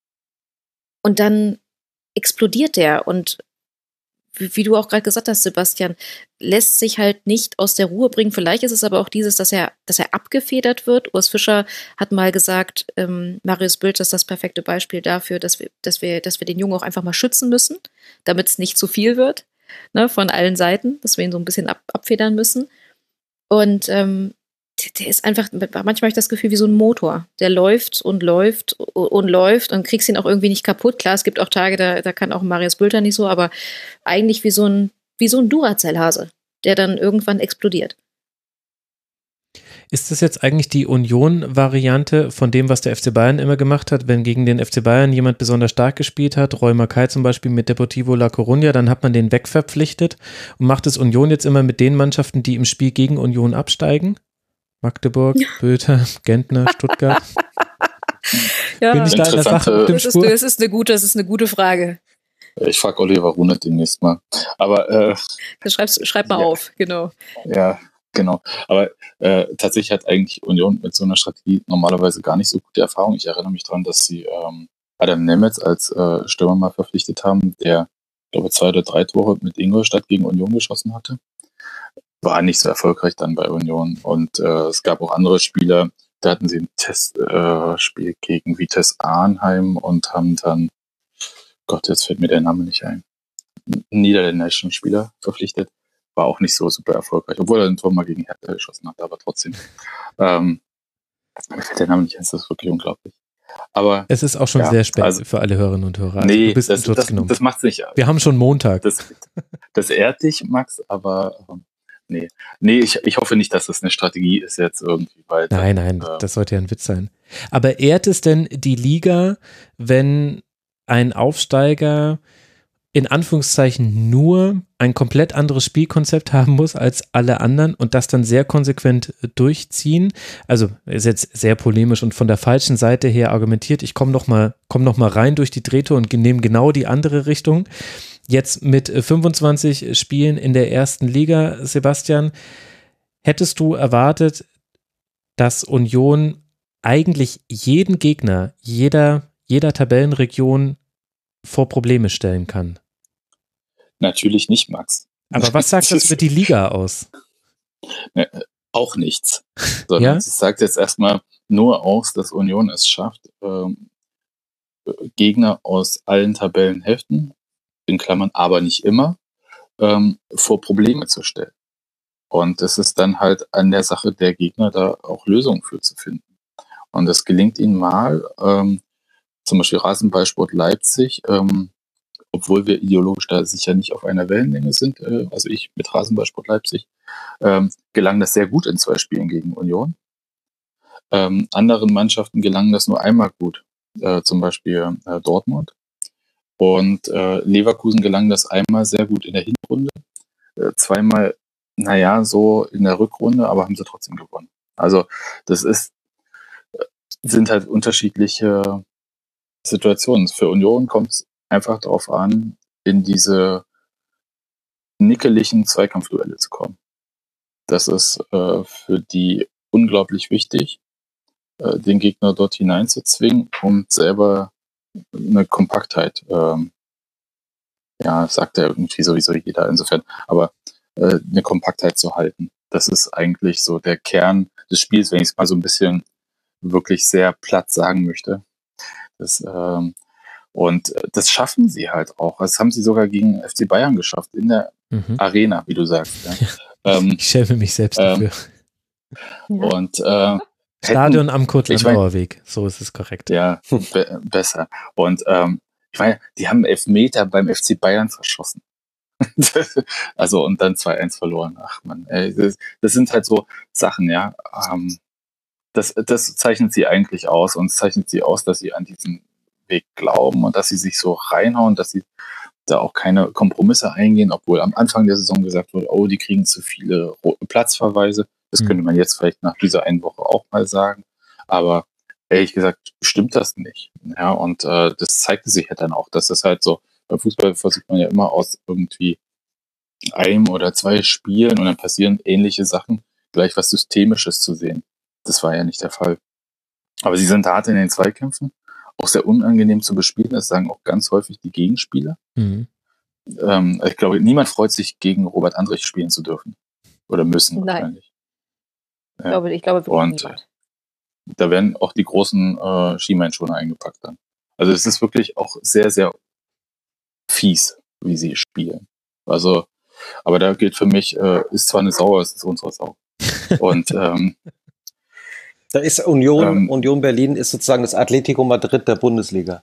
Und dann explodiert der und wie du auch gerade gesagt hast, Sebastian, lässt sich halt nicht aus der Ruhe bringen. Vielleicht ist es aber auch dieses, dass er, dass er abgefedert wird. Urs Fischer hat mal gesagt, ähm, Marius Bülter ist das perfekte Beispiel dafür, dass wir, dass wir, dass wir den Jungen auch einfach mal schützen müssen, damit es nicht zu viel wird, ne, von allen Seiten, dass wir ihn so ein bisschen ab, abfedern müssen. Und ähm, der ist einfach, manchmal habe ich das Gefühl, wie so ein Motor. Der läuft und läuft und läuft und kriegst ihn auch irgendwie nicht kaputt. Klar, es gibt auch Tage, da, da kann auch Marius Bülter nicht so, aber eigentlich wie so ein, wie so ein Duracell-Hase, der dann irgendwann explodiert. Ist das jetzt eigentlich die Union-Variante von dem, was der F C Bayern immer gemacht hat, wenn gegen den F C Bayern jemand besonders stark gespielt hat, Roy Mackay zum Beispiel mit Deportivo La Coruña, dann hat man den wegverpflichtet und macht es Union jetzt immer mit den Mannschaften, die im Spiel gegen Union absteigen? Magdeburg, Bülter, Gentner, Stuttgart. Ja, bin ich da in der Sache auf dem das, ist, Spur? das, ist eine gute, das ist eine gute Frage. Ich frage Oliver Runert demnächst mal. Aber äh, schreib, schreib mal ja, auf, genau. Ja, genau. Aber äh, tatsächlich hat eigentlich Union mit so einer Strategie normalerweise gar nicht so gute Erfahrung. Ich erinnere mich daran, dass sie ähm, Adam Nemetz als äh, Stürmer mal verpflichtet haben, der, ich glaube, zwei oder drei Tore mit Ingolstadt gegen Union geschossen hatte. War nicht so erfolgreich dann bei Union. Und äh, es gab auch andere Spieler, da hatten sie ein Testspiel äh, gegen Vitesse Arnheim und haben dann, Gott, jetzt fällt mir der Name nicht ein, einen niederländischen Spieler verpflichtet. War auch nicht so super erfolgreich, obwohl er ein Tor mal gegen Hertha geschossen hat, aber trotzdem. Ähm, mir fällt der Name nicht ein, das ist wirklich unglaublich. Aber es ist auch schon ja, sehr spät also, für alle Hörerinnen und Hörer. Also nee, du bist das, das, das macht's nicht. Wir haben schon Montag. Das, das ehrt dich, Max, aber ähm, nee. Nee, ich, ich hoffe nicht, dass das eine Strategie ist jetzt irgendwie. Weil nein, dann, nein, äh, das sollte ja ein Witz sein. Aber ehrt es denn die Liga, wenn ein Aufsteiger in Anführungszeichen nur ein komplett anderes Spielkonzept haben muss als alle anderen und das dann sehr konsequent durchziehen? Also ist jetzt sehr polemisch und von der falschen Seite her argumentiert, ich komme noch mal, komm noch mal rein durch die Drehtür und nehme genau die andere Richtung. Jetzt mit fünfundzwanzig Spielen in der ersten Liga, Sebastian, hättest du erwartet, dass Union eigentlich jeden Gegner, jeder, jeder Tabellenregion vor Probleme stellen kann? Natürlich nicht, Max. Aber was sagt das über die Liga aus? Ne, auch nichts. Sondern ja? Es sagt jetzt erstmal nur aus, dass Union es schafft, ähm, Gegner aus allen Tabellenhälften in Klammern aber nicht immer, ähm, vor Probleme zu stellen. Und es ist dann halt an der Sache der Gegner, da auch Lösungen für zu finden. Und das gelingt ihnen mal, ähm, zum Beispiel Rasenballsport Leipzig, ähm, obwohl wir ideologisch da sicher nicht auf einer Wellenlänge sind, äh, also ich mit Rasenballsport Leipzig, ähm, gelang das sehr gut in zwei Spielen gegen Union. Ähm, anderen Mannschaften gelang das nur einmal gut, äh, zum Beispiel äh, Dortmund. Und äh, Leverkusen gelang das einmal sehr gut in der Hinrunde, äh, zweimal, naja, so in der Rückrunde, aber haben sie trotzdem gewonnen. Also das ist, sind halt unterschiedliche Situationen. Für Union kommt es einfach darauf an, in diese nickeligen Zweikampfduelle zu kommen. Das ist äh, für die unglaublich wichtig, äh, den Gegner dort hineinzuzwingen und selber eine Kompaktheit, ähm, ja, sagt ja irgendwie sowieso jeder insofern, aber äh, eine Kompaktheit zu halten. Das ist eigentlich so der Kern des Spiels, wenn ich es mal so ein bisschen wirklich sehr platt sagen möchte. Das, ähm, und das schaffen sie halt auch. Das haben sie sogar gegen F C Bayern geschafft, in der mhm. Arena, wie du sagst. Ja. ähm, ich schäme mich selbst ähm, dafür. Und äh, Stadion am Kurt-Landauer Weg, so ist es korrekt. Ja, be- besser. Und ähm, ich meine, die haben Elfmeter beim F C Bayern verschossen. Also und dann zwei eins verloren. Ach man, ey, das, das sind halt so Sachen, ja. Ähm, das, das zeichnet sie eigentlich aus und es zeichnet sie aus, dass sie an diesen Weg glauben und dass sie sich so reinhauen, dass sie da auch keine Kompromisse eingehen, obwohl am Anfang der Saison gesagt wurde, oh, die kriegen zu viele Platzverweise. Das mhm. könnte man jetzt vielleicht nach dieser einen Woche auch mal sagen. Aber ehrlich gesagt stimmt das nicht. Ja, und äh, das zeigte sich halt dann auch, dass das halt so, beim Fußball versucht man ja immer aus irgendwie einem oder zwei Spielen und dann passieren ähnliche Sachen, gleich was Systemisches zu sehen. Das war ja nicht der Fall. Aber sie sind hart in den Zweikämpfen, auch sehr unangenehm zu bespielen, das sagen auch ganz häufig die Gegenspieler. Mhm. Ähm, ich glaube, niemand freut sich, gegen Robert Andrich spielen zu dürfen. Oder müssen Nein. wahrscheinlich. Ja. Ich glaube, ich glaube Und niemand. Da werden auch die großen äh, Schienbeinschoner eingepackt dann. Also es ist wirklich auch sehr, sehr fies, wie sie spielen. Also, aber da gilt für mich, äh, ist zwar eine Sau, es ist unsere Sau. Und ähm, da ist Union, ähm, Union Berlin ist sozusagen das Atletico Madrid der Bundesliga.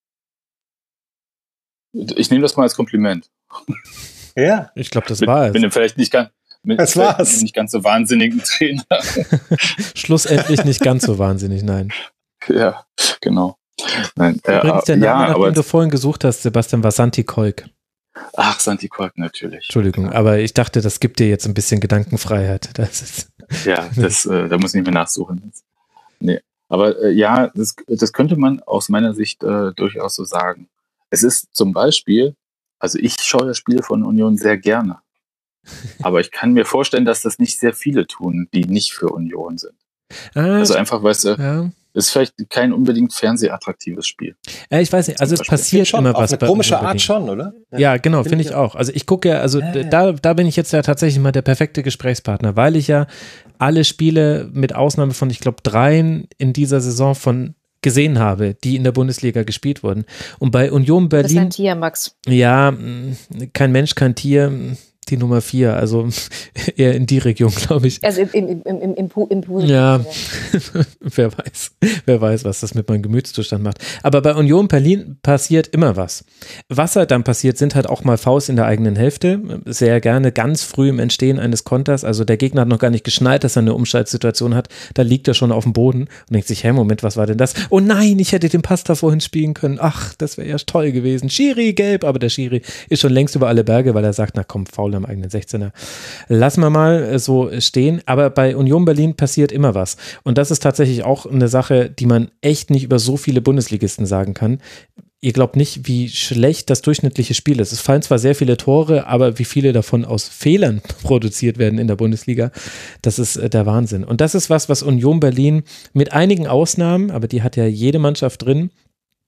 Ich nehme das mal als Kompliment. Ja. Ich glaube, das war es. Bin vielleicht nicht ganz, mit das war's. nicht ganz so wahnsinnigen Trainer. Schlussendlich nicht ganz so wahnsinnig, nein. Ja, genau. Nein, äh, Übrigens, der Name, ja, nach aber dem du vorhin gesucht hast, Sebastian, war Santi Kolk. Ach, Santi Kolk, natürlich. Entschuldigung, aber ich dachte, das gibt dir jetzt ein bisschen Gedankenfreiheit. Das ist ja, das, äh, da muss ich nicht mehr nachsuchen. Nee, aber äh, ja, das, das könnte man aus meiner Sicht äh, durchaus so sagen. Es ist zum Beispiel, also ich schaue das Spiel von Union sehr gerne. Aber ich kann mir vorstellen, dass das nicht sehr viele tun, die nicht für Union sind. Ah, also einfach, weißt du, ja. Ist vielleicht kein unbedingt fernsehattraktives Spiel. Ja, ich weiß nicht, also es passiert schon, immer auf was. Auf eine komische Art schon, oder? Ja, ja genau, finde find ich auch. Also ich gucke ja, also ja, ja. Da, da bin ich jetzt ja tatsächlich mal der perfekte Gesprächspartner, weil ich ja alle Spiele mit Ausnahme von, ich glaube, dreien in dieser Saison von gesehen habe, die in der Bundesliga gespielt wurden. Und bei Union Berlin. Das ist ein Tier, Max. Ja, kein Mensch, kein Tier. Die Nummer vier, also eher in die Region, glaube ich. Also im, im, im, im, im, im Positiven. Ja, wer weiß, wer weiß, was das mit meinem Gemütszustand macht. Aber bei Union Berlin passiert immer was. Was halt dann passiert, sind halt auch mal Fouls in der eigenen Hälfte. Sehr gerne ganz früh im Entstehen eines Konters. Also der Gegner hat noch gar nicht geschnallt, dass er eine Umschaltsituation hat. Da liegt er schon auf dem Boden und denkt sich, hey, Moment, was war denn das? Oh nein, ich hätte den Pass da vorhin spielen können. Ach, das wäre ja toll gewesen. Schiri, gelb, aber der Schiri ist schon längst über alle Berge, weil er sagt, na komm, Foul am eigenen sechzehner. Lassen wir mal so stehen, aber bei Union Berlin passiert immer was. Und das ist tatsächlich auch eine Sache, die man echt nicht über so viele Bundesligisten sagen kann. Ihr glaubt nicht, wie schlecht das durchschnittliche Spiel ist. Es fallen zwar sehr viele Tore, aber wie viele davon aus Fehlern produziert werden in der Bundesliga, das ist der Wahnsinn. Und das ist was, was Union Berlin mit einigen Ausnahmen, aber die hat ja jede Mannschaft drin,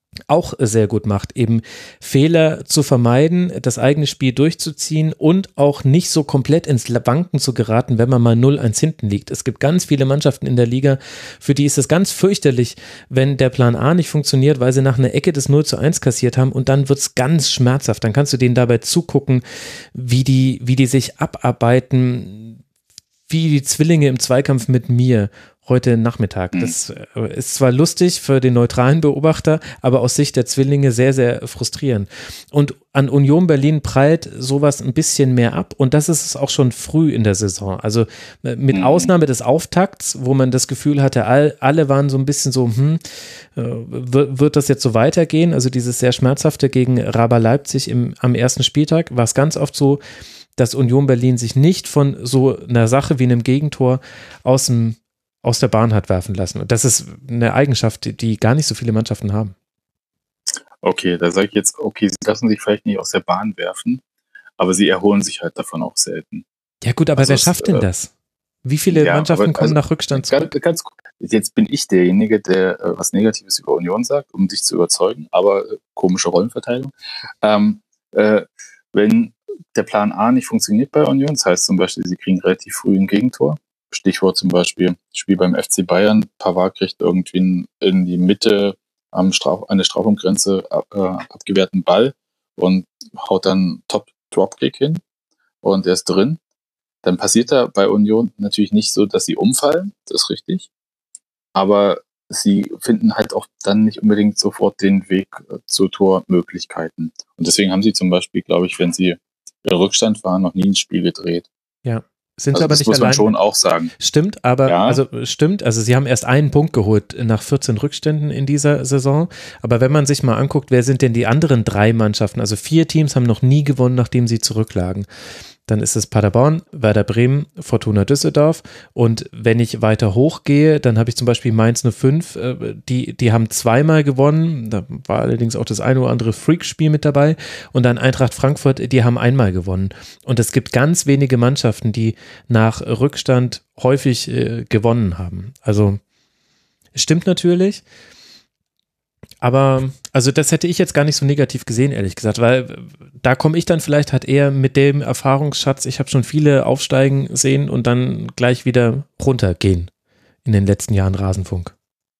auch sehr gut macht, eben Fehler zu vermeiden, das eigene Spiel durchzuziehen und auch nicht so komplett ins Wanken zu geraten, wenn man mal null eins hinten liegt. Es gibt ganz viele Mannschaften in der Liga, für die ist es ganz fürchterlich, wenn der Plan A nicht funktioniert, weil sie nach einer Ecke das null zu eins kassiert haben und dann wird es ganz schmerzhaft. Dann kannst du denen dabei zugucken, wie die, wie die sich abarbeiten, wie die Zwillinge im Zweikampf mit mir heute Nachmittag. Das ist zwar lustig für den neutralen Beobachter, aber aus Sicht der Zwillinge sehr, sehr frustrierend. Und an Union Berlin prallt sowas ein bisschen mehr ab und das ist es auch schon früh in der Saison. Also mit Ausnahme des Auftakts, wo man das Gefühl hatte, all, alle waren so ein bisschen so, hm, wird, wird das jetzt so weitergehen? Also dieses sehr schmerzhafte gegen Raba Leipzig im, am ersten Spieltag war es ganz oft so, dass Union Berlin sich nicht von so einer Sache wie einem Gegentor aus dem aus der Bahn hat werfen lassen. Und das ist eine Eigenschaft, die, die gar nicht so viele Mannschaften haben. Okay, da sage ich jetzt, okay, sie lassen sich vielleicht nicht aus der Bahn werfen, aber sie erholen sich halt davon auch selten. Ja gut, aber also wer schafft es, denn das? Wie viele ja, Mannschaften aber, kommen also, nach Rückstand zurück? Ganz, ganz, jetzt bin ich derjenige, der äh, was Negatives über Union sagt, um dich zu überzeugen, aber äh, komische Rollenverteilung. Ähm, äh, wenn der Plan A nicht funktioniert bei Union, das heißt zum Beispiel, sie kriegen relativ früh ein Gegentor, Stichwort zum Beispiel Spiel beim F C Bayern. Pavard kriegt irgendwie in die Mitte am Straf, an der Strafraumgrenze ab, äh, abgewehrten Ball und haut dann Top-Dropkick hin und er ist drin. Dann passiert da bei Union natürlich nicht so, dass sie umfallen, das ist richtig. Aber sie finden halt auch dann nicht unbedingt sofort den Weg äh, zu Tormöglichkeiten. Und deswegen haben sie zum Beispiel, glaube ich, wenn sie in Rückstand waren, noch nie ein Spiel gedreht. Ja. Sind also aber das nicht muss man allein. schon auch sagen. Stimmt, aber ja. also stimmt, also sie haben erst einen Punkt geholt nach vierzehn Rückständen in dieser Saison, aber wenn man sich mal anguckt, wer sind denn die anderen drei Mannschaften, also vier Teams haben noch nie gewonnen, nachdem sie zurücklagen. Dann ist es Paderborn, Werder Bremen, Fortuna Düsseldorf und wenn ich weiter hochgehe, dann habe ich zum Beispiel Mainz null fünf, die, die haben zweimal gewonnen, da war allerdings auch das eine oder andere Freak-Spiel mit dabei und dann Eintracht Frankfurt, die haben einmal gewonnen und es gibt ganz wenige Mannschaften, die nach Rückstand häufig äh, gewonnen haben. Also stimmt natürlich. Aber, also das hätte ich jetzt gar nicht so negativ gesehen, ehrlich gesagt, weil da komme ich dann vielleicht halt eher mit dem Erfahrungsschatz, ich habe schon viele aufsteigen sehen und dann gleich wieder runtergehen in den letzten Jahren Rasenfunk.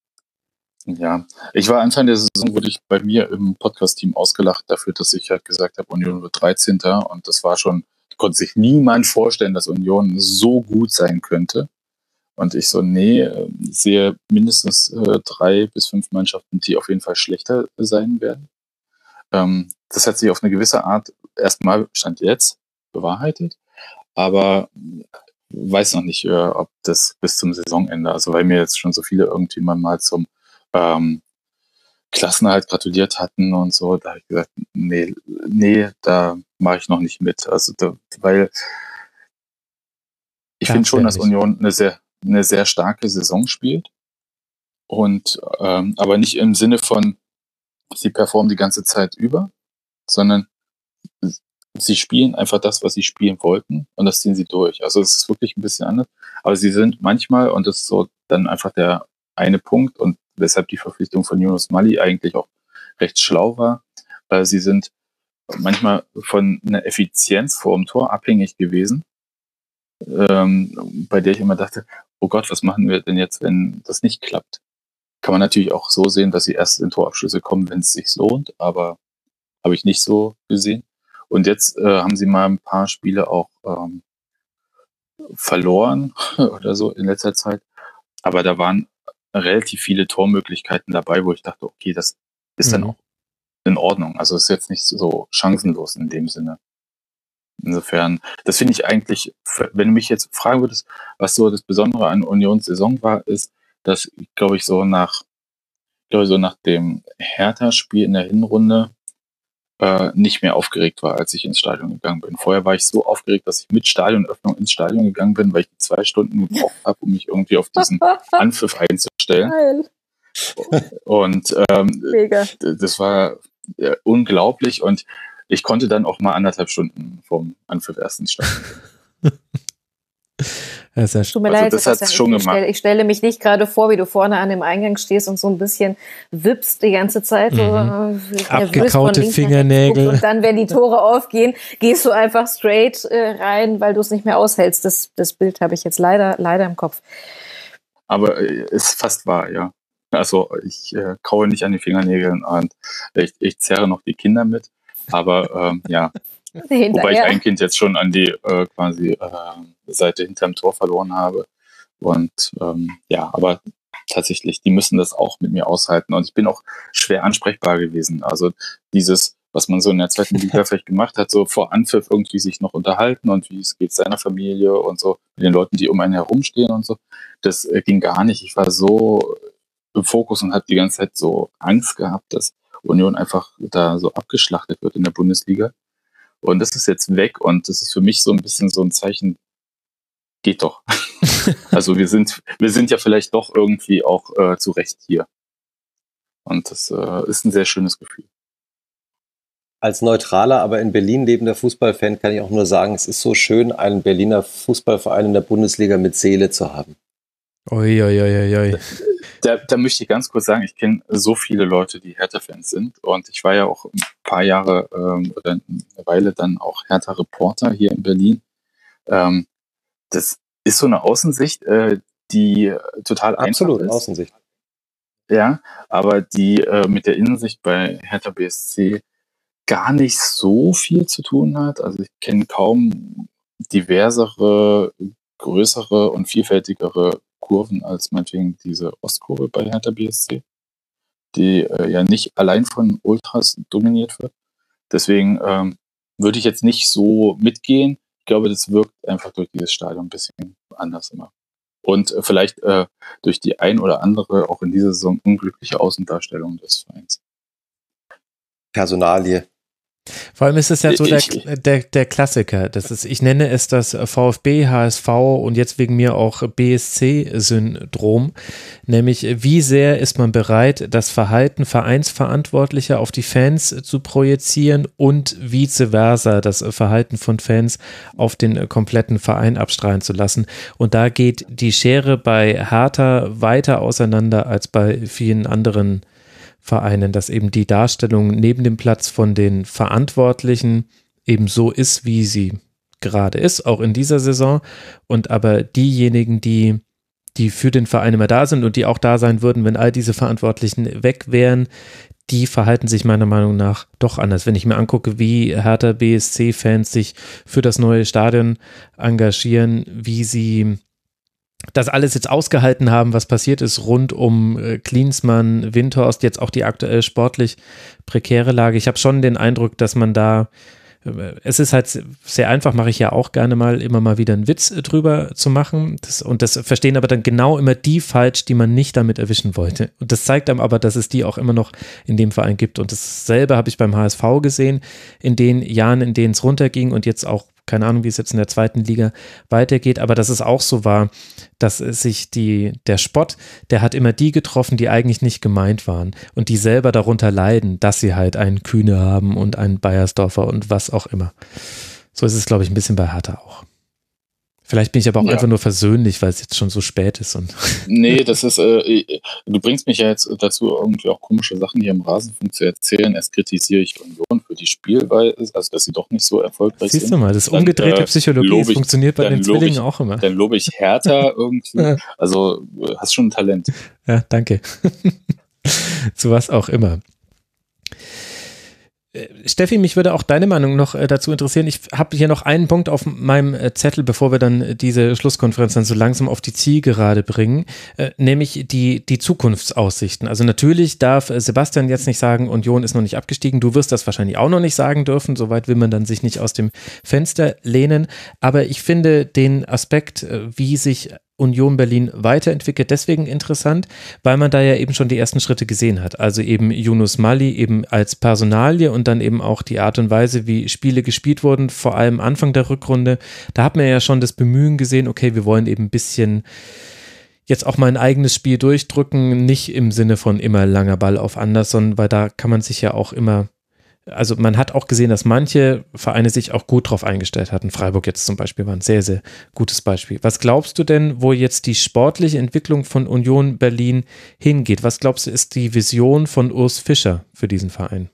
Ja, ich war Anfang der Saison, wurde ich bei mir im Podcast-Team ausgelacht dafür, dass ich halt gesagt habe, Union wird dreizehnter und das war schon, konnte sich niemand vorstellen, dass Union so gut sein könnte. Und ich so, nee, sehe mindestens äh, drei bis fünf Mannschaften, die auf jeden Fall schlechter sein werden. Ähm, das hat sich auf eine gewisse Art erstmal, Stand jetzt, bewahrheitet. Aber weiß noch nicht, äh, ob das bis zum Saisonende, also weil mir jetzt schon so viele irgendwie mal zum ähm, Klassenerhalt gratuliert hatten und so, da habe ich gesagt, nee, nee, da mache ich noch nicht mit. Also da, weil ich finde schon, dass Union eine sehr eine sehr starke Saison spielt und ähm, aber nicht im Sinne von sie performen die ganze Zeit über, sondern sie spielen einfach das, was sie spielen wollten und das ziehen sie durch. Also es ist wirklich ein bisschen anders, aber sie sind manchmal, und das ist so dann einfach der eine Punkt und weshalb die Verpflichtung von Yunus Mali eigentlich auch recht schlau war, weil sie sind manchmal von einer Effizienz vor dem Tor abhängig gewesen, ähm, bei der ich immer dachte, oh Gott, was machen wir denn jetzt, wenn das nicht klappt? Kann man natürlich auch so sehen, dass sie erst in Torabschlüsse kommen, wenn es sich lohnt, aber habe ich nicht so gesehen. Und jetzt äh, haben sie mal ein paar Spiele auch ähm, verloren oder so in letzter Zeit, aber da waren relativ viele Tormöglichkeiten dabei, wo ich dachte, okay, das ist mhm. dann auch in Ordnung. Also es ist jetzt nicht so chancenlos in dem Sinne. Insofern, das finde ich eigentlich, wenn du mich jetzt fragen würdest, was so das Besondere an Unions Saison war, ist, dass, glaube ich, so nach, glaube ich, so nach dem Hertha-Spiel in der Hinrunde äh, nicht mehr aufgeregt war, als ich ins Stadion gegangen bin. Vorher war ich so aufgeregt, dass ich mit Stadionöffnung ins Stadion gegangen bin, weil ich die zwei Stunden gebraucht habe, um mich irgendwie auf diesen Anpfiff einzustellen. Geil. Und ähm, Mega. Das war ja, unglaublich und ich konnte dann auch mal anderthalb Stunden vom Anpfiff erst ins Stadion gehen. Ja, sehr schön. Tut mir also leid, das hat's schon ich, gemacht. Stelle, ich stelle mich nicht gerade vor, wie du vorne an dem Eingang stehst und so ein bisschen wippst die ganze Zeit. Mhm. So, abgekaute Fingernägel. Und dann, wenn die Tore aufgehen, gehst du einfach straight äh, rein, weil du es nicht mehr aushältst. Das, das Bild habe ich jetzt leider, leider im Kopf. Aber äh, ist fast wahr, ja. Also ich äh, kaue nicht an den Fingernägeln und ich, ich zerre noch die Kinder mit. Aber ähm, ja, wobei ich ein Kind jetzt schon an die äh, quasi äh, Seite hinterm Tor verloren habe. Und ähm, ja, aber tatsächlich, die müssen das auch mit mir aushalten. Und ich bin auch schwer ansprechbar gewesen. Also dieses, was man so in der zweiten Liga vielleicht gemacht hat, so vor Anpfiff irgendwie sich noch unterhalten und wie es geht seiner Familie und so, mit den Leuten, die um einen herumstehen und so, das äh, ging gar nicht. Ich war so im Fokus und habe die ganze Zeit so Angst gehabt, dass Union einfach da so abgeschlachtet wird in der Bundesliga. Und das ist jetzt weg und das ist für mich so ein bisschen so ein Zeichen, geht doch. Also wir sind, wir sind ja vielleicht doch irgendwie auch äh, zu Recht hier. Und das äh, ist ein sehr schönes Gefühl. Als neutraler, aber in Berlin lebender Fußballfan kann ich auch nur sagen, es ist so schön, einen Berliner Fußballverein in der Bundesliga mit Seele zu haben. Oi, oi, oi, oi. Da, da möchte ich ganz kurz sagen, ich kenne so viele Leute, die Hertha-Fans sind und ich war ja auch ein paar Jahre ähm, oder eine Weile dann auch Hertha-Reporter hier in Berlin. Ähm, das ist so eine Außensicht, äh, die total einfach Absolut, ist. Außensicht. Ja, aber die äh, mit der Innensicht bei Hertha B S C gar nicht so viel zu tun hat. Also ich kenne kaum diversere, größere und vielfältigere Kurven als meinetwegen diese Ostkurve bei Hertha B S C, die äh, ja nicht allein von Ultras dominiert wird. Deswegen ähm, würde ich jetzt nicht so mitgehen. Ich glaube, das wirkt einfach durch dieses Stadion ein bisschen anders immer. Und äh, vielleicht äh, durch die ein oder andere, auch in dieser Saison, unglückliche Außendarstellung des Vereins. Personalie. Vor allem ist es ja so der, der, der Klassiker. Das ist, ich nenne es das VfB, H S V und jetzt wegen mir auch B S C-Syndrom. Nämlich, wie sehr ist man bereit, das Verhalten Vereinsverantwortlicher auf die Fans zu projizieren und vice versa, das Verhalten von Fans auf den kompletten Verein abstrahlen zu lassen. Und da geht die Schere bei Hertha weiter auseinander als bei vielen anderen Vereinen, dass eben die Darstellung neben dem Platz von den Verantwortlichen eben so ist, wie sie gerade ist, auch in dieser Saison. Und aber diejenigen, die, die für den Verein immer da sind und die auch da sein würden, wenn all diese Verantwortlichen weg wären, die verhalten sich meiner Meinung nach doch anders. Wenn ich mir angucke, wie Hertha B S C-Fans sich für das neue Stadion engagieren, wie sie das alles jetzt ausgehalten haben, was passiert ist rund um äh, Klinsmann, Windhorst, jetzt auch die aktuell sportlich prekäre Lage. Ich habe schon den Eindruck, dass man da, äh, es ist halt sehr einfach, mache ich ja auch gerne mal, immer mal wieder einen Witz drüber zu machen. Das, und das verstehen aber dann genau immer die falsch, die man nicht damit erwischen wollte. Und das zeigt einem aber, dass es die auch immer noch in dem Verein gibt. Und dasselbe habe ich beim H S V gesehen, in den Jahren, in denen es runterging und jetzt auch, keine Ahnung, wie es jetzt in der zweiten Liga weitergeht, aber dass es auch so war, dass sich die, der Spott, der hat immer die getroffen, die eigentlich nicht gemeint waren und die selber darunter leiden, dass sie halt einen Kühne haben und einen Bayersdorfer und was auch immer. So ist es, glaube ich, ein bisschen bei Hertha auch. Vielleicht bin ich aber auch ja. einfach nur versöhnlich, weil es jetzt schon so spät ist. Und nee, das ist, äh, du bringst mich ja jetzt dazu, irgendwie auch komische Sachen hier im Rasenfunk zu erzählen. Erst kritisiere ich Union für die Spielweise, also dass sie doch nicht so erfolgreich Siehst sind. Siehst du mal, das ist umgedrehte äh, Psychologie, das funktioniert bei den Zwillingen ich, auch immer. Dann lobe ich Hertha irgendwie. Also hast schon ein Talent. Ja, danke. Zu was auch immer. Steffi, mich würde auch deine Meinung noch äh, dazu interessieren. Ich habe hier noch einen Punkt auf meinem äh, Zettel, bevor wir dann diese Schlusskonferenz dann so langsam auf die Zielgerade bringen, äh, nämlich die, die Zukunftsaussichten. Also natürlich darf äh, Sebastian jetzt nicht sagen, Union ist noch nicht abgestiegen. Du wirst das wahrscheinlich auch noch nicht sagen dürfen. Soweit will man dann sich nicht aus dem Fenster lehnen. Aber ich finde den Aspekt, äh, wie sich Union Berlin weiterentwickelt, deswegen interessant, weil man da ja eben schon die ersten Schritte gesehen hat. Also eben Yunus Mali eben als Personalie und dann eben auch die Art und Weise, wie Spiele gespielt wurden, vor allem Anfang der Rückrunde. Da hat man ja schon das Bemühen gesehen, okay, wir wollen eben ein bisschen jetzt auch mal ein eigenes Spiel durchdrücken, nicht im Sinne von immer langer Ball auf Anderson, weil da kann man sich ja auch immer also man hat auch gesehen, dass manche Vereine sich auch gut drauf eingestellt hatten. Freiburg jetzt zum Beispiel war ein sehr, sehr gutes Beispiel. Was glaubst du denn, wo jetzt die sportliche Entwicklung von Union Berlin hingeht? Was glaubst du, ist die Vision von Urs Fischer für diesen Verein?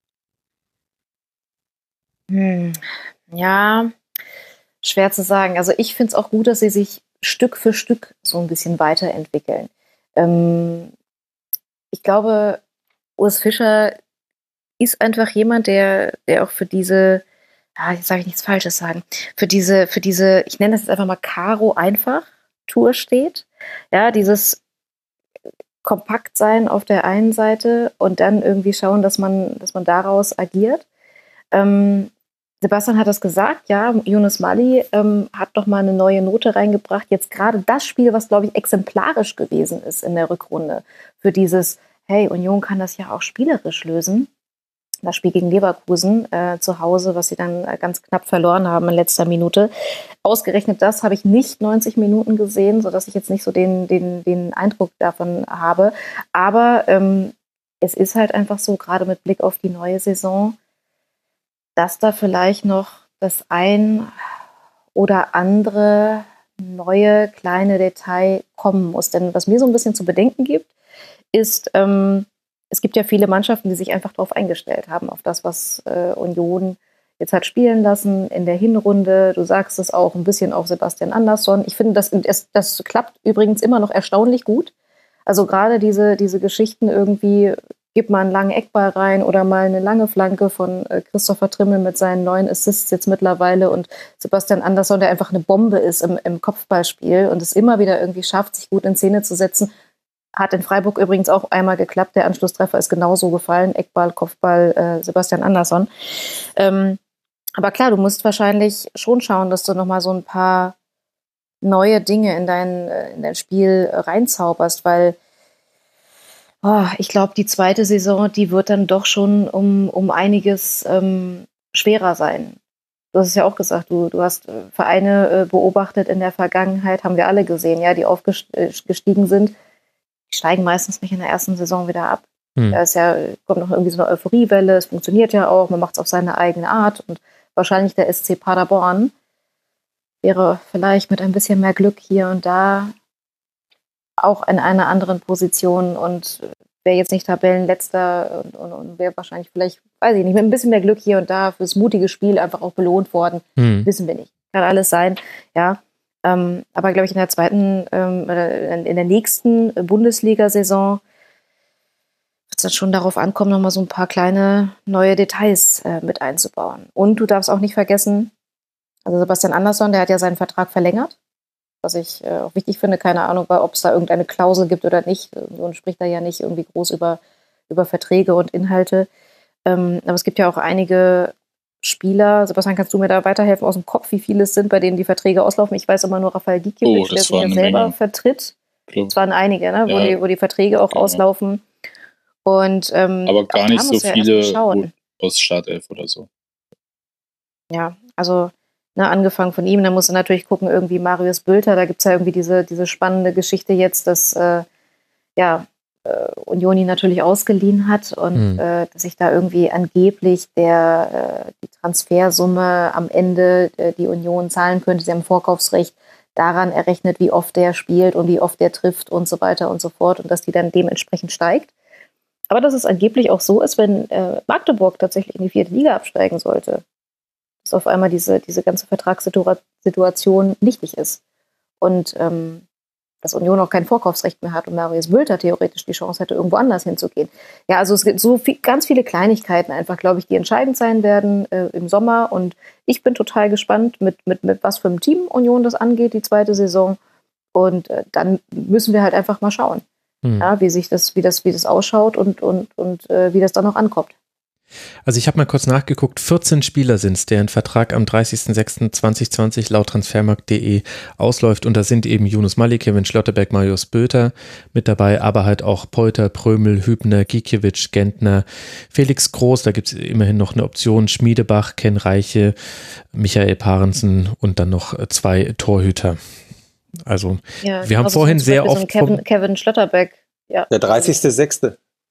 Hm, ja, schwer zu sagen. Also ich finde es auch gut, dass sie sich Stück für Stück so ein bisschen weiterentwickeln. Ähm, ich glaube, Urs Fischer ist einfach jemand, der, der auch für diese, ah, jetzt sage ich nichts Falsches sagen, für diese, für diese, ich nenne das jetzt einfach mal Karo einfach Tour steht. Ja, dieses Kompaktsein auf der einen Seite und dann irgendwie schauen, dass man, dass man daraus agiert. Ähm, Sebastian hat das gesagt, ja, Yunus Mali ähm, hat doch mal eine neue Note reingebracht. Jetzt gerade das Spiel, was, glaube ich, exemplarisch gewesen ist in der Rückrunde für dieses, hey, Union kann das ja auch spielerisch lösen. Das Spiel gegen Leverkusen äh, zu Hause, was sie dann äh, ganz knapp verloren haben in letzter Minute. Ausgerechnet das habe ich nicht neunzig Minuten gesehen, sodass ich jetzt nicht so den, den, den Eindruck davon habe. Aber ähm, es ist halt einfach so, gerade mit Blick auf die neue Saison, dass da vielleicht noch das ein oder andere neue kleine Detail kommen muss. Denn was mir so ein bisschen zu bedenken gibt, ist, ähm, es gibt ja viele Mannschaften, die sich einfach darauf eingestellt haben, auf das, was äh, Union jetzt hat spielen lassen in der Hinrunde. Du sagst es auch ein bisschen auf Sebastian Andersson. Ich finde, das, das, das klappt übrigens immer noch erstaunlich gut. Also gerade diese, diese Geschichten irgendwie, gib mal einen langen Eckball rein oder mal eine lange Flanke von äh, Christopher Trimmel mit seinen neuen Assists jetzt mittlerweile und Sebastian Andersson, der einfach eine Bombe ist im, im Kopfballspiel und es immer wieder irgendwie schafft, sich gut in Szene zu setzen. Hat in Freiburg übrigens auch einmal geklappt. Der Anschlusstreffer ist genauso gefallen. Eckball, Kopfball, äh, Sebastian Andersson. Ähm, aber klar, du musst wahrscheinlich schon schauen, dass du nochmal so ein paar neue Dinge in dein, in dein Spiel reinzauberst, weil oh, ich glaube, die zweite Saison, die wird dann doch schon um, um einiges ähm, schwerer sein. Du hast es ja auch gesagt, du, du hast Vereine äh, beobachtet in der Vergangenheit, haben wir alle gesehen, ja, die aufgestiegen sind. Die steigen meistens nicht in der ersten Saison wieder ab. Hm. Da ist ja, kommt noch irgendwie so eine Euphoriewelle, es funktioniert ja auch, man macht es auf seine eigene Art und wahrscheinlich der S C Paderborn wäre vielleicht mit ein bisschen mehr Glück hier und da auch in einer anderen Position und wäre jetzt nicht Tabellenletzter und, und, und wäre wahrscheinlich vielleicht, weiß ich nicht, mit ein bisschen mehr Glück hier und da fürs mutige Spiel einfach auch belohnt worden. Hm. Wissen wir nicht. Kann alles sein, ja. Ähm, aber glaube ich in der zweiten, ähm, in der nächsten Bundesliga-Saison wird es dann schon darauf ankommen, nochmal so ein paar kleine neue Details äh, mit einzubauen. Und du darfst auch nicht vergessen, also Sebastian Andersson, der hat ja seinen Vertrag verlängert, was ich äh, auch wichtig finde, keine Ahnung, ob es da irgendeine Klausel gibt oder nicht. Und spricht da ja nicht irgendwie groß über, über Verträge und Inhalte. Ähm, aber es gibt ja auch einige Spieler, Sebastian, kannst du mir da weiterhelfen aus dem Kopf, wie viele es sind, bei denen die Verträge auslaufen? Ich weiß immer nur Rafael Gikiewicz, oh, der sich ja selber Menge. vertritt. Es waren einige, ne, wo, ja, die, wo die Verträge auch genau. auslaufen. Und, ähm, aber gar nicht so viele aus Startelf oder so. Ja, also ne, angefangen von ihm, dann musst du natürlich gucken, irgendwie Marius Bülter, da gibt es ja irgendwie diese, diese spannende Geschichte jetzt, dass äh, ja, äh, Union ihn natürlich ausgeliehen hat und mhm. äh, dass sich da irgendwie angeblich der, äh, die Transfersumme am Ende, äh, die Union zahlen könnte, sie haben Vorkaufsrecht, daran errechnet, wie oft der spielt und wie oft der trifft und so weiter und so fort und dass die dann dementsprechend steigt. Aber dass es angeblich auch so ist, wenn äh, Magdeburg tatsächlich in die vierte Liga absteigen sollte, dass auf einmal diese, diese ganze Vertragssituation nichtig ist. Und ähm, dass Union auch kein Vorkaufsrecht mehr hat und Marius Bülter theoretisch die Chance hätte, irgendwo anders hinzugehen. Ja, also es gibt so viel, ganz viele Kleinigkeiten einfach, glaube ich, die entscheidend sein werden äh, im Sommer. Und ich bin total gespannt, mit, mit, mit was für einem Team Union das angeht, die zweite Saison. Und äh, dann müssen wir halt einfach mal schauen, hm. ja, wie sich das, wie das, wie das ausschaut und, und, und äh, wie das dann noch ankommt. Also ich habe mal kurz nachgeguckt, vierzehn Spieler sind es, deren Vertrag am dreißigsten sechsten zweitausendzwanzig laut transfermarkt punkt de ausläuft und da sind eben Yunus Mali, Kevin Schlotterbeck, Marius Bülter mit dabei, aber halt auch Polter, Prömel, Hübner, Gikiewicz, Gentner, Felix Groß, da gibt es immerhin noch eine Option, Schmiedebach, Ken Reiche, Michael Parensen und dann noch zwei Torhüter. Also ja, wir haben also vorhin sehr oft... Kevin, Kevin Schlotterbeck, ja. Der dreißigste sechste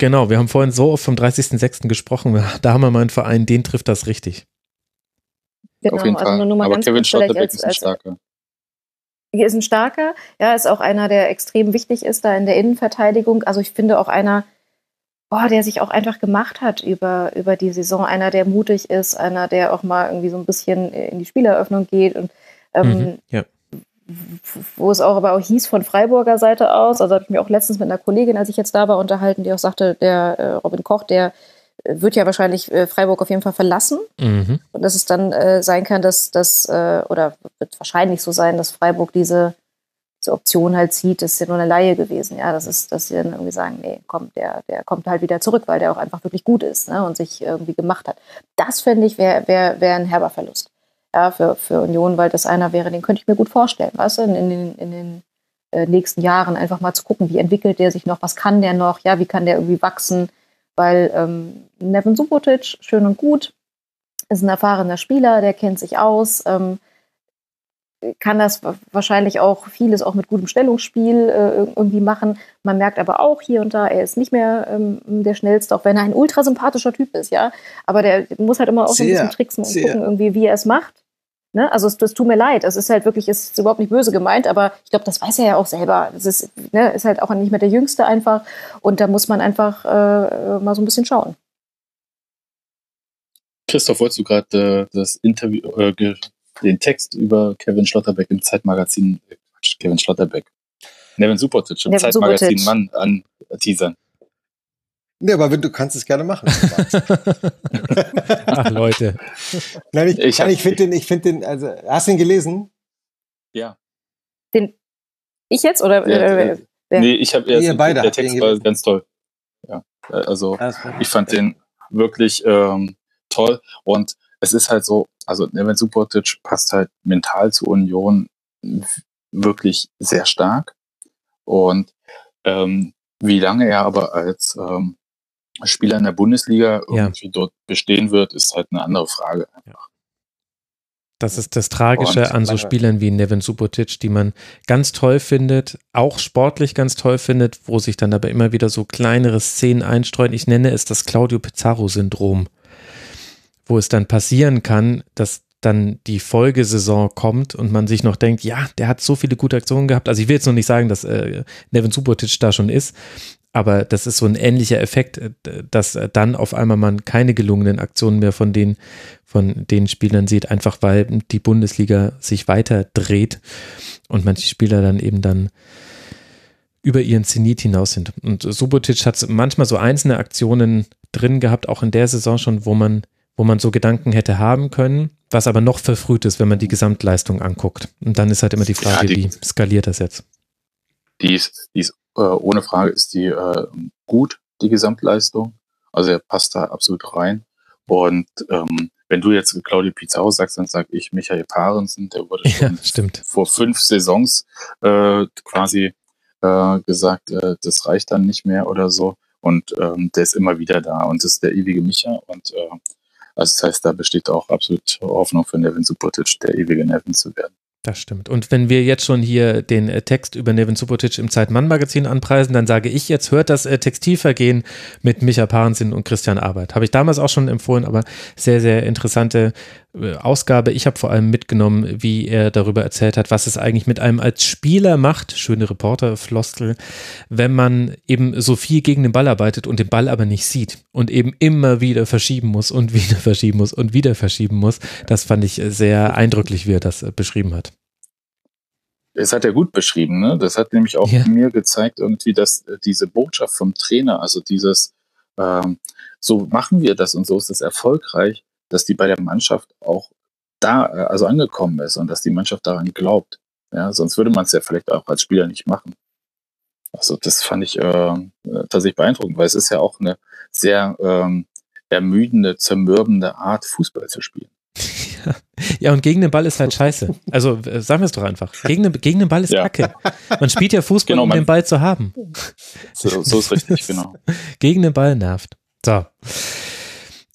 Genau, wir haben vorhin so oft vom dreißigsten sechsten gesprochen, da haben wir mal einen Verein, den trifft das richtig. Genau, auf jeden also Fall. nur, nur mal Aber ganz Kevin kurz vielleicht Schlotterbeck als, ist ein als, starker. Hier ist ein starker, ja, ist auch einer, der extrem wichtig ist da in der Innenverteidigung. Also ich finde auch einer, boah, der sich auch einfach gemacht hat über, über die Saison. Einer, der mutig ist, einer, der auch mal irgendwie so ein bisschen in die Spieleröffnung geht und ähm, Mhm, ja. wo es auch aber auch hieß von Freiburger Seite aus, also habe ich mich auch letztens mit einer Kollegin, als ich jetzt da war, unterhalten, die auch sagte, der äh, Robin Koch, der äh, wird ja wahrscheinlich äh, Freiburg auf jeden Fall verlassen. Mhm. Und dass es dann äh, sein kann, dass das, äh, oder wird wahrscheinlich so sein, dass Freiburg diese, diese Option halt zieht, das ist ja nur eine Laie gewesen, ja, das ist, dass sie dann irgendwie sagen, nee, komm, der, der kommt halt wieder zurück, weil der auch einfach wirklich gut ist, ne, und sich irgendwie gemacht hat. Das, fände ich, wäre wär, wär ein herber Verlust. Ja, für, für Union, weil das einer wäre, den könnte ich mir gut vorstellen, weißt du, in, in den, in den äh, nächsten Jahren einfach mal zu gucken, wie entwickelt der sich noch, was kann der noch, ja, wie kann der irgendwie wachsen, weil ähm, Neven Subotic, schön und gut, ist ein erfahrener Spieler, der kennt sich aus, ähm, kann das wahrscheinlich auch vieles auch mit gutem Stellungsspiel äh, irgendwie machen. Man merkt aber auch hier und da, er ist nicht mehr ähm, der Schnellste, auch wenn er ein ultra sympathischer Typ ist, ja. Aber der muss halt immer auch so ein bisschen tricksen und sehr. gucken, irgendwie, wie er es macht. Ne? Also es, das tut mir leid. Es ist halt wirklich, es ist überhaupt nicht böse gemeint, aber ich glaube, das weiß er ja auch selber. Es ist, ne, ist halt auch nicht mehr der Jüngste einfach. Und da muss man einfach äh, mal so ein bisschen schauen. Christoph, wolltest du gerade äh, das Interview, äh, ge- den Text über Kevin Schlotterbeck im Zeitmagazin, äh, Quatsch, Kevin Schlotterbeck, Neven Subotic im Neven Zeitmagazin Subotic. Mann an teasern? Nee, aber wenn, du kannst es gerne machen. Ach, Leute. Nein, ich, Ich nein, hab- ich finde den, ich finde den, also, hast du ihn gelesen? Ja. Den, ich jetzt? Oder Ja, äh, äh, wer? Nee, ich habe erst, Ihr beide der habt ihn Text war gelesen. ganz toll. Ja, äh, also Alles klar. ich fand den wirklich ähm, toll und es ist halt so, also Neven Subotic passt halt mental zur Union w- wirklich sehr stark und ähm, wie lange er aber als ähm, Spieler in der Bundesliga Ja. irgendwie dort bestehen wird, ist halt eine andere Frage. Das ist das Tragische Und an so meine- Spielern wie Neven Subotic, die man ganz toll findet, auch sportlich ganz toll findet, wo sich dann aber immer wieder so kleinere Szenen einstreuen. Ich nenne es das Claudio Pizarro-Syndrom, wo es dann passieren kann, dass dann die Folgesaison kommt und man sich noch denkt, ja, der hat so viele gute Aktionen gehabt. Also ich will jetzt noch nicht sagen, dass äh, Neven Subotic da schon ist, aber das ist so ein ähnlicher Effekt, äh, dass äh, dann auf einmal man keine gelungenen Aktionen mehr von den, von den Spielern sieht, einfach weil die Bundesliga sich weiter dreht und manche Spieler dann eben dann über ihren Zenit hinaus sind. Und Subotic hat manchmal so einzelne Aktionen drin gehabt, auch in der Saison schon, wo man, wo man so Gedanken hätte haben können, was aber noch verfrüht ist, wenn man die Gesamtleistung anguckt. Und dann ist halt immer die Frage, Ja, die- wie skaliert das jetzt? Die ist, die ist äh, ohne Frage ist die äh, gut, die Gesamtleistung. Also er passt da absolut rein. Und ähm, wenn du jetzt Claudio Pizarro sagst, dann sage ich Michael Parensen, der wurde Ja, schon stimmt. vor fünf Saisons äh, quasi äh, gesagt, äh, das reicht dann nicht mehr oder so. Und ähm, der ist immer wieder da und das ist der ewige Micha. Und äh, also das heißt, da besteht auch absolut Hoffnung für Neven Subotic, der ewige Neven zu werden. Das stimmt. Und wenn wir jetzt schon hier den äh, Text über Neven Subotic im Zeit-Mann-Magazin anpreisen, dann sage ich jetzt, hört das äh, Textilvergehen mit Micha Parensen und Christian Arbeit. Habe ich damals auch schon empfohlen, aber sehr, sehr interessante äh, Ausgabe. Ich habe vor allem mitgenommen, wie er darüber erzählt hat, was es eigentlich mit einem als Spieler macht, schöne Reporterfloskel, wenn man eben so viel gegen den Ball arbeitet und den Ball aber nicht sieht und eben immer wieder verschieben muss und wieder verschieben muss und wieder verschieben muss. Das fand ich sehr eindrücklich, wie er das äh, beschrieben hat. Das hat er gut beschrieben, ne? Das hat nämlich auch Ja. mir gezeigt, irgendwie, dass äh, diese Botschaft vom Trainer, also dieses, ähm, so machen wir das und so ist das erfolgreich, dass die bei der Mannschaft auch da, äh, also angekommen ist und dass die Mannschaft daran glaubt. Ja, sonst würde man es ja vielleicht auch als Spieler nicht machen. Also das fand ich äh, tatsächlich beeindruckend, weil es ist ja auch eine sehr ähm, ermüdende, zermürbende Art, Fußball zu spielen. Ja, und gegen den Ball ist halt scheiße. Also äh, sagen wir es doch einfach. Gegen den, gegen den Ball ist Ja. Kacke. Man spielt ja Fußball, Genau, um man- den Ball zu haben. So, so ist richtig, genau. Gegen den Ball nervt. So.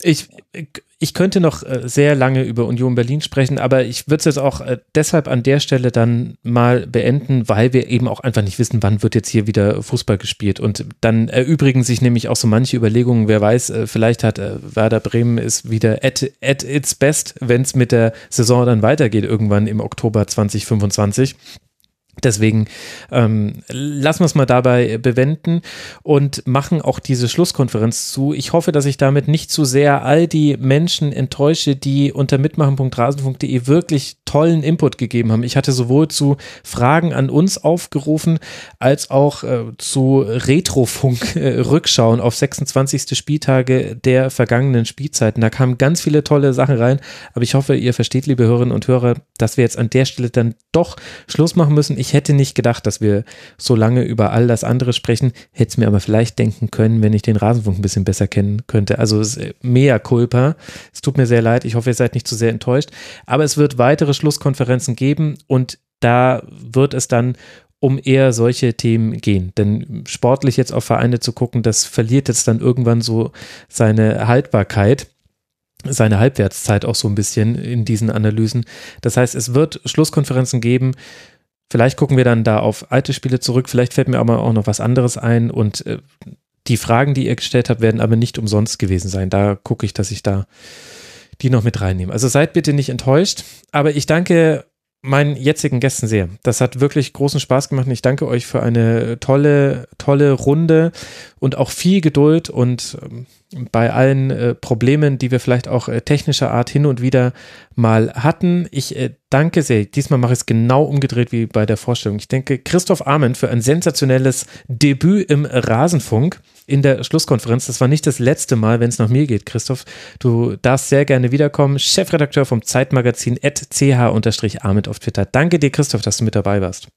Ich, ich könnte noch sehr lange über Union Berlin sprechen, aber ich würde es jetzt auch deshalb an der Stelle dann mal beenden, weil wir eben auch einfach nicht wissen, wann wird jetzt hier wieder Fußball gespielt. Und dann erübrigen sich nämlich auch so manche Überlegungen, wer weiß, vielleicht hat Werder Bremen ist wieder at, at its best, wenn es mit der Saison dann weitergeht, irgendwann im Oktober zwanzig fünfundzwanzig. Deswegen ähm, lassen wir es mal dabei bewenden und machen auch diese Schlusskonferenz zu. Ich hoffe, dass ich damit nicht zu sehr all die Menschen enttäusche, die unter mitmachen punkt rasen punkt de wirklich tollen Input gegeben haben. Ich hatte sowohl zu Fragen an uns aufgerufen, als auch äh, zu Retrofunk-Rückschauen äh, auf sechsundzwanzigste Spieltage der vergangenen Spielzeiten. Da kamen ganz viele tolle Sachen rein, aber ich hoffe, ihr versteht, liebe Hörerinnen und Hörer, dass wir jetzt an der Stelle dann doch Schluss machen müssen. Ich hätte nicht gedacht, dass wir so lange über all das andere sprechen, hätte es mir aber vielleicht denken können, wenn ich den Rasenfunk ein bisschen besser kennen könnte. Also mea culpa. Es tut mir sehr leid. Ich hoffe, ihr seid nicht zu sehr enttäuscht. Aber es wird weitere Schlusskonferenzen geben und da wird es dann um eher solche Themen gehen. Denn sportlich jetzt auf Vereine zu gucken, das verliert jetzt dann irgendwann so seine Haltbarkeit, seine Halbwertszeit auch so ein bisschen in diesen Analysen. Das heißt, es wird Schlusskonferenzen geben. Vielleicht gucken wir dann da auf alte Spiele zurück, vielleicht fällt mir aber auch noch was anderes ein und äh, die Fragen, die ihr gestellt habt, werden aber nicht umsonst gewesen sein. Da gucke ich, dass ich da die noch mit reinnehme. Also seid bitte nicht enttäuscht, aber ich danke meinen jetzigen Gästen sehr. Das hat wirklich großen Spaß gemacht und ich danke euch für eine tolle, tolle Runde und auch viel Geduld und ähm, bei allen äh, Problemen, die wir vielleicht auch äh, technischer Art hin und wieder mal hatten. Ich äh, danke sehr. Diesmal mache ich es genau umgedreht wie bei der Vorstellung. Ich denke Christoph Arment für ein sensationelles Debüt im Rasenfunk in der Schlusskonferenz. Das war nicht das letzte Mal, wenn es nach mir geht, Christoph. Du darfst sehr gerne wiederkommen. Chefredakteur vom Zeitmagazin at c h arment auf Twitter. Danke dir, Christoph, dass du mit dabei warst.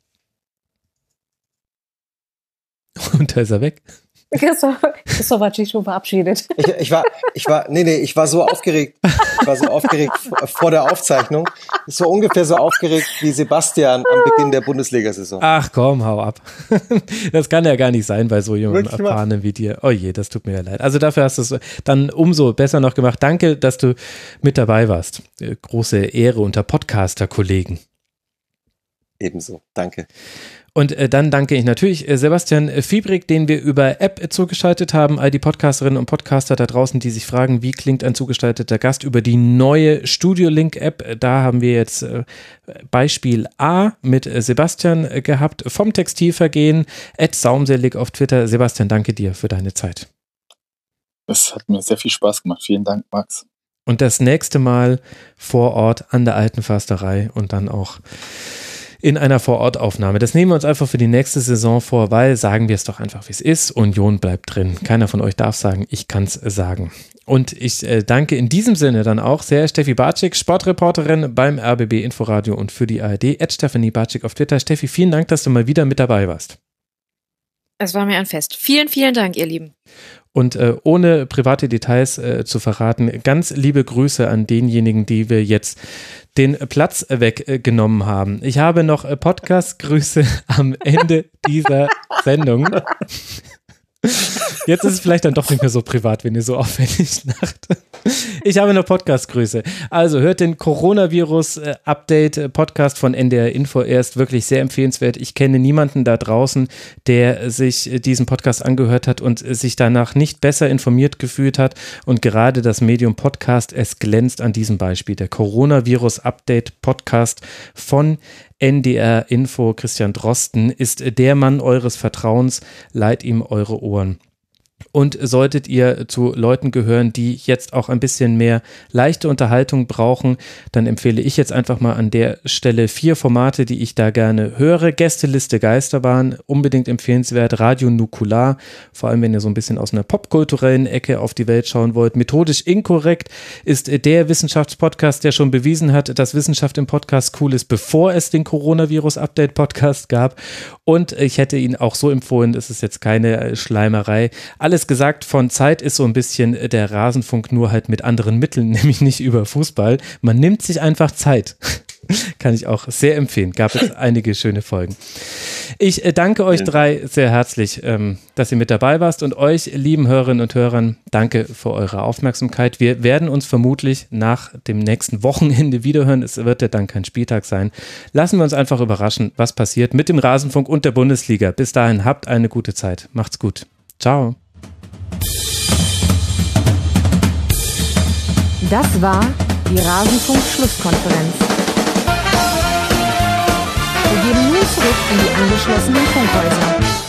Und da ist er weg. Christoph, Christoph hat sich schon verabschiedet. Ich, ich war, ich war, nee, nee, ich war so aufgeregt, ich war so aufgeregt vor der Aufzeichnung, so ungefähr so aufgeregt wie Sebastian am Beginn der Bundesliga-Saison. Ach komm, hau ab. Das kann ja gar nicht sein bei so jemandem Erfahrenen wie dir. Oh je, das tut mir ja leid. Also dafür hast du es dann umso besser noch gemacht. Danke, dass du mit dabei warst. Große Ehre unter Podcaster-Kollegen. Ebenso, danke. Und äh, dann danke ich natürlich äh, Sebastian Fiebrig, den wir über App äh, zugeschaltet haben, all die Podcasterinnen und Podcaster da draußen, die sich fragen, wie klingt ein zugeschalteter Gast über die neue Studio-Link-App. Da haben wir jetzt äh, Beispiel A mit äh, Sebastian äh, gehabt, vom Textilvergehen, at saumselig auf Twitter. Sebastian, danke dir für deine Zeit. Es hat mir sehr viel Spaß gemacht. Vielen Dank, Max. Und das nächste Mal vor Ort an der Alten Försterei und dann auch in einer Vorortaufnahme. Das nehmen wir uns einfach für die nächste Saison vor, weil, sagen wir es doch einfach, wie es ist, Union bleibt drin. Keiner von euch darf sagen, ich kann es sagen. Und ich äh, danke in diesem Sinne dann auch sehr Steffi Bartschik, Sportreporterin beim R B B Inforadio und für die A R D, at Stephanie Bartschik auf Twitter. Steffi, vielen Dank, dass du mal wieder mit dabei warst. Es war mir ein Fest. Vielen, vielen Dank, ihr Lieben. Und äh, ohne private Details äh, zu verraten, ganz liebe Grüße an denjenigen, die wir jetzt den Platz weggenommen äh, haben. Ich habe noch äh, Podcast-Grüße am Ende dieser Sendung. Jetzt ist es vielleicht dann doch nicht mehr so privat, wenn ihr so auffällig lacht. Ich habe noch Podcast-Grüße. Also hört den Coronavirus-Update-Podcast von N D R Info. Er ist wirklich sehr empfehlenswert. Ich kenne niemanden da draußen, der sich diesen Podcast angehört hat und sich danach nicht besser informiert gefühlt hat. Und gerade das Medium Podcast, es glänzt an diesem Beispiel. Der Coronavirus-Update-Podcast von N D R Info. Christian Drosten ist der Mann eures Vertrauens. Leiht ihm eure Ohren. Und solltet ihr zu Leuten gehören, die jetzt auch ein bisschen mehr leichte Unterhaltung brauchen, dann empfehle ich jetzt einfach mal an der Stelle vier Formate, die ich da gerne höre. Gästeliste Geisterbahn, unbedingt empfehlenswert. Radio Nukular, vor allem wenn ihr so ein bisschen aus einer popkulturellen Ecke auf die Welt schauen wollt. Methodisch inkorrekt ist der Wissenschaftspodcast, der schon bewiesen hat, dass Wissenschaft im Podcast cool ist, bevor es den Coronavirus-Update-Podcast gab. Und ich hätte ihn auch so empfohlen, das ist jetzt keine Schleimerei. Alles gesagt von Zeit ist so ein bisschen der Rasenfunk, nur halt mit anderen Mitteln, nämlich nicht über Fußball. Man nimmt sich einfach Zeit. Kann ich auch sehr empfehlen. Gab es einige schöne Folgen. Ich äh, danke euch drei sehr herzlich, ähm, dass ihr mit dabei warst und euch, lieben Hörerinnen und Hörern, danke für eure Aufmerksamkeit. Wir werden uns vermutlich nach dem nächsten Wochenende wiederhören. Es wird ja dann kein Spieltag sein. Lassen wir uns einfach überraschen, was passiert mit dem Rasenfunk und der Bundesliga. Bis dahin, habt eine gute Zeit. Macht's gut. Ciao. Das war die Rasenfunk-Schlusskonferenz. Wir geben nun zurück in die angeschlossenen Funkhäuser.